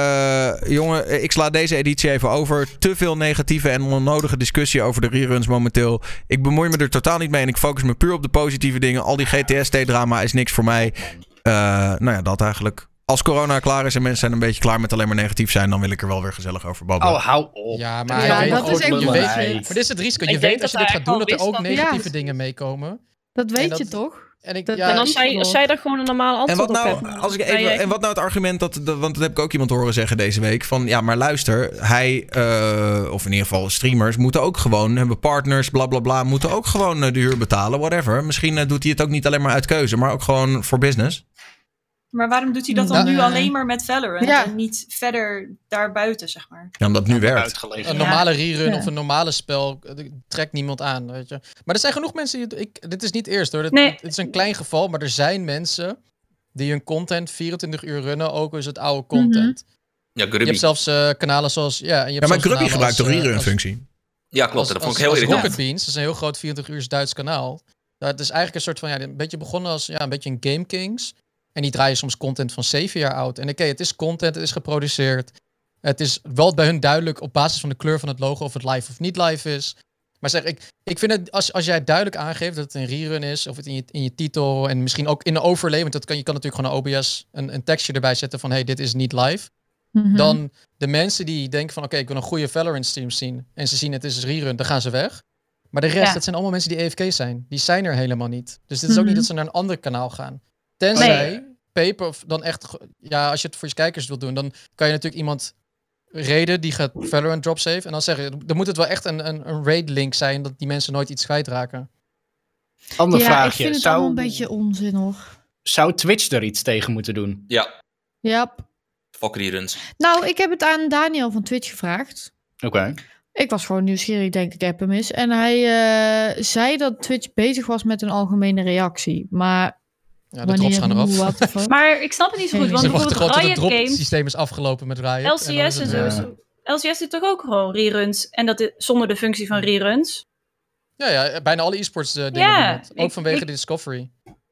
Speaker 1: uh, jongen, ik sla deze editie even over. Te veel negatieve en onnodige discussie over de reruns momenteel. Ik bemoei me er totaal niet mee en ik focus me puur op de positieve dingen. Al die G T S T-drama is niks voor mij. Uh, nou ja, dat eigenlijk. Als corona klaar is en mensen zijn een beetje klaar met alleen maar negatief zijn, dan wil ik er wel weer gezellig over babbelen.
Speaker 10: Oh, hou op.
Speaker 6: Ja, maar,
Speaker 2: Ja,
Speaker 6: je weet,
Speaker 2: dat is echt
Speaker 6: je weet,
Speaker 2: bullshit.
Speaker 6: maar dit is het risico.
Speaker 5: Ik
Speaker 6: Je
Speaker 5: denk
Speaker 6: weet als je
Speaker 5: dat
Speaker 6: dit
Speaker 5: hij
Speaker 6: gaat doen, dat er
Speaker 5: gewoon
Speaker 6: ook
Speaker 5: wist dat-
Speaker 6: negatieve
Speaker 2: Ja.
Speaker 6: dingen meekomen.
Speaker 2: Dat weet
Speaker 6: dat-
Speaker 2: je toch?
Speaker 6: En ik,
Speaker 2: Dat-
Speaker 6: ja,
Speaker 5: En
Speaker 2: dat
Speaker 5: als
Speaker 2: is
Speaker 5: jij,
Speaker 2: wel.
Speaker 5: als jij daar gewoon een normaal
Speaker 1: En
Speaker 5: antwoord
Speaker 1: wat
Speaker 5: op
Speaker 1: nou,
Speaker 5: hebt.
Speaker 1: als ik
Speaker 5: ben
Speaker 1: even,
Speaker 5: jij-
Speaker 1: en wat nou het argument dat, dat, want dat heb ik ook iemand horen zeggen deze week, van ja, maar luister, hij, uh, of in ieder geval streamers, moeten ook gewoon, hebben partners, bla bla bla, moeten ook gewoon uh, de huur betalen, whatever. Misschien uh, doet hij het ook niet alleen maar uit keuze, maar ook gewoon voor business.
Speaker 4: Maar waarom doet hij dat dan
Speaker 6: Ja.
Speaker 4: nu alleen maar met Valorant
Speaker 2: Ja.
Speaker 4: en niet verder daarbuiten, zeg maar?
Speaker 1: Ja, omdat het nu werkt.
Speaker 10: Uitgelezen.
Speaker 6: Een
Speaker 9: Ja.
Speaker 6: normale rerun
Speaker 2: Ja.
Speaker 6: of een normale spel eh, trekt niemand aan, weet je. Maar er zijn genoeg mensen die... het- Ik, dit is niet eerst hoor. Dit,
Speaker 9: Nee.
Speaker 6: Het is een klein geval, maar er zijn mensen die hun content vierentwintig uur runnen, ook is het oude content.
Speaker 3: Ja,
Speaker 6: Je
Speaker 3: Grubby.
Speaker 6: hebt zelfs uh, kanalen zoals... Ja, en je hebt
Speaker 1: Ja, maar
Speaker 6: zelfs
Speaker 1: Grubby
Speaker 6: kanalen
Speaker 1: gebruikt de
Speaker 6: als, eh,
Speaker 1: rerun
Speaker 6: als-
Speaker 1: functie.
Speaker 3: Ja, klopt.
Speaker 6: Als,
Speaker 3: Dat
Speaker 6: als,
Speaker 3: vond ik heel
Speaker 6: als
Speaker 3: irritant.
Speaker 6: Rocket Beans, dat is een heel groot vierentwintig uur Duits kanaal. Dat is eigenlijk een soort van, ja, een beetje begonnen als ja, een beetje een Game Kings. En die draaien soms content van zeven jaar oud. En oké, het is content, het is geproduceerd. Het is wel bij hun duidelijk op basis van de kleur van het logo of het live of niet live is. Maar zeg, ik, ik vind het, als, als jij duidelijk aangeeft dat het een rerun is, of het in je, in je titel en misschien ook in de overlay, want dat kan, je kan natuurlijk gewoon een O B S, een, een tekstje erbij zetten van, hey, dit is niet live.
Speaker 2: Mhm.
Speaker 6: Dan de mensen die denken van, oké, ik wil een goede Valorant stream zien. En ze zien het is rerun, dan gaan ze weg. Maar de rest,
Speaker 9: Ja.
Speaker 6: dat zijn allemaal mensen die E F K zijn. Die zijn er helemaal niet. Dus dit is ook
Speaker 2: Mhm.
Speaker 6: niet dat ze naar een ander kanaal gaan. Tenzij Paper of dan echt, ge- ja, als je het voor je kijkers wilt doen, dan kan je natuurlijk iemand raiden die gaat Valorant drop save. En dan zeggen, dan moet het wel echt een, een, een raid link zijn, dat die mensen nooit iets kwijtraken.
Speaker 10: Ander
Speaker 2: ja,
Speaker 10: vraagje.
Speaker 2: ik vind het
Speaker 10: zou,
Speaker 2: allemaal een beetje onzin hoor.
Speaker 10: zou Twitch er iets tegen moeten doen?
Speaker 3: Ja,
Speaker 2: Ja.
Speaker 3: fuck reruns.
Speaker 2: Nou, ik heb het aan Daniel van Twitch gevraagd.
Speaker 10: Oké.
Speaker 2: Ik was gewoon nieuwsgierig, denk ik, heb hem eens. En hij uh, zei dat Twitch bezig was met een algemene reactie. Maar
Speaker 6: Ja, de drops gaan eraf.
Speaker 2: hoe, what the fuck?
Speaker 9: Maar ik snap het niet zo goed,
Speaker 2: Ze
Speaker 9: want
Speaker 6: Ze wachten
Speaker 9: bijvoorbeeld
Speaker 6: gewoon tot het
Speaker 9: Riot
Speaker 6: drop
Speaker 9: Games,
Speaker 6: systeem is afgelopen met Riot.
Speaker 9: L C S
Speaker 6: dan is
Speaker 9: en
Speaker 6: het,
Speaker 9: zo.
Speaker 6: eh,
Speaker 9: is- L C S doet toch ook gewoon reruns? En dat is zonder de functie van reruns?
Speaker 6: Ja, ja, bijna alle e-sports uh, dingen
Speaker 9: Ja,
Speaker 6: doen dat. Ook
Speaker 9: ik-
Speaker 6: vanwege
Speaker 9: ik-
Speaker 6: de Discovery.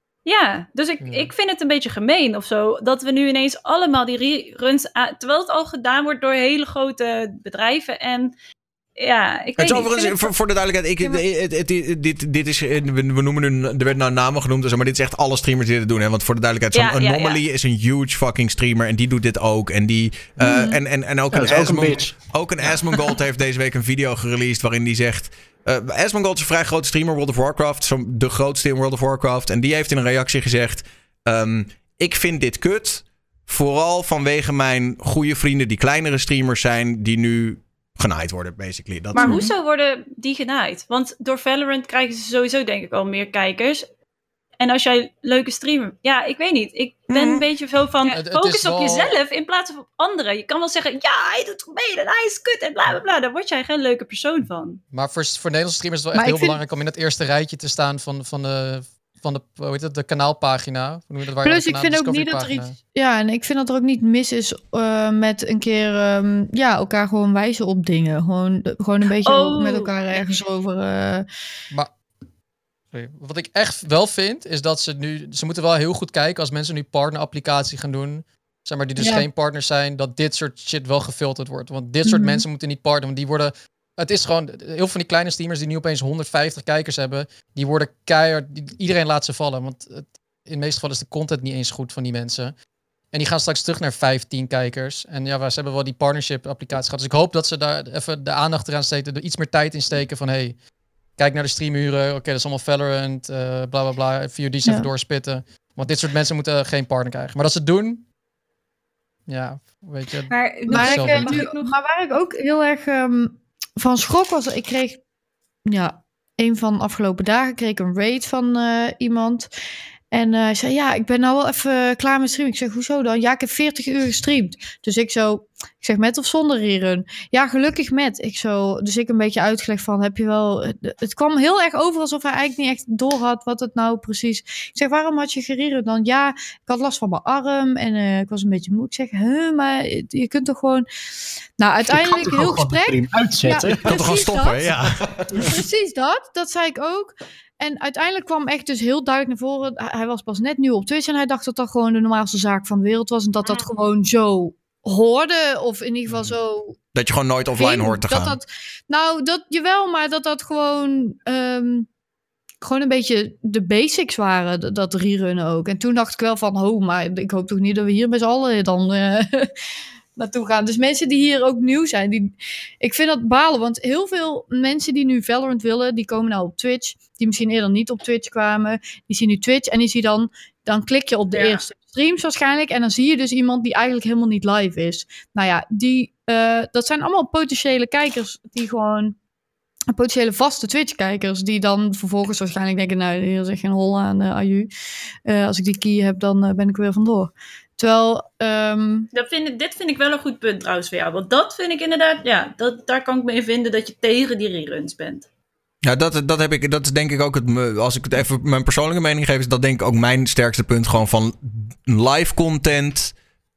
Speaker 9: Ja, dus ik,
Speaker 6: Ja.
Speaker 9: ik vind het een beetje gemeen of zo. Dat we nu ineens allemaal die reruns... aan- terwijl het al gedaan wordt door hele grote bedrijven. En ja, ik
Speaker 1: Het
Speaker 9: weet
Speaker 1: is
Speaker 9: niet. ik
Speaker 1: overigens,
Speaker 9: vind het-
Speaker 1: voor, voor de duidelijkheid, ik,
Speaker 9: Ja, maar-
Speaker 1: het, het, het- dit, dit is, we, we noemen nu, er werden nou namen genoemd, en zo, maar dit is echt alle streamers die dit doen. Hè? Want voor de duidelijkheid, zo'n
Speaker 9: Ja, ja,
Speaker 1: Anomaly
Speaker 9: ja.
Speaker 1: is een huge fucking streamer en die doet dit ook. En, die, uh,
Speaker 2: Mhm.
Speaker 1: en, en, en ook
Speaker 10: Ja,
Speaker 1: een
Speaker 10: dat is ook een
Speaker 1: Asmon,
Speaker 10: bitch.
Speaker 1: ook een Asmongold heeft deze week een video gereleased waarin die zegt... Uh, Asmongold is een vrij grote streamer, World of Warcraft, zo, de grootste in World of Warcraft. En die heeft in een reactie gezegd, um, ik vind dit kut, vooral vanwege mijn goede vrienden die kleinere streamers zijn, die nu genaaid worden, basically. Dat
Speaker 9: Maar hoezo worden die genaaid? Want door Valorant krijgen ze sowieso denk ik al meer kijkers. En als jij leuke streamer... Ja, ik weet niet. Ik ben
Speaker 1: Mhm.
Speaker 9: een beetje zo van...
Speaker 6: Het- het
Speaker 9: focus
Speaker 6: is
Speaker 9: op
Speaker 6: wel-
Speaker 9: jezelf in plaats van op anderen. Je kan wel zeggen... Ja, hij doet goed mee en hij is kut en bla bla bla. Daar word jij geen leuke persoon van.
Speaker 6: Maar voor, voor Nederlandse streamers is het wel echt
Speaker 2: Maar
Speaker 6: heel
Speaker 2: ik vind-
Speaker 6: belangrijk om in het eerste rijtje te staan van, van, de, van de, hoe heet het, de kanaalpagina. Hoe noem je dat? Waar
Speaker 2: Plus,
Speaker 6: de
Speaker 2: ik
Speaker 6: kanaal-
Speaker 2: vind ook niet dat er
Speaker 6: Discovery-pagina.
Speaker 2: iets... Ja, en ik vind dat er ook niet mis is uh, met een keer um, ja, elkaar gewoon wijzen op dingen. Gewoon, gewoon een beetje
Speaker 9: Oh.
Speaker 2: met elkaar ergens over... Uh,
Speaker 6: Maar sorry, wat ik echt wel vind, is dat ze nu... Ze moeten wel heel goed kijken als mensen nu partnerapplicatie gaan doen. Zeg maar, die dus
Speaker 2: Ja.
Speaker 6: geen partners zijn, dat dit soort shit wel gefilterd wordt. Want dit soort
Speaker 2: Mhm.
Speaker 6: mensen moeten niet partneren, want die worden het is gewoon, heel veel van die kleine streamers die nu opeens honderdvijftig kijkers hebben, die worden keihard, die, iedereen laat ze vallen. Want het, in de meeste gevallen is de content niet eens goed van die mensen. En die gaan straks terug naar vijftien kijkers. En ja, ze hebben wel die partnership applicatie gehad. Dus ik hoop dat ze daar even de aandacht eraan steken, er iets meer tijd in steken van, hey, kijk naar de streamuren. Oké, okay, dat is allemaal Valorant, uh, bla bla bla. V O D's ja. even doorspitten. Want dit soort mensen moeten geen partner krijgen. Maar dat ze het doen, ja, weet je.
Speaker 2: Maar, maar, ik, nu, maar waar ik ook heel erg um, van schrok was, ik kreeg, ja, een van de afgelopen dagen kreeg ik een raid van uh, iemand. En hij uh, zei, ja, ik ben nou wel even klaar met streamen. Ik zeg, hoezo dan? Ja, ik heb veertig uur gestreamd. Dus ik zo, ik zeg, met of zonder rerun? Ja, gelukkig met. Ik zo, dus ik een beetje uitgelegd van, heb je wel... Het kwam heel erg over alsof hij eigenlijk niet echt door had wat het nou precies... Ik zeg, waarom had je gererun dan? Ja, ik had last van mijn arm en uh, ik was een beetje moe. Ik zeg, huh, maar je kunt toch gewoon... Nou, uiteindelijk een heel gesprek...
Speaker 10: uitzetten.
Speaker 2: Ja,
Speaker 10: je kan toch gewoon stoppen, dat. Ja.
Speaker 2: Precies dat, dat zei ik ook. En uiteindelijk kwam echt dus heel duidelijk naar voren. Hij was pas net nieuw op Twitch en hij dacht dat dat gewoon de normaalste zaak van de wereld was. En dat dat gewoon zo hoorde. Of in ieder geval zo...
Speaker 1: Dat je gewoon nooit offline ging, hoort te
Speaker 2: dat
Speaker 1: gaan.
Speaker 2: Dat, nou, dat jawel, maar dat dat gewoon... Um, gewoon een beetje de basics waren, dat, dat rerunnen ook. En toen dacht ik wel van, oh, maar ik hoop toch niet dat we hier met z'n allen dan... Uh, naartoe gaan. Dus mensen die hier ook nieuw zijn, die, ik vind dat balen, want heel veel mensen die nu Valorant willen, die komen nou op Twitch, die misschien eerder niet op Twitch kwamen, die zien nu Twitch en die zie dan, dan klik je op de ja. eerste streams waarschijnlijk en dan zie je dus iemand die eigenlijk helemaal niet live is. Nou ja, die, uh, dat zijn allemaal potentiële kijkers die gewoon, potentiële vaste Twitch-kijkers, die dan vervolgens waarschijnlijk denken, nou, hier is echt geen hol aan uh, aju. Uh, als ik die key heb, dan uh, ben ik er weer vandoor. Terwijl... Um...
Speaker 9: Dat vind ik, dit vind ik wel een goed punt trouwens voor jou. Want dat vind ik inderdaad... Ja, dat, daar kan ik me in vinden dat je tegen die reruns bent.
Speaker 1: Ja, dat, dat heb ik... Dat is denk ik ook het... Als ik het even mijn persoonlijke mening geef... is dat denk ik ook mijn sterkste punt. Gewoon van live content.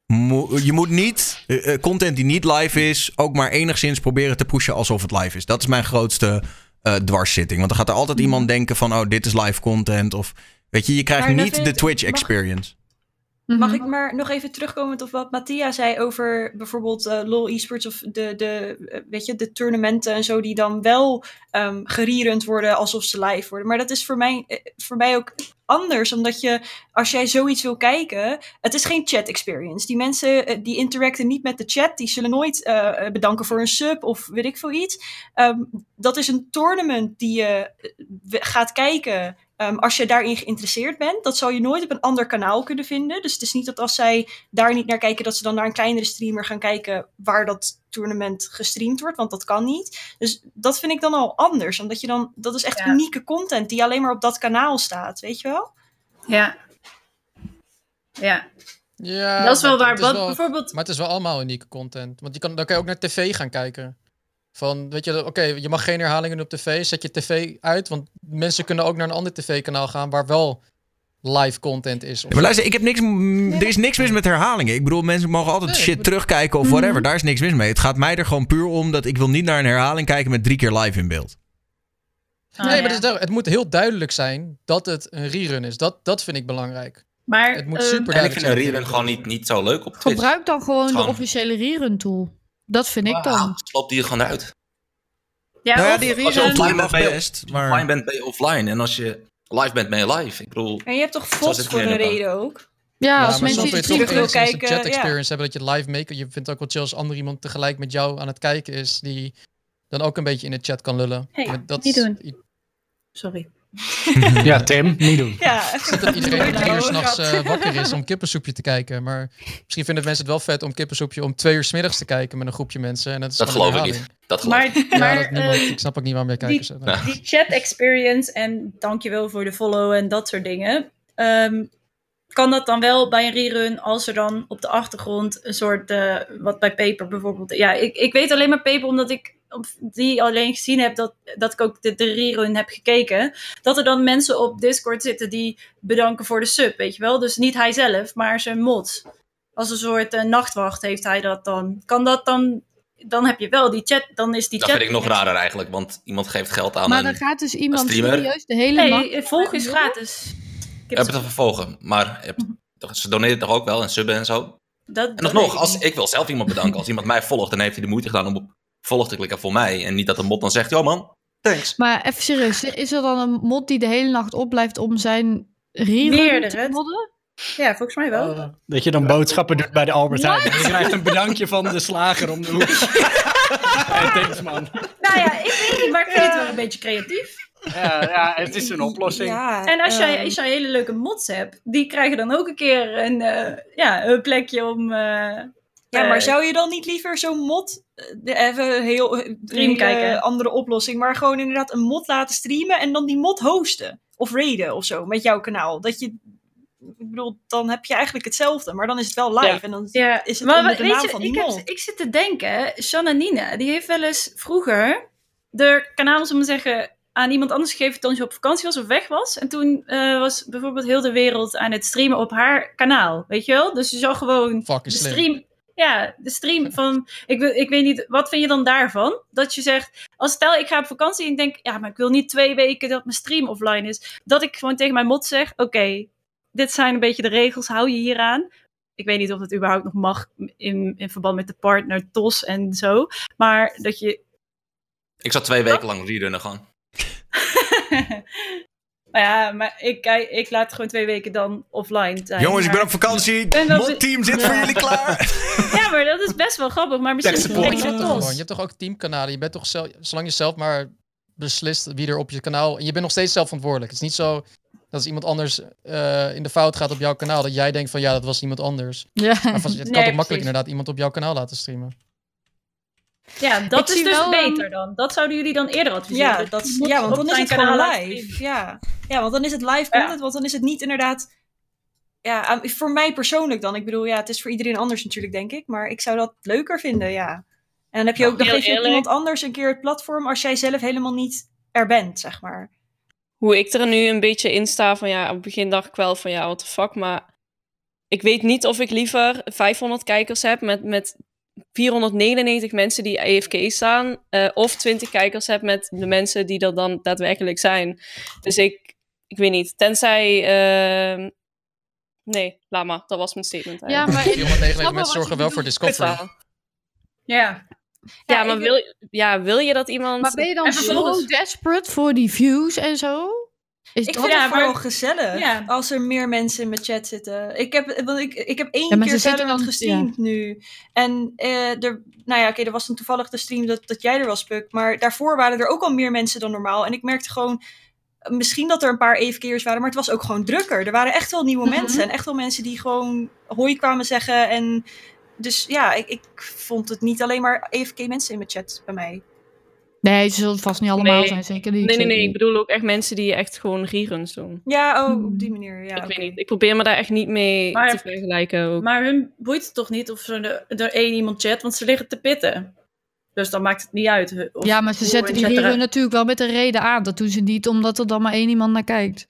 Speaker 1: Je moet niet... Uh, content die niet live is... ook maar enigszins proberen te pushen alsof het live is. Dat is mijn grootste uh, dwarszitting. Want dan gaat er altijd mm. iemand denken van... oh, dit is live content. Of weet je, je krijgt maar niet de Twitch mag... experience.
Speaker 4: Mag ik maar nog even terugkomen op wat Mattia zei over bijvoorbeeld uh, LoL esports of de, de, uh, weet je, de tournamenten en zo die dan wel um, gererund worden alsof ze live worden. Maar dat is voor mij, uh, voor mij ook anders, omdat je, als jij zoiets wil kijken, het is geen chat experience. Die mensen uh, die interacten niet met de chat, die zullen nooit uh, bedanken voor een sub of weet ik veel iets. Um, dat is een tournament die je uh, gaat kijken. Um, als je daarin geïnteresseerd bent, dat zal je nooit op een ander kanaal kunnen vinden. Dus het is niet dat als zij daar niet naar kijken, dat ze dan naar een kleinere streamer gaan kijken waar dat tournament gestreamd wordt, want dat kan niet. Dus dat vind ik dan al anders, omdat je dan, dat is echt ja. unieke content die alleen maar op dat kanaal staat, weet je wel?
Speaker 9: Ja. Ja.
Speaker 6: Ja,
Speaker 9: dat is wel waar.
Speaker 6: Is
Speaker 9: Wat,
Speaker 6: wel,
Speaker 9: bijvoorbeeld...
Speaker 6: Maar het is wel allemaal unieke content. Want je kan, dan kan je ook naar tv gaan kijken. Van, weet je, oké, okay, je mag geen herhalingen op tv, zet je tv uit, want mensen kunnen ook naar een ander tv-kanaal gaan waar wel live content is.
Speaker 1: Ja, maar luister, ik heb niks, er is niks mis met herhalingen. Ik bedoel, mensen mogen altijd nee, shit terugkijken of whatever. Mm-hmm. Daar is niks mis mee. Het gaat mij er gewoon puur om dat ik wil niet naar een herhaling kijken met drie keer live in beeld.
Speaker 6: Ah, nee, ja. maar het, is, het moet heel duidelijk zijn dat het een rerun is. Dat, dat vind ik belangrijk.
Speaker 9: Maar,
Speaker 6: het moet
Speaker 9: uh,
Speaker 6: super
Speaker 3: en ik vind een rerun gewoon niet, niet zo leuk op Twitch.
Speaker 2: Gebruik dan gewoon, gewoon...
Speaker 3: de
Speaker 2: officiële rerun tool. Dat vind ik dan.
Speaker 3: Slop die er gewoon uit.
Speaker 2: Ja,
Speaker 1: nou ja,
Speaker 2: of,
Speaker 1: die
Speaker 3: als je offline
Speaker 1: bent,
Speaker 3: ben je,
Speaker 1: best,
Speaker 3: maar... offline bent, ben je offline. En als je live bent, ben je live. Ik bedoel...
Speaker 4: En je hebt toch V O D voor een reden ook?
Speaker 2: Ja,
Speaker 6: ja
Speaker 2: als
Speaker 6: maar
Speaker 2: mensen
Speaker 6: soms
Speaker 2: die
Speaker 6: wil je
Speaker 2: wil
Speaker 6: kijken,
Speaker 2: kijken,
Speaker 6: een chat experience ja. hebben dat je live mee. Je vindt ook wel chill als ander iemand tegelijk met jou aan het kijken is, die dan ook een beetje in de chat kan lullen.
Speaker 9: Hey,
Speaker 6: dat
Speaker 9: niet doen. Sorry.
Speaker 10: Ja, Tim, niet doen.
Speaker 4: Ja,
Speaker 6: dat iedereen drie uur s'nachts uh, wakker is om kippensoepje te kijken. Maar misschien vinden mensen het wel vet om kippensoepje om twee uur 's middags te kijken met een groepje mensen. En dat is
Speaker 3: dat geloof ik niet. Dat geloof
Speaker 9: maar,
Speaker 3: ik.
Speaker 9: Maar,
Speaker 6: ja, dat niemand,
Speaker 9: uh,
Speaker 6: ik snap ook niet waarom jij kijkers
Speaker 9: die,
Speaker 6: hebt.
Speaker 9: Die chat experience en dankjewel voor de follow en dat soort dingen. Um, kan dat dan wel bij een rerun als er dan op de achtergrond een soort, uh, wat bij Paper bijvoorbeeld. Ja, ik, ik weet alleen maar Paper omdat ik die alleen gezien heb, dat, dat ik ook de, de rerun heb gekeken. Dat er dan mensen op Discord zitten die bedanken voor de sub, weet je wel. Dus niet hij zelf, maar zijn mod. Als een soort uh, nachtwacht heeft hij dat dan. Kan dat dan... Dan heb je wel die chat, dan is die
Speaker 3: dat
Speaker 9: chat...
Speaker 3: vind ik nog rarer eigenlijk, want iemand geeft geld aan
Speaker 2: maar
Speaker 3: een
Speaker 2: dan gaat dus iemand
Speaker 3: streamer.
Speaker 2: serieus de hele
Speaker 9: nee,
Speaker 2: nacht...
Speaker 9: volg is gratis.
Speaker 3: Je hebt het vervolgen, maar je hebt, ze doneren toch ook wel en subben en zo.
Speaker 9: Dat,
Speaker 3: en
Speaker 9: dat
Speaker 3: nog, als, ik wil zelf iemand bedanken. Als iemand mij volgt, dan heeft hij de moeite gedaan om op volg te klikken voor mij. En niet dat de mod dan zegt, yo man, thanks.
Speaker 2: Maar even serieus, is er dan een mod die de hele nacht opblijft om zijn rerun
Speaker 9: Meerdere.
Speaker 2: te modden?
Speaker 9: Ja, volgens mij wel.
Speaker 10: Uh, dat je dan boodschappen doet bij de Albert Heijn. En je krijgt een bedankje van de slager om de hoek. Hey, thanks man.
Speaker 9: Nou ja, ik weet niet, maar ik vind het wel een beetje creatief.
Speaker 10: Ja, ja, het is een oplossing.
Speaker 4: Ja,
Speaker 9: En als jij,
Speaker 4: ehm,
Speaker 9: als jij hele leuke mods hebt, die krijgen dan ook een keer een, uh, ja, een plekje om... Uh,
Speaker 4: Ja, maar
Speaker 9: uh,
Speaker 4: zou je dan niet liever zo'n mod, uh, even een heel, een
Speaker 9: Stream
Speaker 4: hele
Speaker 9: kijken.
Speaker 4: andere oplossing, maar gewoon inderdaad een mod laten streamen en dan die mod hosten of raiden of zo met jouw kanaal? Dat je, ik bedoel, dan heb je eigenlijk hetzelfde, maar dan is het wel live
Speaker 9: Ja.
Speaker 4: en dan
Speaker 9: Ja,
Speaker 4: is het
Speaker 9: maar
Speaker 4: onder de
Speaker 9: weet
Speaker 4: naam
Speaker 9: je,
Speaker 4: van die
Speaker 9: ik, heb,
Speaker 4: mod.
Speaker 9: ik zit te denken, Shanna Nina, die heeft wel eens vroeger de kanaal, zullen we zeggen, aan iemand anders gegeven toen ze op vakantie was of weg was. En toen uh, was bijvoorbeeld heel de wereld aan het streamen op haar kanaal, weet je wel? Dus je zou gewoon
Speaker 6: Fucking
Speaker 9: de
Speaker 6: slim.
Speaker 9: stream... Ja, de stream van... Ik, wil- ik weet niet, wat vind je dan daarvan? Dat je zegt, als stel ik ga op vakantie en ik denk, ja, maar ik wil niet twee weken dat mijn stream offline is. Dat ik gewoon tegen mijn mod zeg, oké, okay, dit zijn een beetje de regels, hou je hier aan. Ik weet niet of het überhaupt nog mag in, in verband met de partner, T O S en zo. Maar dat je...
Speaker 3: Ik zat twee weken lang rerunnen gaan.
Speaker 9: Maar ja, maar ik, kijk, ik laat gewoon twee weken dan offline zijn.
Speaker 1: Jongens, ik ben
Speaker 9: Maar-
Speaker 1: op vakantie.
Speaker 9: ben wel
Speaker 1: Mod team zit
Speaker 9: Ja.
Speaker 1: voor jullie klaar.
Speaker 9: Ja, maar dat is best wel grappig. Maar misschien
Speaker 10: Tech
Speaker 9: is het een
Speaker 10: support.
Speaker 9: beetje
Speaker 6: Gewoon,
Speaker 9: tos.
Speaker 6: je hebt toch ook teamkanalen. Je bent toch zelf, zolang je zelf maar beslist wie er op je kanaal... En je bent nog steeds zelf verantwoordelijk. Het is niet zo dat als iemand anders uh, in de fout gaat op jouw kanaal... dat jij denkt van ja, dat was iemand anders.
Speaker 2: Ja.
Speaker 6: Maar van, het kan
Speaker 9: Nee,
Speaker 6: toch makkelijk
Speaker 9: precies.
Speaker 6: inderdaad iemand op jouw kanaal laten streamen.
Speaker 9: Ja, dat
Speaker 2: Ik
Speaker 9: is
Speaker 2: zie
Speaker 9: dus
Speaker 2: wel, um,
Speaker 9: beter dan. Dat zouden jullie dan eerder adviseren.
Speaker 4: Ja,
Speaker 9: Dus
Speaker 4: dat,
Speaker 9: je moet
Speaker 4: ja, want
Speaker 9: op
Speaker 4: dan is
Speaker 9: zijn
Speaker 4: het gewoon
Speaker 9: kanaal laten
Speaker 4: live.
Speaker 9: streamen.
Speaker 4: Ja. ja, want dan is het live
Speaker 9: Ja.
Speaker 4: content, want dan is het niet inderdaad... Ja, aan- voor mij persoonlijk dan. Ik bedoel, ja, het is voor iedereen anders natuurlijk, denk ik. Maar ik zou dat leuker vinden, ja. En dan heb je ook, dan
Speaker 8: Heel
Speaker 4: geef je ook
Speaker 8: eerlijk.
Speaker 4: iemand anders een keer het platform als jij zelf helemaal niet er bent, zeg maar.
Speaker 8: Hoe ik er nu een beetje in sta van ja, op het begin dacht ik wel van ja, what the fuck, maar ik weet niet of ik liever vijfhonderd kijkers heb met, met vierhonderdnegenennegentig mensen die A F K staan, uh, of twintig kijkers heb met de mensen die er dan daadwerkelijk zijn. Dus ik, ik weet niet, tenzij... Uh, nee, laat maar, dat was mijn statement
Speaker 2: Ja,
Speaker 8: eigenlijk.
Speaker 2: maar ik
Speaker 6: vierhonderdnegenennegentig
Speaker 2: snap wel
Speaker 6: mensen
Speaker 2: wat
Speaker 6: zorgen
Speaker 2: je
Speaker 6: wel voor
Speaker 2: bedoelt.
Speaker 6: discovery.
Speaker 8: Kutverhaal.
Speaker 9: Ja.
Speaker 8: Ja,
Speaker 4: Ja,
Speaker 8: maar
Speaker 4: ik-
Speaker 8: wil, ja, wil je dat iemand...
Speaker 2: Maar ben je dan
Speaker 9: En
Speaker 2: zo
Speaker 9: vervolgens-
Speaker 2: desperate voor die views en zo? Is
Speaker 4: Ik
Speaker 2: dat-
Speaker 4: vind
Speaker 9: Ja,
Speaker 4: het
Speaker 9: maar-
Speaker 4: vooral gezellig
Speaker 9: Ja.
Speaker 4: als er meer mensen in mijn chat zitten. Ik heb, want ik, ik heb één
Speaker 2: Ja, maar
Speaker 4: keer
Speaker 2: ze zitten
Speaker 4: Valorant
Speaker 2: dan-
Speaker 4: gestreamd nu. En eh, er, nou ja, oké, er was dan toevallig de stream dat, dat jij er was, Puk. Maar daarvoor waren er ook al meer mensen dan normaal. En ik merkte gewoon, misschien dat er een paar A F K'ers waren, maar het was ook gewoon drukker. Er waren echt wel nieuwe
Speaker 2: Mhm.
Speaker 4: mensen. En echt wel mensen die gewoon hoi kwamen zeggen. En dus ja, ik, ik vond het niet alleen maar A F K mensen in mijn chat bij mij.
Speaker 2: Nee, ze zullen het vast niet allemaal
Speaker 8: Nee.
Speaker 2: zijn, zeker niet.
Speaker 8: Nee, nee,
Speaker 2: zeker
Speaker 8: nee, ik
Speaker 2: niet.
Speaker 8: bedoel ook echt mensen die echt gewoon reruns doen.
Speaker 4: Ja, oh,
Speaker 2: Hmm.
Speaker 4: op die manier. Ja,
Speaker 8: ik
Speaker 4: oké.
Speaker 8: weet niet, ik probeer me daar echt niet mee
Speaker 9: Maar-
Speaker 8: te vergelijken ook.
Speaker 9: Maar hun boeit het toch niet of ze er, er één iemand chat, want ze liggen te pitten. Dus dan maakt het niet uit. hu- Of,
Speaker 2: Ja, maar ze
Speaker 9: hoe
Speaker 2: zetten
Speaker 9: hun
Speaker 2: die
Speaker 9: chat
Speaker 2: rerun
Speaker 9: eruit-
Speaker 2: natuurlijk wel met een reden aan. Dat doen ze niet omdat er dan maar één iemand naar kijkt.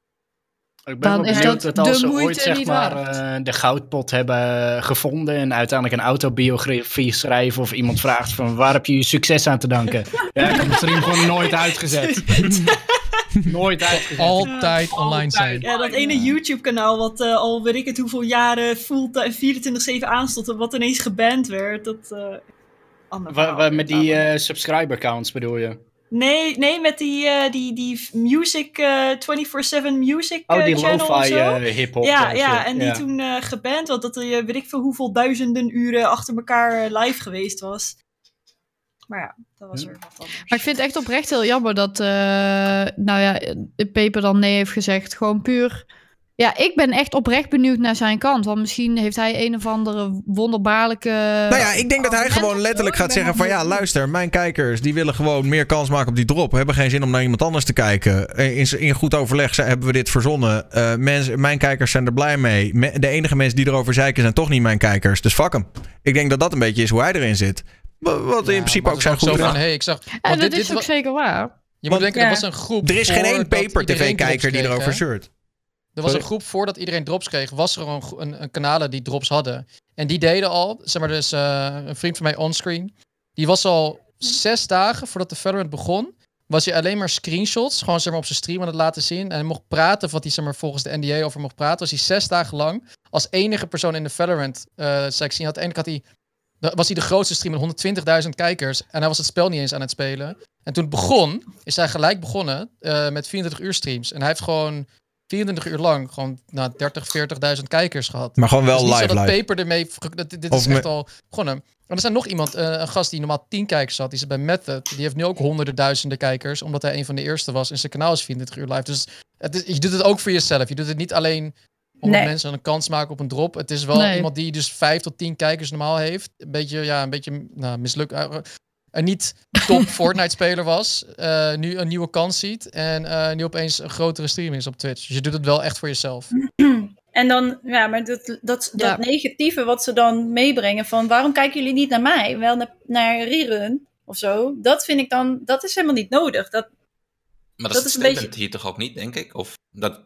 Speaker 10: Ik ben
Speaker 2: Dan
Speaker 10: wel
Speaker 2: is
Speaker 10: benieuwd
Speaker 2: dat
Speaker 10: dat als
Speaker 2: de
Speaker 10: ze ooit
Speaker 2: moeite
Speaker 10: zeg
Speaker 2: niet
Speaker 10: maar
Speaker 2: waard.
Speaker 10: eh, de goudpot hebben gevonden en uiteindelijk een autobiografie schrijven of iemand vraagt van waar heb je je succes aan te danken? Ja, ik heb mijn stream gewoon nooit uitgezet. nooit uitgezet.
Speaker 6: Altijd online zijn.
Speaker 4: Ja, dat ene YouTube-kanaal wat eh, al weet ik het hoeveel jaren fulltime vierentwintig zeven aanstond en wat ineens geband werd. Dat, eh ander
Speaker 10: Wa-
Speaker 4: verhaal.
Speaker 10: wa- met die eh, subscriber counts bedoel je?
Speaker 4: Nee, nee, met die, eh, die, die music, eh vierentwintig zeven music
Speaker 10: Oh,
Speaker 4: eh,
Speaker 10: die
Speaker 4: channel of
Speaker 10: lo-fi
Speaker 4: zo.
Speaker 10: eh, hip-hop.
Speaker 4: ja,
Speaker 10: eh,
Speaker 4: ja,
Speaker 10: shit.
Speaker 4: en die
Speaker 10: Ja.
Speaker 4: toen eh geband, want dat er eh, weet ik veel hoeveel duizenden uren achter elkaar eh, live geweest was. Maar ja, dat was
Speaker 10: Hm.
Speaker 4: weer wat anders.
Speaker 2: Maar ik vind het echt oprecht heel jammer dat, eh, nou ja, Peper dan nee heeft gezegd. Gewoon puur. Ja, ik ben echt oprecht benieuwd naar zijn kant. Want misschien heeft hij een of andere wonderbaarlijke...
Speaker 1: Nou ja, ik denk dat hij gewoon letterlijk gaat zeggen van ja, luister, mijn kijkers die willen gewoon meer kans maken op die drop. Hebben geen zin om naar iemand anders te kijken. In, in goed overleg zijn, hebben we dit verzonnen. Uh, mensen, mijn kijkers zijn er blij mee. Me, de enige mensen die erover zeiken zijn toch niet mijn kijkers. Dus fuck hem. Ik denk dat dat een beetje is hoe hij erin zit. Wat in
Speaker 6: Ja,
Speaker 1: principe
Speaker 6: maar
Speaker 1: ook
Speaker 6: het is
Speaker 1: zijn
Speaker 6: zo
Speaker 1: goed.
Speaker 6: van, hey, ik zag,
Speaker 2: En
Speaker 6: want
Speaker 2: dat
Speaker 6: dit,
Speaker 2: is
Speaker 6: dit
Speaker 2: ook
Speaker 6: wa-
Speaker 2: zeker waar.
Speaker 6: Je moet denken,
Speaker 9: Ja.
Speaker 6: er was een groep.
Speaker 1: Er is geen één
Speaker 6: voordat
Speaker 1: paper
Speaker 6: iedereen drops
Speaker 1: tv-kijker die
Speaker 6: kreeg,
Speaker 1: erover
Speaker 6: hè?
Speaker 1: shirt.
Speaker 6: Er was
Speaker 1: Sorry?
Speaker 6: een groep voordat iedereen drops kreeg, was er een, een, een kanalen die drops hadden. En die deden al, zeg maar dus uh, een vriend van mij onscreen, die was al zes dagen voordat de Valorant begon, was hij alleen maar screenshots, gewoon zeg maar op zijn stream aan het laten zien. En hij mocht praten, wat hij zeg maar volgens de N D A over mocht praten, was hij zes dagen lang als enige persoon in de Valorant uh, sectie. Uiteindelijk had hij Dan was hij de grootste streamer, honderdtwintigduizend kijkers. En hij was het spel niet eens aan het spelen. En toen het begon, is hij gelijk begonnen uh, met vierentwintig uur streams. En hij heeft gewoon vierentwintig uur lang gewoon nou, dertig, veertigduizend kijkers gehad.
Speaker 1: Maar gewoon wel
Speaker 6: dus niet
Speaker 1: live,
Speaker 6: zo dat
Speaker 1: live.
Speaker 6: Paper ermee... Dat, dit
Speaker 1: Of
Speaker 6: is echt
Speaker 1: me-
Speaker 6: al begonnen. Maar er zijn nog iemand, uh, een gast die normaal tien kijkers had. Die zit bij Method. Die heeft nu ook honderden duizenden kijkers. Omdat hij een van de eerste was. En zijn kanaal is vierentwintig uur live. Dus het is, je doet het ook voor jezelf. Je doet het niet alleen omdat
Speaker 9: Nee.
Speaker 6: mensen een kans maken op een drop. Het is wel
Speaker 2: Nee.
Speaker 6: iemand die dus vijf tot tien kijkers normaal heeft. Een beetje, ja, een beetje nou, mislukt. Uh, een niet top Fortnite-speler was. Uh, nu een nieuwe kans ziet. En uh, nu opeens een grotere streamer is op Twitch. Dus je doet het wel echt voor jezelf.
Speaker 9: En dan, ja, maar dat, dat,
Speaker 2: Ja.
Speaker 9: dat negatieve wat ze dan meebrengen van waarom kijken jullie niet naar mij, wel naar, naar Rerun of zo, dat vind ik dan, dat is helemaal niet nodig. Dat,
Speaker 3: Maar dat,
Speaker 9: Dat
Speaker 3: is
Speaker 9: is een
Speaker 3: het statement
Speaker 9: beetje-
Speaker 3: hier toch ook niet, denk ik? Of dat...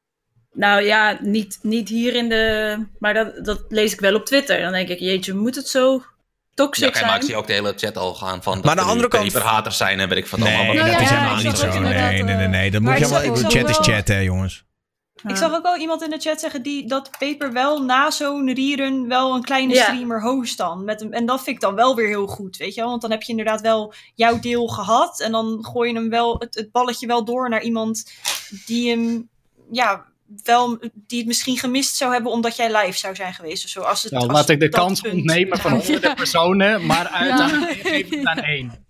Speaker 9: nou ja, niet, niet hier in de, maar dat, dat lees ik wel op Twitter. Dan denk ik, jeetje, moet het zo toxic
Speaker 3: Ja, oké, maar ik
Speaker 9: zijn?
Speaker 3: zie ook de hele chat al gaan van... Dat
Speaker 1: Maar aan de
Speaker 3: er nu
Speaker 1: andere kant-
Speaker 3: paperhaters zijn en weet ik van
Speaker 1: Nee,
Speaker 3: allemaal.
Speaker 1: dat
Speaker 2: Nou ja,
Speaker 1: is
Speaker 2: ja,
Speaker 1: helemaal
Speaker 2: ik
Speaker 1: niet
Speaker 2: zag
Speaker 1: zo.
Speaker 2: ook
Speaker 1: Nee,
Speaker 2: inderdaad,
Speaker 1: nee, nee, nee. Dat
Speaker 2: maar
Speaker 1: moet je
Speaker 2: ik
Speaker 1: allemaal...
Speaker 2: zag ook
Speaker 1: Chat is
Speaker 2: wel-
Speaker 1: chat, hè, jongens.
Speaker 9: Ja.
Speaker 4: Ik zag ook al iemand in de chat zeggen die, dat Paper wel na zo'n rerun wel een kleine
Speaker 9: Ja.
Speaker 4: streamer host dan. Met een, en dat vind ik dan wel weer heel goed, weet je wel. Want dan heb je inderdaad wel jouw deel gehad. En dan gooi je hem wel, het, het balletje wel door naar iemand die hem, ja, wel, die het misschien gemist zou hebben omdat jij live zou zijn geweest. Of zo, als het,
Speaker 10: Nou,
Speaker 4: als
Speaker 10: laat ik de
Speaker 4: dat
Speaker 10: kans
Speaker 4: punt-
Speaker 10: ontnemen van honderden personen, maar uiteindelijk geef ik het aan één.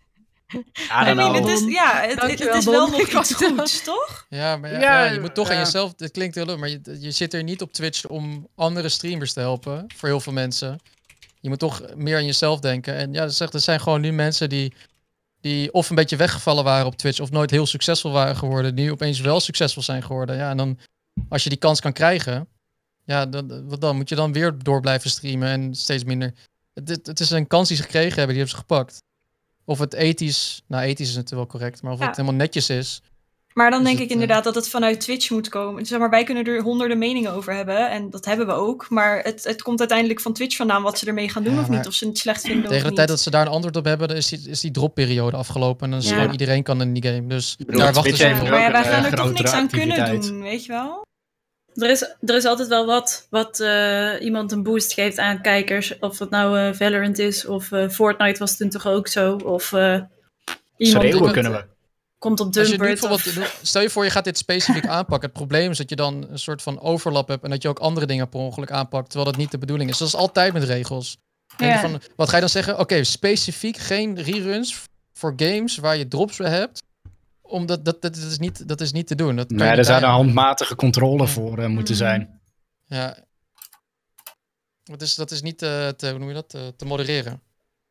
Speaker 10: Ja,
Speaker 4: I
Speaker 10: dan
Speaker 4: mean,
Speaker 10: al.
Speaker 4: het is, ja, het, het,
Speaker 2: Dankjewel,
Speaker 4: is wel
Speaker 2: Don.
Speaker 4: nog iets goeds, toch?
Speaker 6: Ja, maar ja,
Speaker 10: Ja,
Speaker 6: ja, je moet toch aan
Speaker 10: ja.
Speaker 6: jezelf... Het klinkt heel leuk, maar je, je zit er niet op Twitch om andere streamers te helpen. Voor heel veel mensen. Je moet toch meer aan jezelf denken. En ja, dat zegt, er zijn gewoon nu mensen die, die of een beetje weggevallen waren op Twitch... of nooit heel succesvol waren geworden... die nu opeens wel succesvol zijn geworden. Ja, en dan, als je die kans kan krijgen... ja, dan, wat dan? Moet je dan weer door blijven streamen en steeds minder... Het, het, het is een kans die ze gekregen hebben, die hebben ze gepakt. Of het ethisch... Nou, ethisch is natuurlijk wel correct, maar of
Speaker 4: Ja.
Speaker 6: het helemaal netjes is...
Speaker 4: Maar dan
Speaker 6: Dus
Speaker 4: denk
Speaker 6: het,
Speaker 4: ik inderdaad dat het vanuit Twitch moet komen. Zeg maar, wij kunnen er honderden meningen over hebben. En dat hebben we ook. Maar het, het komt uiteindelijk van Twitch vandaan wat ze ermee gaan doen
Speaker 6: Ja,
Speaker 4: of
Speaker 6: maar
Speaker 4: niet. Of ze het slecht vinden
Speaker 6: Tegen
Speaker 4: of
Speaker 6: de
Speaker 4: niet.
Speaker 6: tijd dat ze daar een antwoord op hebben, dan is die, is die dropperiode afgelopen. En dan is
Speaker 4: Ja.
Speaker 6: gewoon iedereen kan in die game. Dus
Speaker 10: bedoel,
Speaker 6: daar wachten
Speaker 10: Twitch
Speaker 6: ze
Speaker 10: heeft
Speaker 6: op.
Speaker 10: er
Speaker 4: Maar ja,
Speaker 10: ook
Speaker 4: wij
Speaker 10: een,
Speaker 4: gaan
Speaker 10: eh,
Speaker 4: er toch niks
Speaker 10: grotere
Speaker 4: aan kunnen
Speaker 10: activiteit.
Speaker 4: doen, weet je wel?
Speaker 9: Er is, er is altijd wel wat, wat eh, iemand een boost geeft aan kijkers. Of het nou eh, Valorant is, of eh, Fortnite was toen toch ook zo. Of eh, iemand
Speaker 10: Schreeuwen
Speaker 9: komt,
Speaker 10: kunnen we.
Speaker 9: komt op
Speaker 6: Als je nu
Speaker 9: Dumpert.
Speaker 6: bijvoorbeeld,
Speaker 9: Of,
Speaker 6: stel je voor, je gaat dit specifiek aanpakken. Het probleem is dat je dan een soort van overlap hebt en dat je ook andere dingen per ongeluk aanpakt, terwijl dat niet de bedoeling is. Dat is altijd met regels. Denk je
Speaker 9: Ja.
Speaker 6: van, wat ga je dan zeggen? Oké, specifiek geen reruns voor games waar je drops bij hebt. Omdat dat, dat, dat, is, niet, dat is niet te doen. Dat kan je
Speaker 10: Nee,
Speaker 6: niet
Speaker 10: er zou een
Speaker 6: bijhouden.
Speaker 10: handmatige controle voor eh, moeten
Speaker 9: Mm.
Speaker 10: zijn.
Speaker 6: Ja. Dat is, dat is niet eh, te, hoe noem je dat, te, te modereren.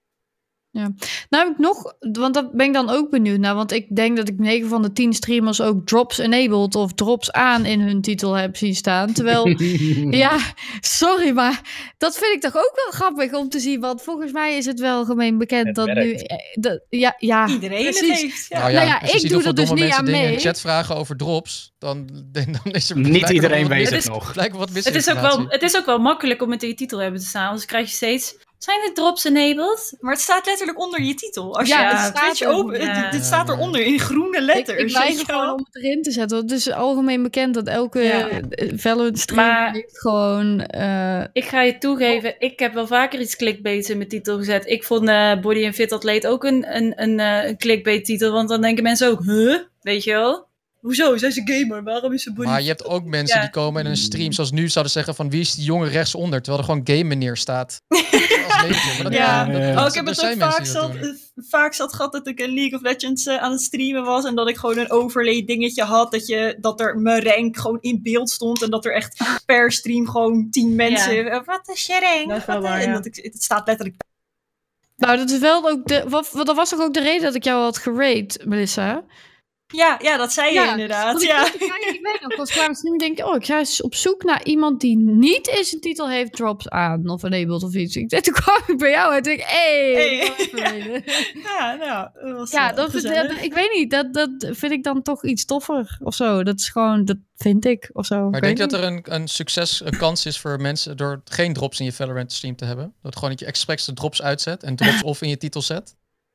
Speaker 2: Nou heb ik nog, want dat ben ik dan ook benieuwd naar. Want ik denk dat ik negen van de tien streamers ook drops enabled of drops aan in hun titel heb zien staan. Terwijl, ja, sorry, maar dat vind ik toch ook wel grappig om te zien. Want volgens mij is het wel gemeen bekend
Speaker 10: Het
Speaker 2: dat
Speaker 10: werkt.
Speaker 2: nu... eh, Dat, ja, ja,
Speaker 4: Iedereen
Speaker 2: precies.
Speaker 4: het heeft. Ja.
Speaker 6: Nou ja,
Speaker 2: Nou ja,
Speaker 6: als je
Speaker 2: ik
Speaker 6: ziet
Speaker 2: doe
Speaker 6: hoeveel
Speaker 2: er dus
Speaker 6: domme
Speaker 2: niet
Speaker 6: mensen
Speaker 2: aan
Speaker 6: dingen in de
Speaker 2: mee.
Speaker 6: chat vragen over drops, dan, dan is er
Speaker 10: Niet
Speaker 6: blijkbaar
Speaker 10: iedereen
Speaker 6: wat
Speaker 10: weet
Speaker 6: mis-
Speaker 10: het
Speaker 9: is-
Speaker 10: nog.
Speaker 6: Blijkbaar wat
Speaker 9: het, is ook wel,
Speaker 6: misinformatie.
Speaker 9: het is ook wel makkelijk om het in je titel hebben te staan. Anders krijg je steeds... Zijn er drops enabled?
Speaker 4: Maar het staat letterlijk onder je titel. Als
Speaker 2: Ja,
Speaker 4: je
Speaker 2: het
Speaker 4: het
Speaker 2: staat
Speaker 4: Twitch
Speaker 2: er-
Speaker 4: open,
Speaker 9: ja.
Speaker 4: dit, dit staat eronder in groene
Speaker 2: Ik,
Speaker 4: letters.
Speaker 2: ik
Speaker 4: weet
Speaker 2: weiger
Speaker 4: je wel?
Speaker 2: gewoon om het erin te zetten. Want het is algemeen bekend dat elke
Speaker 9: Ja.
Speaker 2: ja. Valorant streamer
Speaker 9: Maar-
Speaker 2: heeft gewoon... eh,
Speaker 9: Ik ga je toegeven, ik heb wel vaker iets clickbaits in mijn titel gezet. Ik vond eh, Body and Fit Atleet ook een, een, een, eh, een clickbait titel. Want dan denken mensen ook, huh? Weet je wel? Hoezo? Zij is een gamer. Waarom is ze Body
Speaker 6: Maar je hebt ook mensen
Speaker 9: Ja.
Speaker 6: die komen in een stream, zoals nu zouden zeggen van wie is die jongen rechtsonder, terwijl er gewoon game meneer staat. Als leventje. Maar dat-
Speaker 4: Ja.
Speaker 6: dat-
Speaker 10: Ja.
Speaker 6: dat-
Speaker 4: Oh, ik heb
Speaker 6: er
Speaker 4: het
Speaker 6: zijn
Speaker 4: ook
Speaker 6: mensen
Speaker 4: vaak
Speaker 6: die dat
Speaker 4: zat,
Speaker 6: doen.
Speaker 4: eh, vaak zat gehad dat ik een League of Legends eh, aan het streamen was. En dat ik gewoon een overlay dingetje had. Dat, je, dat er mijn rank gewoon in beeld stond. En dat er echt per stream gewoon tien mensen... eh, wat is je rank?
Speaker 9: Dat is wel
Speaker 4: Wat, eh,
Speaker 9: waar,
Speaker 4: en
Speaker 9: ja.
Speaker 4: dat ik, het staat letterlijk...
Speaker 2: Nou, dat is wel ook de... Wat, wat, dat was toch ook de reden dat ik jou had gerate, Melissa?
Speaker 4: Ja, ja, dat zei je
Speaker 2: Ja,
Speaker 4: inderdaad.
Speaker 2: Want ik,
Speaker 4: Ja.
Speaker 2: was- ik, weet- ik weet nog, ik was klaar met streamen, denk ik, oh, ik ga eens op zoek naar iemand die niet in zijn titel heeft drops aan of enabled of iets. Ik, toen kwam ik bij jou en denk ik, hé,
Speaker 4: Hey.
Speaker 2: dat was even geleden.
Speaker 4: Ja, nou, dat was
Speaker 2: Ja,
Speaker 4: eh,
Speaker 2: dat, vind-
Speaker 4: gezellig.
Speaker 2: dat- ik weet niet, dat, dat vind ik dan toch iets toffer of zo. Dat is gewoon, dat vind ik of zo.
Speaker 6: Maar
Speaker 2: Ik
Speaker 6: denk je
Speaker 2: weet
Speaker 6: dat er een, een succes, een kans is voor mensen door geen drops in je Valorant stream te hebben? Dat gewoon dat je expres de drops uitzet en drops of in je titel zet?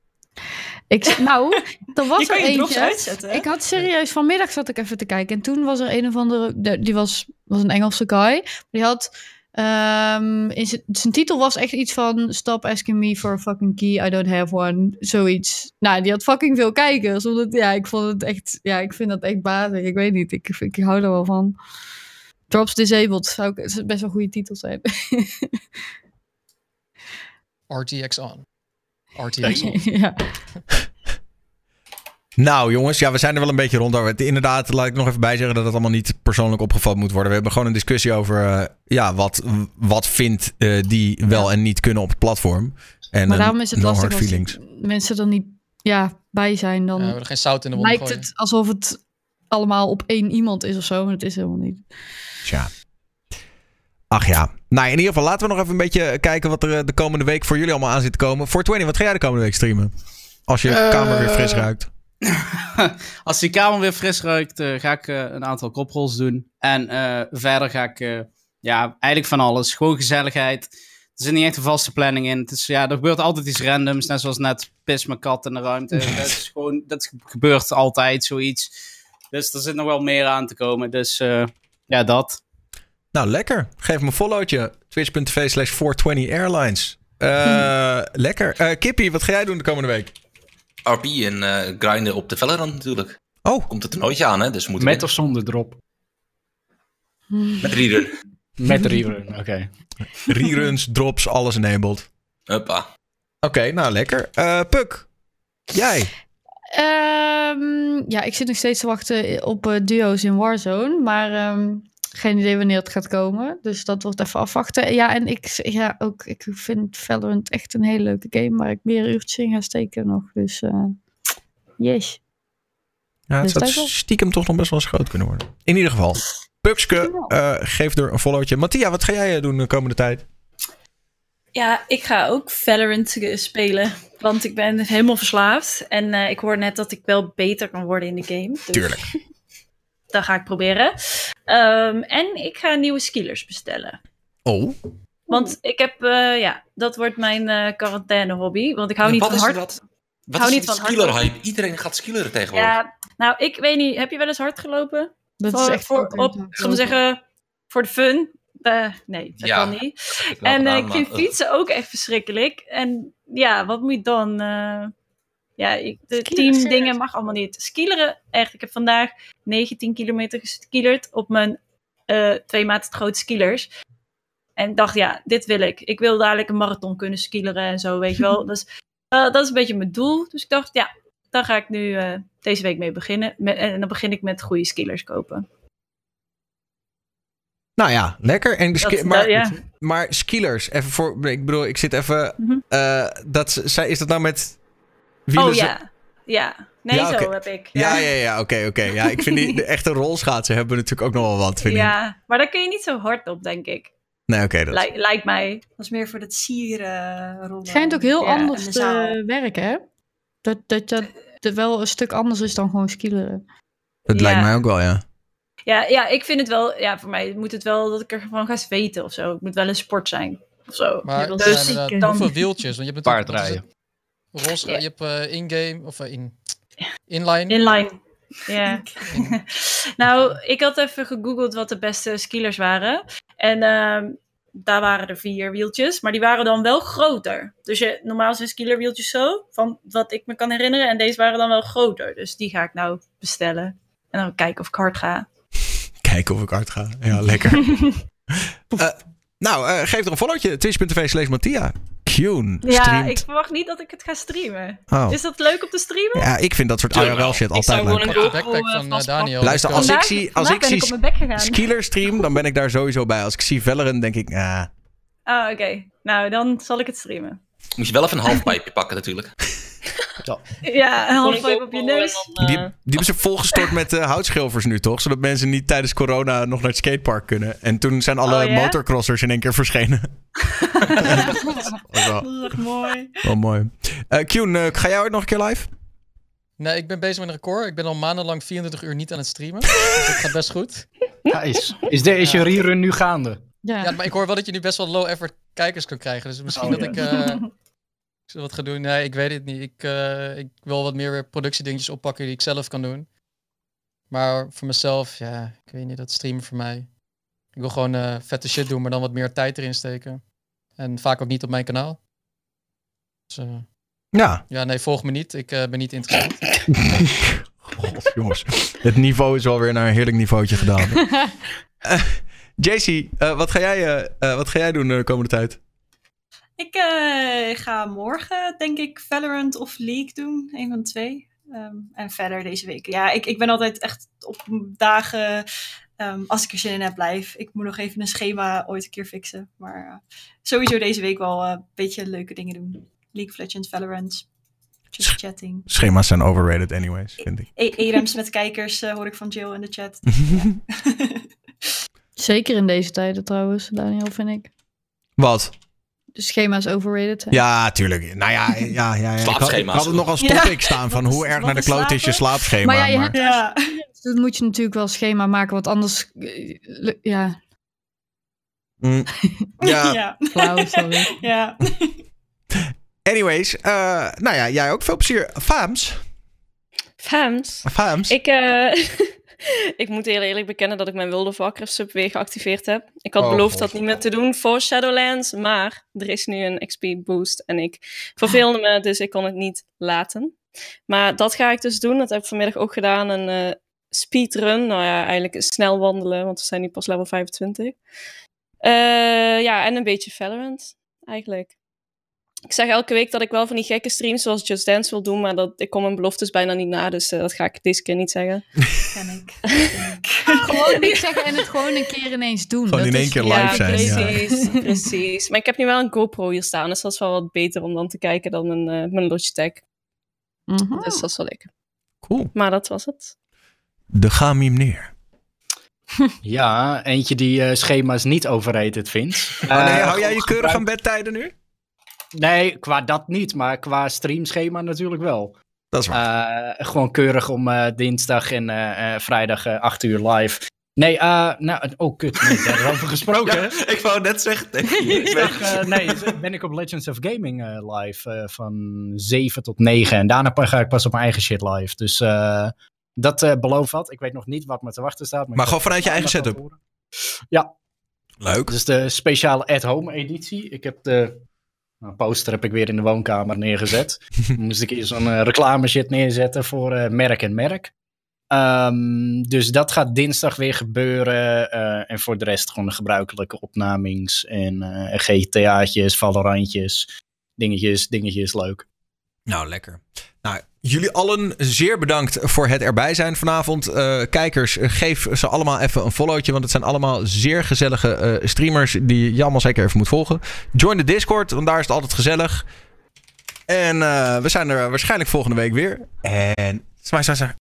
Speaker 2: Ik, nou, er was
Speaker 4: Je kan
Speaker 2: er
Speaker 4: je drops
Speaker 2: eentje.
Speaker 4: uitzetten, hè?
Speaker 2: Ik had serieus, vanmiddag zat ik even te kijken. En toen was er een of andere, de- die was, was een Engelse guy. Die had Um, in z- zijn titel was echt iets van... Stop asking me for a fucking key, I don't have one. Zoiets. Nou, die had fucking veel kijkers. Omdat, ja, ik vond het echt... Ja, ik vind dat echt bazig. Ik weet niet, ik, ik hou er wel van. Drops Disabled zou ook best wel een goede titel zijn.
Speaker 6: R T X on. R T X on.
Speaker 2: Ja.
Speaker 1: Nou jongens, ja, we zijn er wel een beetje rond over. Inderdaad, laat ik nog even bijzeggen dat het allemaal niet persoonlijk opgevat moet worden. We hebben gewoon een discussie over uh, ja, wat, wat vindt uh, die wel en niet kunnen op het platform. En
Speaker 2: maar daarom is het
Speaker 1: no
Speaker 2: lastig
Speaker 1: hard
Speaker 2: als
Speaker 1: feelings.
Speaker 2: mensen er niet ja, bij zijn. Dan
Speaker 6: Ja, we hebben er geen zout in de wond
Speaker 2: lijkt
Speaker 6: gooien.
Speaker 2: het alsof het allemaal op één iemand is of zo. Maar het is helemaal niet.
Speaker 1: Tja. Ach ja. Nou, in ieder geval laten we nog even een beetje kijken wat er de komende week voor jullie allemaal aan zit te komen. four twenty, wat ga jij de komende week streamen? Als je
Speaker 7: Uh,
Speaker 1: kamer weer fris ruikt.
Speaker 7: Als die kamer weer fris ruikt, uh, ga ik uh, een aantal koprolls doen. En uh, verder ga ik, uh, ja, eigenlijk van alles. Gewoon gezelligheid. Er zit niet echt een vaste planning in. Het is, ja, er gebeurt altijd iets randoms. Net zoals net pis mijn kat in de ruimte. dat, is gewoon, dat gebeurt altijd, zoiets. Dus er zit nog wel meer aan te komen. Dus uh, ja, dat.
Speaker 1: Nou, lekker. Geef me een followtje. Twitch.tv slash four twenty airlines. Uh, hmm. Lekker. Uh, Kippie, wat ga jij doen de komende week?
Speaker 3: R P en uh, grinden op de Valorant natuurlijk.
Speaker 1: Oh.
Speaker 3: Komt het toernooitje aan, hè? Dus we moeten
Speaker 10: Met
Speaker 3: winnen.
Speaker 10: of zonder drop?
Speaker 3: Met rerun.
Speaker 10: Met rerun, oké. Okay.
Speaker 1: Reruns, drops, alles enabled.
Speaker 3: Huppa.
Speaker 1: Oké, okay, nou lekker. Uh, Puk, jij?
Speaker 2: Um, ja, ik zit nog steeds te wachten op uh, duo's in Warzone. Maar um, geen idee wanneer het gaat komen. Dus dat wordt even afwachten. Ja, en ik, ja, ook, ik vind Valorant echt een hele leuke game. Waar ik meer uurtjes in ga steken nog. Dus uh, yes.
Speaker 1: Ja, het
Speaker 2: dus
Speaker 1: zou stiekem toch nog best wel eens groot kunnen worden. In ieder geval. Pupske, uh, geef er een followtje. Mattia, wat ga jij doen de komende tijd?
Speaker 9: Ja, ik ga ook Valorant spelen. Want ik ben helemaal verslaafd. En uh, ik hoor net dat ik wel beter kan worden in de game. Dus
Speaker 1: tuurlijk.
Speaker 9: Dat ga ik proberen. Um, en ik ga nieuwe skillers bestellen.
Speaker 1: Oh.
Speaker 9: Want ik heb, uh, ja, dat wordt mijn uh, quarantaine hobby. Want ik hou
Speaker 3: ja,
Speaker 9: niet
Speaker 3: wat
Speaker 9: van
Speaker 3: is
Speaker 9: hard.
Speaker 3: Wat, wat
Speaker 9: hou
Speaker 3: is
Speaker 9: niet
Speaker 3: die
Speaker 9: van
Speaker 3: skiller hype? Iedereen gaat skilleren tegenwoordig.
Speaker 9: Ja, nou, ik weet niet. Heb je wel eens hard gelopen?
Speaker 2: Dat
Speaker 9: voor,
Speaker 2: is echt
Speaker 9: voor, op, zullen we zeggen, voor de fun? Uh, nee, dat
Speaker 3: ja,
Speaker 9: kan niet. En uh, ik vind maar, fietsen ook echt verschrikkelijk. En ja, wat moet je dan? Uh, ja, ik, de team dingen mag allemaal niet. Skileren, echt. Ik heb vandaag negentien kilometer geskilerd op mijn uh, twee maten grote skilers. En ik dacht, ja, dit wil ik. Ik wil dadelijk een marathon kunnen skileren en zo, weet je wel. Dus uh, dat is een beetje mijn doel. Dus ik dacht, ja, daar ga ik nu uh, deze week mee beginnen. Met, en dan begin ik met goede skillers kopen.
Speaker 1: Nou ja, lekker. En ski-
Speaker 9: dat,
Speaker 1: maar,
Speaker 9: dat, ja.
Speaker 1: maar skillers, even voor, ik bedoel, ik zit even, mm-hmm. uh, dat, is dat nou met wielen?
Speaker 9: Oh ja, ja. Nee, ja,
Speaker 1: okay.
Speaker 9: zo heb ik.
Speaker 1: Ja, ja, ja, ja oké, okay, oké. Okay. Ja, ik vind die de echte rolschaatsen hebben natuurlijk ook nog wel wat, vind
Speaker 9: ja,
Speaker 1: ik.
Speaker 9: maar daar kun je niet zo hard op, denk ik.
Speaker 1: Nee, oké. Okay,
Speaker 4: Lij- lijkt mij. Dat is meer voor dat sieren rollen.
Speaker 2: Het schijnt ook heel ja, anders te werken, hè? Dat dat, dat dat wel een stuk anders is dan gewoon skileren.
Speaker 1: Dat ja. lijkt mij ook wel, ja.
Speaker 9: Ja, ja, ik vind het wel... Ja, voor mij moet het wel dat ik er gewoon ga zweten of zo. Het moet wel een sport zijn of zo.
Speaker 6: Maar
Speaker 9: ja,
Speaker 6: dus dan... hoeveel wieltjes? Want je hebt
Speaker 10: paardrijden.
Speaker 6: Rols, ja. Je hebt uh, in-game of uh, in... Inline?
Speaker 9: Inline, ja. Nou, ik had even gegoogeld wat de beste skillers waren. En uh, daar waren er vier wieltjes. Maar die waren dan wel groter. Dus je, normaal zijn skillerwieltjes zo, van wat ik me kan herinneren. En deze waren dan wel groter. Dus die ga ik nou bestellen. En dan kijken of ik hard ga.
Speaker 1: Kijken of ik hard ga. Ja, lekker. uh, nou, uh, geef er een followtje. Twitch.tv slash Mattia. Kune
Speaker 9: ja,
Speaker 1: streamt.
Speaker 9: ik verwacht niet dat ik het ga streamen.
Speaker 1: Oh.
Speaker 9: Is dat leuk om te streamen?
Speaker 1: Ja, ik vind dat soort I R L shit altijd leuk.
Speaker 6: Ik zou gewoon een backpack van uh, Daniel.
Speaker 1: Luister, als
Speaker 9: vandaag,
Speaker 1: ik zie, als ik zie skiller stream, dan ben ik daar sowieso bij. Als ik zie Valorant, denk ik, ah.
Speaker 9: Ah, oké. Okay. Nou, dan zal ik het streamen.
Speaker 3: Moet je wel even een halfpijpje pakken natuurlijk.
Speaker 10: Ja,
Speaker 9: ja een halfpijp op je neus.
Speaker 1: Die, die hebben ze volgestort met uh, houtschilfers nu, toch? Zodat mensen niet tijdens corona nog naar het skatepark kunnen. En toen zijn alle
Speaker 9: oh, ja?
Speaker 1: motorcrossers in één keer verschenen.
Speaker 9: dat is echt mooi.
Speaker 1: Wel mooi. Uh, Kune, uh, ga jij ooit nog een keer live?
Speaker 6: Nee, ik ben bezig met een record. Ik ben al maandenlang vierentwintig uur niet aan het streamen. Dus dat gaat best goed.
Speaker 10: Nice. Is, de, is je rerun nu gaande?
Speaker 6: Ja. ja, maar ik hoor wel dat je nu best wel low effort kijkers kan krijgen. Dus misschien oh, dat ja. ik... Uh, wat ga doen? Nee, ik weet het niet. Ik, uh, ik wil wat meer productiedingetjes oppakken die ik zelf kan doen. Maar voor mezelf, ja, ik weet niet, dat streamen voor mij. Ik wil gewoon uh, vette shit doen, maar dan wat meer tijd erin steken. En vaak ook niet op mijn kanaal. Dus, uh,
Speaker 1: ja.
Speaker 6: Ja, nee, volg me niet. Ik uh, ben niet interessant.
Speaker 1: God, jongens. Het niveau is alweer naar een heerlijk niveautje gedaan. uh, J C, uh, wat, ga jij, uh, uh, wat ga jij doen de komende tijd?
Speaker 4: Ik uh, ga morgen, denk ik, Valorant of League doen. Een van de twee. Um, en verder deze week. Ja, ik, ik ben altijd echt op dagen... Um, als ik er zin in heb, blijf. Ik moet nog even een schema ooit een keer fixen. Maar uh, sowieso deze week wel een uh, beetje leuke dingen doen. League of Legends, Valorant, just chatting.
Speaker 1: Schema's zijn overrated anyways, vind ik.
Speaker 4: E Rams met kijkers uh, hoor ik van Jill in de chat.
Speaker 2: Zeker in deze tijden trouwens, Daniel, vind ik.
Speaker 1: Wat?
Speaker 2: De schema's overrated zijn.
Speaker 1: Ja, tuurlijk. Nou ja, ja, ja, ja. Ik, had, ik had het nog als topic ja. staan van hoe erg naar de kloot is je slaapschema.
Speaker 2: Maar ja, je
Speaker 1: maar...
Speaker 2: hebt, ja. Dan moet je natuurlijk wel schema maken, want anders... Ja.
Speaker 1: Mm. Ja.
Speaker 4: ja.
Speaker 2: Flauw, sorry.
Speaker 4: Ja.
Speaker 1: Anyways, uh, nou ja, jij ook veel plezier. Fams?
Speaker 8: Fams?
Speaker 1: Fams?
Speaker 8: Ik, uh, ik moet heel eerlijk bekennen dat ik mijn World of Warcraft sub weer geactiveerd heb. Ik had oh, beloofd God. dat niet meer te doen voor Shadowlands, maar er is nu een X P boost en ik verveelde me, dus ik kon het niet laten. Maar dat ga ik dus doen. Dat heb ik vanmiddag ook gedaan. Een uh, speedrun. Nou ja, eigenlijk snel wandelen, want we zijn nu pas level vijfentwintig. Uh, ja, en een beetje Valorant, eigenlijk. Ik zeg elke week dat ik wel van die gekke streams zoals Just Dance wil doen, maar dat, ik kom mijn beloftes bijna niet na, dus uh, dat ga ik deze keer niet zeggen.
Speaker 4: Ken ik. Ken ik.
Speaker 2: Gewoon niet zeggen en het gewoon een keer ineens doen.
Speaker 1: Gewoon
Speaker 2: dat
Speaker 1: in één
Speaker 2: is,
Speaker 1: keer live
Speaker 8: ja,
Speaker 1: zijn.
Speaker 8: Precies,
Speaker 1: ja.
Speaker 8: precies. Maar ik heb nu wel een GoPro hier staan, dus dat is wel wat beter om dan te kijken dan een, uh, mijn Logitech.
Speaker 2: Mm-hmm.
Speaker 8: Dus dat is wel lekker.
Speaker 1: Cool.
Speaker 8: Maar dat was het.
Speaker 1: De Gamimneer.
Speaker 10: Ja, eentje die uh, schema's niet overrated vindt.
Speaker 1: Oh, nee,
Speaker 10: uh,
Speaker 1: hou jij je keurig
Speaker 10: gebruik...
Speaker 1: aan bedtijden nu?
Speaker 10: Nee, qua dat niet, maar qua streamschema natuurlijk wel.
Speaker 1: Dat is waar.
Speaker 10: Uh, gewoon keurig om uh, dinsdag en uh, uh, vrijdag uh, acht uur live. Nee, uh, nou, oh kut, nee, daar hebben we gesproken.
Speaker 3: Ja, ik wou net zeggen tegen je.
Speaker 10: Dinsdag, uh, nee, ben ik op Legends of Gaming uh, live uh, van zeven tot negen. En daarna ga ik pas op mijn eigen shit live. Dus uh, dat uh, belooft wat. Ik weet nog niet wat me te wachten staat. Maar,
Speaker 1: maar gewoon vanuit je eigen setup?
Speaker 10: Ja.
Speaker 1: Leuk.
Speaker 10: Dus de speciale at-home editie. Ik heb de nou, poster heb ik weer in de woonkamer neergezet. Moest ik eerst zo'n uh, reclame shit neerzetten voor uh, merk en merk. Um, dus dat gaat dinsdag weer gebeuren. Uh, en voor de rest gewoon de gebruikelijke opnamings. En uh, G T A'tjes, Valorantjes. Dingetjes, dingetjes, leuk.
Speaker 1: Nou, lekker. Nou, jullie allen zeer bedankt voor het erbij zijn vanavond. Uh, kijkers, geef ze allemaal even een followtje. Want het zijn allemaal zeer gezellige uh, streamers die je allemaal zeker even moet volgen. Join de Discord, want daar is het altijd gezellig. En uh, we zijn er waarschijnlijk volgende week weer. En zwaai, zwaai, zwaai.